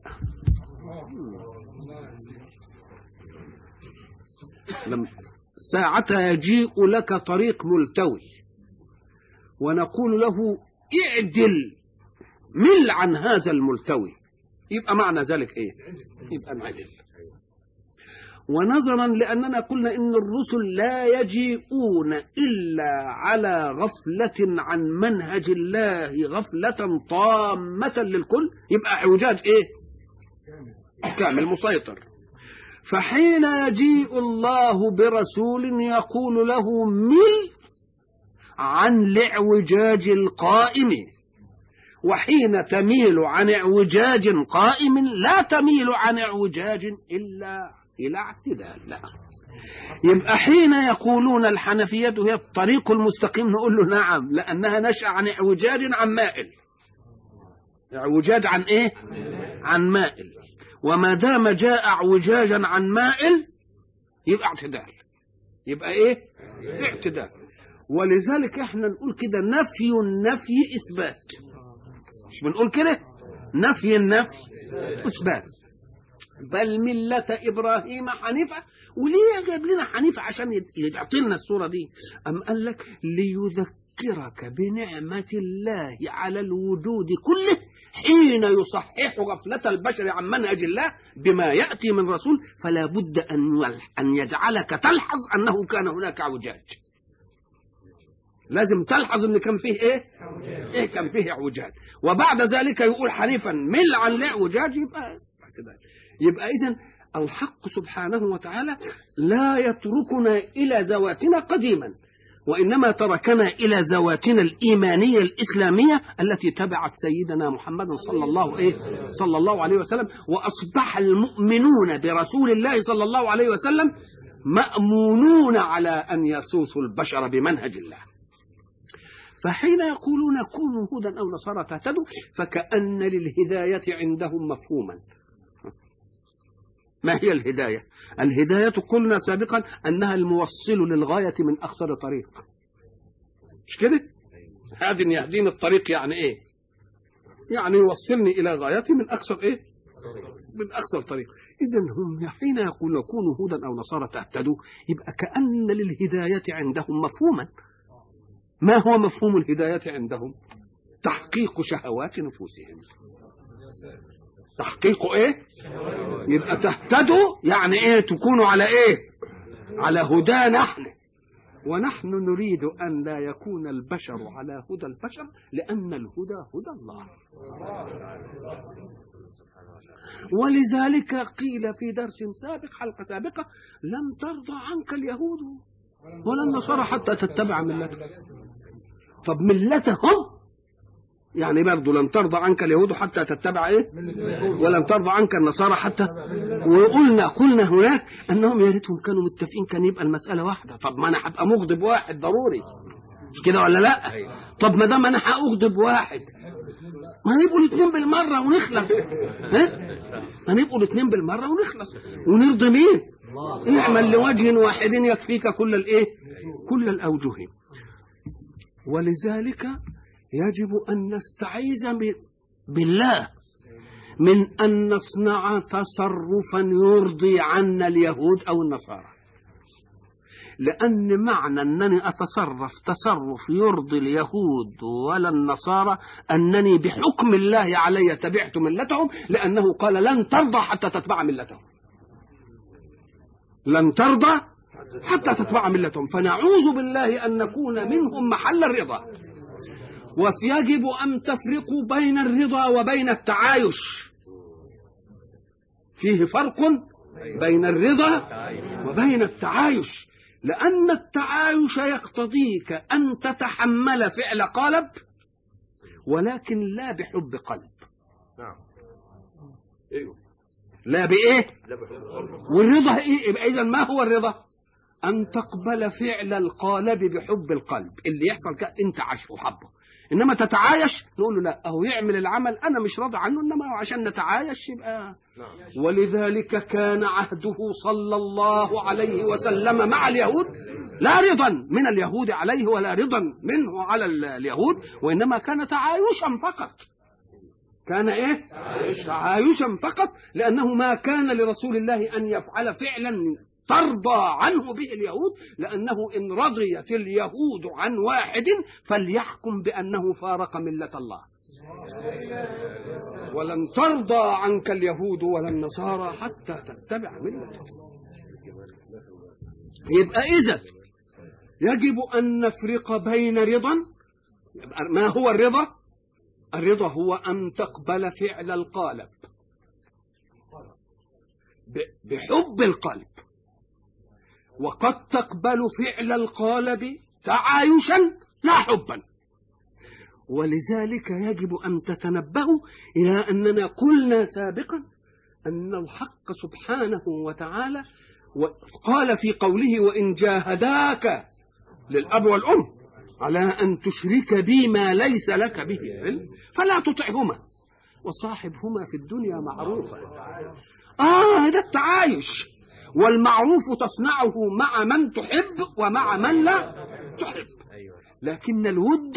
لم ساعتها يجيء لك طريق ملتوي ونقول له اعدل مل عن هذا الملتوي، يبقى معنى ذلك ايه؟ يبقى انعدل. ونظرا لأننا قلنا إن الرسل لا يجيئون إلا على غفلة عن منهج الله، غفلة طامة للكل، يبقى اعوجاج ايه؟ كامل مسيطر. فحين يجيء الله برسول يقول له مل عن الاعوجاج القائم، وحين تميل عن اعوجاج قائم لا تميل عن اعوجاج إلا إلى اعتدال. لا، يبقى حين يقولون الحنفية هي الطريق المستقيم نقول له نعم، لأنها نشأ عن اعوجاج عن مائل. اعوجاج عن ايه؟ عن مائل. وما دام جاء اعوجاجا عن مائل يبقى اعتدال، يبقى ايه؟ اعتدال. ولذلك احنا نقول كده نفي النفي اثبات، مش بنقول كده نفي النفي اثبات. بل ملة ابراهيم حنيفة. وليه جاب لنا حنيفة؟ عشان يعطينا الصورة دي. ام قال لك ليذكرك بنعمة الله على الوجود كله حين يصحح غفلة البشر عن منهج الله بما يأتي من رسول، فلا بد أن أن يجعلك تلحظ أنه كان هناك اعوجاج. لازم تلحظ أن كان فيه إيه؟ إيه كان فيه اعوجاج. وبعد ذلك يقول حنيفا مل عن الاعوجاج، يبقى يبقى إذن الحق سبحانه وتعالى لا يتركنا إلى ذواتنا قديما، وإنما تركنا إلى ذواتنا الإيمانية الإسلامية التي تبعت سيدنا محمد صلى الله عليه صلى الله عليه وسلم. وأصبح المؤمنون برسول الله صلى الله عليه وسلم مأمونون على أن يسوسوا البشر بمنهج الله. فحين يقولون كونوا هودا أو نصارى تهتدوا، فكأن للهداية عندهم مفهوما. ما هي الهداية؟ الهداية قلنا سابقا أنها الموصل للغاية من أقصر طريق، مش كده؟ هذا يهديني الطريق يعني إيه؟ يعني يوصلني إلى غايتي من أقصر إيه؟ من أقصر طريق. إذن هم حين يقولون كونوا هودا أو نصارى تهتدوا، يبقى كأن للهداية عندهم مفهوما. ما هو مفهوم الهداية عندهم؟ تحقيق شهوات نفوسهم. تحقيق ايه؟ يبقى تهتدوا يعني ايه؟ تكونوا على ايه؟ على هدى نحن، ونحن نريد ان لا يكون البشر على هدى البشر، لان الهدى هدى الله. ولذلك قيل في درس سابق، حلقة سابقة، لن ترضى عنك اليهود ولا النصارى حتى تتبع ملتهم. طب ملتهم يعني برضو لن ترضى عنك اليهود حتى تتبع ايه؟ ولن ترضى عنك النصارى حتى. وقلنا قلنا هناك انهم يا ريتهم كانوا متفقين، كان يبقى المساله واحده. طب ما انا هبقى مغضب واحد ضروري، مش كده ولا لا؟ طب ما دام انا هاغضب واحد، ما نبقوا الاثنين بالمره ونخلص. ها؟ ما نبقوا الاثنين بالمره ونخلص ونرضي مين؟ اعمل لوجه واحد يكفيك كل الايه؟ كل الاوجه. ولذلك يجب أن نستعيذ بالله من أن نصنع تصرفا يرضي عنا اليهود أو النصارى، لأن معنى أنني أتصرف تصرف يرضي اليهود ولا النصارى أنني بحكم الله علي تبعت ملتهم، لأنه قال لن ترضى حتى تتبع ملتهم. لن ترضى حتى تتبع ملتهم. فنعوذ بالله أن نكون منهم محل الرضا. ويجب أن تفرقوا بين الرضا وبين التعايش. فيه فرق بين الرضا وبين التعايش، لأن التعايش يقتضيك أن تتحمل فعل قلب، ولكن لا بحب قلب. لا بايه؟ والرضا ايه؟ يبقى اذا ما هو الرضا؟ ان تقبل فعل القالب بحب القلب، اللي يحصل كده انت عايشه وحبه. انما تتعايش نقول له لا، اهو يعمل العمل انا مش راضي عنه، انما عشان نتعايش يبقى. ولذلك كان عهده صلى الله عليه وسلم مع اليهود لا رضا من اليهود عليه ولا رضا منه على اليهود، وانما كان تعايشا فقط. كان ايه؟ تعايشا فقط، لانه ما كان لرسول الله ان يفعل فعلا ترضى عنه به اليهود، لأنه إن رضيت اليهود عن واحد فليحكم بأنه فارق ملة الله. ولن ترضى عنك اليهود ولا النصارى حتى تتبع ملتهم. يبقى إذا يجب أن نفرق بين رضا. ما هو الرضا؟ الرضا هو أن تقبل فعل القالب بحب القلب، وقد تقبل فعل القالب تعايشا لا حبا. ولذلك يجب أن تتنبهوا إلى أننا قلنا سابقا أن الحق سبحانه وتعالى قال في قوله وإن جاهداك للأب والأم على أن تشرك بي ما ليس لك به علم فلا تطعهما وصاحبهما في الدنيا معروفا. آه هذا التعايش، والمعروف تصنعه مع من تحب ومع من لا تحب، لكن الود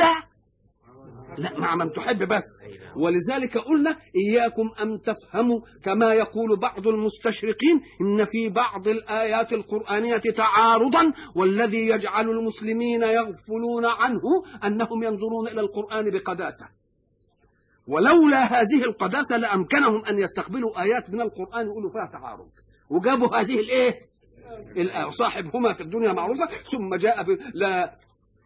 لا مع من تحب بس. ولذلك قلنا إياكم أن تفهموا كما يقول بعض المستشرقين إن في بعض الآيات القرآنية تعارضا، والذي يجعل المسلمين يغفلون عنه أنهم ينظرون إلى القرآن بقداسة، ولولا هذه القداسة لأمكنهم أن يستقبلوا آيات من القرآن يقولوا فيها تعارض، وجابوا هذه الايه الآية صاحبهما في الدنيا معروفة، ثم جاء ب... لا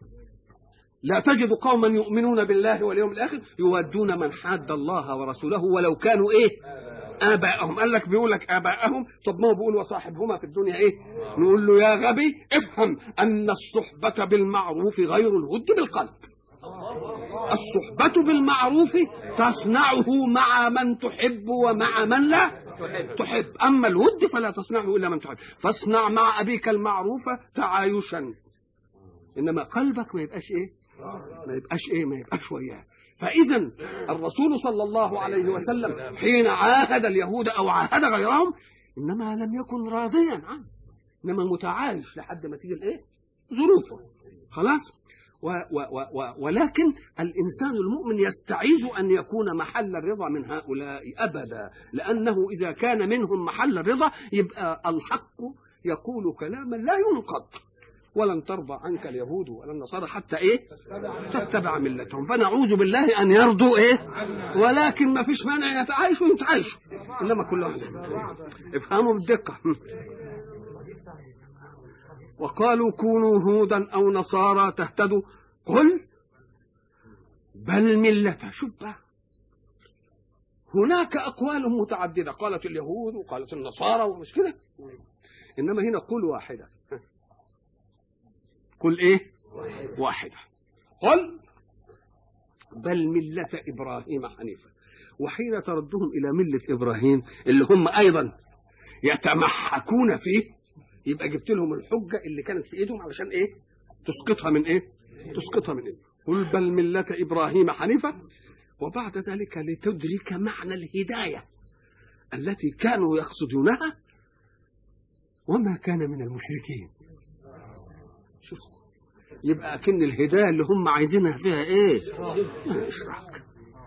لا تجد قوما يؤمنون بالله واليوم الآخر يودون من حاد الله ورسوله ولو كانوا ايه آباءهم. قال لك بيقول لك آباءهم، طب ما هو بيقول وصاحبهما في الدنيا ايه؟ نقول له يا غبي افهم أن الصحبة بالمعروف غير الود بالقلب. الصحبة بالمعروف تصنعه مع من تحب ومع من لا تحب، أما الود فلا تصنعه إلا من تحب. فاصنع مع أبيك المعروف تعايشا، إنما قلبك ما يبقاش إيه ما يبقاش إيه ما يبقاش وياه. فإذا الرسول صلى الله عليه وسلم حين عاهد اليهود أو عاهد غيرهم إنما لم يكن راضيا عنه، إنما متعايش لحد ما تيجي الإيه ظروفه خلاص. و و و ولكن الإنسان المؤمن يستعيذ أن يكون محل الرضا من هؤلاء أبدا، لأنه إذا كان منهم محل الرضا يبقى الحق يقول كلاما لا ينقض. ولن ترضى عنك اليهود ولا النصارى حتى إيه تتبع ملتهم. فنعوذ بالله أن يرضوا إيه، ولكن ما فيش مانع يتعايشوا يتعايشوا، إنما كل واحد افهموا بالدقة. وقالوا كونوا هودا أو نصارى تهتدوا قل بل ملة. شوف بقى هناك أقوال متعددة، قالت اليهود وقالت النصارى ومش كده، إنما هنا قل واحدة. قل إيه واحدة. قل بل ملة إبراهيم حنيفا. وحين تردهم إلى ملة إبراهيم اللي هم أيضا يتمحكون فيه يبقى جبت لهم الحجة اللي كانت في ايدهم علشان ايه تسقطها من ايه تسقطها من ايه قل بل ملة ابراهيم حنيفة. وبعد ذلك لتدرك معنى الهداية التي كانوا يقصدونها وما كان من المشركين. شوف يبقى كن الهداية اللي هم عايزينها فيها ايه اشراك.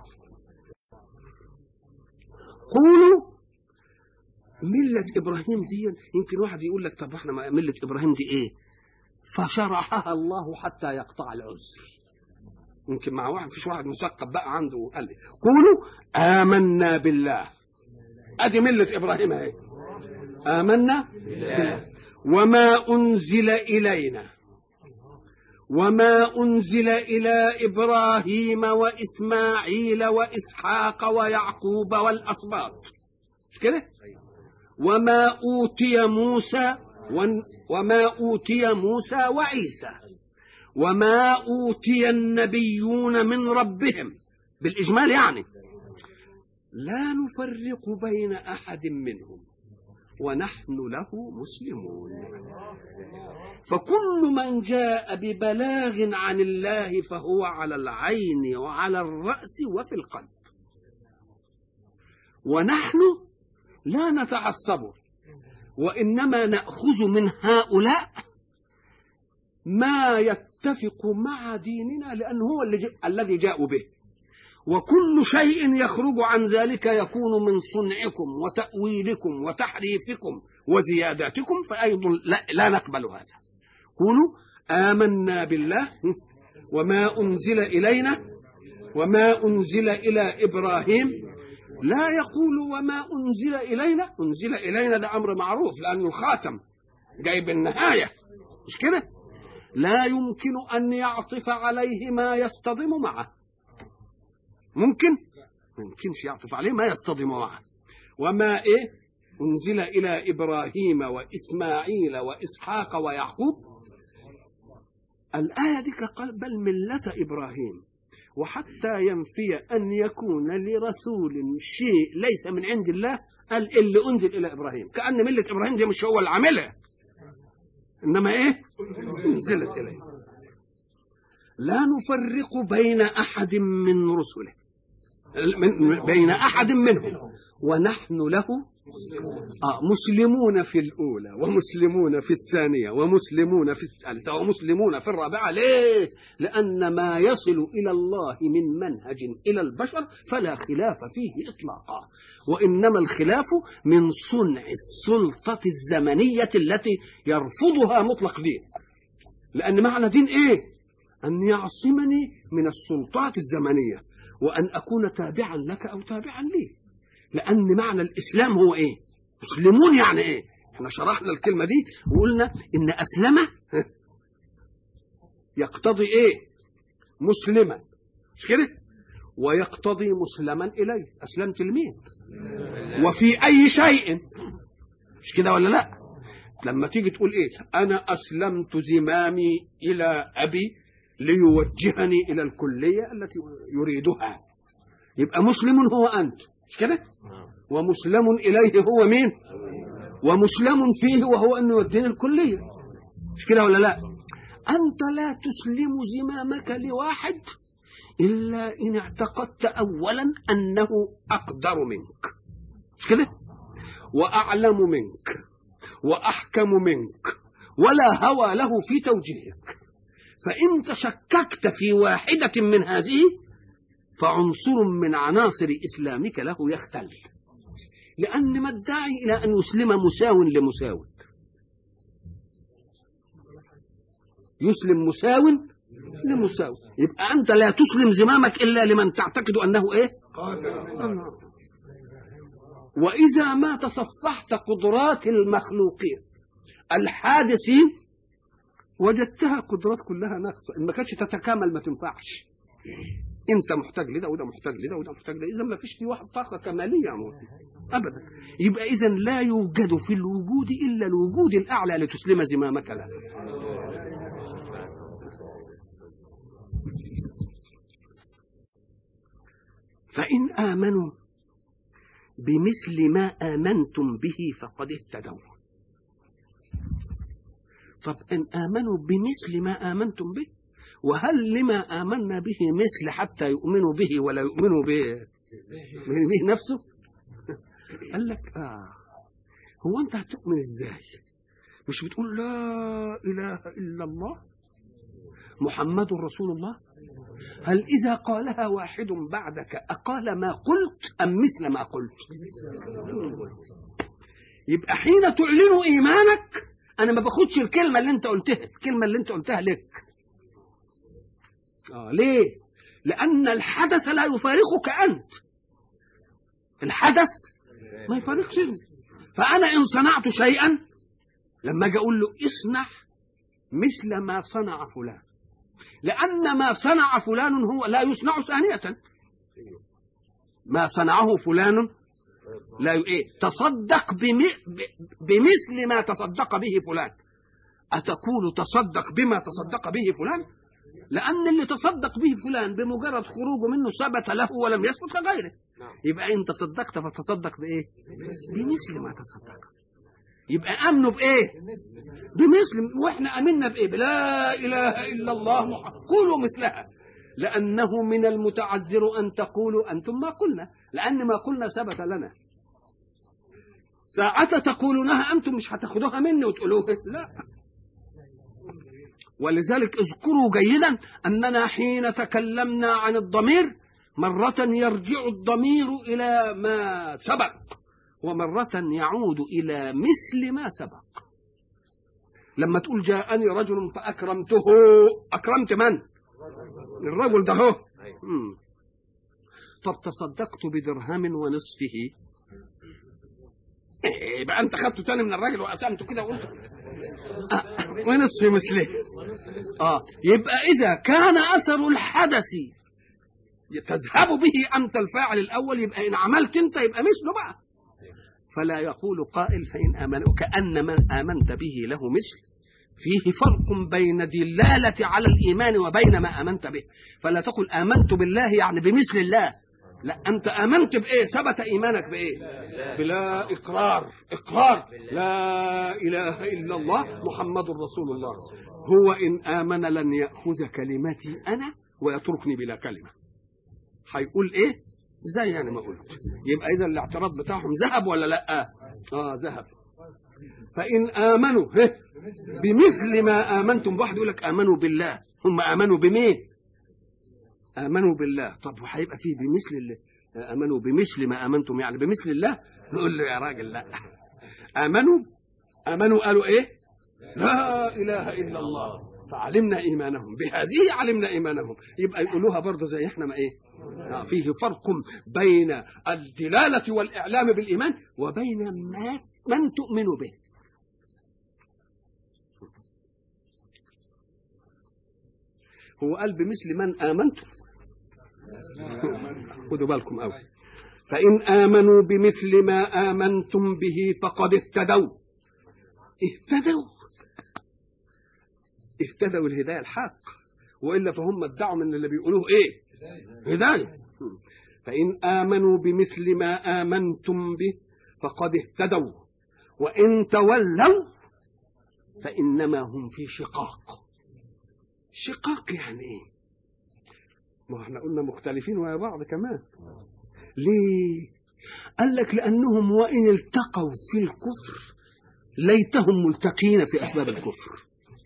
قولوا ملة إبراهيم دي، يمكن واحد يقول لك طب احنا ملة إبراهيم دي ايه؟ فشرحها الله حتى يقطع العذر. يمكن مع واحد فيش واحد مثقف بقى عنده قال لي قولوا آمنا بالله، ادي ملة إبراهيم اهي، آمنا بالله وما أنزل إلينا وما أنزل إلى إبراهيم وإسماعيل وإسحاق ويعقوب والأسباط، مش كده؟ وما أوتي موسى وما أوتي موسى وعيسى وما أوتي النبيون من ربهم بالإجمال يعني، لا نفرق بين أحد منهم ونحن له مسلمون. فكل من جاء ببلاغ عن الله فهو على العين وعلى الرأس وفي القلب. ونحن لا نتعصب، وإنما نأخذ من هؤلاء ما يتفق مع ديننا، لأنه هو الذي جاءوا به. وكل شيء يخرج عن ذلك يكون من صنعكم وتأويلكم وتحريفكم وزياداتكم، فأيضا لا, لا نقبل هذا. قولوا آمنا بالله وما أنزل إلينا وما أنزل إلى إبراهيم. لا يقول وما أنزل إلينا، أنزل إلينا ده أمر معروف لأنه الخاتم جايب النهاية، مش كده؟ لا يمكن أن يعطف عليه ما يصطدم معه. ممكن؟ ما يمكنش يعطف عليه ما يصطدم معه. وما إيه أنزل إلى إبراهيم وإسماعيل وإسحاق ويعقوب. الآية دي قال بل ملة إبراهيم، وحتى ينفي أن يكون لرسول شيء ليس من عند الله قال اللي أنزل إلى إبراهيم، كأن ملة إبراهيم دي مش هو اللي عاملها، إنما إيه أنزلت إليه. لا نفرق بين أحد من رسله، بين أحد منهم، ونحن له آه مسلمون في الأولى ومسلمون في الثانية ومسلمون في الثالثة ومسلمون في الرابعة. ليه؟ لأن ما يصل إلى الله من منهج إلى البشر فلا خلاف فيه إطلاقا، وإنما الخلاف من صنع السلطة الزمنية التي يرفضها مطلق دين. لأن معنى دين إيه؟ أن يعصمني من السلطات الزمنية وأن أكون تابعا لك أو تابعا لي. لأن معنى الإسلام هو إيه؟ مسلمون يعني إيه؟ احنا شرحنا الكلمة دي وقلنا إن أسلم يقتضي إيه؟ مسلما، مش كده؟ ويقتضي مسلما إليه. أسلمت لمين؟ وفي أي شيء، مش كده ولا لا؟ لما تيجي تقول إيه؟ أنا أسلمت زمامي إلى أبي ليوجهني إلى الكلية التي يريدها، يبقى مسلم هو أنت، مش كده؟ ومسلم إليه هو مين؟ ومسلم فيه وهو أنه يوديني الكلية، مش كده ولا لا؟ أنت لا تسلم زمامك لواحد إلا إن اعتقدت أولا أنه أقدر منك، مش كده؟ وأعلم منك وأحكم منك ولا هوى له في توجيهك. فإن تشككت في واحدة من هذه فعنصر من عناصر إسلامك له يختل، لأن ما الداعي إلى أن يسلم مساو لمساو؟ يسلم مساو لمساو، يبقى أنت لا تسلم زمامك إلا لمن تعتقد أنه إيه؟ قادر. وإذا ما تصفحت قدرات المخلوقين الحادثين وجدتها قدرات كلها ناقصة، إن ما كانتش تتكامل ما تنفعش. انت محتاج لده وده محتاج لده وده محتاج لده، اذا ما فيش في واحد طاقه كماليه ابدا. يبقى اذا لا يوجد في الوجود الا الوجود الاعلى لتسلم زمامك له. فان امنوا بمثل ما امنتم به فقد اهتدوا. طب ان امنوا بمثل ما امنتم به، وهل لما آمنا به مثل حتى يؤمنوا به ولا يؤمنوا به, به نفسه؟ قال لك آه هو أنت هتؤمن إزاي؟ مش بتقول لا إله إلا الله محمد رسول الله؟ هل إذا قالها واحد بعدك أقال ما قلت أم مثل ما قلت؟ يبقى حين تعلن إيمانك أنا ما باخدش الكلمة اللي أنت قلتها، الكلمة اللي أنت قلتها لك. آه ليه؟ لأن الحدث لا يفارقك أنت، الحدث ما يفارقش انت. فأنا إن صنعت شيئا لما أجي أقول له اصنع مثل ما صنع فلان، لأن ما صنع فلان هو لا يصنع ثانية. ما صنعه فلان لا إيه؟ تصدق بمثل ما تصدق به فلان. أتقول تصدق بما تصدق به فلان؟ لأن اللي تصدق به فلان بمجرد خروجه منه ثبت له ولم يثبت لغيره. يبقى أنت صدقت فتصدق بإيه؟ بمثل ما تصدق. يبقى أمنوا بإيه؟ بمثل. وإحنا أمنا بإيه؟ بلا إله إلا الله محمد. قولوا مثلها، لأنه من المتعذر أن تقولوا أنتم ما قلنا، لأن ما قلنا ثبت لنا. ساعة تقولونها أنتم مش هتاخدوها مني وتقولوها لا. ولذلك اذكروا جيدا أننا حين تكلمنا عن الضمير مرة يرجع الضمير إلى ما سبق ومرة يعود إلى مثل ما سبق. لما تقول جاءني رجل فأكرمته، أكرمت من؟ الرجل ده هو. طب تصدقت بدرهم ونصفه، يبقى أنت خدته تاني من الراجل وقسمته كده وقلت آه. ونصف مثله. آه. يبقى إذا كان أثر الحدث تذهب به أنت الفاعل الأول، يبقى إن عملت أنت يبقى مثله بقى. فلا يقول قائل فإن آمنوا، كأن من آمنت به له مثل. فيه فرق بين دلالة على الإيمان وبين ما آمنت به. فلا تقل آمنت بالله يعني بمثل الله، لا، أنت آمنت بإيه؟ ثبت إيمانك بإيه؟ بلا إقرار، إقرار لا إله إلا الله محمد رسول الله. هو إن آمن لن يأخذ كلمتي أنا ويتركني بلا كلمة. هيقول إيه؟ زي يعني ما قلت. يبقى إذا الاعتراض بتاعهم ذهب ولا لا؟ آه ذهب. فإن آمنوا بمثل ما آمنتم، واحد يقول لك آمنوا بالله، هم آمنوا بمين؟ آمنوا بالله. طب وهيبقى فيه بمثل الله، آمنوا بمثل ما آمنتم يعني بمثل الله؟ نقول له يا راجل لا. آمنوا آمنوا قالوا إيه؟ لا إله إلا الله، فعلمنا إيمانهم بهذه، علمنا إيمانهم. يبقى يقولوها برضه زي إحنا ما إيه؟ آه فيه فرق بين الدلالة والإعلام بالإيمان وبين ما من تؤمن به. هو قال بمثل من آمنتم، خذوا بالكم أوي. فإن آمنوا بمثل ما آمنتم به فقد اهتدوا. اهتدوا اهتدوا الهداية الحق، وإلا فهم ادعوا من اللي بيقولوه إيه؟ هداية. فإن آمنوا بمثل ما آمنتم به فقد اهتدوا وإن تولوا فإنما هم في شقاق. شقاق يعني إيه؟ ما احنا قلنا مختلفين ويا بعض كمان. ليه؟ قال لك لأنهم وإن التقوا في الكفر ليتهم ملتقين في أسباب الكفر.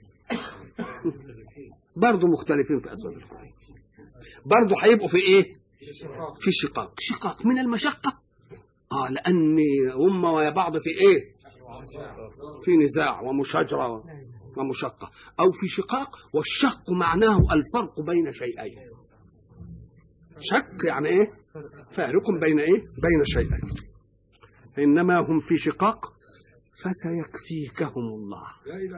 برضو مختلفين في أسباب الكفر، برضو هيبقوا في إيه؟ في شقاق. شقاق من المشقة، آه لأن هم ويا بعض في إيه؟ في نزاع ومشاجرة ومشقة. أو في شقاق، والشق معناه الفرق بين شيئين. شك يعني إيه؟ فارق بين إيه؟ بين شيئين. إنما هم في شقاق فسيكفيكهم الله.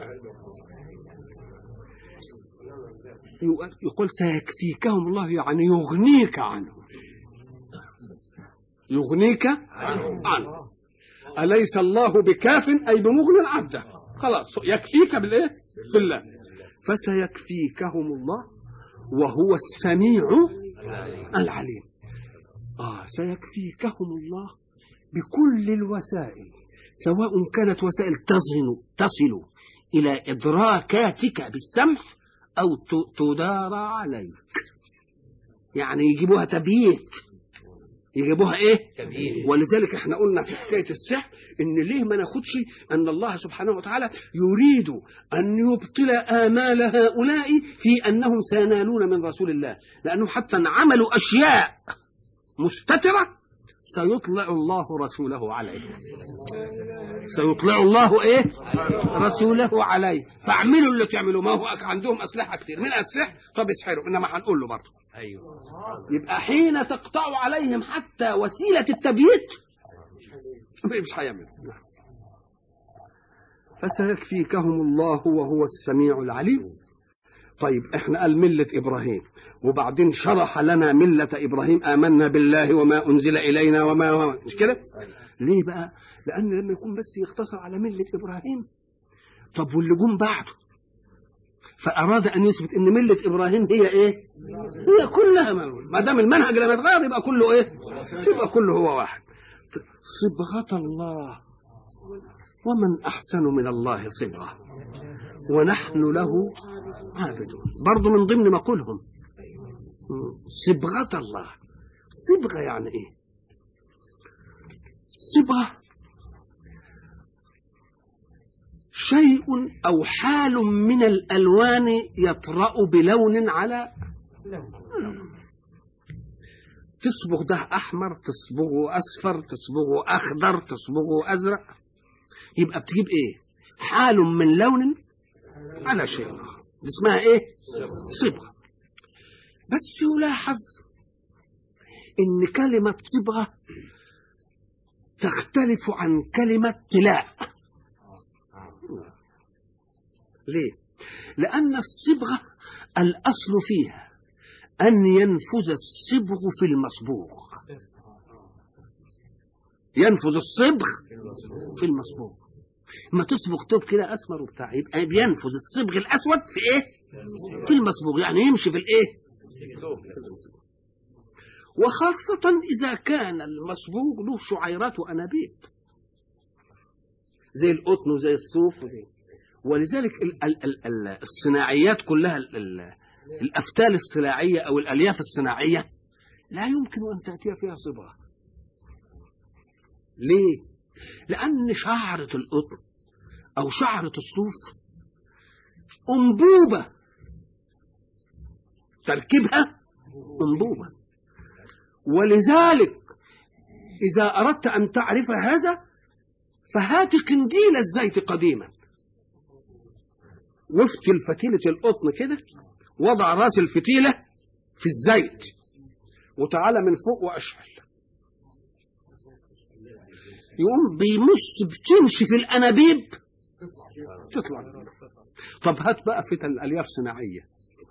يقول سيكفيكهم الله يعني يغنيك عنهم، يغنيك عنه. أليس الله بكاف أي بمغن عبده؟ خلاص يكفيك بالإيه؟ بالله. فسيكفيكهم الله وهو السميع العليم. آه سيكفيكهم الله بكل الوسائل، سواء كانت وسائل تصل تصل إلى إدراكاتك بالسمح أو تدار عليك. يعني يجيبوها تبييت، يجيبوها إيه؟ تبييت. ولذلك احنا قلنا في حكاية السحر إن ليه ما ناخدش أن الله سبحانه وتعالى يريد أن يبطل آمال هؤلاء في أنهم سينالون من رسول الله، لأنهم حتى عملوا أشياء مستترة سيطلع الله رسوله عليه. سيطلع الله ايه؟ رسوله عليه. فاعملوا اللي تعملوا. ما هو عندهم اسلحه كتير من السحر، طب اسحروا، انما هنقول له برضه. ايوه. يبقى حين تقطع عليهم حتى وسيله التبييت مش هيعمل. فسيكفيكهم الله وهو السميع العليم. طيب احنا قال مله ابراهيم، وبعدين شرح لنا ملة إبراهيم آمنا بالله وما أنزل إلينا وما، مش كده؟ ليه بقى؟ لأن لما يكون بس يقتصر على ملة إبراهيم، طب واللي جم بعده فأراد أن يثبت إن ملة إبراهيم هي إيه؟ هي كلها ما دام المنهج لم يتغير يبقى كله إيه؟ يبقى كله هو واحد. صبغة الله، ومن أحسن من الله صبغة ونحن له عابدون. برضو من ضمن مقولهم صبغة الله. صبغة يعني إيه؟ صبغة شيء أو حال من الألوان يطرأ بلون على لون. تصبغ ده أحمر، تصبغه أصفر، تصبغه أخضر، تصبغه أزرق، يبقى بتجيب إيه؟ حال من لون على شيء آخر، اسمها إيه؟ صبغة. بس يلاحظ إن كلمة صبغة تختلف عن كلمة طلاء. ليه؟ لأن الصبغة الأصل فيها أن ينفذ الصبغ في المصبوغ، ينفذ الصبغ في المصبوغ. ما تصبغ طوب كده أسمر وبتاع، يبقى بينفذ الصبغ الأسود في إيه؟ في المصبوغ، يعني يمشي في الإيه؟ وخاصة إذا كان المصبوغ له شعيرات وأنابيب زي القطن وزي الصوف وزي. ولذلك ال ال ال ال الصناعيات كلها ال ال الأفتال الصناعية أو الألياف الصناعية لا يمكن أن تأتي فيها صبغة. ليه؟ لأن شعرة القطن أو شعرة الصوف أنبوبة، تركيبها أنبوبة. ولذلك إذا أردت أن تعرف هذا فهات قنديل الزيت قديما، وفت الفتيلة القطن كده، وضع راس الفتيلة في الزيت وتعالى من فوق وأشعل، يقوم بيمص بتمشي في الأنابيب تطلع. طب هات بقى فتن الألياف صناعية،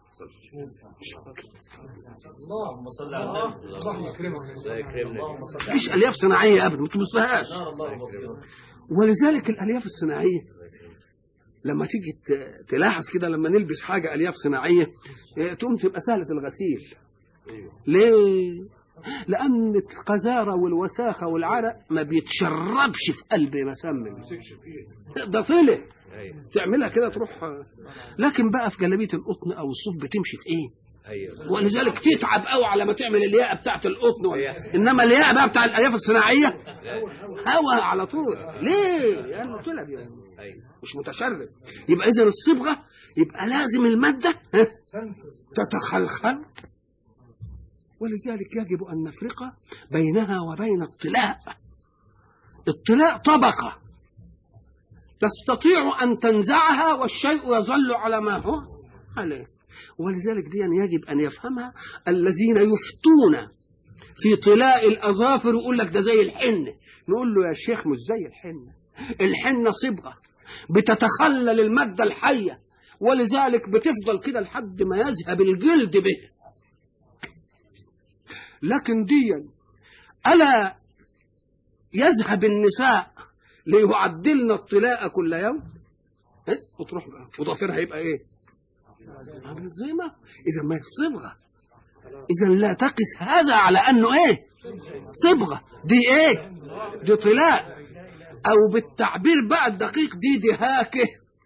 اللهم صل على النبي. الله يكرمك. مفيش ألياف صناعية أبدا، ما تبصهاش. ولذلك الألياف الصناعية لما تيجي تلاحظ كده، لما نلبس حاجة ألياف صناعية تقوم تبقى سهلة الغسيل. ليه؟ لأن القذارة والوساخة والعرق ما بيتشربش في قلب مسمن، ده طلع تعملها كده تروح. لكن بقى في جلابية القطن أو الصوف بتمشي في إيه؟ ولذلك تتعب قوي على ما تعمل الياقة بتاعت القطن ولا. إنما الياقة بقى بتاع الألياف الصناعية هوا على طول. ليه؟ يعني طلب يعني مش متشرب. يبقى إذن الصبغة يبقى لازم المادة تتخلخل. ولذلك يجب أن نفرق بينها وبين الطلاء. الطلاء طبقة تستطيع أن تنزعها والشيء يظل على ما هو عليه. ولذلك دي يجب أن يفهمها الذين يفتون في طلاء الأظافر، يقول لك ده زي الحنة. نقول له يا شيخ مش زي الحنة، الحنة صبغة بتتخلل المادة الحية، ولذلك بتفضل كده لحد ما يذهب الجلد به. لكن دي ألا يذهب النساء ليعدلن الطلاء كل يوم؟ إيه؟ وتروح وضافرها يبقى ايه؟ عامل زي ما اذا ما هي صبغه. اذا لا تقس هذا على انه ايه؟ صبغه. دي ايه؟ دي طلاء، او بالتعبير بقى الدقيق دي دهاكه.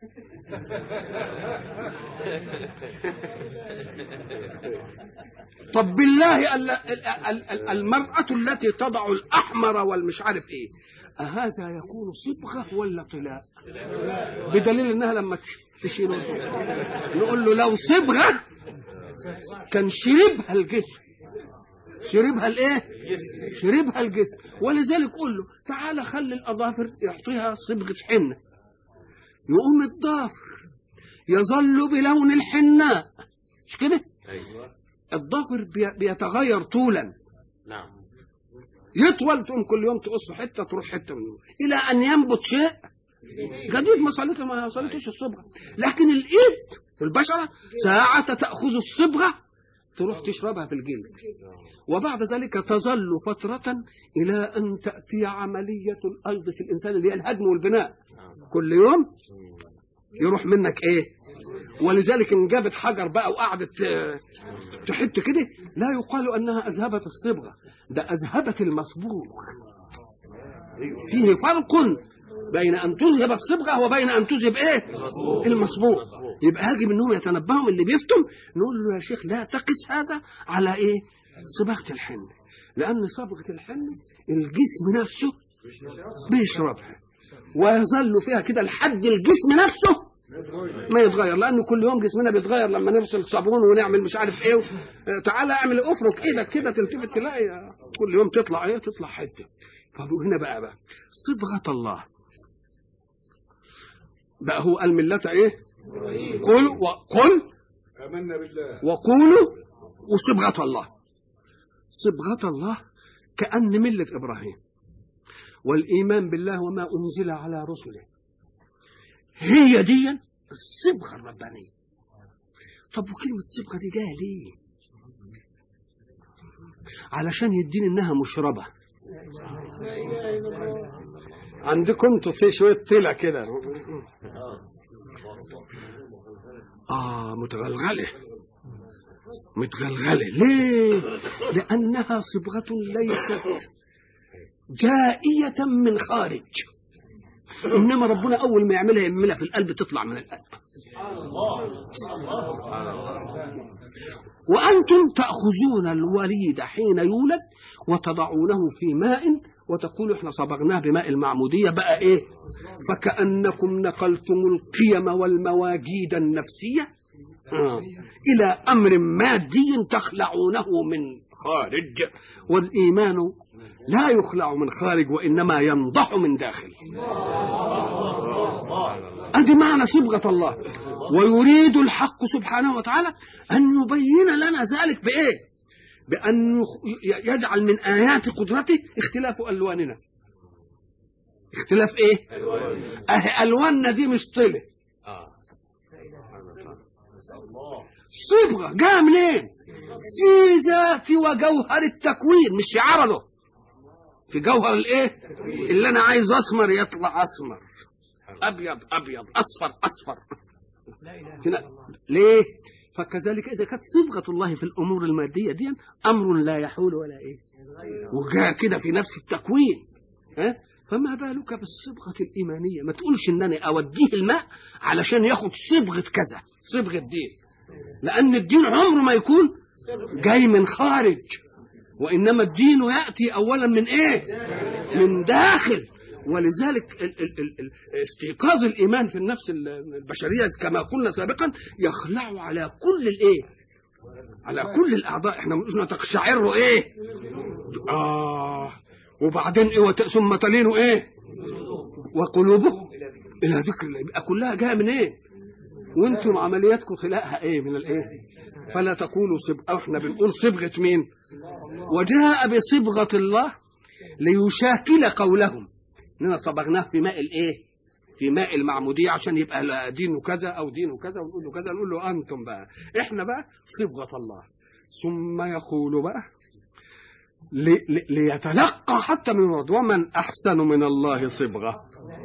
طب بالله المرأة التي تضع الأحمر والمش عارف إيه، أهذا يكون صبغة ولا طلاء؟ بدليل إنها لما تشيله نقول له لو صبغة كان شربها الجسم، شربها الإيه؟ شربها الجسم. ولذلك قل له تعالى خلي الأظافر يعطيها صبغة حنة، يقوم الضافر يظل بلون الحناء، مش كده؟ الضفر بيتغير طولا. نعم. يطول، تقوم كل يوم تقص حته تروح حته منه الى ان ينبت شيء جديد ما صلته ما صلتش الصبغه. لكن الايد في البشره ساعه تاخذ الصبغه تروح تشربها في الجلد، وبعد ذلك تظل فتره الى ان تاتي عمليه الايض في الانسان اللي هي الهدم والبناء. كل يوم يروح منك ايه؟ ولذلك ان جابت حجر بقى وقعدت تحت كده لا يقال انها اذهبت الصبغه، ده اذهبت المصبوغ. فيه فرق بين ان تذهب الصبغه وبين ان تذهب ايه المصبوغ. يبقى هاجي منهم يتنبههم اللي بيفتم نقول له يا شيخ لا تقس هذا على ايه صبغه الحنة، لان صبغه الحنة الجسم نفسه بيشربها ويظل فيها كده لحد الجسم نفسه ما يتغير، لانه كل يوم جسمنا بيتغير لما نغسل صابون ونعمل مش عارف ايه. تعالى اعمل افرك ايدك كده تلتفت تلاقي كل يوم تطلع ايه تطلع حته. طب هنا بقى بقى صبغه الله بقى هو قال ملة ايه؟ قل وقل آمنا بالله وقولوا وصبغة الله. صبغة الله كأن ملة إبراهيم والإيمان بالله وما أنزل على رسله هي دي الصبغة الربانية. طب وكلمة صبغة دي جاية ليه؟ علشان يدين إنها مشربة. عندكم انتوا في شوية طلع كده آه متغلغلة متغلغلة ليه؟ لأنها صبغة ليست جائية من خارج، إنما ربنا أول ما يعملها يعملها في القلب تطلع من القلب. وأنتم تأخذون الوليد حين يولد وتضعونه في ماء وتقولوا احنا صبغناه بماء المعمودية بقى ايه؟ فكأنكم نقلتم القيم والمواجيد النفسية آه. إلى أمر مادي تخلعونه من خارج، والإيمان لا يخلع من خارج وإنما ينضح من داخل. أدي معنى صبغة الله. ويريد الحق سبحانه وتعالى أن يبين لنا ذلك بإيه؟ بأن يجعل من آيات قدرته اختلاف ألواننا. اختلاف إيه؟ أه ألواننا دي مش طلع صبغة جاء منين؟ في ذات وجوهر التكوين، مش في عرضه، في جوهر الايه اللي انا عايز اسمر يطلع اسمر، ابيض ابيض، اصفر اصفر. هنا ليه؟ فكذلك اذا كانت صبغه الله في الامور الماديه دي امر لا يحول ولا ايه وجاء كده في نفس التكوين، ها فما بالك بالصبغه الايمانيه؟ ما تقولش ان انا اوديه الماء علشان ياخد صبغه كذا، صبغه دين، لان الدين عمره ما يكون جاي من خارج، وإنما الدين يأتي أولا من إيه؟ من داخل. ولذلك ال ال ال استيقاظ الإيمان في النفس البشرية كما قلنا سابقا يخلع على كل الإيه؟ على كل الأعضاء. إحنا قلنا تقشعر إيه؟ آه وبعدين إيه؟ ثم تلين إيه؟ وقلوبهم إلى ذكر الله. يبقى كلها جاية من إيه؟ وأنتم عملياتكم خلاقها إيه؟ من الإيه؟ فلا تقولوا صبغة، احنا بنقول صبغة مين؟ وجاء بصبغة الله ليشاكل قولهم اننا صبغناه في ماء الايه؟ في ماء المعمودية عشان يبقى دينه كذا او دينه كذا، ونقول له كذا، نقول له انتم بقى احنا بقى صبغة الله. ثم يقول بقى لي لي ليتلقى حتى من الرد ومن احسن من الله صبغة،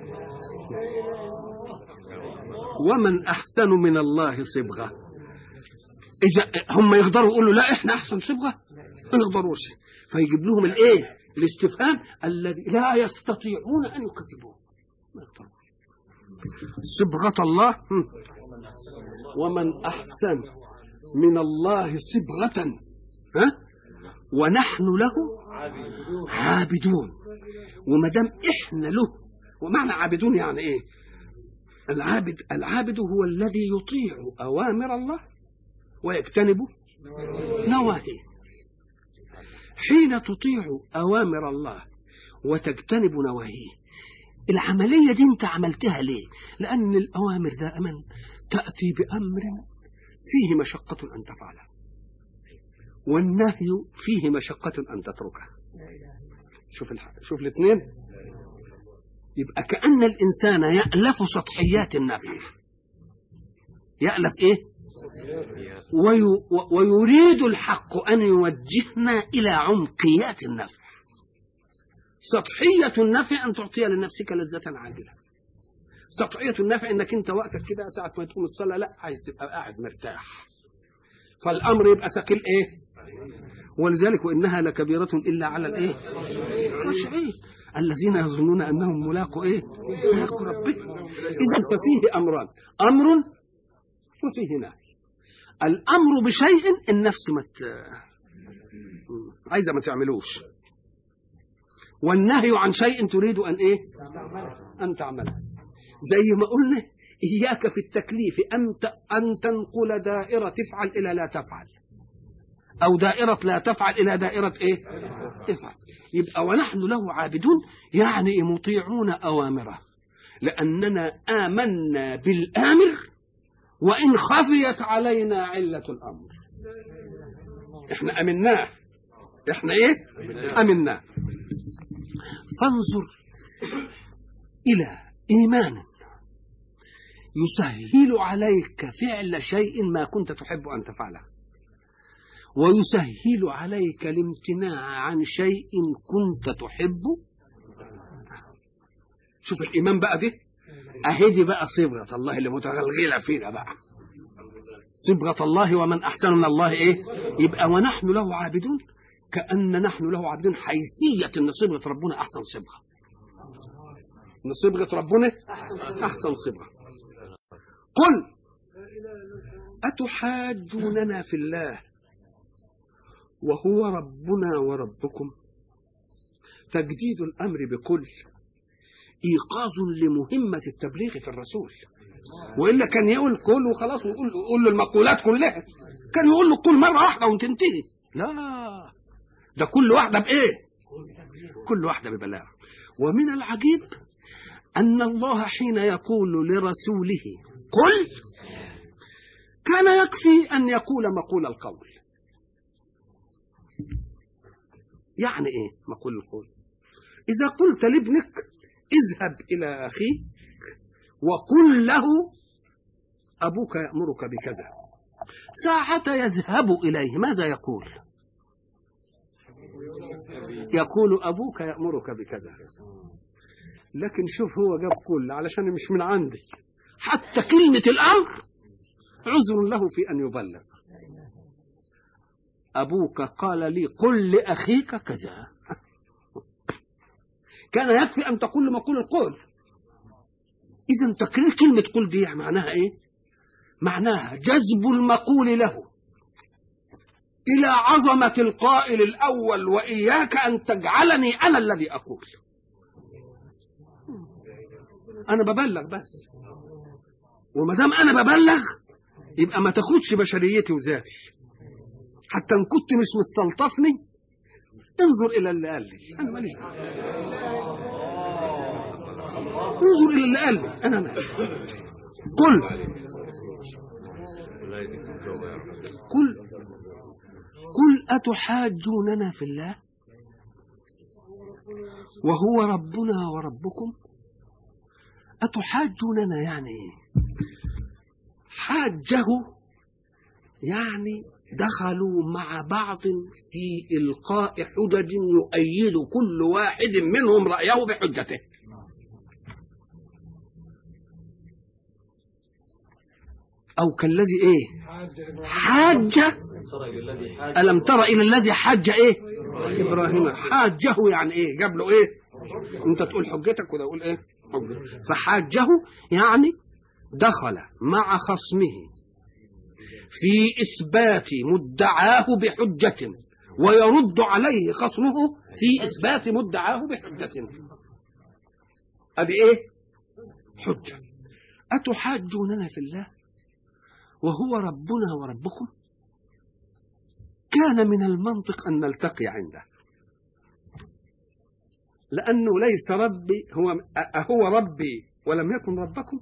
ومن احسن من الله صبغة. إذا هم يقدروا يقولوا لا إحنا أحسن صبغة، ما يقدروش، فيجيب لهم الإيه؟ الاستفهام الذي لا يستطيعون أن يكذبوه. ما يقدرون. صبغة الله ومن أحسن من الله صبغة ها؟ ونحن له عابدون. وما دام إحنا له، ومعنى عابدون يعني إيه؟ العابد العابد هو الذي يطيع أوامر الله ويجتنب نواهيه. حين تطيع أوامر الله وتجتنب نواهيه، العملية دي انت عملتها ليه؟ لأن الأوامر دائما تأتي بأمر فيه مشقة أن تفعله، والنهي فيه مشقة أن تتركه. شوف الح... شوف الاثنين. يبقى كأن الإنسان يألف سطحيات النفع، يألف إيه؟ وي... ويريد الحق أن يوجهنا إلى عمقيات النفع. سطحية النفع أن تعطي لنفسك لذة عاجلة، سطعية النفع انك انت وقتك كده ساعة ما تقوم الصلاة لا عايز تبقى قاعد مرتاح، فالامر يبقى ثقيل ايه؟ ولذلك وانها لكبيرة الا على الايه؟ خاشعين الذين يظنون انهم ملاقوا ايه؟ ملاقوا ربهم. اذا ففيه امران، امر وفيه نهي. الامر بشيء النفس مت عايزه ما تعملوش، والنهي عن شيء تريد ان ايه؟ ان تعمله. زي ما قلنا اياك في التكليف ان ان تنقل دائره تفعل الى لا تفعل، او دائره لا تفعل الى دائره ايه؟ افعل. يبقى ونحن له عابدون يعني مطيعون اوامره، لاننا امنا بالامر وان خفيت علينا عله الامر. احنا امناه، احنا ايه؟ امناه. فانظر الى ايمان يسهل عليك فعل شيء ما كنت تحب ان تفعله، ويسهل عليك الامتناع عن شيء كنت تحبه. شوف الايمان بقى دي اهي دي بقى صبغه الله اللي متغلغله فينا بقى، صبغه الله ومن احسن من الله ايه؟ يبقى ونحن له عابدون كأن نحن له عابدون حيثيه ان صبغه ربنا احسن صبغه، ان صبغه ربنا احسن صبغه. قل اتحاجوننا في الله وهو ربنا وربكم. تجديد الامر بكل ايقاظ لمهمه التبليغ في الرسول، والا كان يقول كل وخلاص ويقول يقول له المقولات كلها، كان يقول له كل مره واحده وتنتهي. لا، ده كل واحده بايه؟ كل واحده ببلاغ. ومن العجيب ان الله حين يقول لرسوله قل كان يكفي ان يقول مقول القول. يعني ايه مقول القول؟ اذا قلت لابنك اذهب الى اخيك وقل له ابوك يأمرك بكذا، ساعة يذهب اليه ماذا يقول؟ يقول ابوك يأمرك بكذا. لكن شوف هو جاب كل علشان مش من عندي، حتى كلمة الامر عذر له في ان يبلغ. أبوك قال لي قل لأخيك كذا، كان يكفي أن تقول مقول القول. إذن تكرير كلمة قل دي معناها إيه؟ معناها جذب المقول له إلى عظمة القائل الأول، وإياك أن تجعلني أنا الذي أقول، أنا ببلغ بس، ومدام أنا ببلغ يبقى ما تاخدش بشريتي وذاتي، حتى ان كنت مش مستلطفني انظر الى اللي قال لي، انا ماليش دعوه، انظر الى اللي قال لي، انا مالي. قل قل قل اتحاجوننا في الله وهو ربنا وربكم. اتحاجوننا يعني ايه؟ حاجه يعني دخلوا مع بعض في إلقاء حجج يؤيد كل واحد منهم رأيه بحجته. أو كالذي إيه؟ حاج. ألم تر إلى الذي حاج إيه؟ إبراهيم. حاجه يعني إيه؟ جاب له إيه؟ أنت تقول حجتك وده يقول إيه؟ حجة. فحاجه يعني دخل مع خصمه في إثبات مدعاه بحجة ويرد عليه خصمه في إثبات مدعاه بحجة. هذه إيه؟ حجة. أتحاجوننا في الله وهو ربنا وربكم. كان من المنطق أن نلتقي عنده، لأنه ليس ربي هو أهو ربي ولم يكن ربكم.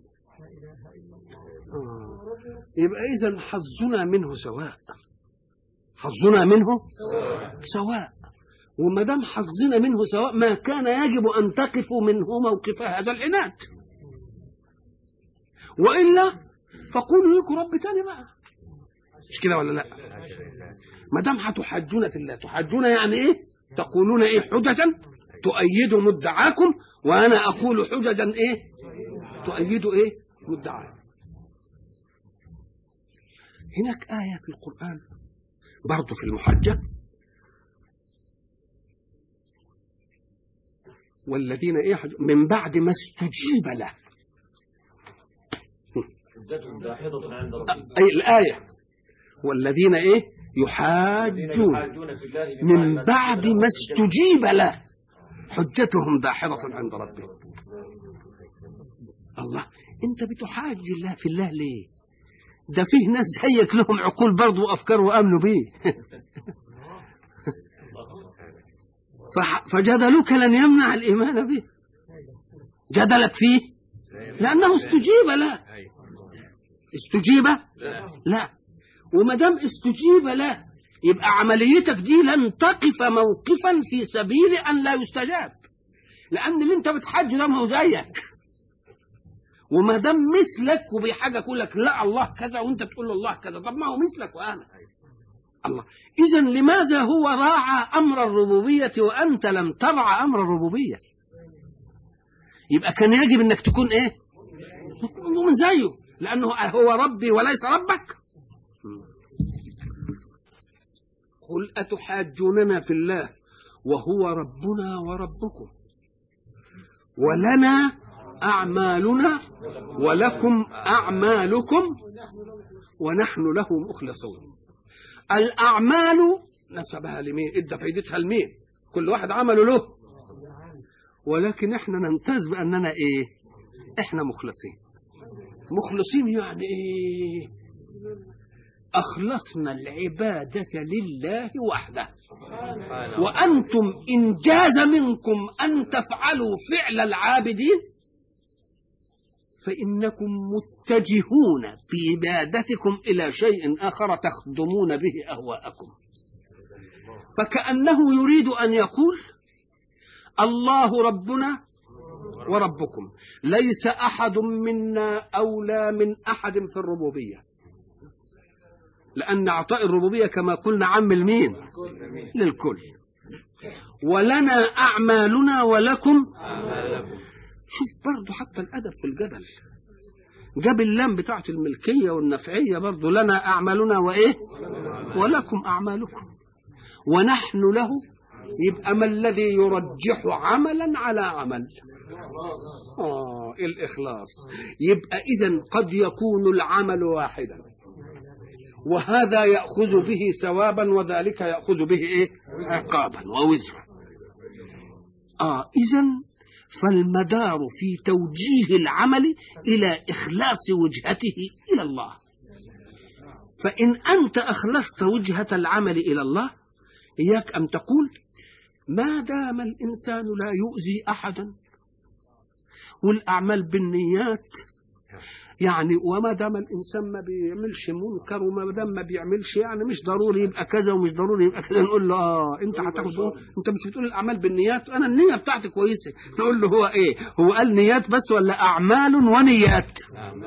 آه. يبقى إذن حظنا منه سواء، حظنا منه سواء. وما دام حظنا منه سواء ما كان يجب أن تقفوا منه موقف هذا العناد، وإلا فقولوا لكم رب تاني بقى، مش كده ولا لا؟ ما دام هتحاجون في الله، تحاجون يعني إيه؟ تقولون إيه؟ حججا تؤيد مدعاكم، وأنا أقول حججا إيه؟ تؤيد ايه مدعاه. هناك آية في القرآن برضو في المحجة، والذين ايه من بعد ما استجيب له، اي الآية والذين ايه يحاجون من بعد ما استجيب له حجتهم داحضة عند ربهم. الله، انت بتحاج الله في الله ليه؟ ده فيه ناس زيك لهم عقول برضو وافكار وامنوا بيه فجدلوك لن يمنع الايمان به. جدلك فيه لانه استجيب له. استجيب لا، وما دام استجيب له يبقى عمليتك دي لن تقف موقفا في سبيل ان لا يستجاب، لان اللي انت بتحج ده ما هو زيك، وما دام مثلك وبحاجه يقول لك لا الله كذا وانت تقول له الله كذا، طب ما هو مثلك وانا الله. اذا لماذا هو راعى امر الربوبيه وانت لم ترعى امر الربوبيه؟ يبقى كان يجب انك تكون ايه؟ تكون من زيه، لانه هو ربي وليس ربك. قل اتحاجوننا في الله وهو ربنا وربكم ولنا أعمالنا ولكم أعمالكم ونحن له مخلصون. الأعمال نسبها لمين؟ إدى فايدتها لمين؟ كل واحد عمله له، ولكن احنا نمتاز بأننا إيه؟ احنا مخلصين. مخلصين يعني إيه؟ أخلصنا العبادة لله وحده، وأنتم إن جاز منكم أن تفعلوا فعل العابدين فإنكم متجهون في عبادتكم إلى شيء آخر تخدمون به أهواءكم. فكأنه يريد أن يقول الله ربنا وربكم، ليس أحد منا أولى من أحد في الربوبية، لأن أعطاء الربوبية كما قلنا عم المين للكل. ولنا أعمالنا ولكم. شوف برضو حتى الأدب في الجدل جاب اللام بتاعت الملكية والنفعية، برضو لنا أعمالنا وإيه ولكم أعمالكم ونحن له. يبقى ما الذي يرجح عملا على عمل؟ آه الإخلاص. يبقى إذن قد يكون العمل واحدا، وهذا يأخذ به ثوابا وذلك يأخذ به إيه؟ عقابا ووزرا. آه إذن فالمدار في توجيه العمل إلى إخلاص وجهته إلى الله. فإن أنت أخلصت وجهة العمل إلى الله إياك أن تقول ما دام الإنسان لا يؤذي أحدا والأعمال بالنيات، يعني وما دام الإنسان ما بيعملش منكر وما دام ما بيعملش يعني مش ضروري يبقى كذا ومش ضروري يبقى كذا، نقول له آه أنت هتاخد أنت مش بتقول الأعمال بالنيات، أنا النية بتاعتي كويسة. نقول له هو إيه؟ هو قال نيات بس ولا أعمال ونيات؟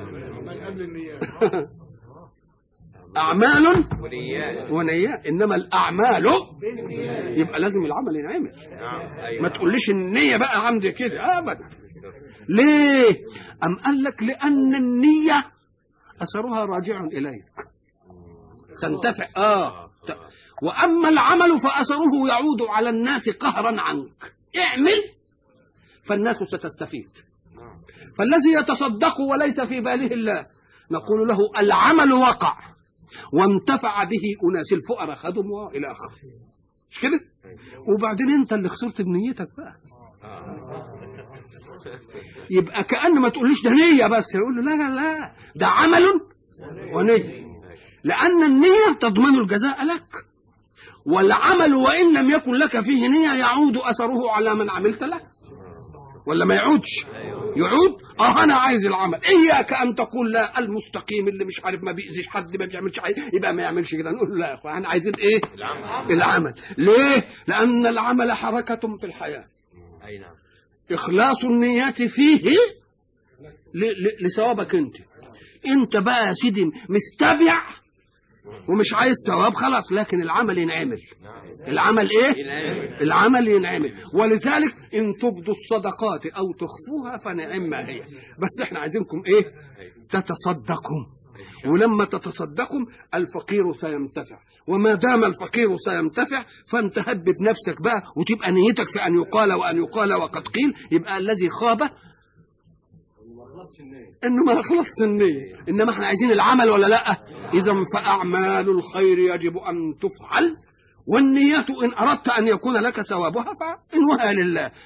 أعمال ونيات، إنما الأعمال يبقى لازم العمل ينعمل. ما تقوليش النية بقى عندي كده أبدا. ليه؟ أم قال لك لأن النية أثرها راجع إليك تنتفع. آه وأما العمل فأثره يعود على الناس قهرا عنك. اعمل فالناس ستستفيد. فالذي يتصدق وليس في باله الله نقول له العمل وقع وانتفع به أناس الفقراء خدموا إلى آخره، مش كده؟ وبعدين أنت اللي خسرت بنيتك بقى. يبقى كأن ما تقوليش ده نية بس، يقول له لا لا لا ده عمل ونية، لأن النية تضمن الجزاء لك، والعمل وإن لم يكن لك فيه نية يعود أثره على من عملت له ولا ما يعودش؟ يعود. اه انا عايز العمل. اياك ان تقول لا المستقيم اللي مش عارف ما بيأذيش حد ما بيعملش حاجه يبقى ما يعملش كده. نقول لا يا اخوان احنا عايزين ايه؟ العمل. العمل. ليه؟ لان العمل حركه في الحياه. اي نعم. اخلاص النيات فيه لثوابك انت. انت بقى يا سيدي مستبع ومش عايز ثواب خلاص، لكن العمل ينعمل العمل ايه؟ العمل ينعمل. ولذلك ان تبدوا الصدقات او تخفوها فنعم ما هي، بس احنا عايزينكم ايه؟ تتصدقوا. ولما تتصدقوا الفقير سينتفع، وما دام الفقير سينتفع فانت هبب نفسك بقى وتبقى نيتك في ان يقال وان يقال وقد قيل. يبقى الذي خاب انه ما خلصش النية، انما احنا عايزين العمل ولا لا؟ اذا فاعمال الخير يجب ان تفعل، والنية ان اردت ان يكون لك ثوابها فانوها لله.